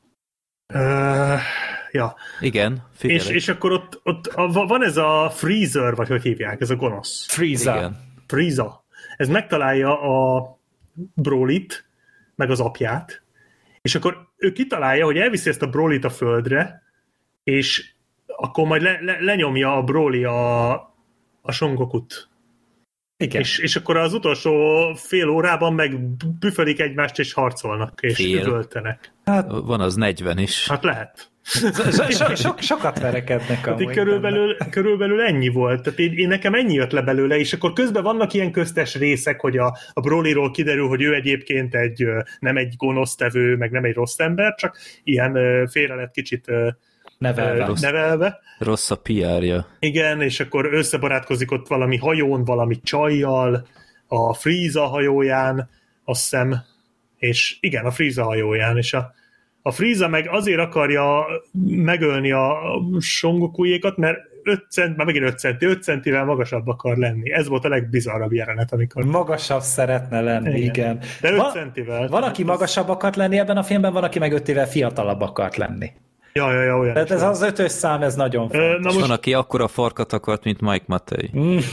ja. Igen, és akkor ott van ez a Freezer, vagy hogy hívják, ez a gonosz. Frieza. Ez megtalálja a Brolyt, meg az apját, és akkor ő kitalálja, hogy elviszi ezt a Brolyt a Földre, és akkor majd lenyomja a Broly a Son Gokut. Igen. És akkor az utolsó fél órában meg büfölik egymást, és harcolnak, és üvöltenek. Hát, van az 40 is. Hát lehet. Sokat verekednek. Hát körülbelül ennyi volt. Tehát én nekem ennyi jött le belőle, és akkor közben vannak ilyen köztes részek, hogy a Brolyról kiderül, hogy ő egyébként nem egy gonosztevő, meg nem egy rossz ember, csak ilyen félre lett kicsit nevelve. Rossz a PR-ja. Igen, és akkor összebarátkozik ott valami hajón, valami csajjal, a Frieza hajóján, azt hiszem, és igen, a Frieza hajóján, és a Frieza meg azért akarja megölni a Son Gokujékat, mert 5 centivel magasabb akar lenni. Ez volt a legbizarrabb jelenet, amikor... Magasabb szeretne lenni, igen. De 5 centivel. Van, aki magasabb akart lenni ebben a filmben, van, aki meg 5 évvel fiatalabb akart lenni. Ja, olyan. Tehát ez az 5-ös szám, ez nagyon fontos. Van, aki akkora farkat akart, mint Mike Matei.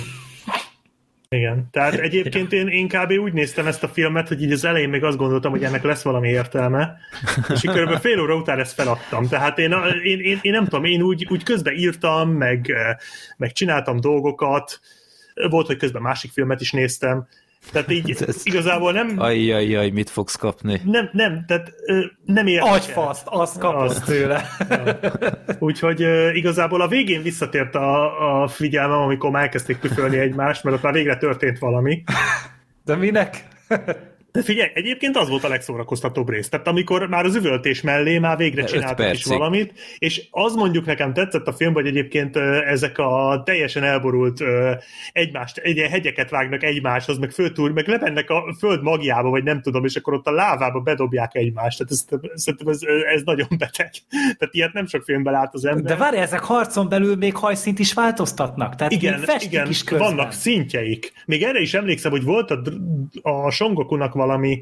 Igen, tehát egyébként én kb. Úgy néztem ezt a filmet, hogy így az elején még azt gondoltam, hogy ennek lesz valami értelme, és így körülbelül fél óra után ezt feladtam. Tehát én nem tudom, én úgy közben írtam, meg csináltam dolgokat, volt, hogy közben másik filmet is néztem, tehát így igazából nem... Ajjajjaj, mit fogsz kapni? Tehát nem értem. Agyfaszt, azt kapod tőle. Ja. Úgyhogy igazából a végén visszatért a figyelmem, amikor már elkezdték püfölni egymást, mert ott már végre történt valami. De minek? De figyelj, egyébként az volt a legszórakoztatóbb rész. Tehát amikor már az üvöltés mellé már végre csináltak is valamit, és az mondjuk nekem tetszett a filmben, hogy egyébként ezek a teljesen elborult egymást, hegyeket vágnak egymáshoz, meg föltúr, meg lemennek a föld magjába, vagy nem tudom, és akkor ott a lávába bedobják egymást. Tehát szerintem ez nagyon beteg. Tehát ilyet nem sok filmben lát az ember. De várj, ezek harcon belül még hajszínt is változtatnak. Tehát igen, is közben. Vannak szintjeik. Még erre is emlékszem, hogy volt a Son Gokunak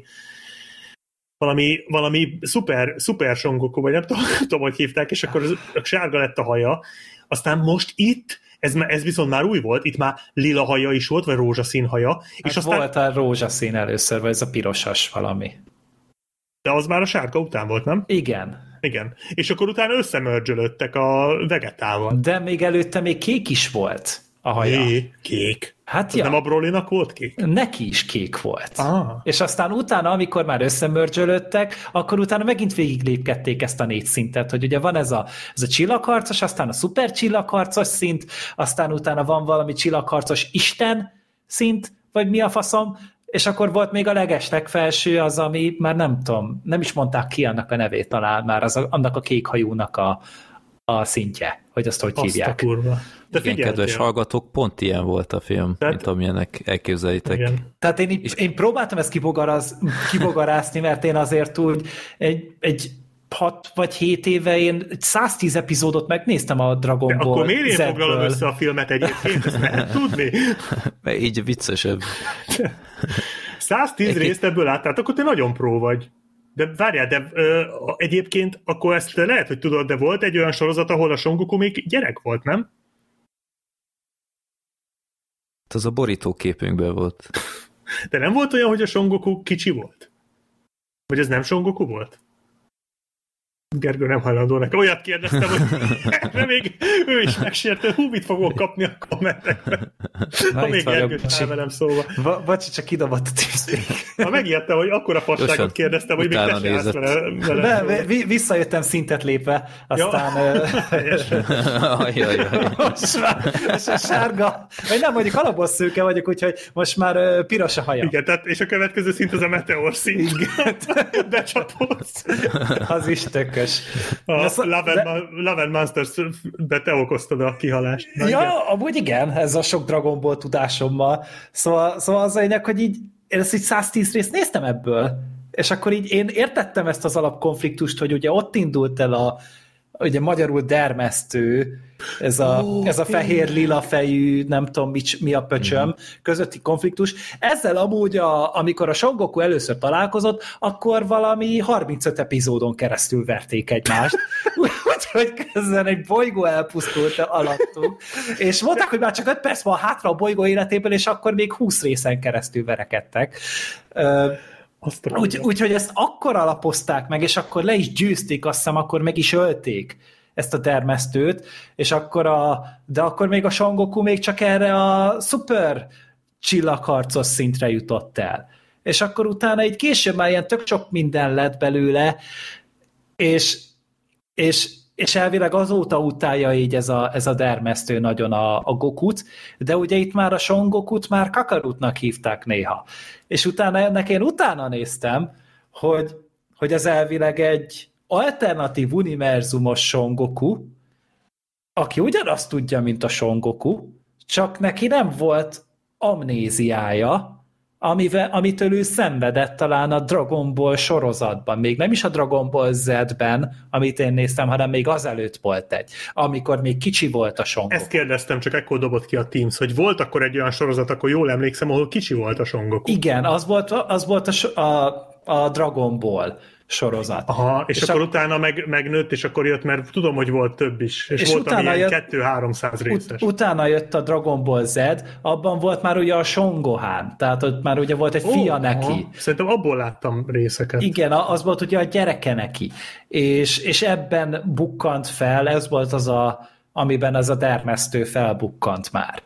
valami szuper Son Goku, vagy nem tudom, hogy hívták, és akkor sárga lett a haja. Aztán most itt, ez viszont már új volt, itt már lila haja is volt, vagy rózsaszín haja. Hát és aztán... volt a rózsaszín először, vagy ez a pirosas valami. De az már a sárga után volt, nem? Igen. És akkor utána összemörzsölöttek a vegetával. De még előtte még kék is volt a haja. Kék? Hát ja. Nem a Brolynak volt kék? Neki is kék volt. És aztán utána, amikor már összemörzsölöttek, akkor utána megint végiglépkedték ezt a 4 szintet, hogy ugye van ez a csillagharcos, aztán a szuper csillagharcos szint, aztán utána van valami csillagharcos Isten szint, vagy mi a faszom, és akkor volt még a legfelső az, ami már nem tudom, nem is mondták ki annak a nevét talán már, annak a kékhajúnak a szintje, hogy azt hogy hívják. Azt a kurva. De igen, kedves hallgatók, pont ilyen volt a film, mint amilyenek elképzelitek. Igen. Tehát én próbáltam ezt kibogarászni, mert én azért úgy egy 6 vagy 7 éve én 110 epizódot megnéztem a Dragon Ball. Akkor miért én foglalom össze a filmet egyébként? Ezt lehet tudni? Mert így viccesebb. 110 részt ebből láttál, akkor te nagyon pró vagy. De várjál, egyébként akkor ezt lehet, hogy tudod, de volt egy olyan sorozat, ahol a Son Goku még gyerek volt, nem? Az a borítóképünkben volt. De nem volt olyan, hogy a Son Goku kicsi volt? Vagy ez nem Son Goku volt? Gergő nem hajlandó nekem. Olyat kérdeztem, hogy még ő is megsértő, mit fogok kapni a kommentekben. Ha még Gergő áll velem szóval. Bocsi, csak kidobott a TeamSpeak. Megijedtem, hogy akkora fasságot kérdeztem, hogy még te se állsz vele. Visszajöttem szintet lépve, aztán... Most már sárga, vagy nem, mondjuk alapból szőke vagyok, úgyhogy most már piros a haja. Igen, tehát, és a következő szint az a meteor szint. Becsapodsz. Az is tökös. A Love and Monsters-be te okoztad a kihalást. Ja, igen. Amúgy igen, ez a sok Dragon Ball tudásommal. Szóval az a lényeg, hogy így én ezt így 110 részt néztem ebből, és akkor így én értettem ezt az alapkonfliktust, hogy ugye ott indult el ugye magyarul dermesztő, ez a fehér-lila fejű, nem tudom mi a pöcsöm, közötti konfliktus. Ezzel amúgy, amikor a Son Goku először találkozott, akkor valami 35 epizódon keresztül verték egymást. Úgyhogy közben egy bolygó elpusztult alattuk. És mondták, hogy már csak 5 perc van hátra a bolygó életéből, és akkor még 20 részen keresztül verekedtek. Úgyhogy ezt akkor alapozták meg, és akkor le is győzték, azt hiszem, akkor meg is ölték ezt a dermesztőt, és de akkor még a Son Goku még csak erre a szuper csillagharcos szintre jutott el. És akkor utána így később már ilyen tök sok minden lett belőle, és elvileg azóta utálja így ez a dermesztő nagyon a Gokut, de ugye itt már a Son Gokut már Kakarutnak hívták néha. És ennek én utána néztem, hogy ez elvileg egy alternatív univerzumos Son Goku, aki ugyanazt tudja, mint a Son Goku, csak neki nem volt amnéziája, amitől ő szenvedett talán a Dragon Ball sorozatban. Még nem is a Dragon Ball Z-ben, amit én néztem, hanem még azelőtt volt egy, amikor még kicsi volt a Son Goku. Ezt kérdeztem, csak ekkor dobott ki a Teams, hogy volt akkor egy olyan sorozat, akkor jól emlékszem, ahol kicsi volt a Son Goku. Igen, az volt a Dragon Ball sorozat. Aha, és akkor utána megnőtt, és akkor jött, mert tudom, hogy volt több is, és volt amilyen 200-300 részes. Utána jött a Dragon Ball Z, abban volt már ugye a Son Gohan, tehát ott már ugye volt egy fia neki. Szerintem abból láttam részeket. Igen, az volt ugye a gyereke neki. És ebben bukkant fel, ez volt az amiben ez a dermesztő felbukkant már.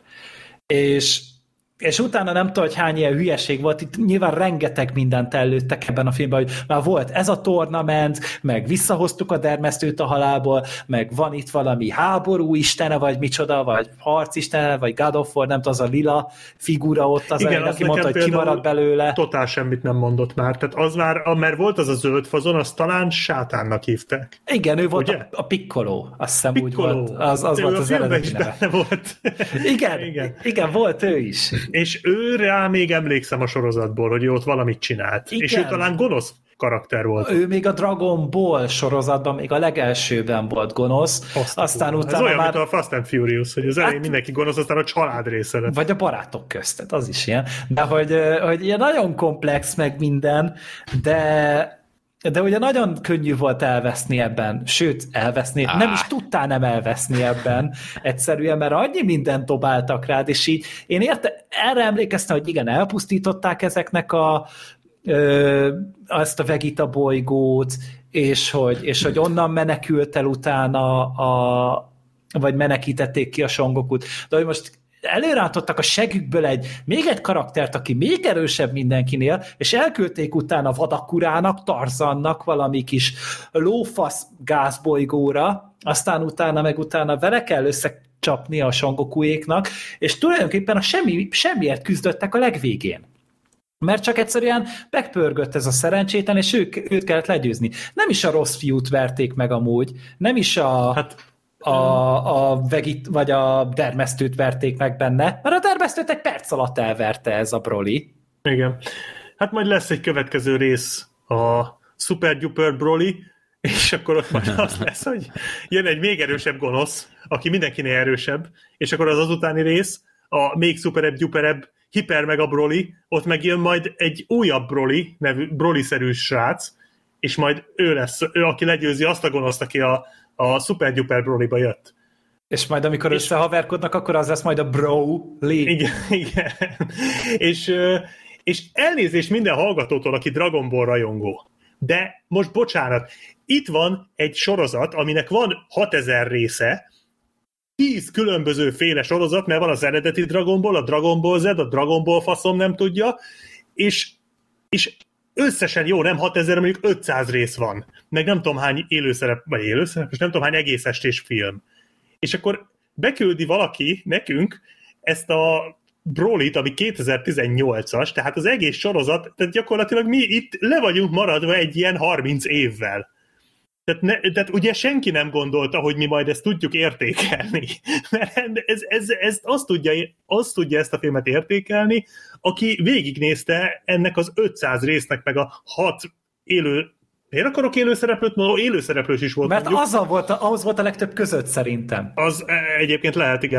És utána nem tudom, hogy hány ilyen hülyeség volt, itt nyilván rengeteg mindent előttek ebben a filmben, hogy már volt ez a tornament, meg visszahoztuk a dermesztőt a halálból, meg van itt valami háború istene, vagy micsoda, vagy harc istene, vagy God of War, nem tudom, az a lila figura ott az elején, aki mondta, hogy kimaradt belőle. Totál semmit nem mondott már, tehát az már, mert volt az a zöld fazon, azt talán sátánnak hívták. Igen, ő volt a Piccolo, azt hiszem Piccolo. Úgy volt. Az volt az eredeti neve. Volt. Igen, volt ő is. És ő rá még emlékszem a sorozatból, hogy ő ott valamit csinált. Igen. És ő talán gonosz karakter volt. Ő még a Dragon Ball sorozatban, még a legelsőben volt gonosz. Aztán utána ez olyan, már... mint a Fast and Furious, hogy az elején mindenki gonosz, aztán a család része lett. Vagy a barátok köztet, az is ilyen. De hogy ilyen nagyon komplex meg minden, de ugye nagyon könnyű volt elveszni ebben, sőt, nem is tudtál nem elveszni ebben egyszerűen, mert annyi mindent dobáltak rád, és így én erre emlékeztem, hogy igen, elpusztították ezeknek ezt a Vegeta bolygót, és hogy onnan menekült el utána vagy menekítették ki a Son Gokut. De hogy most előrántottak a segükből még egy karaktert, aki még erősebb mindenkinél, és elküldték utána Vadakurának, Tarzannak valami kis lófasz gázbolygóra, aztán utána vele kell összecsapni a Son Gokuéknak, és tulajdonképpen a semmiért küzdöttek a legvégén. Mert csak egyszerűen megpörgött ez a szerencsétlen, és őt kellett legyőzni. Nem is a rossz fiút verték meg amúgy, nem is a vegit, vagy a dermesztőt verték meg benne, mert a dermesztőt egy perc alatt elverte ez a Broly. Igen. Hát majd lesz egy következő rész, a Super Duper Broly, és akkor ott majd az lesz, hogy jön egy még erősebb gonosz, aki mindenkinél erősebb, és akkor az utáni rész, a még szuperebb, duperebb, hiper meg a Broly, ott megjön majd egy újabb Broly, nevű Broly-szerű srác, és majd ő lesz, aki legyőzi azt a gonoszt, aki a Super Duper Broly-ba jött. És majd amikor összehaverkodnak, akkor az lesz majd a Broly. Igen. És elnézést minden hallgatótól, aki Dragon Ball rajongó. De most bocsánat, itt van egy sorozat, aminek van 6000 része, 10 különböző féle sorozat, mert van az eredeti Dragon Ball, a Dragon Ball Z, a Dragon Ball faszom nem tudja, és összesen jó, nem 6000, mondjuk 500 rész van. Meg nem tudom hány élőszerep, és nem tudom hány egész estés film. És akkor beküldi valaki nekünk ezt a Broly-t, ami 2018-as, tehát az egész sorozat, tehát gyakorlatilag mi itt le vagyunk maradva egy ilyen 30 évvel. Tehát ugye senki nem gondolta, hogy mi majd ezt tudjuk értékelni. Mert ez azt tudja ezt a filmet értékelni, aki végignézte ennek az 500 résznek, meg a 6 élő. Én akarok élőszereplőt, mert élőszereplős is volt. Mert ahhoz volt a legtöbb között szerintem. Az egyébként lehet, igen.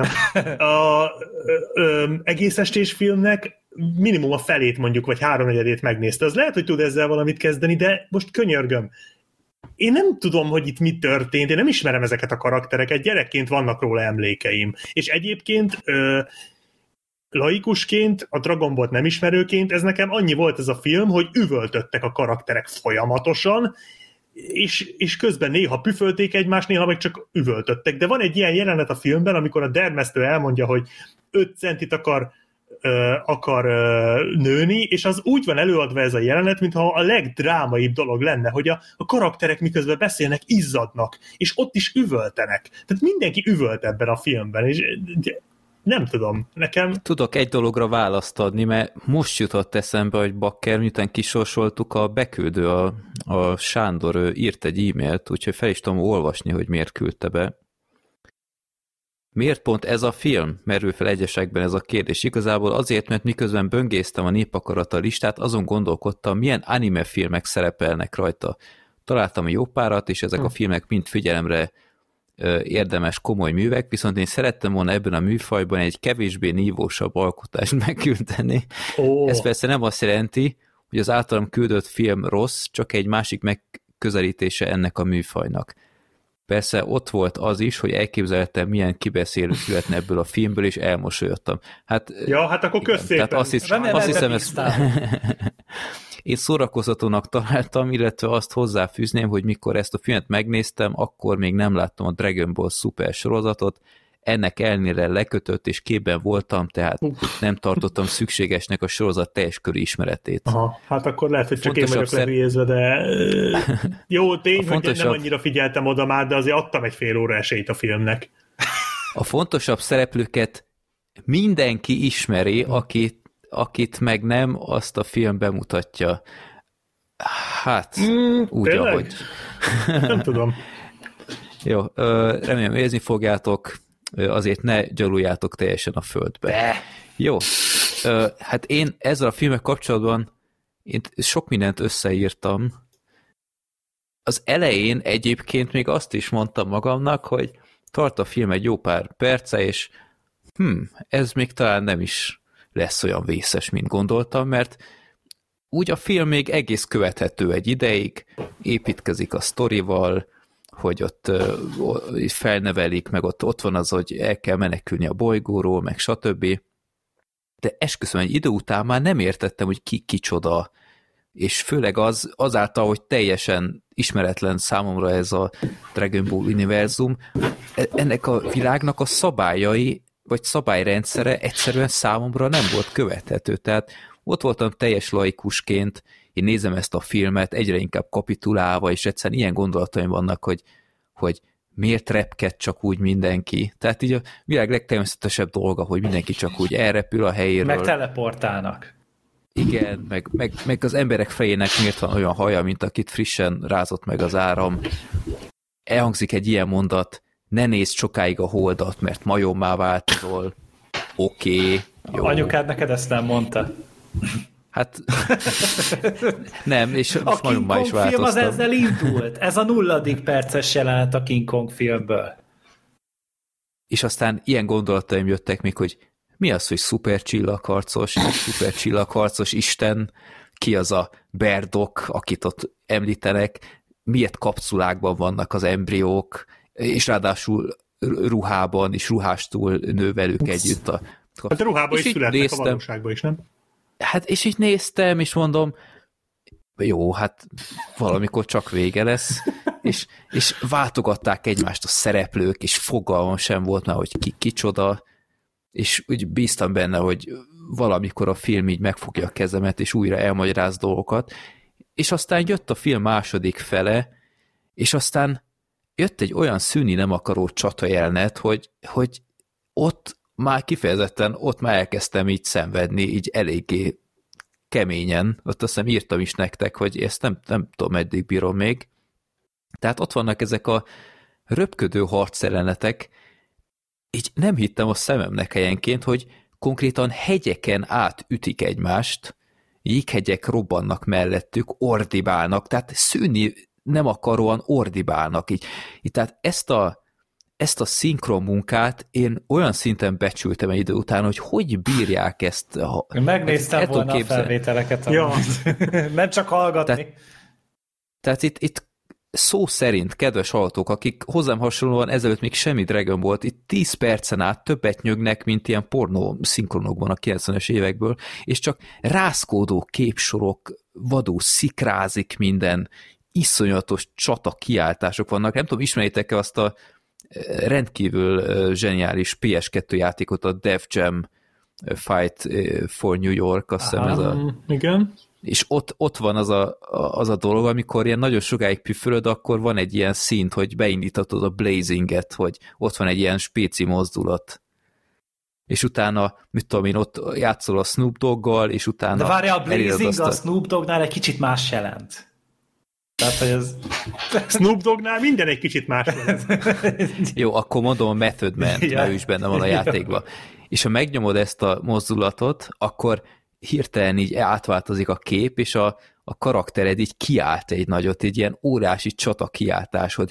Egész estés filmnek minimum a felét mondjuk, vagy 3/4 megnézte. Az lehet, hogy tud ezzel valamit kezdeni, de most könyörgöm. Én nem tudom, hogy itt mi történt, én nem ismerem ezeket a karaktereket, gyerekként vannak róla emlékeim. És egyébként laikusként, a Dragon Ball nem ismerőként, ez nekem annyi volt ez a film, hogy üvöltöttek a karakterek folyamatosan, és közben néha püfölték egymást, néha meg csak üvöltöttek. De van egy ilyen jelenet a filmben, amikor a dermesztő elmondja, hogy 5 centit akar nőni, és az úgy van előadva ez a jelenet, mintha a legdrámaibb dolog lenne, hogy a karakterek miközben beszélnek, izzadnak, és ott is üvöltenek. Tehát mindenki üvölt ebben a filmben, és nem tudom, nekem... Tudok egy dologra választ adni, mert most jutott eszembe, hogy Bakker, miután kisorsoltuk, a beküldő, a Sándor írt egy e-mailt, úgyhogy fel is tudom olvasni, hogy miért küldte be. Miért pont ez a film? Merül fel egyesekben ez a kérdés. Igazából azért, mert miközben böngésztem a Népakarata listát, azon gondolkodtam, milyen anime filmek szerepelnek rajta. Találtam jó párat, és ezek a filmek mind figyelemre érdemes, komoly művek, viszont én szerettem volna ebben a műfajban egy kevésbé nívósabb alkotást megküldeni. Ez persze nem azt jelenti, hogy az általam küldött film rossz, csak egy másik megközelítése ennek a műfajnak. Persze ott volt az is, hogy elképzeltem, milyen kibeszélő születne ebből a filmből, és elmosolyodtam. Hát akkor köszépen. Tehát azt hiszem ezt... Én szórakoztatónak találtam, illetve azt hozzáfűzném, hogy mikor ezt a filmet megnéztem, akkor még nem láttam a Dragon Ball Super sorozatot, ennek ellenére lekötött, és képben voltam, tehát nem tartottam szükségesnek a sorozat teljes körű ismeretét. Aha, hát akkor lehet, hogy csak én vagyok lehülyézve, de jó, tény, hogy nem annyira figyeltem oda már, de azért adtam egy fél óra esélyt a filmnek. A fontosabb szereplőket mindenki ismeri, akit meg nem, azt a film bemutatja. Hát, úgy, tényleg? ahogy. Nem tudom. Jó, remélem érezni fogjátok, azért ne gyaluljátok teljesen a földbe. Jó, hát én ezzel a filmek kapcsolatban én sok mindent összeírtam. Az elején egyébként még azt is mondtam magamnak, hogy tart a film egy jó pár perce, és ez még talán nem is lesz olyan vészes, mint gondoltam, mert úgy a film még egész követhető egy ideig, építkezik a sztorival, hogy ott felnevelik, meg ott van az, hogy el kell menekülni a bolygóról, meg stb. De esküszöm, egy idő után már nem értettem, hogy ki kicsoda, és főleg azáltal, hogy teljesen ismeretlen számomra ez a Dragon Ball univerzum, ennek a világnak a szabályai, vagy szabályrendszere egyszerűen számomra nem volt követhető. Tehát ott voltam teljes laikusként, én nézem ezt a filmet, egyre inkább kapitulálva, és egyszerűen ilyen gondolataim vannak, hogy miért repked csak úgy mindenki. Tehát így a világ legtermészetesebb dolga, hogy mindenki csak úgy elrepül a helyéről. Meg teleportálnak. Igen, meg az emberek fejének miért van olyan haja, mint akit frissen rázott meg az áram. Elhangzik egy ilyen mondat, ne nézd sokáig a holdat, mert majommá változol. Oké, jó. Anyukád neked ezt nem mondta? Hát nem, és a King Kong film az ezzel indult. Ez a 0. perces jelenet a King Kong filmből. És aztán ilyen gondolataim jöttek még, hogy mi az, hogy szupercsillagharcos Isten, ki az a Berdok, akit ott említenek, miért kapszulákban vannak az embriók, és ráadásul ruhában és ruhástól nővelük együtt. Hát a ruhában is születnek, a valóságban is, nem? Hát és így néztem, és mondom, jó, hát valamikor csak vége lesz, és váltogatták egymást a szereplők, és fogalmam sem volt már, hogy kicsoda, és úgy bíztam benne, hogy valamikor a film így megfogja a kezemet, és újra elmagyaráz dolgokat, és aztán jött a film második fele, és aztán jött egy olyan szűni nem akaró csatajelnet, hogy ott már kifejezetten, ott már elkezdtem így szenvedni, így eléggé keményen, ott azt hiszem írtam is nektek, hogy ezt nem tudom, meddig bírom még. Tehát ott vannak ezek a röpködő harcjelenetek, így nem hittem a szememnek helyenként, hogy konkrétan hegyeken átütik egymást, jéghegyek robbannak mellettük, ordibálnak, tehát szűnni nem akaróan ordibálnak. Így tehát ezt a szinkron munkát én olyan szinten becsültem egy idő után, hogy bírják ezt. Megnéztem volna a felvételeket. Ja. Nem csak hallgatni. Tehát itt szó szerint, kedves hallgatók, akik hozzám hasonlóan ezelőtt még semmi Dragon Ball-t, itt 10 percen át többet nyögnek, mint ilyen pornó szinkronokban a 90-es évekből, és csak rászkódó képsorok, vadul szikrázik minden, iszonyatos csata kiáltások vannak. Nem tudom, ismeritek-e azt a rendkívül zseniális PS2 játékot, a Def Jam Fight for New York, azt hiszem ez a... Igen. És ott van az a dolog, amikor ilyen nagyon sokáig püfölöd, akkor van egy ilyen szint, hogy beindítatod a blazinget, hogy ott van egy ilyen spéci mozdulat. És utána, mit tudom én, ott játszol a Snoop Doggal, és utána... De várja, a blazing a Snoop Doggnál egy kicsit más jelent. Tehát, hogy ez... Snoop Doggnál minden egy kicsit más van. Jó, akkor mondom a Method Man, mert ő is benne van a játékban. És ha megnyomod ezt a mozdulatot, akkor hirtelen így átváltozik a kép, és a karaktered így kiált egy nagyot, egy ilyen órási csata kiáltás, hogy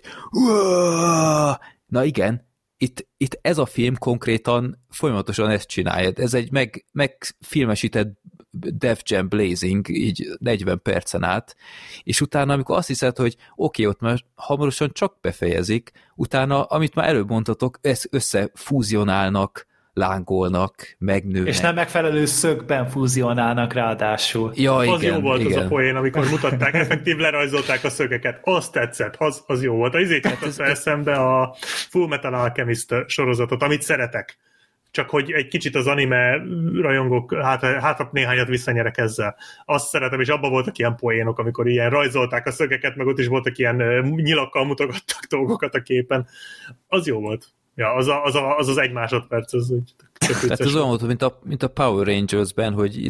na igen, itt ez a film konkrétan folyamatosan ezt csinálja. Ez egy megfilmesített Def Jam Blazing, így 40 percen át, és utána, amikor azt hiszed, hogy oké, ott már hamarosan csak befejezik, utána, amit már előbb mondtatok, ezt összefúzionálnak, lángolnak, megnőnek. És nem megfelelő szögben fúzionálnak ráadásul. Ja, igen, az jó volt igen. Az a poén, amikor mutatták, effektív lerajzolták a szögeket. Az tetszett, az jó volt. Az jutott eszembe a Full Metal Alchemist sorozatot, amit szeretek. Csak hogy egy kicsit az anime rajongók hát néhányat visszanyerek ezzel. Azt szeretem, és abban voltak ilyen poénok, amikor ilyen rajzolták a szögeket, meg ott is voltak ilyen nyilakkal mutogattak dolgokat a képen. Az jó volt. Ja, az egy másodperc, az úgy tehát az olyan volt, mint a Power Rangers-ben, hogy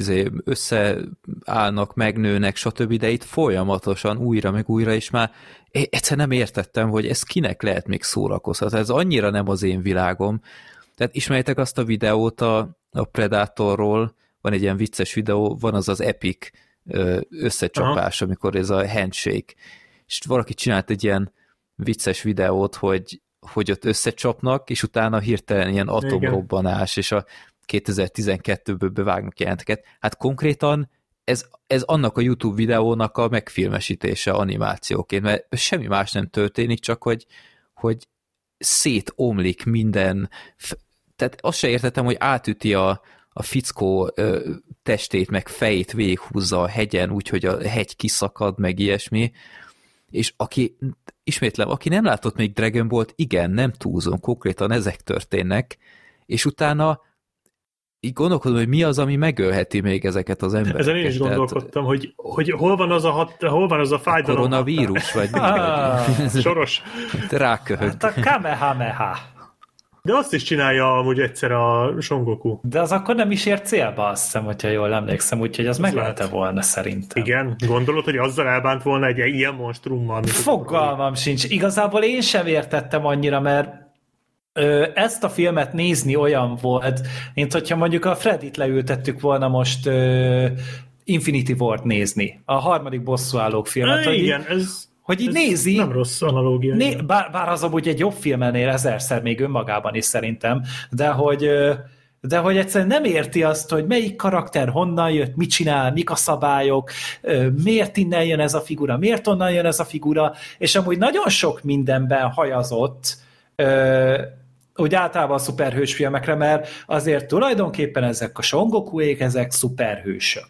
összeállnak, megnőnek, stb., de itt folyamatosan újra, meg újra, és már egyszer nem értettem, hogy ez kinek lehet még szórakozhat. Ez annyira nem az én világom. Tehát ismerjétek azt a videót a Predatorról, van egy ilyen vicces videó, van az epic összecsapás, amikor ez a handshake, és valaki csinált egy ilyen vicces videót, hogy ott összecsapnak, és utána hirtelen ilyen atomrobbanás, és a 2012-ből bevágnak jelenteket. Hát konkrétan ez annak a YouTube videónak a megfilmesítése animációként, mert semmi más nem történik, csak hogy szétomlik minden, tehát azt se értettem, hogy átüti a fickó testét, meg fejét végighúzza a hegyen, úgyhogy a hegy kiszakad, meg ilyesmi, és aki nem látott még Dragon Ball-t, igen, nem túlzom, konkrétan ezek történnek, és utána így gondolkodom, hogy mi az, ami megölheti még ezeket az embereket. Ezen én is gondolkodtam, hogy hol van az a fájdalom. A koronavírus, vagy mi? Soros. Ráköhög. Hát a Kamehameha. De azt is csinálja amúgy egyszer a Son Goku. De az akkor nem is ért célba, azt hiszem, hogyha jól emlékszem, úgyhogy az meg lehet volna szerintem. Igen? Gondolod, hogy azzal elbánt volna egy ilyen monstrummal? Fogalmam sincs. Igazából én sem értettem annyira, mert ezt a filmet nézni olyan volt, mint hogyha mondjuk a Freddit leültettük volna most Infinity War-t nézni. A harmadik bosszúállók filmet. Igen, hogy így nézi. Nem rossz analógia. Bár az amúgy egy jobb film ennél ezerszer még önmagában is szerintem, de hogy egyszerűen nem érti azt, hogy melyik karakter honnan jött, mit csinál, mik a szabályok, miért innen jön ez a figura, miért onnan jön ez a figura, és amúgy nagyon sok mindenben hajazott, úgy általában a szuperhős filmekre, mert azért tulajdonképpen ezek a Son Gokuék, ezek szuperhősök.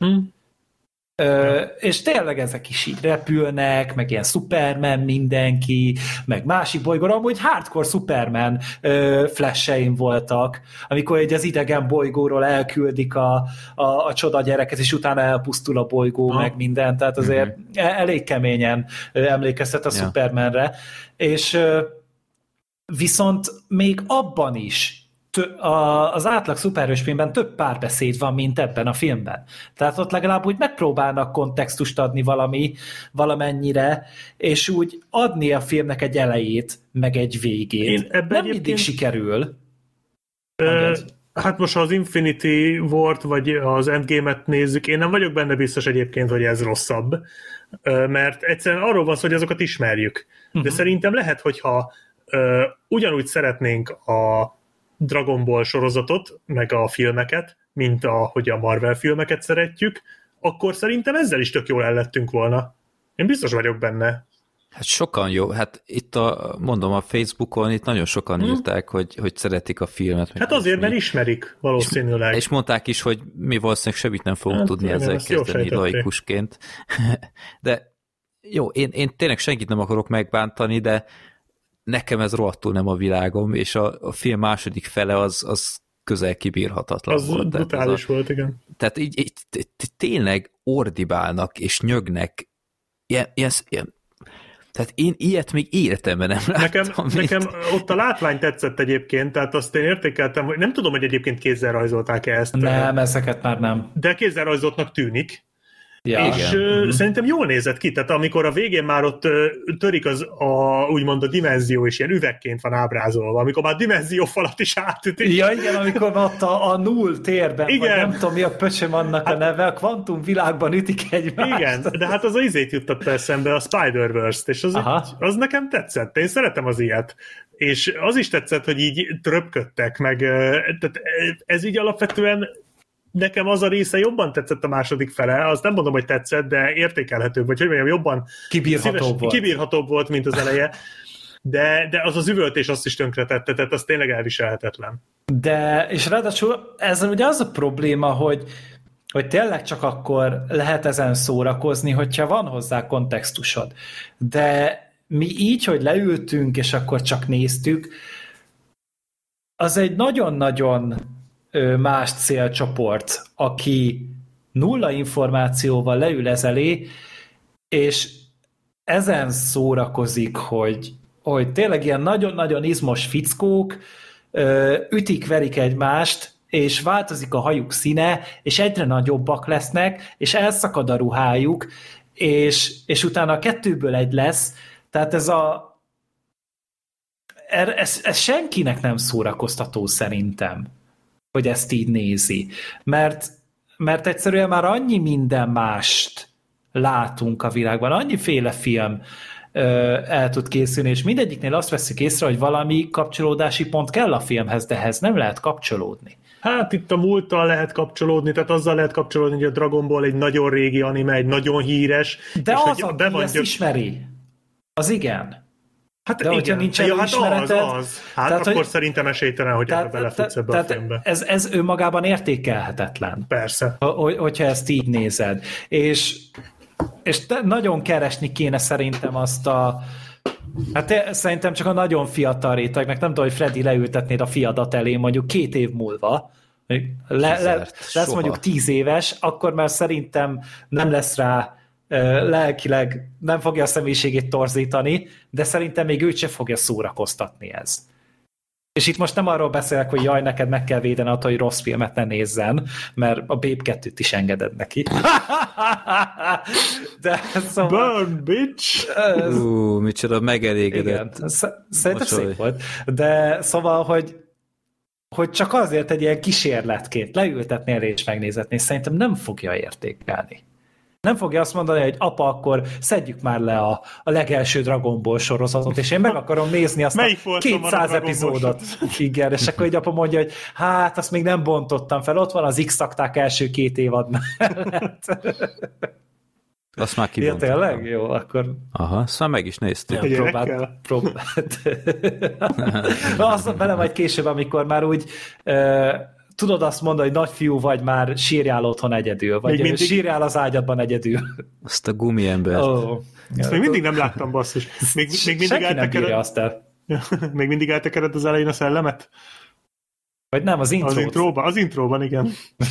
És tényleg ezek is így repülnek, meg ilyen Superman mindenki, meg másik bolygóra, amúgy hardcore Superman flash-eim voltak, amikor egy az idegen bolygóról elküldik a csoda gyereket, és utána elpusztul a bolygó, meg minden, tehát azért elég keményen emlékeztet a Supermanre, és viszont még abban is az átlag szuperhős filmben több párbeszéd van, mint ebben a filmben. Tehát ott legalább úgy megpróbálnak kontextust adni valamennyire, és úgy adni a filmnek egy elejét, meg egy végét. Nem mindig sikerül. Hát most ha az Infinity War-t, vagy az Endgame-et nézzük, én nem vagyok benne biztos egyébként, hogy ez rosszabb, mert egyszerűen arról van szó, hogy azokat ismerjük. De szerintem lehet, hogyha ugyanúgy szeretnénk a Dragon Ball sorozatot, meg a filmeket, mint ahogy a Marvel filmeket szeretjük, akkor szerintem ezzel is tök jól ellettünk volna. Én biztos vagyok benne. Hát sokan jó. Hát itt mondom a Facebookon, itt nagyon sokan írták, hogy szeretik a filmet. Hát azért, mert ismerik valószínűleg. És mondták is, hogy mi valószínűleg semmit nem fogunk tudni ezzel kezdeni laikusként. De jó, én tényleg senkit nem akarok megbántani, de nekem ez rohadtul nem a világom, és a film második fele az közel kibírhatatlan az volt. Az brutális volt, igen. Tehát így tényleg ordibálnak, és nyögnek. Ilyen, tehát én ilyet még életemben nem láttam. Nekem ott a látvány tetszett egyébként, tehát azt én értékeltem, hogy nem tudom, hogy egyébként kézzel rajzolták-e ezt. Nem, ezeket már nem. De kézzel rajzoltnak tűnik. Ja, és szerintem jól nézett ki, tehát amikor a végén már ott törik úgymond a dimenzió, és ilyen üvegként van ábrázolva, amikor már dimenziófalat is átütik. Ja, igen, amikor ott a null térben, igen. vagy nem tudom mi a pöcsöm annak a neve, a kvantum világban ütik egymást. Igen, de hát az izét juttatta eszembe, a Spider-Verse-t, és az nekem tetszett. Én szeretem az ilyet. És az is tetszett, hogy így tröpködtek, meg tehát ez így alapvetően nekem az a része jobban tetszett a második fele, azt nem mondom, hogy tetszett, de értékelhetőbb, vagy hogy mondjam, jobban kibírhatóbb volt, mint az eleje, de az üvöltés azt is tönkretette, tehát az tényleg elviselhetetlen. De, és ráadásul ezzel ugye az a probléma, hogy tényleg csak akkor lehet ezen szórakozni, hogyha van hozzá kontextusod. De mi így, hogy leültünk, és akkor csak néztük, az egy nagyon-nagyon más célcsoport, aki nulla információval leül ez elé, és ezen szórakozik, hogy tényleg ilyen nagyon-nagyon izmos fickók ütik-verik egymást, és változik a hajuk színe, és egyre nagyobbak lesznek, és elszakad a ruhájuk, és utána a kettőből egy lesz. Tehát ez senkinek nem szórakoztató szerintem, hogy ezt így nézi. Mert egyszerűen már annyi minden mást látunk a világban, annyiféle film el tud készülni, és mindegyiknél azt veszik észre, hogy valami kapcsolódási pont kell a filmhez, de ehhez nem lehet kapcsolódni. Hát itt a múlttal lehet kapcsolódni, tehát azzal lehet kapcsolódni, hogy a Dragon Ball egy nagyon régi anime, egy nagyon híres. De és az, aki ezt ismeri, az igen. Hát de hogyha nincsen ismereted... Hát tehát, akkor szerintem esélytelen, hogy ebbe belefutsz ebbe a filmbe. Ez önmagában értékelhetetlen. Persze. Hogyha ezt így nézed. És nagyon keresni kéne szerintem azt a... Hát szerintem csak a nagyon fiatal rétegnek, nem tudom, hogy Freddy leültetnéd a fiadat elé mondjuk 2 év múlva, lesz mondjuk 10 éves, akkor már szerintem nem lesz rá lelkileg, nem fogja a személyiségét torzítani, de szerintem még őt sem fogja szórakoztatni ez. És itt most nem arról beszélek, hogy jaj, neked meg kell védeni attól, hogy rossz filmet ne nézzen, mert a Babe 2-t is engeded neki. De szóval... Burn, bitch! Micsoda megelégedett. Igen, szerintem szép volt. De szóval, hogy csak azért egy ilyen kísérletként leültetni elé és megnézetni, szerintem nem fogja értékelni. Nem fogja azt mondani, hogy apa, akkor szedjük már le a legelső Dragon Ball sorozatot, és én meg akarom nézni azt a 200 epizódot. Igen, és akkor egy apa mondja, hogy hát, azt még nem bontottam fel, ott van az X-akták első 2 évad mellett. Azt már kibontottam. Ja, tényleg? Jó, akkor... Aha, azt már meg is néztük. Próbált. Azt bele majd később, amikor már úgy... tudod azt mondani, hogy nagyfiú vagy, már sírjál otthon egyedül, vagy sírjál az ágyadban egyedül. Azt a gumiembert. Ezt még mindig nem láttam, basszus. Még mindig senki nem bírja azt el. Még mindig eltekered az elején a szellemet? Vagy nem, az intrót. Az intróban, igen.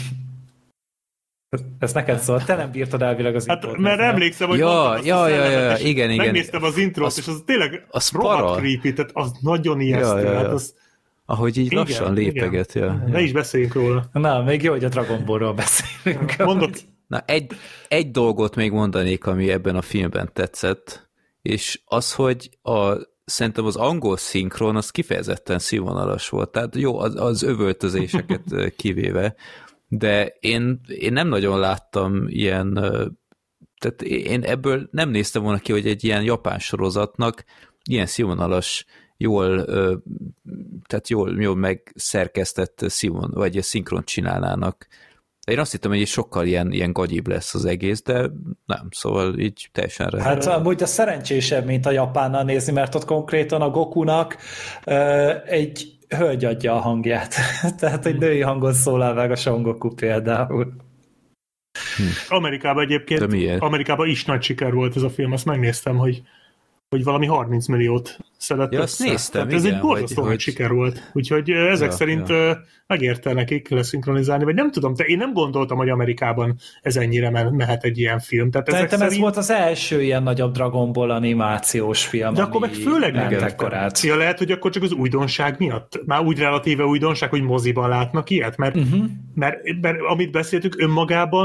Ez neked szól, te nem bírtad elvileg az intrót. Hát, mert emlékszem, hogy igen. Megnéztem az intrót, és az tényleg rohadt creepy, tehát az nagyon ijesztő. Hát az... Ahogy így lassan lépeget. Ja. Ne is beszéljünk róla. Na, még jó, hogy a Dragon Ballról beszélünk. Mondok. Na, egy dolgot még mondanék, ami ebben a filmben tetszett, és az, hogy szerintem az angol szinkron az kifejezetten színvonalas volt. Tehát jó, az övöltözéseket kivéve, de én nem nagyon láttam ilyen, tehát én ebből nem néztem volna ki, hogy egy ilyen japán sorozatnak ilyen színvonalas tehát jól megszerkesztett vagy szinkront csinálnának. De én azt hittem, hogy sokkal ilyen gagyibb lesz az egész, de nem, szóval így teljesen rá. Hát amúgy a szerencsésebb, mint a japánnal nézni, mert ott konkrétan a Gokunak egy hölgy adja a hangját. Tehát egy női hangon szólal meg a Son Goku például. Amerikában egyébként, Amerikában is nagy siker volt ez a film, azt megnéztem, hogy valami 30 milliót szedett össze. Azt néztem, ez egy borzasztó nagy siker volt. Úgyhogy ezek szerint megérte nekik leszinkronizálni, vagy nem tudom, de én nem gondoltam, hogy Amerikában ez ennyire mehet egy ilyen film. Tehát szerintem ez volt az első ilyen nagyobb Dragon Ball animációs film, de akkor meg főleg nem ja, lehet, hogy akkor csak az újdonság miatt. Már úgy relatíve újdonság, hogy moziban látnak ilyet, mert amit beszéltük önmagában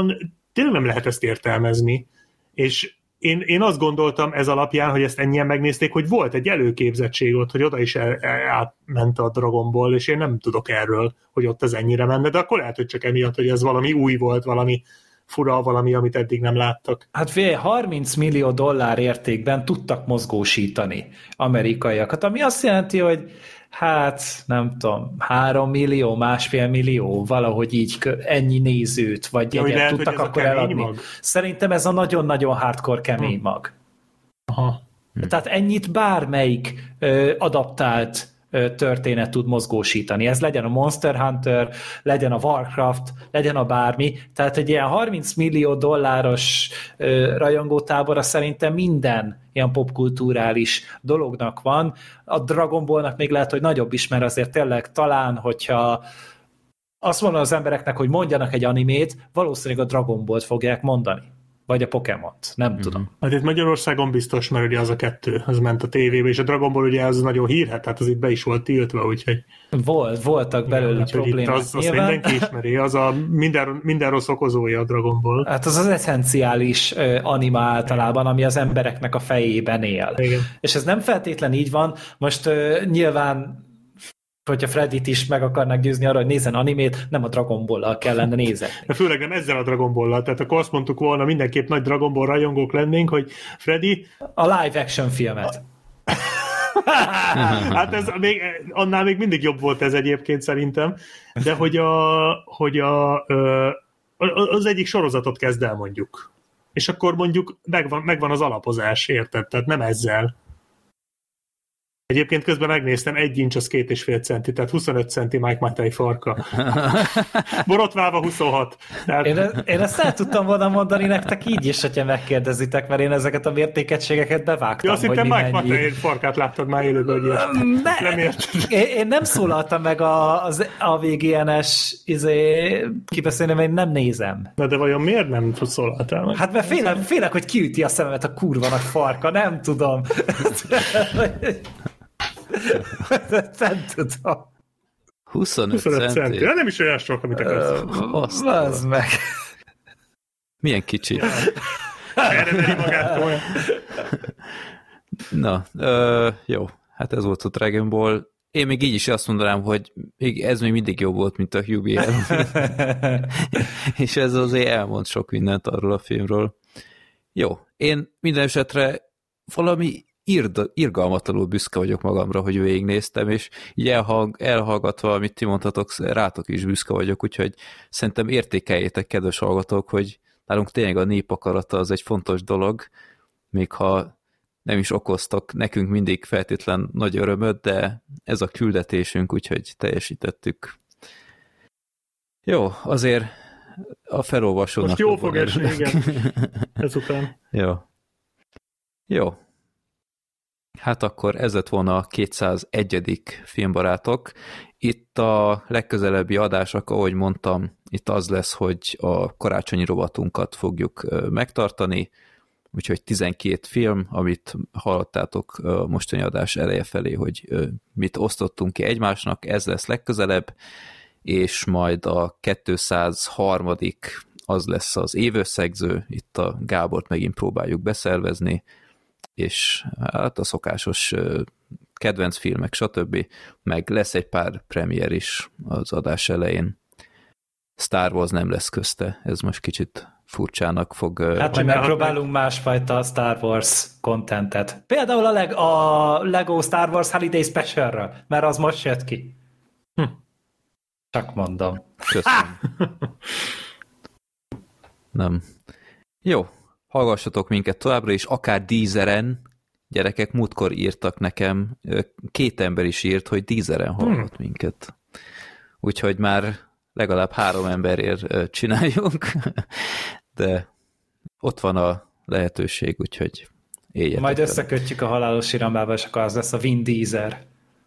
tényleg nem lehet ezt értelmezni, és én azt gondoltam ez alapján, hogy ezt ennyien megnézték, hogy volt egy előképzettség ott, hogy oda is átment a Dragon Ball, és én nem tudok erről, hogy ott ez ennyire menne, de akkor lehet, hogy csak emiatt, hogy ez valami új volt, valami fura, valami, amit eddig nem láttak. Hát $30 millió értékben tudtak mozgósítani amerikaiakat, ami azt jelenti, hogy hát nem tudom, 3 millió, 1,5 millió, valahogy így ennyi nézőt, vagy jegyet lehet, tudtak akkor eladni. Mag? Szerintem ez a nagyon-nagyon hardcore kemény mag. Aha. Tehát ennyit bármelyik adaptált történet tud mozgósítani. Ez legyen a Monster Hunter, legyen a Warcraft, legyen a bármi. Tehát egy ilyen $30 millió rajongótábora szerintem minden ilyen popkulturális dolognak van. A Dragon Ballnak még lehet, hogy nagyobb is, mert azért tényleg talán, hogyha azt mondom az embereknek, hogy mondjanak egy animét, valószínűleg a Dragon Ballt fogják mondani. Vagy a Pokémont, nem tudom. Hát itt Magyarországon biztos, mert ugye az a 2, az ment a tévébe, és a Dragon Ball ugye az nagyon hírhet, tehát az itt be is volt tiltva, úgyhogy... Voltak belőle problémák. Azt mindenki ismeri, az a minden rossz okozója a Dragon Ball. Hát az eszenciális anima általában, ami az embereknek a fejében él. Igen. És ez nem feltétlen így van. Most nyilván hogyha Freddit is meg akarnak győzni arra, hogy nézzen animét, nem a Dragon Ball-al kellene nézni. De főleg nem ezzel a Dragon Ball-al, tehát akkor azt mondtuk volna, mindenképp nagy Dragon Ball rajongók lennénk, hogy Freddy... A live action filmet. Hát ez annál még mindig jobb volt ez egyébként szerintem, de hogy az egyik sorozatot kezd el mondjuk. És akkor mondjuk megvan az alapozás, érted? Tehát nem ezzel. Egyébként közben megnéztem, 1 inch az 2,5 centi, tehát 25 centi Mike Matei farka. Borotválva 26. Tehát... Én ezt el tudtam volna mondani nektek így is, hogyha megkérdezitek, mert én ezeket a mértékegységeket bevágtam. Ja, azt hittem Mike Matei farkát láttad már élőből. Nem érted. Én nem szólaltam meg a VGNS kibeszélni, mert én nem nézem. Na de vajon miért nem szólaltál meg? Hát mert félek, hogy kiüti a szememet a kurva nagy farka, nem tudom. Nem tudom. 25 centi. Nem is olyan sok, amit akarsz. Vazd meg. Milyen kicsi. Erre meri magát komolyan. Na, jó. Hát ez volt a Dragon Ball. Én még így is azt mondanám, hogy ez még mindig jobb volt, mint a Hubie. És ez azért elmond sok mindent arról a filmről. Jó. Én minden esetre valami irgalmatlanul büszke vagyok magamra, hogy végignéztem, és így elhallgatva, amit ti mondhatok, rátok is büszke vagyok, úgyhogy szerintem értékeljétek, kedves hallgatók, hogy nálunk tényleg a népakarata az egy fontos dolog, még ha nem is okoztak nekünk mindig feltétlen nagy örömöt, de ez a küldetésünk, úgyhogy teljesítettük. Jó, azért a felolvasónak... Most jó fog esni, igen. Ezután. Jó. Hát akkor ez lett volna a 201. Filmbarátok. Itt a legközelebbi adások, ahogy mondtam, itt az lesz, hogy a karácsonyi rovatunkat fogjuk megtartani, úgyhogy 12 film, amit hallottátok a mostani adás eleje felé, hogy mit osztottunk ki egymásnak, ez lesz legközelebb, és majd a 203. az lesz az évösszegző, itt a Gábort megint próbáljuk beszervezni, és hát a szokásos kedvenc filmek, stb. Meg lesz egy pár premier is az adás elején. Star Wars nem lesz közte, ez most kicsit furcsának fog... Hát majd megpróbálunk másfajta Star Wars contentet. Például a Lego Star Wars Holiday Specialről, mert az most jött ki. Csak mondom. Köszönöm. Nem. Jó. Hallgassatok minket továbbra is, akár Deezeren, gyerekek, múltkor írtak nekem, 2 ember is írt, hogy Deezeren hallgat minket. Úgyhogy már legalább 3 emberért csináljunk, de ott van a lehetőség, úgyhogy éljetek. Majd összekötjük a halálos iramával, és akkor az lesz a Vin Diesel.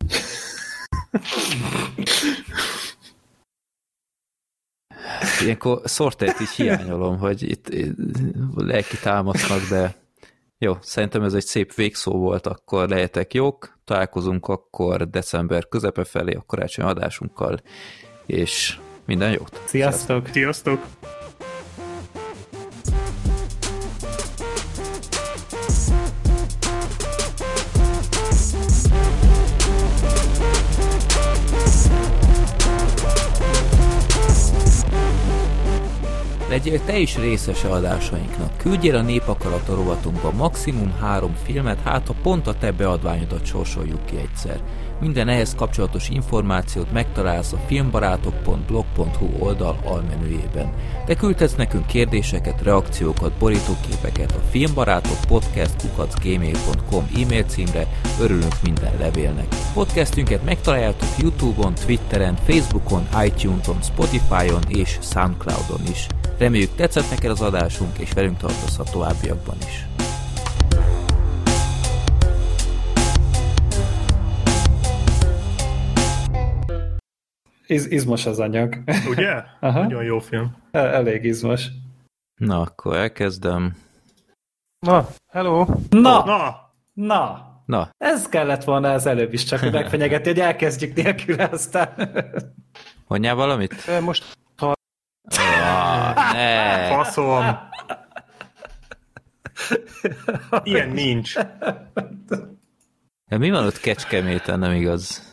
Ilyenkor Sortert így hiányolom, hogy itt lelki támasznak, de jó, szerintem ez egy szép végszó volt, akkor lehetek jók, találkozunk akkor december közepe felé a karácsony adásunkkal, és minden jót! Sziasztok! Sziasztok! Legyél te is részese adásainknak. Küldjél a Népakarata rovatunkba maximum 3 filmet, hát ha pont a te beadványodat sorsoljuk ki egyszer. Minden ehhez kapcsolatos információt megtalálsz a filmbarátok.blog.hu oldal almenüjében. Te küldhetsz nekünk kérdéseket, reakciókat, borítóképeket a filmbarátokpodcast@gmail.com e-mail címre, örülünk minden levélnek. Podcastünket megtaláljátok YouTube-on, Twitteren, Facebookon, iTunes-on, Spotify-on és Soundcloud-on is. Reméljük tetszett neked az adásunk, és velünk tartozz a továbbiakban is. Izmos az anyag. Ugye? Aha. Nagyon jó film. Elég izmos. Na, akkor elkezdem. Na, hello! Na! Ez kellett volna az előbb is, csak megfenyegetni, hogy elkezdjük nélküle, aztán... Mondjál valamit? Most... Ne! Faszom! Ilyen nincs. De mi van ott Kecskeméten, nem igaz?